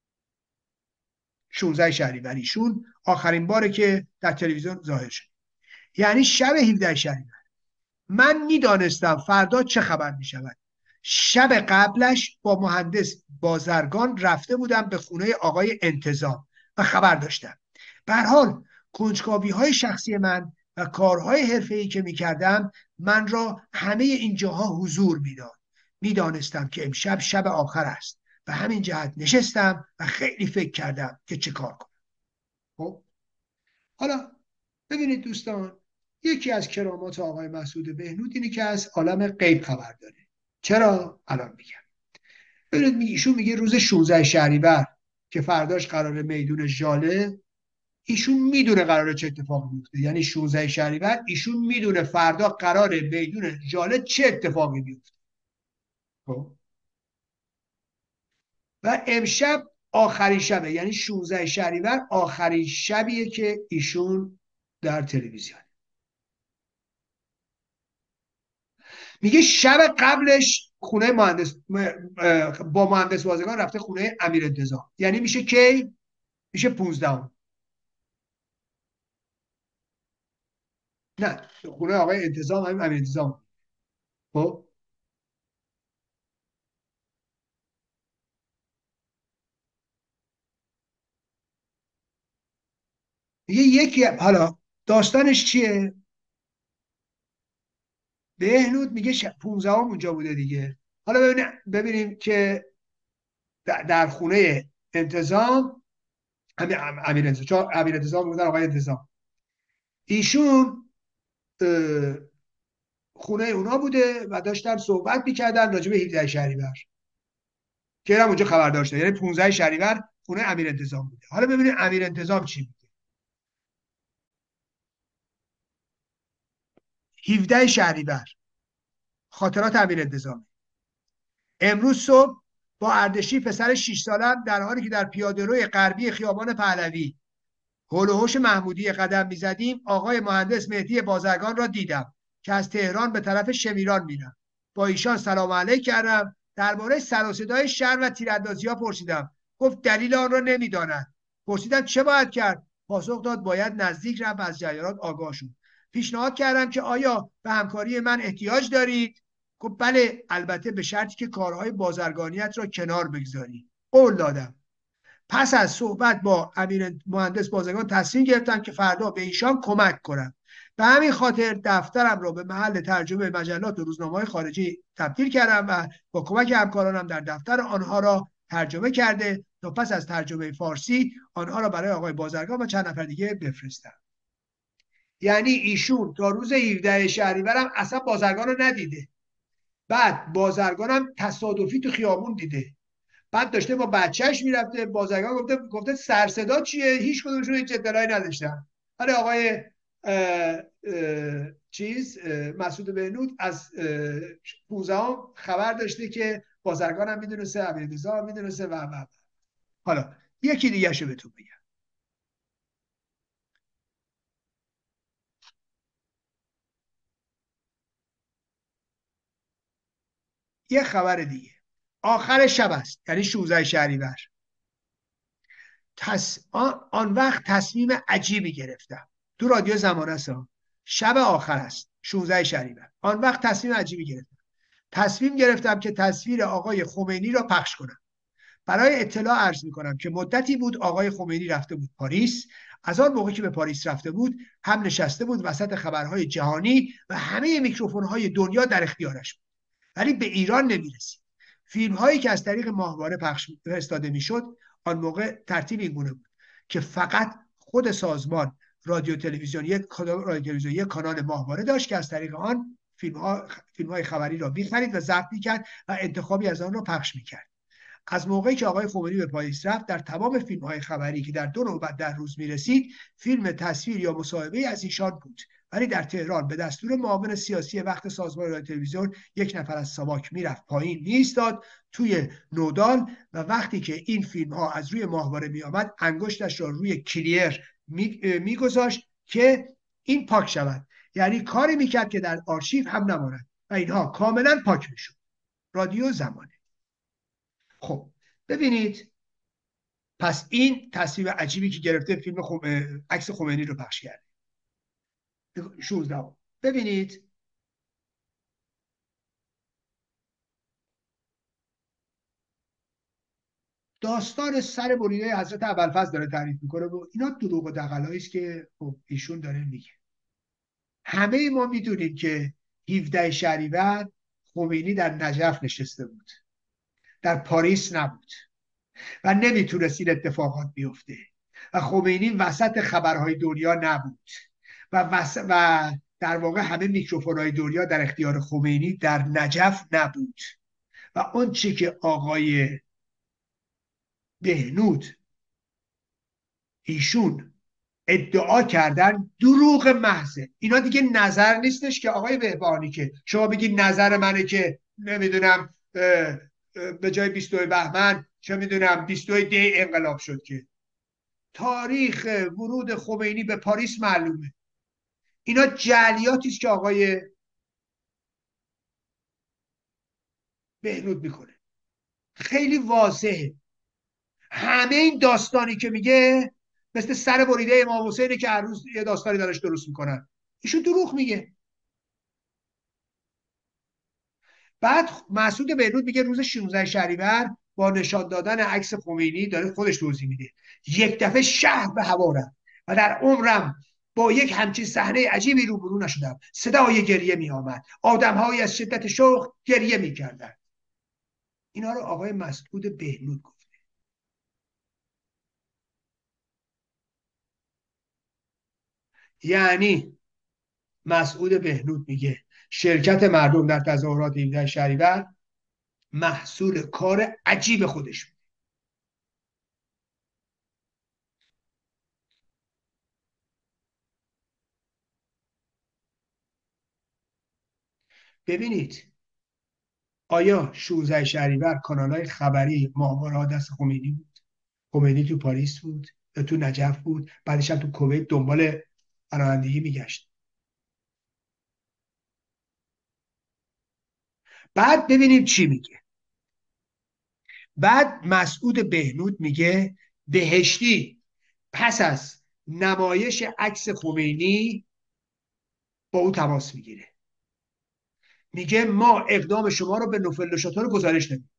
16 شهریور ایشون آخرین باره که در تلویزیون ظاهر شد، یعنی شب 17 شهریور. من میدانستم فردا چه خبر می شود. شب قبلش با مهندس بازرگان رفته بودم به خونه آقای انتظام و خبر داشتم. به هر حال کنجکاوی های شخصی من و کارهای حرفه‌ای که می کردم من را همه این جاها حضور میداد. میدانستم که امشب شب آخر است و همین جهت نشستم و خیلی فکر کردم که چه کار کنم. خب حالا ببینید دوستان، یکی از کرامات آقای مسعود بهنود اینه که از عالم غیب خبر داره. چرا؟ الان میگم. ببینید ایشون میگه روز 16 شهریور که فرداش قراره میدون ژاله، ایشون میدونه قراره چه اتفاقی بیفته. یعنی 16 شهریور ایشون میدونه فردا قراره میدون ژاله چه اتفاقی بیفته. خب و امشب آخرین شبه، یعنی 16 شهریور آخرین شبیه که ایشون در تلویزیون. میگه شب قبلش خونه مهندس با مهندس بازرگان رفته خونه امیر انتظام، یعنی میشه کی؟ میشه 15. نه، خونه آقای انتظام همین امیر انتظام. خب یکی حالا داستانش چیه؟ بهنود میگه 15 اونجا بوده دیگه. حالا ببینیم که در خونه انتظام امیر انتظام، چون امیر انتظام بودن آقای انتظام، ایشون خونه اونا بوده و داشتن صحبت میکردن راجع به 17 شهریور که هم اونجا خبر داشته، یعنی 15 شهریور خونه امیر انتظام بوده. حالا ببینید امیر انتظام چی میگه. 17 شهریور، خاطرات امیر انتظام: امروز صبح با اردشیر پسر 6 سالم در حالی که در پیاده‌روی غربی خیابان پهلوی هول و هوش محمودی قدم میزدیم، آقای مهندس مهدی بازرگان را دیدم که از تهران به طرف شمیران میرم. با ایشان سلام علیک کردم، درباره سر و صدای شهر و تیراندازی‌ها پرسیدم. گفت دلیل آن را نمیداند. پرسیدم چه باید کرد؟ پاسخ داد باید نزدیک رفت و از جریانات آگاه شد. پیشنهاد کردم که آیا به همکاری من احتیاج دارید؟ گفت بله، البته به شرطی که کارهای بازرگانیت را کنار بگذاری. قول دادم. پس از صحبت با امیر مهندس بازرگان تصمیم گرفتم که فردا به ایشان کمک کنم. به همین خاطر دفترم را به محل ترجمه مجلات و روزنامه‌های خارجی تبدیل کردم و با کمک همکارانم در دفتر آنها را ترجمه کرده تا پس از ترجمه فارسی آنها را برای آقای بازرگان و چند نفر دیگه بفرستم. یعنی ایشون تا روز 17 شهریورم اصلا بازرگان رو ندیده. بعد بازرگانم تصادفی تو خیابون دیده. بعد داشته با بچهش میرفته، بازرگان گفته سر صدا چیه؟ هیچ کدومشون هیچ اطلاعی نداشتن. ولی آقای مسعود بهنود از 15 خبر داشته که بازرگان هم میدونسته، امیررضا هم میدونسته و حالا یکی دیگه شو بهتون بگم. یه خبر دیگه آخر شب است، یعنی 16 شهریور. آن وقت تصمیم عجیبی گرفتم. تو رادیو زمانه است، شب آخر است 16 شهریور. آن وقت تصمیم عجیبی گرفتم. تصمیم گرفتم که تصویر آقای خمینی را پخش کنم. برای اطلاع عرض میکنم که مدتی بود آقای خمینی رفته بود پاریس. از آن موقع که به پاریس رفته بود هم نشسته بود وسط خبرهای جهانی و همه میکروفونهای دنیا در اختیارش بود، ولی به ایران نمیرسید. فیلم هایی که از طریق ماهواره پخش فرستاده میشد آن موقع ترتیب این گونه بود که فقط خود سازمان رادیو تلویزیون یک کانال ماهواره داشت که از طریق آن فیلم های خبری را می‌خرید و ضبط می‌کرد و انتخابی از آن را پخش می‌کرد. از موقعی که آقای خمینی به پاریس رفت در تمام فیلم های خبری که در 2 نوبت در روز میرسید فیلم تصویر یا مصاحبه از ایشان بود، ولی در تهران به دستور معاون سیاسی وقت سازمان رادیو تلویزیون یک نفر از ساواک میرفت پایین میایستاد توی نودال و وقتی که این فیلم ها از روی ماهواره میآمد انگشتش را روی کلیر میگذاشت که این پاک شود، یعنی کاری میکرد که در آرشیو هم نماند و اینها کاملا پاک میشد. رادیو زمانه. خب ببینید، پس این تصویر عجیبی که گرفته فیلم عکس خمینی رو پخش کرده. 16 ببینید داستان سر بریده حضرت ابوالفضل داره تعریف میکنه و اینا دروغ و دغلایی است که ایشون داره میگه. همه ما میدونیم که 17 شهریور خمینی در نجف نشسته بود، در پاریس نبود و نمیتونست این اتفاقات بیفته و خمینی وسط خبرهای دنیا نبود و در واقع همه میکروفونهای دنیا در اختیار خمینی در نجف نبود و اون چی که آقای بهنود ایشون ادعا کردن دروغ محضه. اینا دیگه نظر نیستش که آقای بهبانی که شما بگی نظر منه که نمیدونم به جای 22 بهمن چه میدونم 22 دی انقلاب شد، که تاریخ ورود خمینی به پاریس معلومه. اینا جعلیاتی است که آقای بهنود میکنه. خیلی واضحه. همه این داستانی که میگه مثل سر بریده امام حسینه که هر روز یه داستانی دارش درست میکنن. ایشون دروغ میگه. بعد مسعود بهنود میگه روز 16 شهریور با نشان دادن عکس خمینی، داره خودش توضیح میده، یک دفعه شهر به هوا رفت و در عمرم با یک همچین صحنه عجیبی روبرو نشدم. صدای گریه می آمد، آدمهایی از شدت شوق گریه میکردند. اینا رو آقای مسعود بهنود گفت. یعنی مسعود بهنود میگه شرکت مردم در تظاهرات 17 شهریور محصول کار عجیب خودش بود. ببینید آیا 16 شهریور کانال‌های خبری ماهواره دست خمینی بود؟ خمینی تو پاریس بود، تو نجف بود، بعدش هم تو کویت دنبال پناهندگی میگشت. بعد ببینیم چی میگه. بعد مسعود بهنود میگه بهشتی پس از نمایش عکس خمینی با او تماس میگیره، میگه ما اقدام شما رو به نوفل شاتور گزارش دادیم.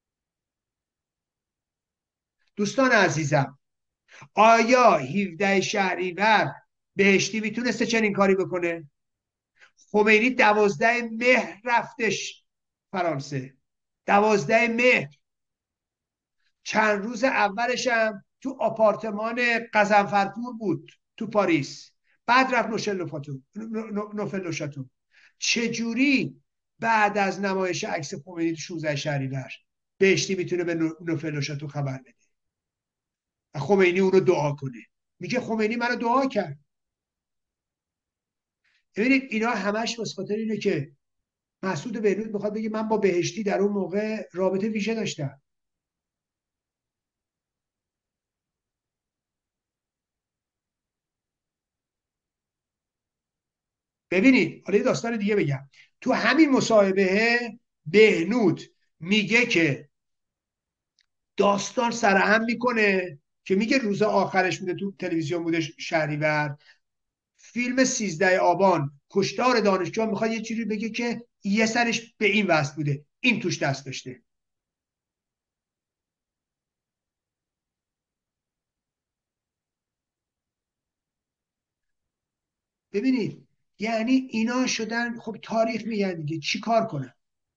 دوستان عزیزم، آیا 17 شهریور بهشتی میتونسته چنین کاری بکنه؟ خمینی 12 مهر رفتش فرانسه، 12 مهر. چند روز اولش هم تو آپارتمان قزنفرپور بود تو پاریس، بعد رفت نوفل شاتو. چجوری بعد از نمایش عکس خمینی تو 16 شهریور بهشتی میتونه به نوفل شاتو خبر بده و خمینی اون رو دعا کنه؟ میگه خمینی منو دعا کرد. ببینید اینا همش واسه خاطر اینه که مسعود بهنود میخواد بگه من با بهشتی در اون موقع رابطه ویژه داشتم. ببینید حالا یه داستان دیگه بگم. تو همین مصاحبه بهنود میگه که داستان سرهم میکنه که میگه روز آخرش بوده، تو تلویزیون بوده شهریور، فیلم 13 آبان کشتار دانشجو، میخواد یه چیزی بگه که یه سرش به این وصل بوده، این توش دست داشته. ببینید یعنی اینا شدن خب تاریخ میگن دیگه، چی کار کنن؟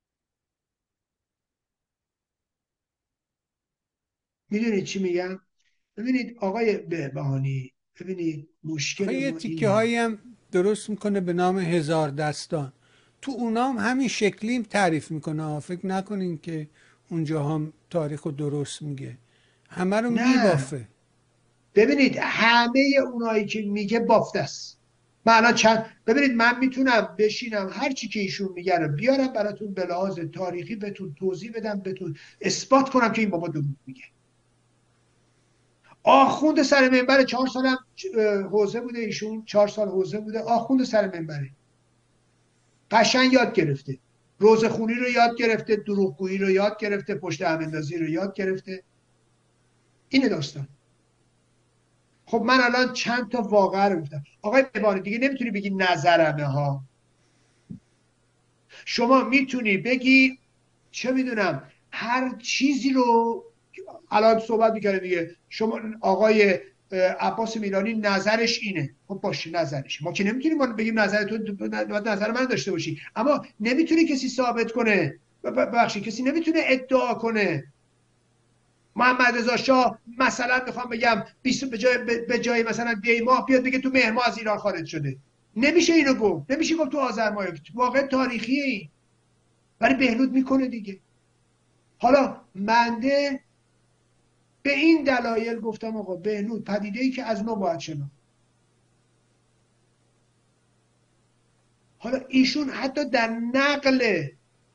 میدونید چی میگم؟ ببینید آقای بهبهانی، ببینید آخه مشکل یه ما تیکه اینه. هایی هم درست میکنه به نام هزار دستان، تو اونام همین شکلیم تعریف میکنه. فکر نکنین که اونجا هم تاریخ رو درست میگه، همه رو نه میبافه. ببینید همه اونایی که میگه بافته است. من الان ببینید من میتونم بشینم هر چی که ایشون میگه رو بیارم براتون به لحاظ تاریخی بهتون توضیح بدم، بهتون اثبات کنم که این بابا دروغ میگه. آخوند سر منبر 4 سالم حوزه بوده، ایشون 4 سال حوزه بوده، آخوند سر منبره، قشنگ یاد گرفته، روزخونی رو یاد گرفته، دروغگویی رو یاد گرفته، پشت هم اندازی رو یاد گرفته. اینه داستان. خب من الان چند تا واقعه رو گفتم. آقای بهبانی دیگه نمیتونی بگی نظرمه ها، شما میتونی بگی چه میدونم هر چیزی رو. الان صحبت میکنه دیگه، شما آقای عباس میلانی نظرش اینه، خب باشه نظرش، ما که نمیتونیم بگیم نظر تو نظر من داشته باشی، اما نمیتونه کسی ثابت کنه، ببخشید کسی نمیتونه ادعا کنه محمد رضا شاه مثلا میخوام بگم 20 به جای مثلا دی ماه بیاد بگه تو مهر ماه از ایران خارج شده. نمیشه اینو گفت، نمیشه گفت تو آذر ماه، واقع تاریخیه. ولی بهنود میکنه دیگه. حالا منده به این دلایل گفتم آقا بهنود پدیده ای که از ما باید شناخت. حالا ایشون حتی در نقل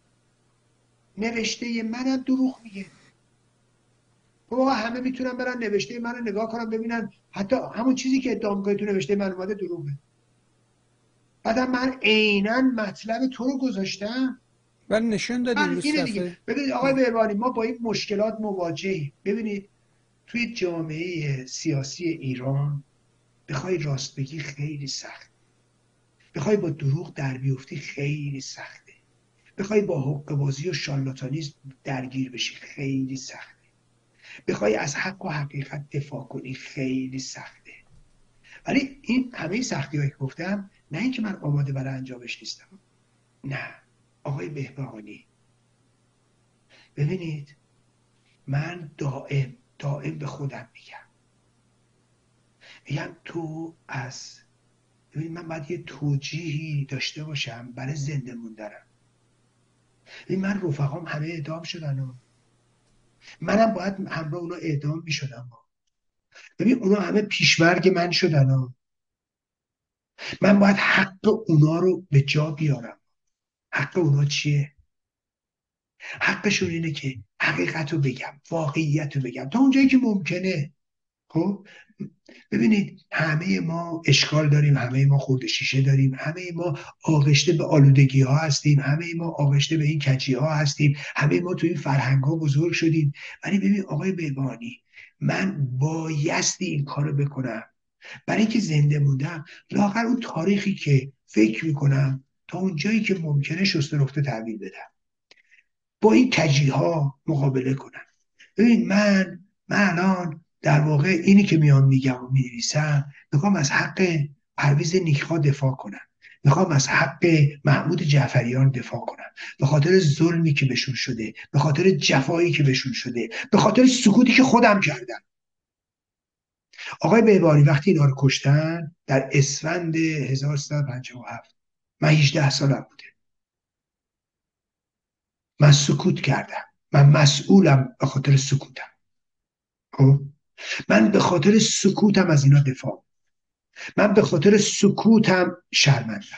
نوشته منم دروغ میگه. بابا همه میتونن برن نوشته من رو نگاه کنن ببینن حتی همون چیزی که ادعا میکنه تو نوشته من اومده دروغه. بعدم من عیناً مطلب تو رو گذاشتم، و نشون دادیم رو اینه دیگه. صفحه. ببینید آقای بهبانی، ما با این مشکلات مواجهیم. ببینید توی جامعه سیاسی ایران بخوای راست بگی خیلی سخت، بخوای با دروغ در بیفتی خیلی سخته، بخوای با حقه‌بازی و شارلاتانیسم درگیر بشی خیلی سخته، بخوای از حق و حقیقت دفاع کنی خیلی سخته. ولی این همه سختی‌هایی که گفتم، نه اینکه من آماده برای انجامش نیستم، نه آقای بهبهانی. ببینید من دائم به خودم میگم تو ببین من باید یه توجیهی داشته باشم برای زنده موندنم. ببین من رفقام همه اعدام شدن و منم باید همراه اونا اعدام میشدم. ببین اونا همه پیشمرگ من شدن و من باید حق اونا رو به جا بیارم. حق اونا چیه؟ حقشون اینه که حقیقت رو بگم، واقعیت رو بگم تا اونجایی که ممکنه. خب ببینید همه ما اشکال داریم، همه ما خورد شیشه داریم، همه ما آغشته به آلودگی ها هستیم، همه ما آغشته به این کجی ها هستیم، همه ما تو این فرهنگ ها بزرگ شدیم. ولی ببین آقای بهبانی، من بایستی این کارو بکنم برای اینکه زنده موندم، لااقل اون تاریخی که فکر میکنم تا اون جایی که ممکنه شسته رفته تحویل بدم، با این کجی ها مقابله کنم. ببین من الان در واقع اینی که میام میگم و مینویسم، میخوام از حق پرویز نیکخواه دفاع کنم، میخوام از حق محمود جعفریان دفاع کنم، به خاطر ظلمی که بهشون شده، به خاطر جفایی که بهشون شده، به خاطر سکوتی که خودم کردم. آقای بهبانی وقتی اینا رو کشتن در اسفند 1357، من 18 سالم بوده، من سکوت کردم، من مسئولم به خاطر سکوتم. خب من به خاطر سکوتم از اینا دفاع، من به خاطر سکوتم شرمندم.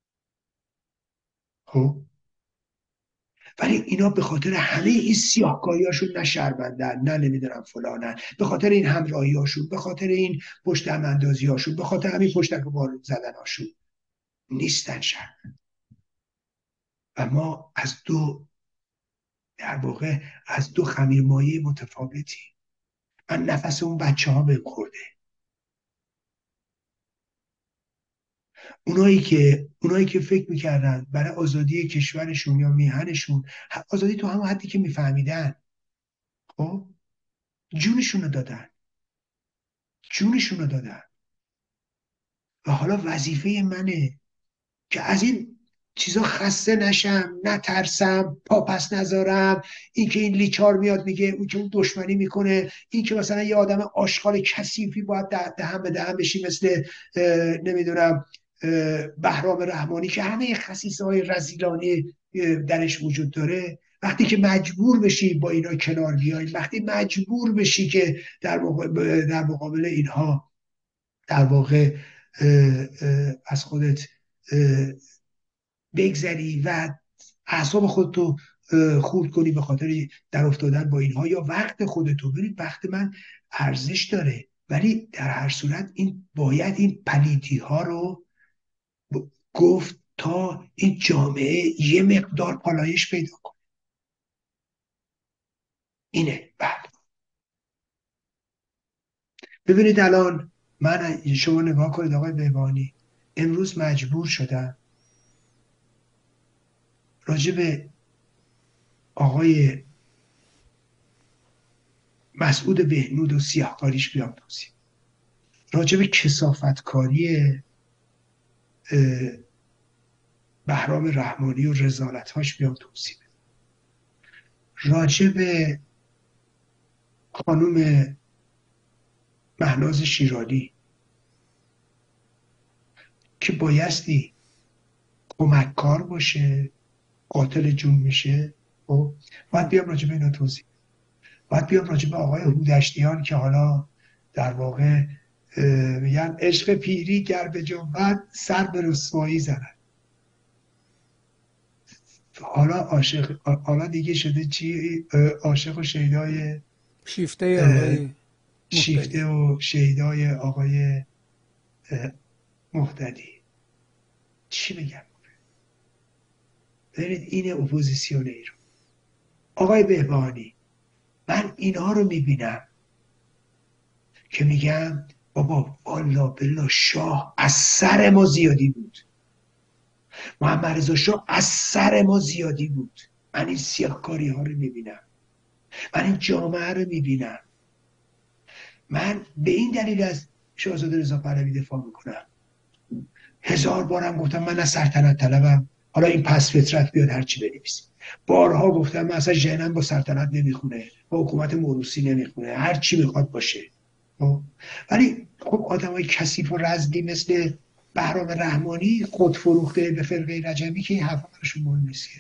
خب ولی اینا به خاطر همه این سیاهکاریاشون نه شرمندن، نه نمیدونم فلانن، به خاطر این همراهیاشون، به خاطر این پشت هم اندازیاشون، به خاطر همین پشتک بارون زدناشون نیستن شرمند. و ما در واقع از دو خمیرمایه متفاوتی. من نفس اون بچه ها بهم خورده. اونایی که فکر میکردن برای آزادی کشورشون یا میهنشون، آزادی تو همون حدی که میفهمیدن، خب جونشون رو دادن. و حالا وظیفه منه که از این چیزا خسته نشم، نترسم، پاپس نذارم. این که این لیچار میاد میگه اون که اون دشمنی میکنه، این که مثلا یه آدم آشغال کثیفی باید دهن به دهن بشی مثل نمیدونم بهرام رحمانی که همه خصیصه‌های رذیلانه درش وجود داره. وقتی که مجبور بشی با اینا کنار بیای، وقتی مجبور بشی که در مقابل اینها در واقع از خودت بگذری و اعصاب خودتو خورد کنی به خاطر در افتادن با اینها یا وقت خودتو، برید وقت من ارزش داره. ولی در هر صورت باید این پلیدی ها رو گفت تا این جامعه یه مقدار پالایش پیدا کنه. اینه. بعد ببینید الان شما نگاه کنید آقای بهبانی، امروز مجبور شدم راجع به آقای مسعود بهنود و سیاهکاریش بیام توضیح، راجع به کثافتکاری بهرام رحمانی و رذالت‌هاش بیام توضیح بدم، راجع به خانم مهناز شیرازی که بایستی کمککار باشه، قاتل جون میشه، و باید بیام راجع به اینا توضیح، باید بیام راجع به آقای هودشتیان که حالا در واقع میگن عشق پیری گر به جنبت سر به رسوایی زند. حالا دیگه شده چی؟ عاشق و شیدای شیفته و شیدای آقای مهتدی. چی بگم؟ ببینید این اپوزیسیون ایران. آقای بهبهانی، من اینها رو میبینم که میگم بابا والا بلا شاه از سر ما زیادی بود، محمد رضا شاه از سر ما زیادی بود. من این سیاهکاری ها رو میبینم، من این جامعه رو میبینم. من به این دلیل از شاهزاده رضا پهلوی دفاع میکنم. 1000 بارم گفتم من از سلطنت طلبم، حالا این پس فطرت بیاد هرچی بنویسیم. بارها گفتم من اصلا ذهنم با سلطنت نمیخونه، با حکومت موروثی نمیخونه، هر چی میخواد باشه. ولی خب آدمای کثیف و رزلی مثل بهرام رحمانی خود فروخته به فرقه رجبی که این حرفا براشون مهم نیست.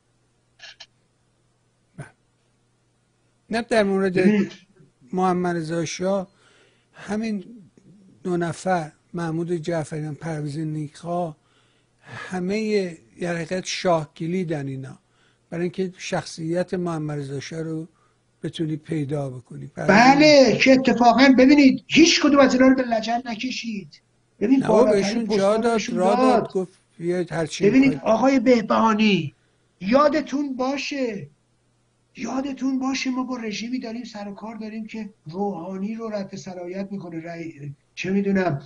نه در مورد محمد رضا شاه همین 2 نفر، محمود جعفریان، پرویز نیکخواه، همه در حقیقت شاهگیلیدن اینا برای اینکه شخصیت محمد رضا شاه رو بتونی پیدا بکنی. بله که اتفاقا ببینید هیچ کدوم از اینا رو به لجن نکشید. ببین بالاترین جا داد، را داد، گفت بیاید هر چی ببینید آقای بهبهانی، یادتون باشه ما با رژیمی داریم سر و کار داریم که روحانی رو رد صلاحیت میکنه، چه میدونم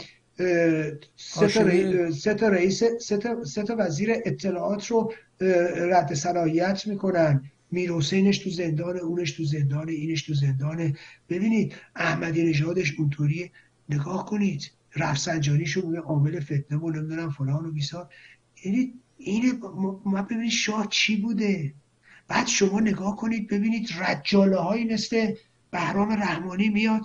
سه تا وزیر اطلاعات رو رد صلاحیت میکنن، میر حسینش تو زندان، اونش تو زندان، اینش تو زندانه. ببینید احمدی نژادش اونطوریه. نگاه کنید رفسنجانیشون میگه عامل فتنه و نمیدونم فلان و بیسار. یعنی اینه ما ببینید شاه چی بوده. بعد شما نگاه کنید ببینید رجاله هایی مثل بهرام رحمانی میاد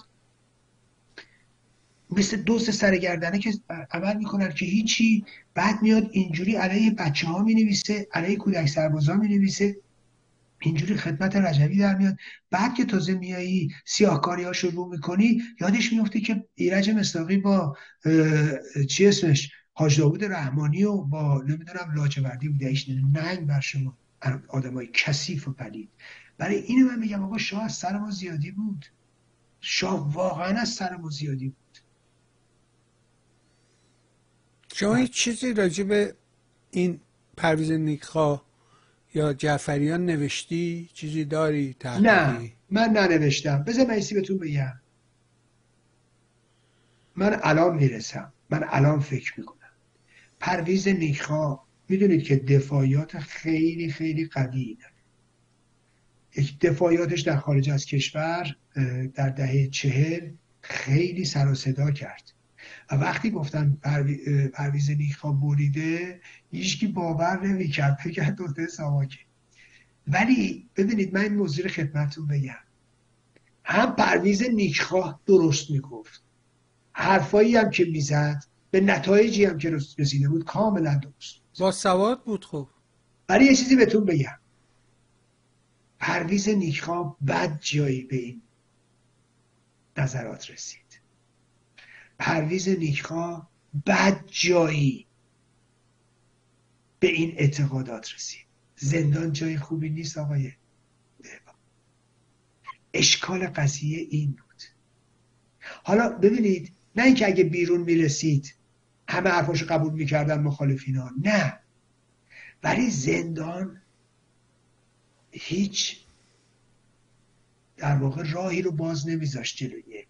مثل دوست سرگردنه که عمل میکنن که هیچی، بعد میاد اینجوری علیه بچه ها مینویسه، علیه کودک سربازا مینویسه، اینجوری خدمت رجبی در میاد. بعد که تازه میایی سیاهکاری هاشو رو میکنی یادش میفته که ایرج مصداقی با چی اسمش حاج داوود رحمانی و با نمیدونم لاجوردی بوده. ایش ننگ بر شما آدمای کثیف و پلید. برای اینو من میگم آقا شاه از سر ما زیادی بود، شاه واقعا از سر ما زیادی بود. شما هیچ چیزی راجع به این پرویز نیکخواه یا جعفریان نوشتی؟ چیزی داری تحقیقی؟ نه من ننوشتم. بذار من ایسی بهتون بگم، من الان میرسم، من الان فکر میکنم پرویز نیکخواه میدونید که دفاعیات خیلی خیلی قوی داره. دفاعیاتش در خارج از کشور در دهه 40 خیلی سر و صدا کرد و وقتی گفتن پرویز نیکخواه بریده هیچکی باور نمی‌کرد، فکر دوسته ساواکی. ولی ببینید من این موضوع رو خدمتتون بگم، هم پرویز نیکخواه درست میگفت، حرفایی هم که میزد به نتایجی هم که رسیده بود کاملا درست، با سواد بود. خب ولی یه چیزی بهتون بگم، پرویز نیکخواه بد جایی به این نظرات رسید. پرویز نیکخواه بد جایی به این اعتقادات رسید. زندان جای خوبی نیست آقای بهبهانی. اشکال قضیه این بود. حالا ببینید نه اینکه اگه بیرون میرسید همه حرفاشو قبول میکردن مخالفینا، نه، ولی زندان هیچ در واقع راهی رو باز نمیذاشت جلوی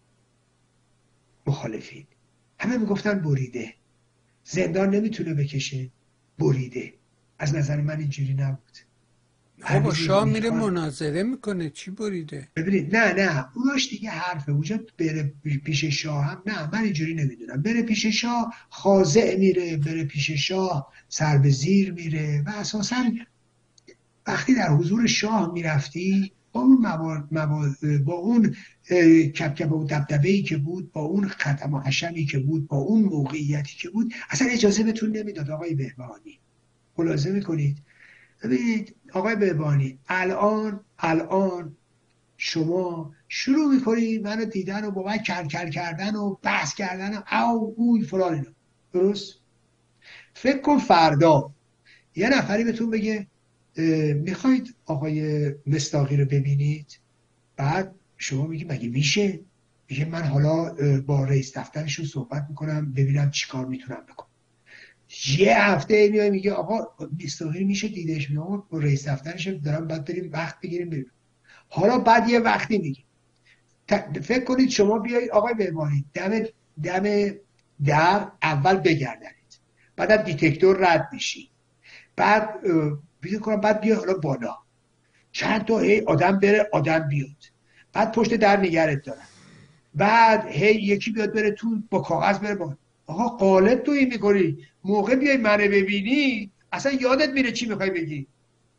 مخالفین. همه میگفتن بریده، زندان نمیتونه بکشه، بریده. از نظر من اینجوری نبود. خب شاه میره مناظره میکنه، چی بریده؟ ببینید نه اوناش دیگه حرفه، اونجا بره پیش شاه هم نه، من اینجوری نمیدونم. بره پیش شاه خاضع میره، بره پیش شاه سر به زیر میره و اساسا وقتی در حضور شاه میرفتی با اون با اون کبکب و دبدبه‌ای که بود، با اون ختم و حشمی که بود، با اون موقعیتی که بود، اصلا اجازه بهتون نمیداد آقای بهبهانی. ملاحظه میکنید؟ ببینید آقای بهبهانی الان شما شروع میکنید منو دیدن و با من کل کردن و بحث کردن و اوی فلان اینا، درست؟ فکر کن فردا یه نفری بهتون بگه میخواید آقای مصداقی رو ببینید، بعد شما میگی مگه میشه؟ میگه من حالا با رئیس دفترشون صحبت میکنم ببینم چیکار میتونم بکنم. یه هفته میای میگه آقا 20 میشه دیدش، میگه آقا رئیس دفترش دارم بعد بریم وقت بگیریم بریم. حالا بعد یه وقتی میگه فکر کنید شما بیایید آقای بهبانی دم در اول بگردنید، بعد از دیتکتور رد میشی، بعد فکر کنم بعد بیا حالا بالا چند تا هی آدم بره آدم بیاد، بعد پشت در نگرت دارن، بعد هی یکی بیاد بره تو با کاغذ بره با آقا قالب تویی میکنی، موقع بیای منو ببینی اصلا یادت میره چی میخوای بگی.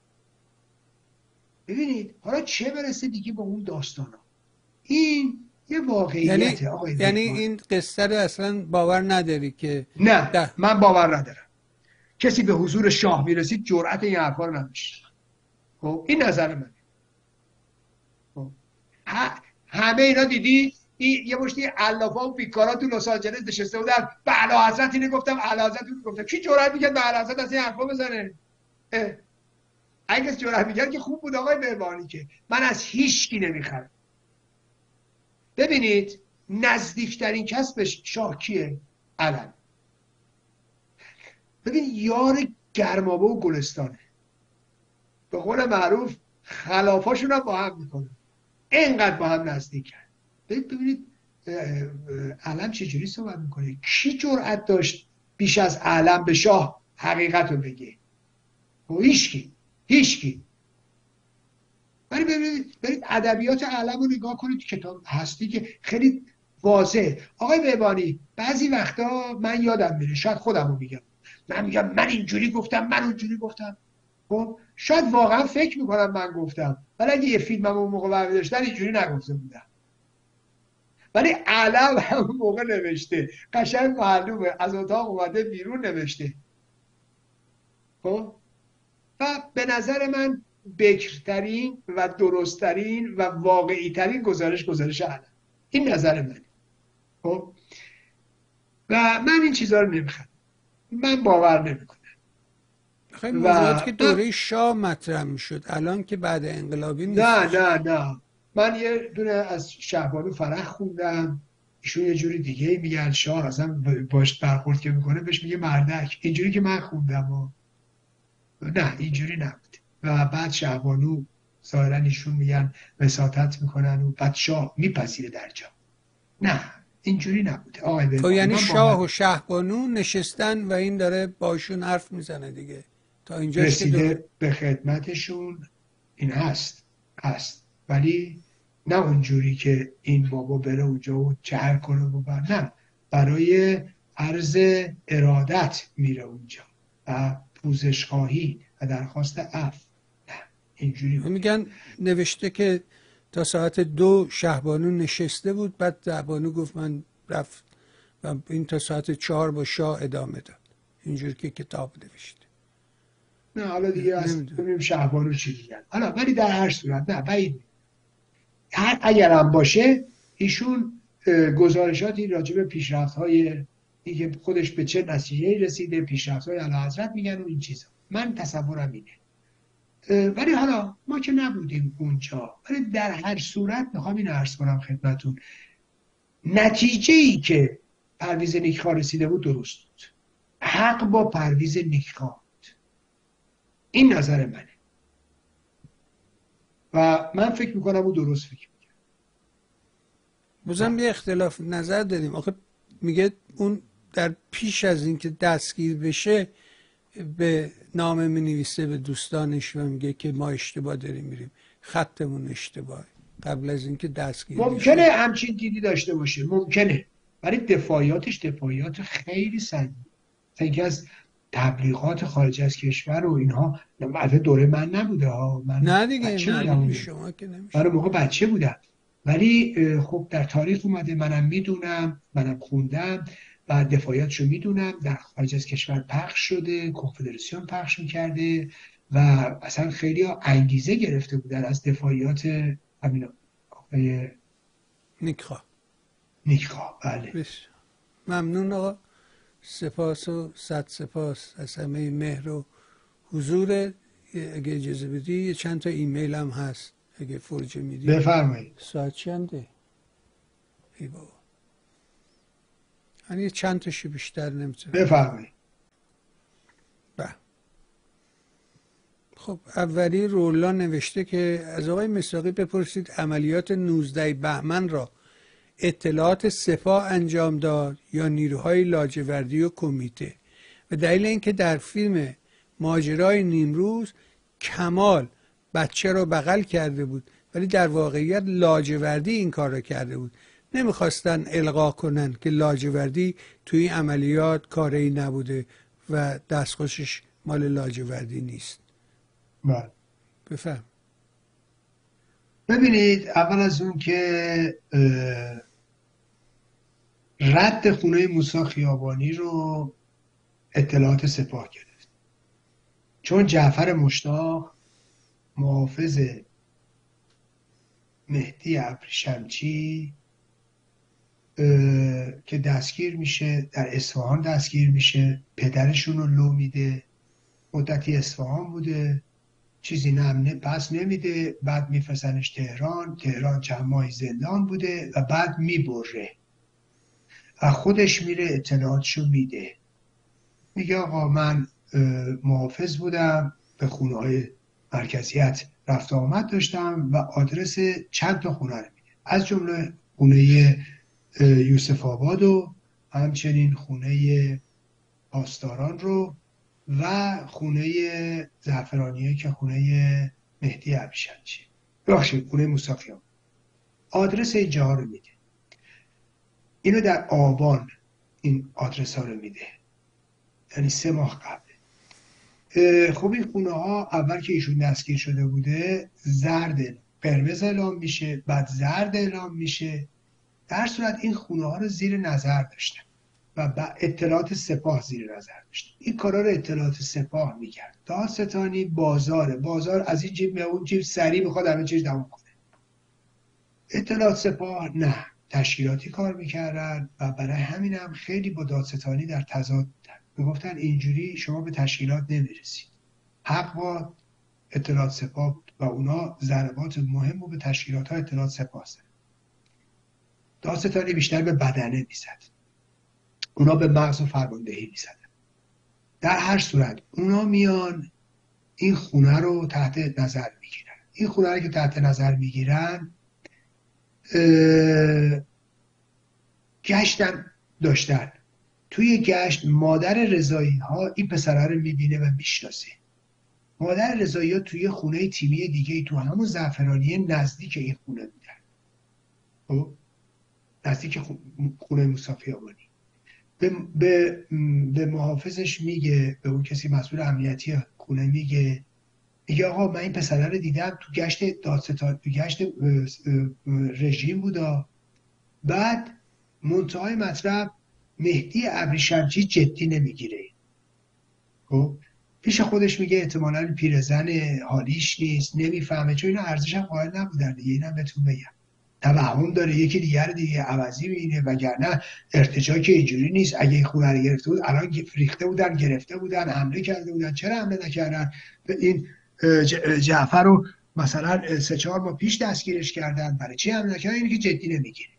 ببینید حالا چه برسه دیگه با اون داستانا. این یه واقعیته آقای یعنی بهبانی. این قصه رو اصلا باور نداری که نه ده من باور ندارم کسی به حضور شاه میرسید جرأت این حرفا رو نداشت. خب این نظر من. خب همه اینا دیدی این یه مشتی علافا و بیکارا تو لس آنجلس نشسته بودن به اعلیحضرت اینو گفتم اعلیحضرت اینو گفتم. کی جرأت میکرد به اعلیحضرت از این حرفا بزنه؟ اگه جرأت میکرد که خوب بود آقای بهبانی، که من از هیچ کی نمیخرم. ببینید نزدیکترین کس به شاه کیه؟ علم. ببین یار گرمابه و گلستانه، به قول معروف خلافاشون هم با هم میکنه، اینقدر با هم نزدیکن. ببینید علم چجوری صحبت میکنه. کی جرأت داشت بیش از علم به شاه حقیقت رو بگه؟ هیچکی. ولی برید ادبیات علم رو نگاه کنید، کتاب هستی که خیلی واضحه. آقای بهبانی بعضی وقتا من یادم میره، شاید خودم رو میگم، من میگم من اینجوری گفتم من اونجوری گفتم. خب شاید واقعا فکر میکنم من گفتم، ولی اگه یه فیلمم اون موقع برمی داشتن اینجوری نگفته بودم. ولی علم همون موقع نوشته، قشنگ معلومه از اتاق اومده بیرون نوشته. خب و به نظر من بکرترین و درستترین و واقعیترین گزارش علم. این نظر منه. خب و من این چیزها رو نمیخوام، من باور نمیکنم. خیلی موضوعاتی که دوره شاه مطرح میشد الان که بعد انقلابی نیست. نه من یه دونه از شهبانو فرح خوندم، ایشون یه جوری دیگه میگن شاه اصلا باش برخورد که میکنه بهش میگه مردک، اینجوری که من خوندم و نه اینجوری نبود. و بعد شهبانو ظاهرا ایشون میگن وساطت میکنن و بعد شاه میپذیره در جا. نه اینجوری نبوده آقای بهبانی. یعنی شاه و شهبانو نشستن و این داره باشون حرف میزنه دیگه تا اینجا رسیده به خدمتشون. این هست ولی نه اونجوری که این بابا بره اونجا و جهر کنه و نه، برای عرض ارادت میره اونجا و پوزش خواهی و درخواست عفو. نه اینجوری میگن نوشته که تا ساعت 2 شهبانو نشسته بود، بعد شهبانو گفت من رفت و این تا ساعت 4 با شاه ادامه داد، اینجوری که کتاب نوشته. نه حالا دیگه از ببینیم شهبانو چی میگن. حالا ولی در هر صورت نه بعید اگر هم باشه ایشون گزارشاتی راجع به پیشرفت‌های اینکه خودش به چه نتیجه‌ای رسیده، پیشرفت‌های اعلیحضرت میگن و این چیزا. من تصورم اینه. ولی حالا ما که نبودیم اونجا، ولی در هر صورت میخوام این عرض کنم خدمتون، نتیجه‌ای که پرویز نیکخواه رسیده بود درست بود. حق با پرویز نیکخواه. این نظر منه و من فکر میکنم او درست فکر میکنم. بازم یه اختلاف نظر داریم. آخه میگه اون در پیش از اینکه دستگیر بشه به نامه مینویسه به دوستانش و میگه که ما اشتباه داریم میریم، خطمون اشتباهه، قبل از اینکه دستگیر بشه. ممکنه همچین دیدی داشته باشه، ممکنه، ولی دفاعیاتش دفاعیات خیلی سنگین. یکی از تبلیغات خارج از کشور و اینها البته دوره من نبوده ها، من نه دیگه معلوم شما که نمیشه، من موقع بچه بودم، ولی خب در تاریخ اومده، منم میدونم، منم خوندم و دفاعیاتشو میدونم، در خارج از کشور پخش شده، کنفدراسیون پخش میکرده و اصلا خیلی ها انگیزه گرفته بودن از دفاعیات همین آقای نیکخواه. بله ممنون آقا، سپاس و صد سپاس از همه مهر و حضور. اگه اجازه بدی یه چند تا ایمیل هم هست اگه فرجه میدی. بفرمایید. ساعت چنده؟ ای بابا، یعنی چند تاشو بیشتر نمیتونم. بفرمایید. خب اولی رولا نوشته که از آقای مساقی بپرسید عملیات 19 بهمن را اطلاعات سپاه انجام داد یا نیروهای لاجوردی و کمیته، و دلیل اینکه در فیلم ماجرای نیمروز کمال بچه رو بغل کرده بود ولی در واقعیت لاجوردی این کار رو کرده بود. نمیخواستن القا کنن که لاجوردی توی این عملیات کاری نبوده و دستخوشش مال لاجوردی نیست. بله. بفهم. ببینید، اول از اون که رد خونه موسی خیابانی رو اطلاعات سپاه گرفت، چون جعفر مشتاق محافظ مهدی ابریشمچی که دستگیر میشه، در اصفهان دستگیر میشه، پدرشون رو لو میده، مدتی اصفهان بوده، چیزی پس نمیده، بعد میفرستنش تهران چند ماهی زندان بوده و بعد میبره و خودش میره اطلاعاتشو میده، میگه آقا من محافظ بودم، به خونه های مرکزیت رفت آمد داشتم و آدرس چند تا خونه رو میده، از جمله خونه یوسف آباد و همچنین خونه پاسداران رو و خونه زعفرانیه که خونه مهدی ابریشمچی، ببخشید خونه موسی خیابانی، آدرس این جاها رو میده. اینو در آبان این آدرس ها رو میده، یعنی 3 ماه قبل. خب این خونه ها اول که ایشون دستگیر شده بوده قرمز اعلام میشه، بعد زرد اعلام میشه، در صورت این خونه ها رو زیر نظر داشتن و اطلاعات سپاه زیر نظر داشتن. این کارا رو اطلاعات سپاه میکرد. دادستانی بازار از این جیب به اون جیب سریع میخواد همه چیز تموم کنه. اطلاعات سپاه نه، تشکیلاتی کار میکردن و برای همین هم خیلی با دادستانی در تضاد بودن. میگفتن اینجوری شما به تشکیلات نمیرسید. حق با اطلاعات سپاه بود و اونا ضربات مهم رو به تشکیلات ها اطلاعات سپاه زد. دادستانی بیشتر به بدنه میزد، اونا به مغز و فرماندهی میزدن. در هر صورت اونا میان این خونه رو تحت نظر میگیرن. این خونه رو که تحت نظر میگیرن گشتم داشتن. توی گشت مادر رضایی ها این پسره رو میبینه و میشناسه. مادر رضایی ها توی خونه تیمی دیگه تو همون زعفرانی نزدیک این خونه بودن، نزدیک خونه موسی خیابانی. به محافظش میگه، به اون کسی مسئول امنیتی خونه میگه آقا من این پسره رو دیدم تو گشت دادستان، تو گشت رژیم بودا. بعد منتهای مطلب مهدی ابریشمچی جدی نمیگیره. خب پیش خودش میگه احتمالاً پیرزن حالیش نیست، نمیفهمه، چون اینا ارزش هم قائل نبودن دیگه. اینم بهتون بگم توهم داره یکی دیگر دیگه عوضی می‌بینه، وگرنه ارتجاع که اینجوری نیست. اگه این خونه رو گرفته بود الان ریخته بودن، گرفته بودن، حمله کرده بودن. چرا حمله نکردن؟ این جعفر رو مثلا 3-4 ماه پیش دستگیرش کردن، برای چی حمله نکردن؟ اینی که جدی نمیگیره.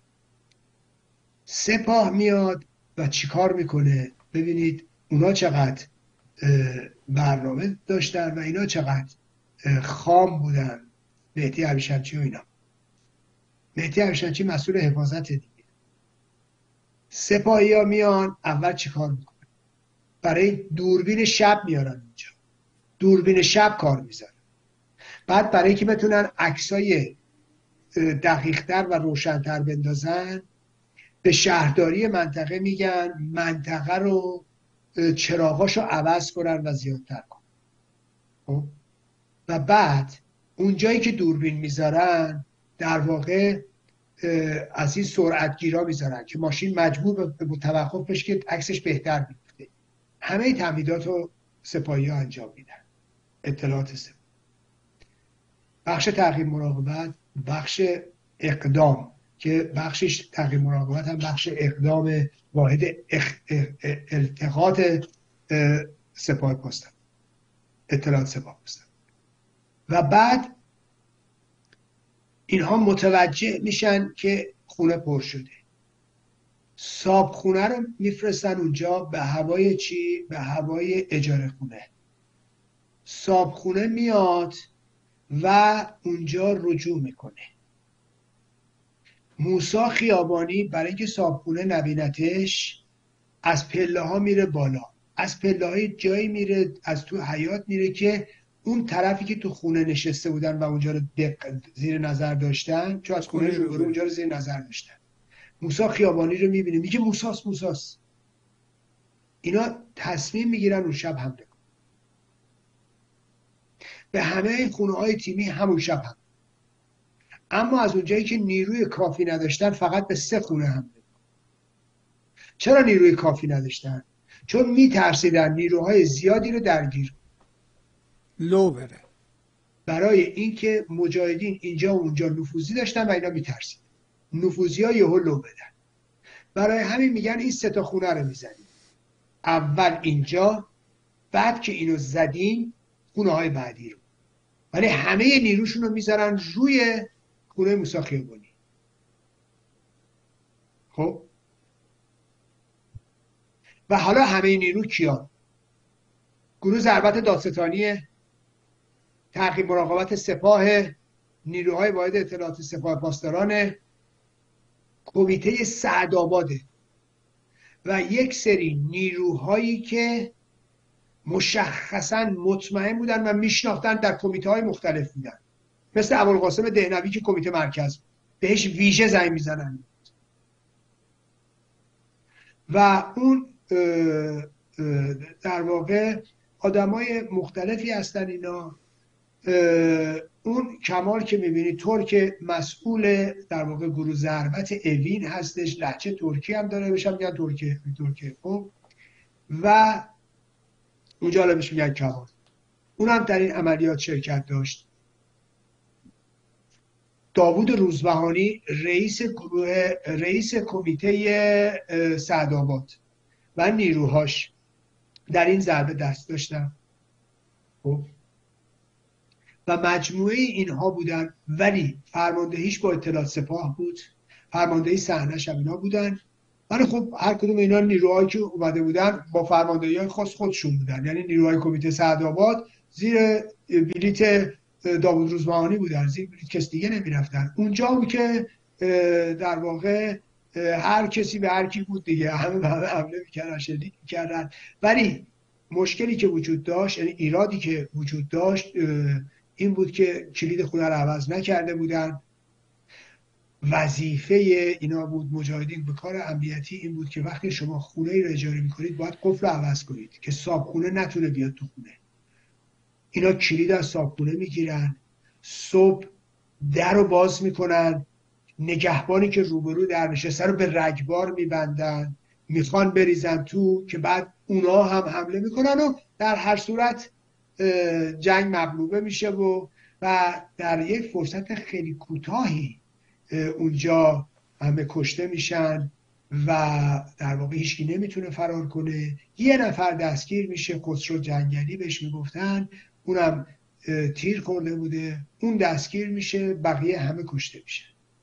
سپاه میاد و چیکار میکنه؟ ببینید اونا چقدر برنامه داشتن و اینا چقدر خام بودن. مهدی ابریشمچی و اینا، مهدی ابریشمچی مسئول حفاظت دیگه. سپاهی ها میان اول چیکار میکنن؟ برای دوربین شب میارن اینجا، دوربین شب کار میذارن. بعد برای که بتونن عکسای دقیق‌تر و روشن‌تر بندازن به شهرداری منطقه میگن منطقه رو چراغاشو عوض کنن و زیادتر کنن. و بعد اونجایی که دوربین میذارن در واقع از این سرعتگیرا میذارن که ماشین مجبور به توقف بشه که عکسش بهتر بیفته. همه تمهیدات رو سپاهی ها انجام میدن. اطلاعات سپاه، بخش تعقیب مراقبت، بخش اقدام که بخشش تعقیب مراقبت هم بخش اقدام واحد التقاط سپاه پستم، اطلاعات سپاه پستم. و بعد اینها متوجه میشن که خونه پر شده، صاحب خونه رو میفرستن اونجا به هوای چی؟ به هوای اجاره خونه. صاحبخونه میاد و اونجا رجوع میکنه. موسی خیابانی برای اینکه صاحبخونه نبینتش از پله ها میره بالا، از پله های جایی میره، از تو حیاط میره که اون طرفی که تو خونه نشسته بودن و اونجا رو زیر نظر داشتن، چون از خونه روبرو اونجا رو زیر نظر داشتن، موسی خیابانی رو میبینه، میگه موساست موساست. اینا تصمیم میگیرن اون شب حمله کنن به همه خونه های تیمی همون شب هم. اما از اونجایی که نیروی کافی نداشتن فقط به 3 خونه حمله کنن. چرا نیروی کافی نداشتن؟ چون میترسیدن نیروهای زیادی رو درگیر لو بره. برای اینکه مجاهدین اینجا و اونجا نفوذی داشتن و اینا میترسیدن نفوذی ها یهو لو بدن. برای همین میگن این 3 تا خونه رو میزنیم، اول اینجا، بعد که اینو زدیم خونه های بعدی رو، ولی همه نیروشون رو میذارن روی خونه موسی خیابانی. خب و حالا همه نیرو کیان؟ گروه ضربت دادستانی تعقیب مراقبت سپاه، نیروهای واحد اطلاعات سپاه پاسداران، کمیته سعدآباده و یک سری نیروهایی که مشخصا مطمئن بودن و میشناختن در کمیته های مختلف بودن، مثل ابوالقاسم دهنوی که کمیته مرکز بهش ویژه زنگ میزنن و اون در واقع آدمای مختلفی هستن اینا. اون کمال که میبینید ترک مسئول در واقع گروه ضربت اوین هستش، لهجه ترکی هم داره، بهش میگن ترکه. خب و اونجا حالا بهش میگن کمال. اون هم در این عملیات شرکت داشت. داوود روزبهانی رئیس کمیته سعدآباد و نیروهاش در این ضربه دست داشتن. خب و مجموعه اینها بودن، ولی فرماندهیش با اطلاعات سپاه بود، فرماندهی صحنه‌ش هم اینا بودن، ولی خب هر کدوم اینا نیروهایی که اومده بودن با فرماندهی‌های خاص خودشون بودن، یعنی نیروهای کمیته سعدآباد زیر بلیت داوود روزبهانی بودن، زیر بلیت کس دیگه نمیرفتن. اونجا بود که در واقع هر کسی به هر کی بود دیگه، همه حمله میکردن، شلیک میکردن. ولی مشکلی که وجود داشت، یعنی ایرادی که وجود داشت این بود که کلید خونه رو عوض نکرده بودن. وظیفه اینا بود، مجاهدین به کار امنیتی این بود که وقتی شما خونه ای رو اجاره میکنید باید قفل رو عوض کنید که صاحبخونه نتونه بیاد تو خونه. اینا کلید از صاحبخونه میگیرن، صبح در رو باز میکنن، نگهبانی که روبرو در نشسته رو به رگبار میبندن، میخوان بریزن تو که بعد اونا هم حمله میکنن و در هر صورت جنگ مغلوبه میشه و در یک فرصت خیلی کوتاهی اونجا همه کشته میشن و در واقع هیچکی نمیتونه فرار کنه. 1 نفر دستگیر میشه، خسرو جنگلی بهش میگفتن، اونم تیر خورده بوده، اون دستگیر میشه، بقیه همه کشته میشه.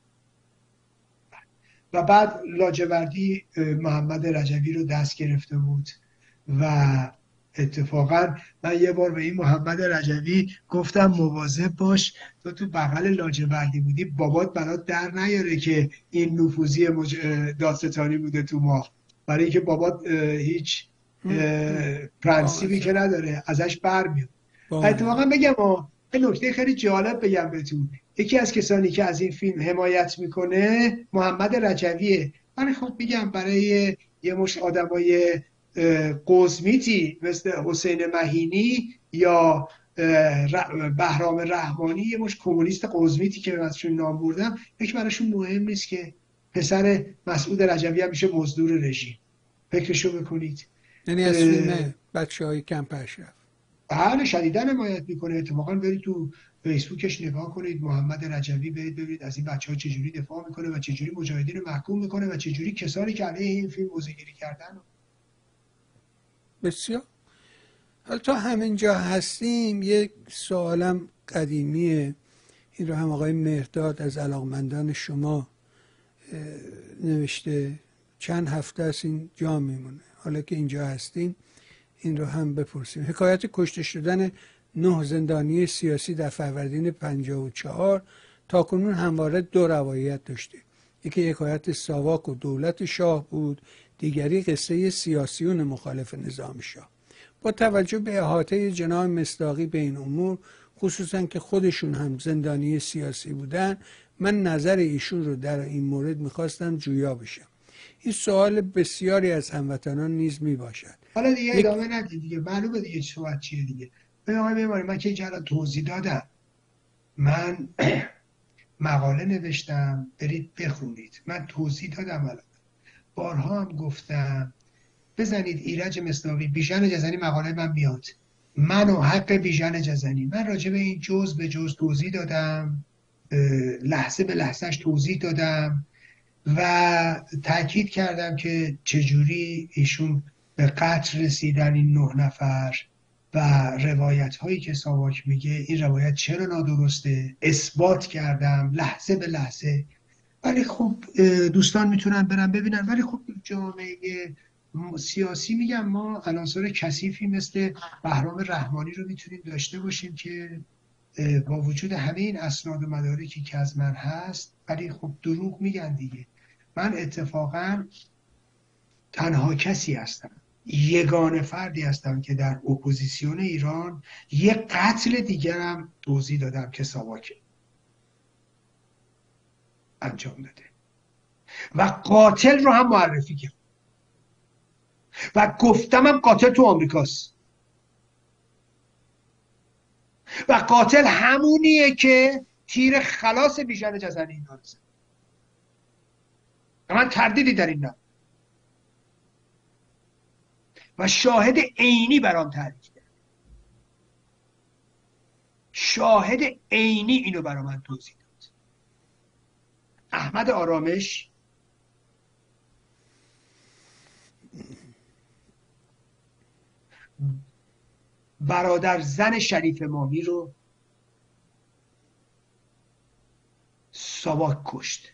و بعد لاجوردی محمد رجوی رو دست گرفته بود و اتفاقا من یه بار به این محمد رجوی گفتم مواظب باش، تو بغل لاجوردی بودی بابات برات در نیاره که این نفوذی دادستانی بوده تو ما، برای اینکه بابات هیچ پرنسیبی که نداره ازش برمیاد. اتفاقا بگم یه نکته خیلی جالب بگم بهتون، یکی از کسانی که از این فیلم حمایت میکنه محمد رجویه. من خب میگم برای یه مش آدمای قزمیتی مثل حسین مهینی یا بهرام رحمانی، یه مش کمونیست قزمیتی که ازشون نام بردم، یک براشون مهم نیست که پسر مسعود رجوی هم میشه مزدور رژیم. فکرشو بکنید. یعنی از فیلم بچه‌های کمپ اشرف بله شدیداً حمایت میکنه. اتفاقا برید تو فیسبوکش نگاه کنید، محمد رجوی، برید ببینید از این بچه‌ها چجوری دفاع میکنه و چجوری مجاهدین رو محکوم میکنه و چجوری کسانی که علیه این فیلم موضع‌گیری کردن. بسیار. حالا تا همینجا هستیم یک سوالم قدیمیه، این رو هم آقای مهرداد از علاقمندان شما نوشته، چند هفته است این جا میمونه، حالا که اینجا هستیم این رو هم بپرسیم. حکایت کشته شدن 9 زندانی سیاسی در فروردین 54 تاکنون همواره 2 روایت داشته. یکی حکایت ساواک و دولت شاه بود، دیگری قصه سیاسیون مخالف نظام شاه. با توجه به احاطه جناب مصداقی به این امور، خصوصا که خودشون هم زندانی سیاسی بودن، من نظر ایشون رو در این مورد میخواستم جویا بشم. این سوال بسیاری از هموطنان نیز میباشد. حالا دیگه ادامه ندید دیگه، معلومه دیگه صحبت چیه دیگه. آقای معماری، من که جلال توضیح دادم، من مقاله نوشتم، برید بخونید. من توضیح دادم، الان بارها هم گفتم بزنید ایرج مصداقی بیژن جزنی، مقاله من بیاد، من و حق بیژن جزنی. من راجع به این جز به جز توضیح دادم، لحظه به لحظهش توضیح دادم و تاکید کردم که چجوری ایشون به قتل رسیدن این 9 نفر و روایت هایی که ساواک میگه این روایت چرا نادرسته اثبات کردم لحظه به لحظه. ولی خب دوستان میتونن برن ببینن. ولی خب جامعه سیاسی، میگم ما عناصر کثیفی مثل بهرام رحمانی رو میتونیم داشته باشیم که با وجود همه این اسناد و مدارکی که از من هست، ولی خب دروغ میگن دیگه. من اتفاقا تنها کسی هستم، یگانه فردی هستم که در اپوزیسیون ایران یک قتل دیگرم توضیح دادم که ساواک انجام داده و قاتل رو هم معرفی کردم و گفتمم قاتل تو آمریکاست و قاتل همونیه که تیر خلاص بیژن جزنی اینا زد. من تردیدی در این ندارم و شاهد عینی برام تعریف کرد، شاهد عینی اینو برام من توضیح داد. احمد آرامش برادر زن شریف مامی رو ساواک کشت.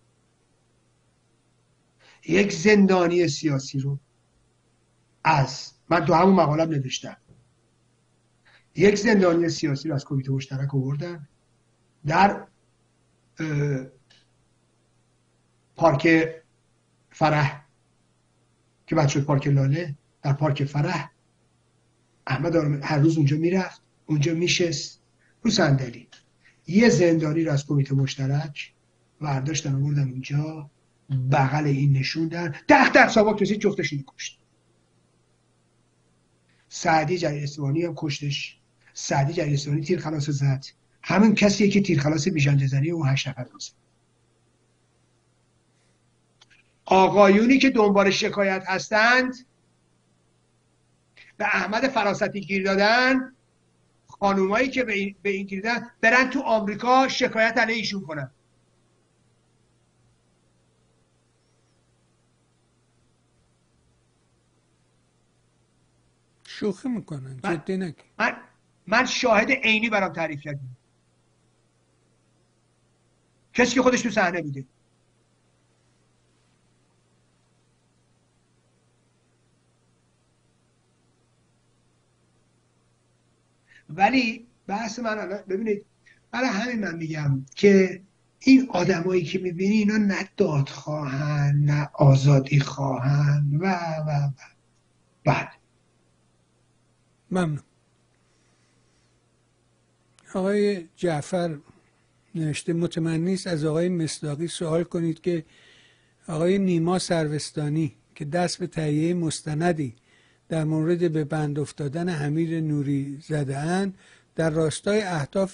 یک زندانی سیاسی رو من تو همون مقالم نوشتم، یک زندانی سیاسی رو از کمیته مشترک آوردن در پارک فرح که بعد شد پارک لاله، در پارک فرح احمد آرامش هر روز اونجا میرفت، اونجا میشست رو صندلی. یه زندانی رو از کمیته مشترک برداشتن آوردن اونجا، بغل این نشوندن، ده ساواک رسید جفتش رو کشت. سعدی جلیل استوانی هم کشتش. سعدی جلیل استوانی تیر خلاص زد، همون کسیه که تیر خلاص بیژن جزنی و 8 نفر زد. آقایونی که دنبال شکایت هستند به احمد فراستی گیر دادن، خانومایی که به این گیر دادن، برن تو آمریکا شکایت علیه ایشون کنن. شوخی میکنن، جدی نگی. من شاهد عینی برام تعریف کردم، کسی که خودش تو صحنه بوده. ولی بحث من الان ببینید، برای همین من میگم که این آدمایی که میبینی اینا نه داد خواهن نه آزادی خواهن و بله. ممنون. آقای جعفر نوشته متمنی است از آقای مصداقی سوال کنید که آقای نیما سروستانی که دست به تهیه مستندی در مورد به بند افتادن حمید نوری زده‌اند، در راستای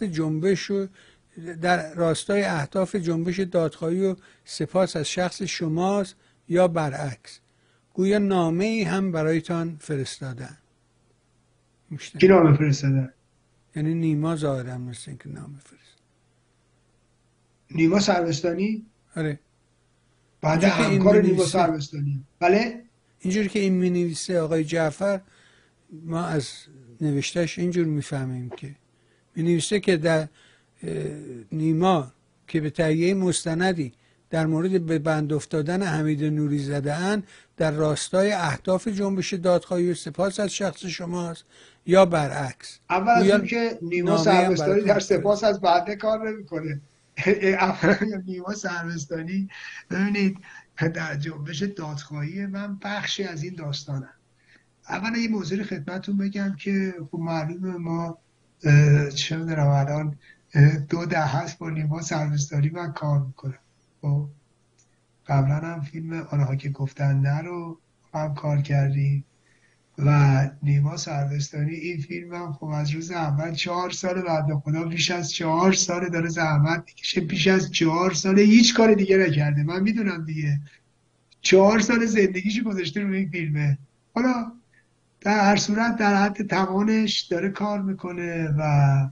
اهداف جنبش دادخواهی و سپاس از شخص شماست یا برعکس؟ گویا نامه‌ای هم برایتان فرستادن. کی نامه فرستادن؟ یعنی نیما ظاهرا مثل اینکه نامه فرست. نیما سروستانی؟ آره. بعد همکار نیما سروستانی. بله؟ اینجوری که این می‌نویسه آقای جعفر، ما از نوشتهش اینجور میفهمیم که می‌نویسه که در نیما که به تهیه مستندی در مورد به بند افتادن حمید نوری زده‌اند در راستای اهداف جنبش دادخواهی و سپاس از شخص شماست یا برعکس؟ اول از اون که نیما سروستانی در سپاس از بنده کار نمیکنه. اولا نیما سروستانی، ببینید در جنبش دادخواهی من بخشی از این داستانم. اولا یه موضوعی خدمتتون بگم که خب معلومه ما چه می‌دونم الان 2 دهه هست با نیما سروستانی من کار میکنم. خب قبلا هم فیلم آنها که گفتن نه رو هم کار کردیم و نیما سروستانی این فیلم هم خب از روز اول 4 سال بعد خدا بیش از 4 سال داره زحمت میکشه، بیش از 4 سال هیچ کار دیگه نکرده. من میدونم دیگه 4 سال زندگیشو گذاشته روی این فیلمه. حالا در هر صورت در حد توانش داره کار میکنه و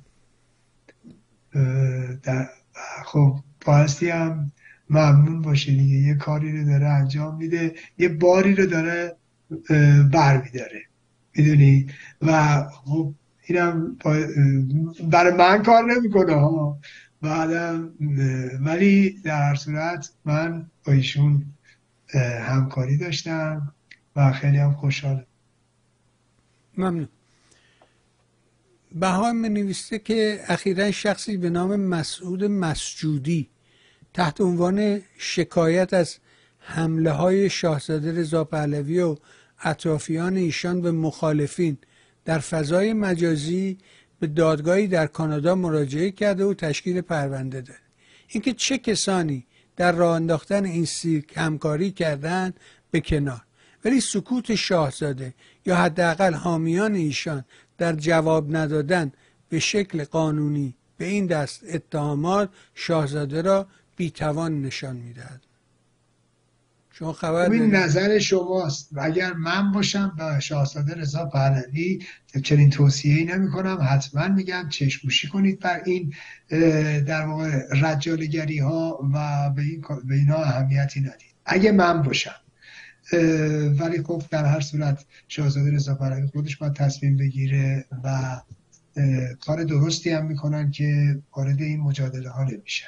خب بایستی هم ممنون باشه دیگه، یه کاری رو داره انجام میده، یه باری رو داره بر میداره، میدونی. و خب اینم برای من کار نمیکنه ها بعدم، ولی در هر صورت من با ایشون همکاری داشتم و خیلی هم خوشحالم. ممنون. بهام نوشته که اخیراً شخصی به نام مسعود مسجودی تحت عنوان شکایت از حمله های شاهزاده رضا پهلوی و اطرافیان ایشان به مخالفین در فضای مجازی به دادگاهی در کانادا مراجعه کرده و تشکیل پرونده داده. اینکه چه کسانی در راه انداختن این سیرک همکاری کردند به کنار، ولی سکوت شاهزاده یا حداقل حامیان ایشان در جواب ندادن به شکل قانونی به این دست اتهامات شاهزاده را بی‌توان نشان می‌دهد. شما خبر این نظر شماست و اگر من باشم به شاهزاده رضا پهلوی چنین توصیه‌ای نمی‌کنم، حتما میگم چشم‌پوشی کنید بر این در واقع رجالگری‌ها و به اینا اهمیتی ندید اگه من باشم. ولی خب در هر صورت شاهزاده رضا پهلوی خودش باید تصمیم بگیره و کار درستی هم میکنن که وارد این مجادله ها نمیشن.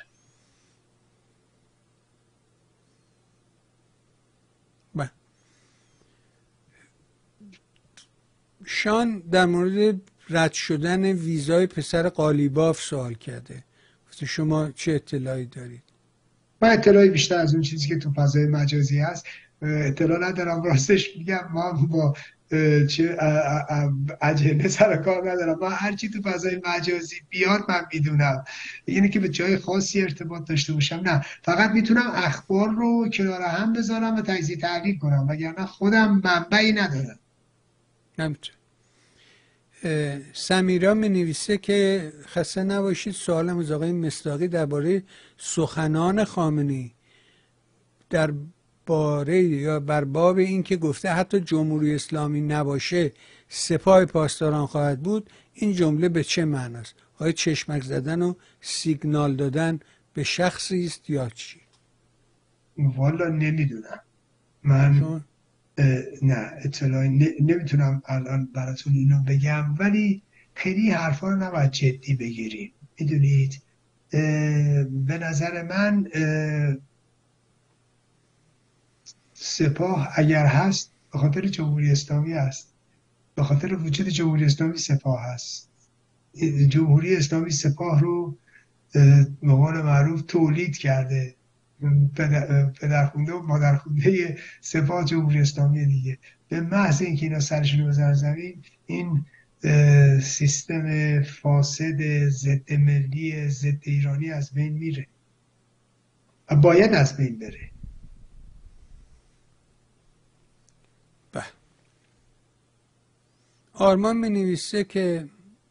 شان در مورد رد شدن ویزای پسر قالیباف سوال کرده. شما چه اطلاعی دارید؟ من اطلاعی بیشتر از اون چیزی که تو فضای مجازی هست اطلاع ندارم. راستش میگم ما با چه اجنه سر کار ندارم. من هرچی تو فضای مجازی بیاد من میدونم، یعنی که به جای خاصی ارتباط داشته باشم نه، فقط میتونم اخبار رو کنار هم بذارم و تجزیه تحلیل کنم، وگرنه خودم منبعی ندارم. نمیتونم. سمیرا می نویسه که خسته نباشید، سوالم از آقای مصداقی درباره سخنان خامنه‌ای در باره یا بر باب این که گفته حتی جمهوری اسلامی نباشه سپاه پاسداران خواهد بود، این جمله به چه معناست؟ آیا چشمک زدن و سیگنال دادن به شخصی است یا چی؟ والا نمیدونم من نه اطلاعی نمیتونم الان براتون اینو بگم، ولی خیلی حرفا رو نباید جدی بگیریم، میدونید. به نظر من سپاه اگر هست به خاطر جمهوری اسلامی هست، به خاطر وجود جمهوری اسلامی سپاه هست. جمهوری اسلامی سپاه رو به قول معروف تولید کرده، پدرخونده و مادرخونده سپاه جمهوری اسلامی دیگه. به محض اینکه اینا سرشون بزنن زمین، این سیستم فاسد ضد ملی ضد ایرانی از بین میره و باید از بین بره. آرمان می نویسه که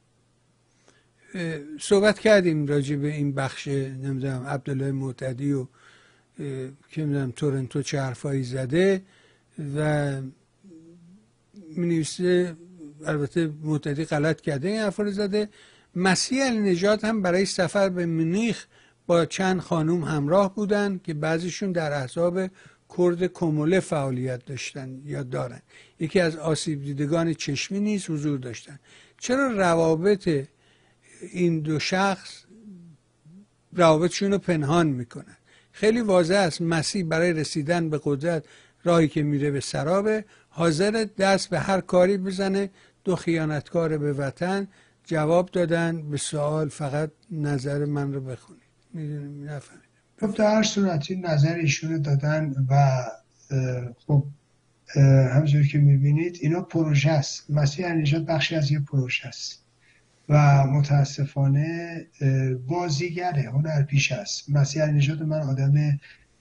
صحبت کردیم راجع به این بخش نمیدونم عبدالله معتدی و که نمیدونم تورنتو چه حرفایی زده و می نویسه البته معتدی غلط کرده این حرفا رو زده. مسیح النجات هم برای سفر به مونیخ با چند خانوم همراه بودن که بعضیشون در احزاب کرد کموله فعالیت داشتن یا دارن. یکی از آسیب دیدگان چشمی نیز حضور داشتن. چرا روابط این دو شخص روابطشون رو پنهان میکنن؟ خیلی واضح است مسیح برای رسیدن به قدرت راهی که میره به سرابه، حاضر دست به هر کاری بزنه. دو خیانتکار به وطن جواب دادن به سوال فقط نظر من رو بخونید. میدونیم نفهمید. خب در هر صورت این نظر ایشون دادن و خب همونجور که میبینید اینا پروژه است. مسیح النژاد بخشی از یه پروژه است و متاسفانه بازیگره، هنرپیشه است. مسیح النژاد من آدم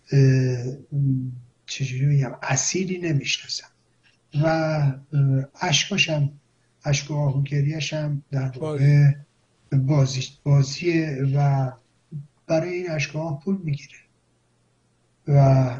چجوری بگم اصیلی نمیشناسم و اشکاشم، اشک و آهوگریشم در واقع بازیه و برای این اشک‌ها پول میگیره و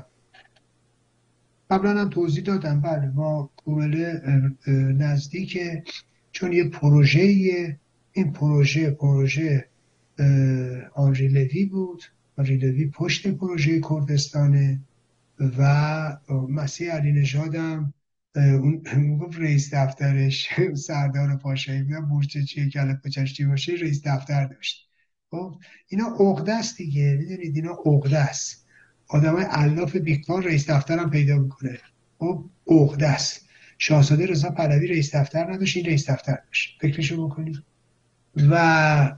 قبلا هم توضیح دادم. بله ما کومله نزدیکه، چون یه پروژه‌ایه. این پروژه آنری لوی بود. آنری لوی پشت پروژه کردستانه و مسیح علی نژاد هم اون گفت رئیس دفترش سردار پاشایی بودن، بورچه چیه کله پچشتی باشه رئیس دفتر داشت. خب اینا عقده است دیگه، میدونید اینا عقده است. آدمای الاف بیکار رئیس دفتر هم پیدا میکنه. خب عقده است. شاهزاده رضا پهلوی رئیس دفتر نداشت، این رئیس دفتر داشت. فکرشو بکنید. و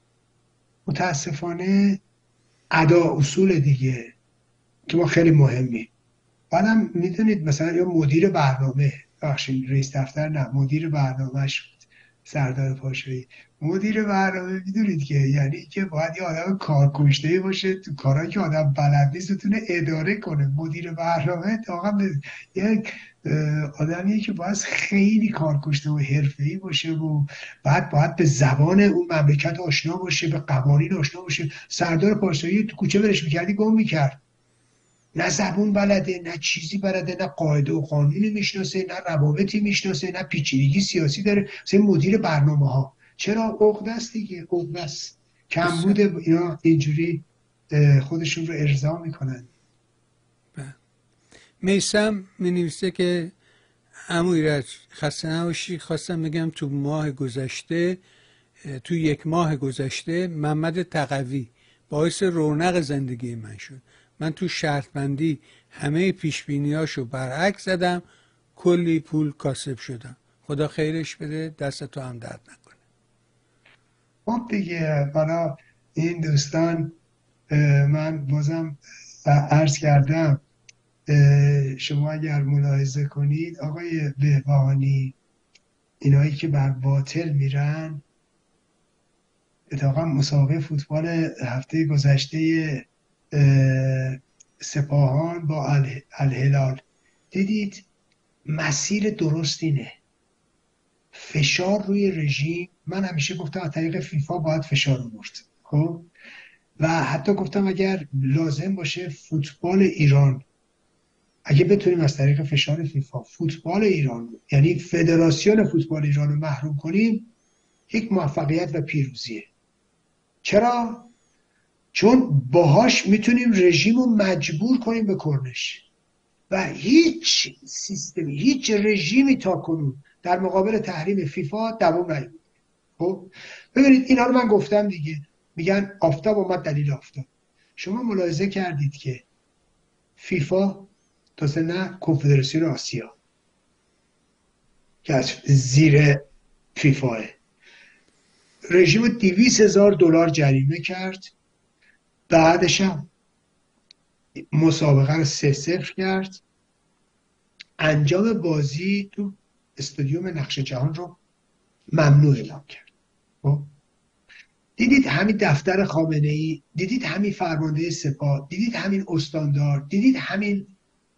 متاسفانه ادا اصول دیگه که ما خیلی مهمی. بعدم میدونید مثلا یا مدیر برنامه، بخشید رئیس دفتر نه، مدیر برنامهش بود سردار پاشایی. مدیر برنامه میدونید که یعنی که باید یه آدم کارکشته باشه، تو کارهایی که آدم بلد نیست بتونه اداره کنه. مدیر برنامه واقعا یک آدمیه که باید خیلی کارکشته و حرفه‌ای باشه و باید به زبان اون مملکت آشنا باشه، به قوانین آشنا باشه. سردار پاشایی تو کوچه برش میکردی گم میکرد. نه زبون بلده، نه چیزی بلده، نه قاعده و قانونی میشناسه، نه روابطی میشناسه، نه پیچیدگی سیاسی داره. مثلا مدیر برنامه ها. چرا؟ عقده است دیگه، عقده است. کمبود اینا اینجوری خودشون رو ارضا میکنن. میثم مینویسه که عمو ایرج خسته نباشی، خواستم بگم تو یک ماه گذشته محمد تقوی باعث رونق زندگی من شد. من تو شرط بندی همه پیشبینیاشو برعکس زدم، کلی پول کاسب شدم. خدا خیرش بده، دست تو هم درد نکنه. خب دیگه حالا این دوستان من بازم عرض کردم، شما اگر ملاحظه کنید آقای بهبهانی، اینایی که بر باطل میرن، اتفاقا مسابقه فوتبال هفته گذشته سپاهان با الهلال دیدید مسیر درست اینه. فشار روی رژیم، من همیشه گفتم از طریق فیفا باید فشار آورد. خب و حتی گفتم اگر لازم باشه فوتبال ایران، اگه بتونیم از طریق فشار فیفا فوتبال ایران، یعنی فدراسیون فوتبال ایران رو محروم کنیم، یک موفقیت و پیروزیه. چرا؟ چون باهاش میتونیم رژیم رو مجبور کنیم به کرنش و هیچ سیستمی، هیچ رژیمی تا کنون در مقابل تحریم فیفا دوام نیاورد. خب ببینید اینا رو من گفتم دیگه. میگن آفتاب اومد دلیل آفتاب. شما ملاحظه کردید که فیفا تازه نه کنفدراسیون آسیا که از زیر فیفاه، رژیم 200,000 دلار جریمه کرد. بعدش هم مسابقه رو 3-0 کرد. انجام بازی تو استادیوم نقش جهان رو ممنوع اعلام کرد. خب دیدید همین دفتر خامنه‌ای، دیدید همین فرمانده سپاه، دیدید همین استاندار، دیدید همین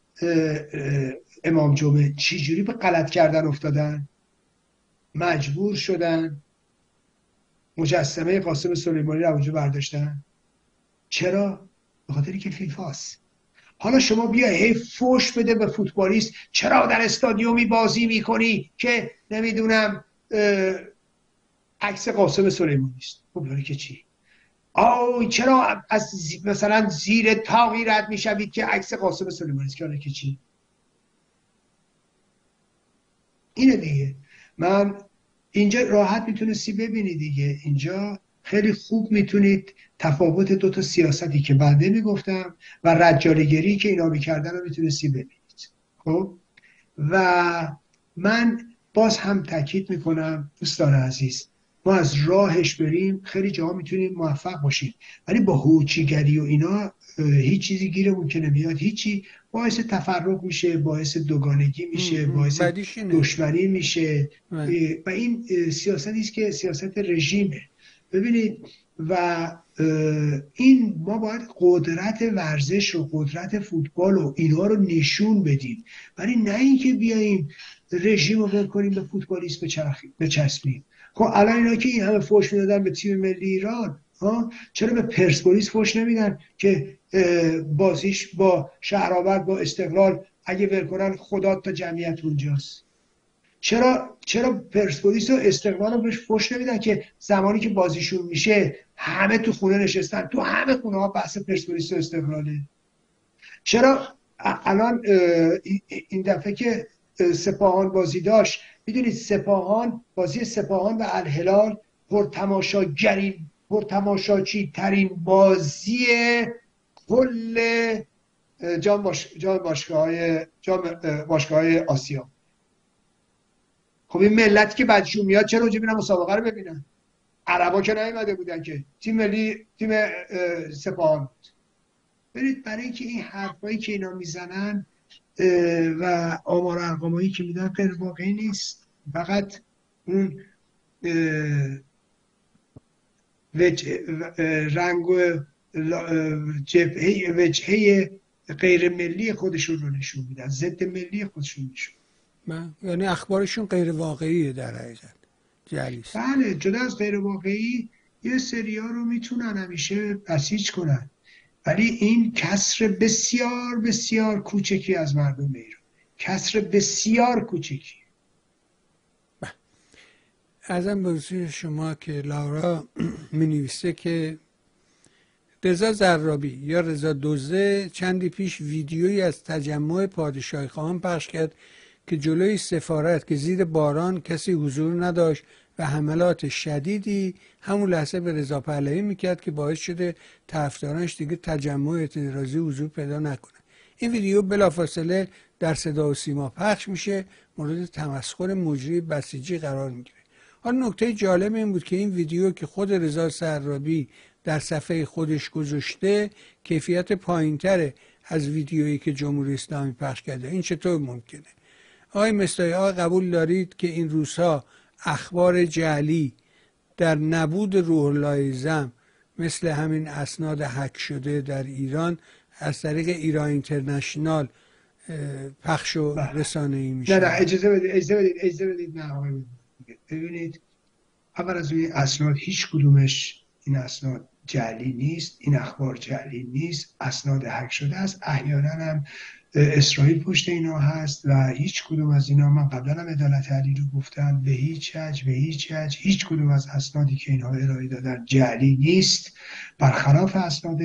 امام جمعه چجوری به غلط کردن افتادن، مجبور شدن مجسمه قاسم سلیمانی رو اونجا برداشتن. چرا؟ به خاطری که فیفاست. حالا شما بیا هی فوش بده به فوتبالیست، چرا در استادیومی بازی میکنی که نمیدونم عکس قاسم سلیمانی است. خب داره که چی؟ چرا از مثلا زیر طاقی رد میشوید که عکس قاسم سلیمانی است. که که چی؟ اینه دیگه. من اینجا راحت میتونستی ببینی دیگه، اینجا خیلی خوب میتونید تفاوت دو تا سیاستی که بنده میگفتم و رجالگری که اینا میکردن رو میتونستی ببینید. خب و من باز هم تاکید میکنم دوستان عزیز، ما از راهش بریم خیلی جاها میتونیم موفق باشیم، ولی با هوچیگری و اینا هیچ چیزی گیرمون که نمیاد، هیچی. باعث تفرق میشه، باعث دوگانگی میشه، باعث بعدیش اینه. دشمنی میشه و این سیاستی است که سیاست رژیمه. ببینید و این ما باید قدرت ورزش و قدرت فوتبال و اینا رو نشون بدیم، ولی نه اینکه بیاییم رژیم رو ول کنیم به فوتبالیست بچسبیم. خب الان اینا که این همه فوش میدادن به تیم ملی ایران، چرا به پرسپولیس فوش نمیدن که بازیش با شهرآورد با استقلال اگه ول کنن خدا تا جمعیت اونجاست؟ چرا پرسپولیس و استقلال رو بهش فوش نمیدن که زمانی که بازیشون میشه همه تو خونه نشستن؟ تو همه خونه ها بحث پرسپولیس و استقلاله. چرا الان این دفعه که سپاهان بازی داشت، میدونید سپاهان، بازی سپاهان و الهلال پرتماشاچی ترین بازی کل باشگاه‌های آسیا. خب این ملت که بعدشون میاد چرا اونجا میرن مسابقه رو ببینن؟ عربا که نیومده بودن که تیم سپاهان. برید برای اینکه این حرفایی که اینا میزنن و آمار و ارقامایی که میدن غیر واقعی نیست، فقط اون رنگ و وجهه غیر ملی خودشون رو نشون میدن، ضد ملی خودشون نشون میدن. یعنی اخبارشون غیر واقعیه در حقیقت، جعلیست. بله، جدا از غیر واقعی یه سریا رو میتونن همیشه بسیج کنن، ولی این کسر بسیار بسیار کوچکی از مردم ایران، کسر بسیار کوچکی. ازم به حضور شما که لارا می نویسه که رضا زرابی یا رضا دوزه چندی پیش ویدیویی از تجمع پادشاهی خواهان پخش کرد که جلوی سفارت که زیر باران کسی حضور نداشت و حملات شدیدی همون لحظه به رضا پهلوی میکرد که باعث شده طرفدارانش دیگه تجمع اعتراضی حضور پیدا نکنه. این ویدیو بلافاصله در صدا و سیما پخش میشه، مورد تمسخر مجری بسیجی قرار میگیره. حالا نکته جالب این بود که این ویدیو که خود رضا زرابی در صفحه خودش گذاشته کیفیت پایینتره از ویدیویی که جمهوری اسلامی پخش کرده. این چطور ممکنه؟ آقای مصداقی، قبول دارید که این روزها اخبار جعلی در نبود روح الله زم مثل همین اسناد هک شده در ایران از طریق ایران اینترنشنال پخش و رسانه‌ای میشه؟ نه اجازه بدید نه آقای، ببینید اول از اون اسناد هیچ کدومش این اسناد جعلی نیست، این اخبار جعلی نیست، اسناد هک شده است. احیانا هم اسرائیل پشت اینا هست و هیچ کدوم از اینا، من قبلا هم عدالت علی رو گفتم، به هیچ وجه هیچ کدوم از اسنادی که اینها ارائه دادن جعلی نیست، برخلاف اسناد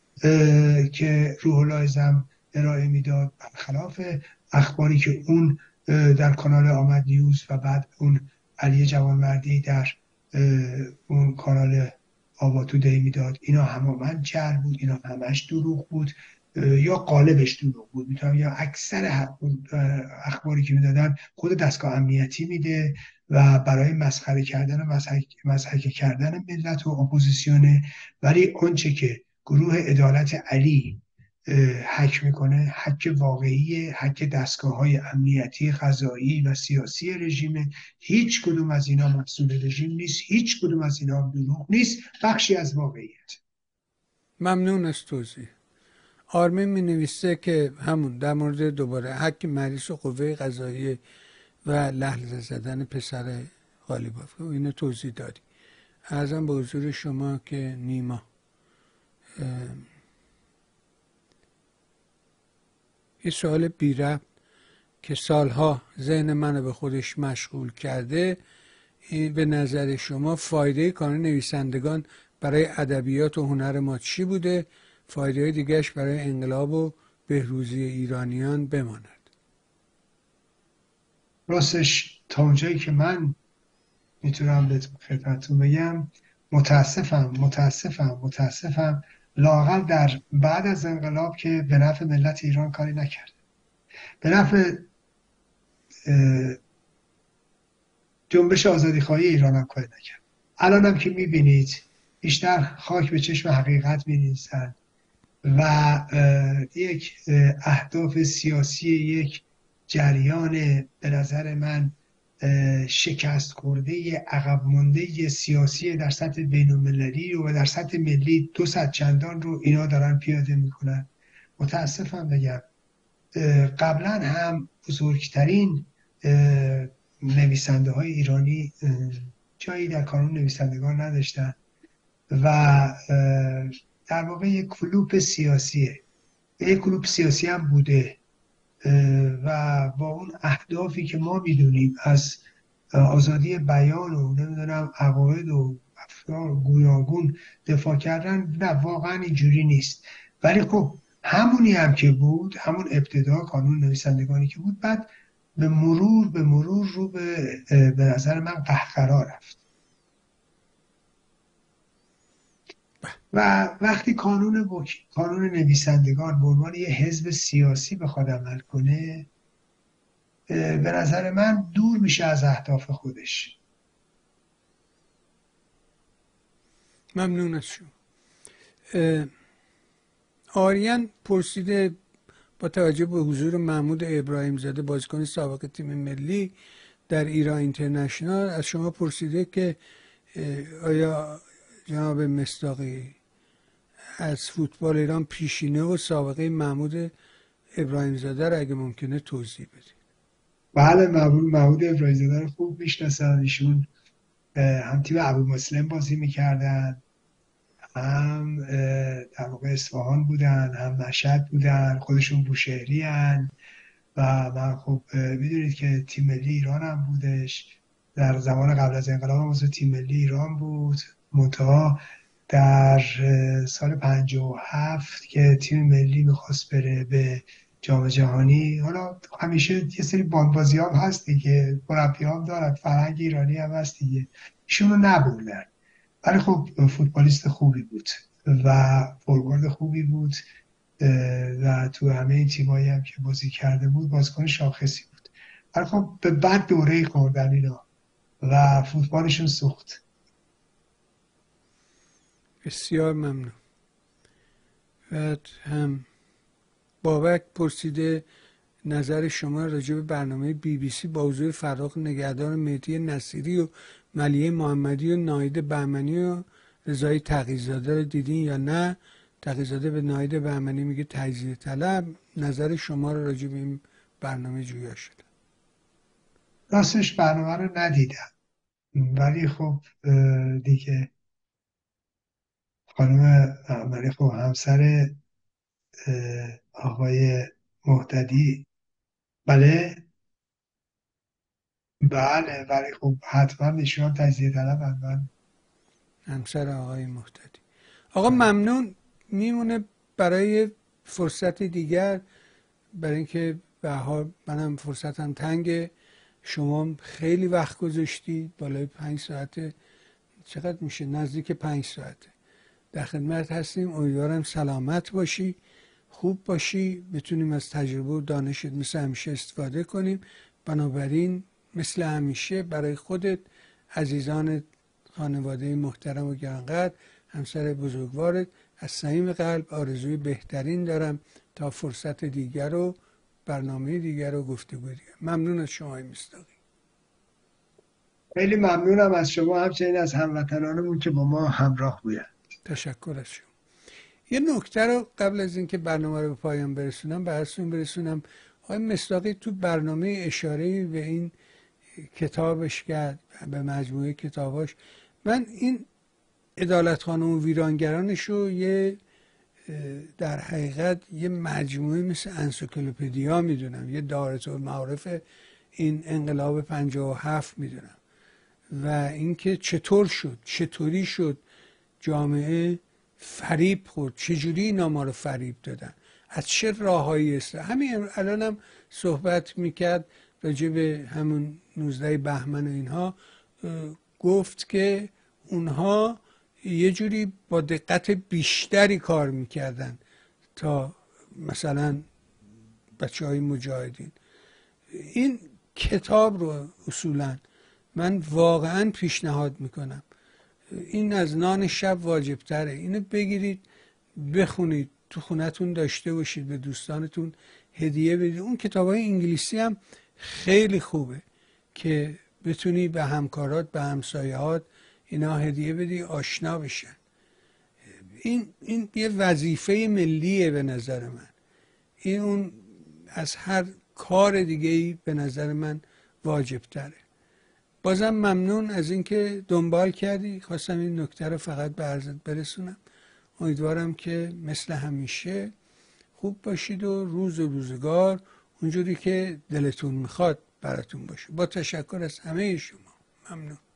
که روح الله زم ارائه میداد، برخلاف اخباری که اون در کانال آمد نیوز و بعد اون علی جوانمردی در اون کانال آوا تودی میداد. اینا همه جعل بود، اینا همش دروغ بود یا قالبش دروغ بود میتونم، یا اکثر اخباری که میدادن خود دستگاه امنیتی میده و برای مسخره کردن و مضحک کردن ملت و اپوزیسیونه. ولی اونچه که گروه عدالت علی حک میکنه، حک واقعی، حک دستگاه‌های امنیتی، قضایی و سیاسی رژیم. هیچ کدوم از اینا محصول رژیم نیست، هیچ کدوم از اینا دروغ نیست، بخشی از واقعیت. ممنون از توضیح. آرمین می نویسه که همون در مورد دوباره حک مریض و قوه قضاییه و لحظه زدن پسر غالیباف، اینو توضیح دادی. ارزم به حضور شما که نیما یه سوال بی ربط که سالها ذهن منو به خودش مشغول کرده، این به نظر شما فایده کانون نویسندگان برای ادبیات و هنر ما چی بوده؟ فایده های دیگهش برای انقلاب و بهروزی ایرانیان بماند؟ راستش تا اونجایی که من میتونم به خدمتتون بگم، متاسفم لااقل در بعد از انقلاب که به نفع ملت ایران کاری نکرد، به نفع جنبش آزادیخواهی ایران هم کاری نکرد. الان هم که میبینید بیشتر خاک به چشم حقیقت میریزن و یک اهداف سیاسی یک جریان به نظر من شکست خورده عقب مانده سیاسی در سطح بین المللی و در سطح ملی 200 چندان رو اینا دارن پیاده میکنن. متاسفم بگم قبلا هم بزرگترین نویسنده های ایرانی جایی در کانون نویسندگان نداشتن و در واقع یک کلوپ سیاسیه، یک کلوپ سیاسی هم بوده و با اون اهدافی که ما میدونیم از آزادی بیان و نمیدونم عقاید و افکار گوناگون دفاع کردن، نه واقعا اینجوری نیست. ولی خب همونی هم که بود، همون ابتدا کانون نویسندگانی که بود، بعد به مرور رو به نظر من قهقرا رفت و وقتی کانون نویسندگان به عنوان یه حزب سیاسی بخواد عمل کنه، به نظر من دور میشه از اهداف خودش. ممنون از شما. آریان پرسیده با توجه به حضور محمود ابراهیم زاده بازیکن سابق تیم ملی در ایران اینترنشنال، از شما پرسیده که آیا جناب مصداقی از فوتبال ایران پیشینه و سابقه محمود ابراهیم زاده را اگه ممکنه توضیح بدید. بله، محمود ابراهیم زاده رو خوب میشناسم. ایشون هم تیم ابومسلم بازی میکردن، هم در واقع اصفهان بودن، هم مشهد بودن، خودشون بوشهری هن و من خب میدونید که تیم ملی ایران هم بودش در زمان قبل از انقلاب، هم تیم ملی ایران بود. منتها در سال 57 که تیم ملی میخواست بره به جام جهانی، حالا همیشه یه سری باندبازی هم هست دیگه، مربی هم دارن، فرهنگ ایرانی هم هست دیگه، ایشونو نبردن. ولی خب فوتبالیست خوبی بود و فورورد خوبی بود و تو همه این تیمایی هم که بازی کرده بود بازیکن شاخصی بود. ولی خب به بد دوره‌ای خوردن اینا و فوتبالشون سوخت. بسیار ممنون. بعد هم بابک پرسیده نظر شما راجع به برنامه BBC با حضور فراق نگهدار، مهدی نصیری و ملیحه محمدی و ناهید بهمنی و رضای تقی‌زاده رو دیدین یا نه؟ تقی‌زاده به ناهید بهمنی میگه تجزیه طلب. نظر شما رو راجع به این برنامه جویا شده. راستش برنامه رو ندیدم، ولی خب دیگه خانم بهمنی خب همسر آقای مهتدی. بله ولی خب حتما ایشون تجزیه طلب هم همسر آقای مهتدی. آقا ممنون. میمونه برای فرصت دیگر، برای اینکه به حال منم فرصتم تنگه، شما خیلی وقت گذاشتید، بالای 5 ساعته، چقدر میشه؟ نزدیک 5 ساعته در خدمت هستیم. امیدوارم سلامت باشی، خوب باشی، بتونیم از تجربه و دانشت مثل همیشه استفاده کنیم. بنابراین مثل همیشه برای خودت، عزیزان، خانواده محترم و گرانقدر، همسر بزرگوارت، از صمیم قلب آرزوی بهترین دارم تا فرصت دیگر و برنامه دیگر و گفتگو دیگر. ممنون از شما مصداقی. خیلی ممنونم از شما، همچنین از هموطنانمون که با ما همراه بودن. تشکر از شما. یه نکته رو قبل از اینکه برنامه رو به پایان برسونم برسونم. آقای مصداقی تو برنامه اشاره به این کتابش کرد، به مجموعه کتاباش. من این عدالت خانم و ویرانگرانش رو در حقیقت یه مجموعه مثل انسیکلوپدیا میدونم، یه دایره المعارف این انقلاب 57 میدونم و اینکه چطوری شد جامعه فریب خورد، چجوری اینا ما رو فریب دادن، از چه راههایی است. همین الانم صحبت میکرد راجع به همون 19 بهمن و اینها، گفت که اونها یه جوری با دقت بیشتری کار میکردن تا مثلا بچه‌های مجاهدین. این کتاب رو اصولا من واقعا پیشنهاد میکنم، این از نان شب واجب تره. اینو بگیرید بخونید، تو خونتون داشته باشید، به دوستانتون هدیه بدید. اون کتابای انگلیسی هم خیلی خوبه که بتونی به همکارات، به همسایه‌هات اینا هدیه بدی، آشنا بشن. این یه وظیفه ملیه به نظر من. این اون از هر کار دیگه‌ای به نظر من واجب تره. بازم ممنون از اینکه دنبال کردی. خواستم این نکته رو فقط به عرضت برسونم. امیدوارم که مثل همیشه خوب باشید و روز و روزگار اونجوری که دلتون میخواد براتون باشه. با تشکر از همه شما. ممنون.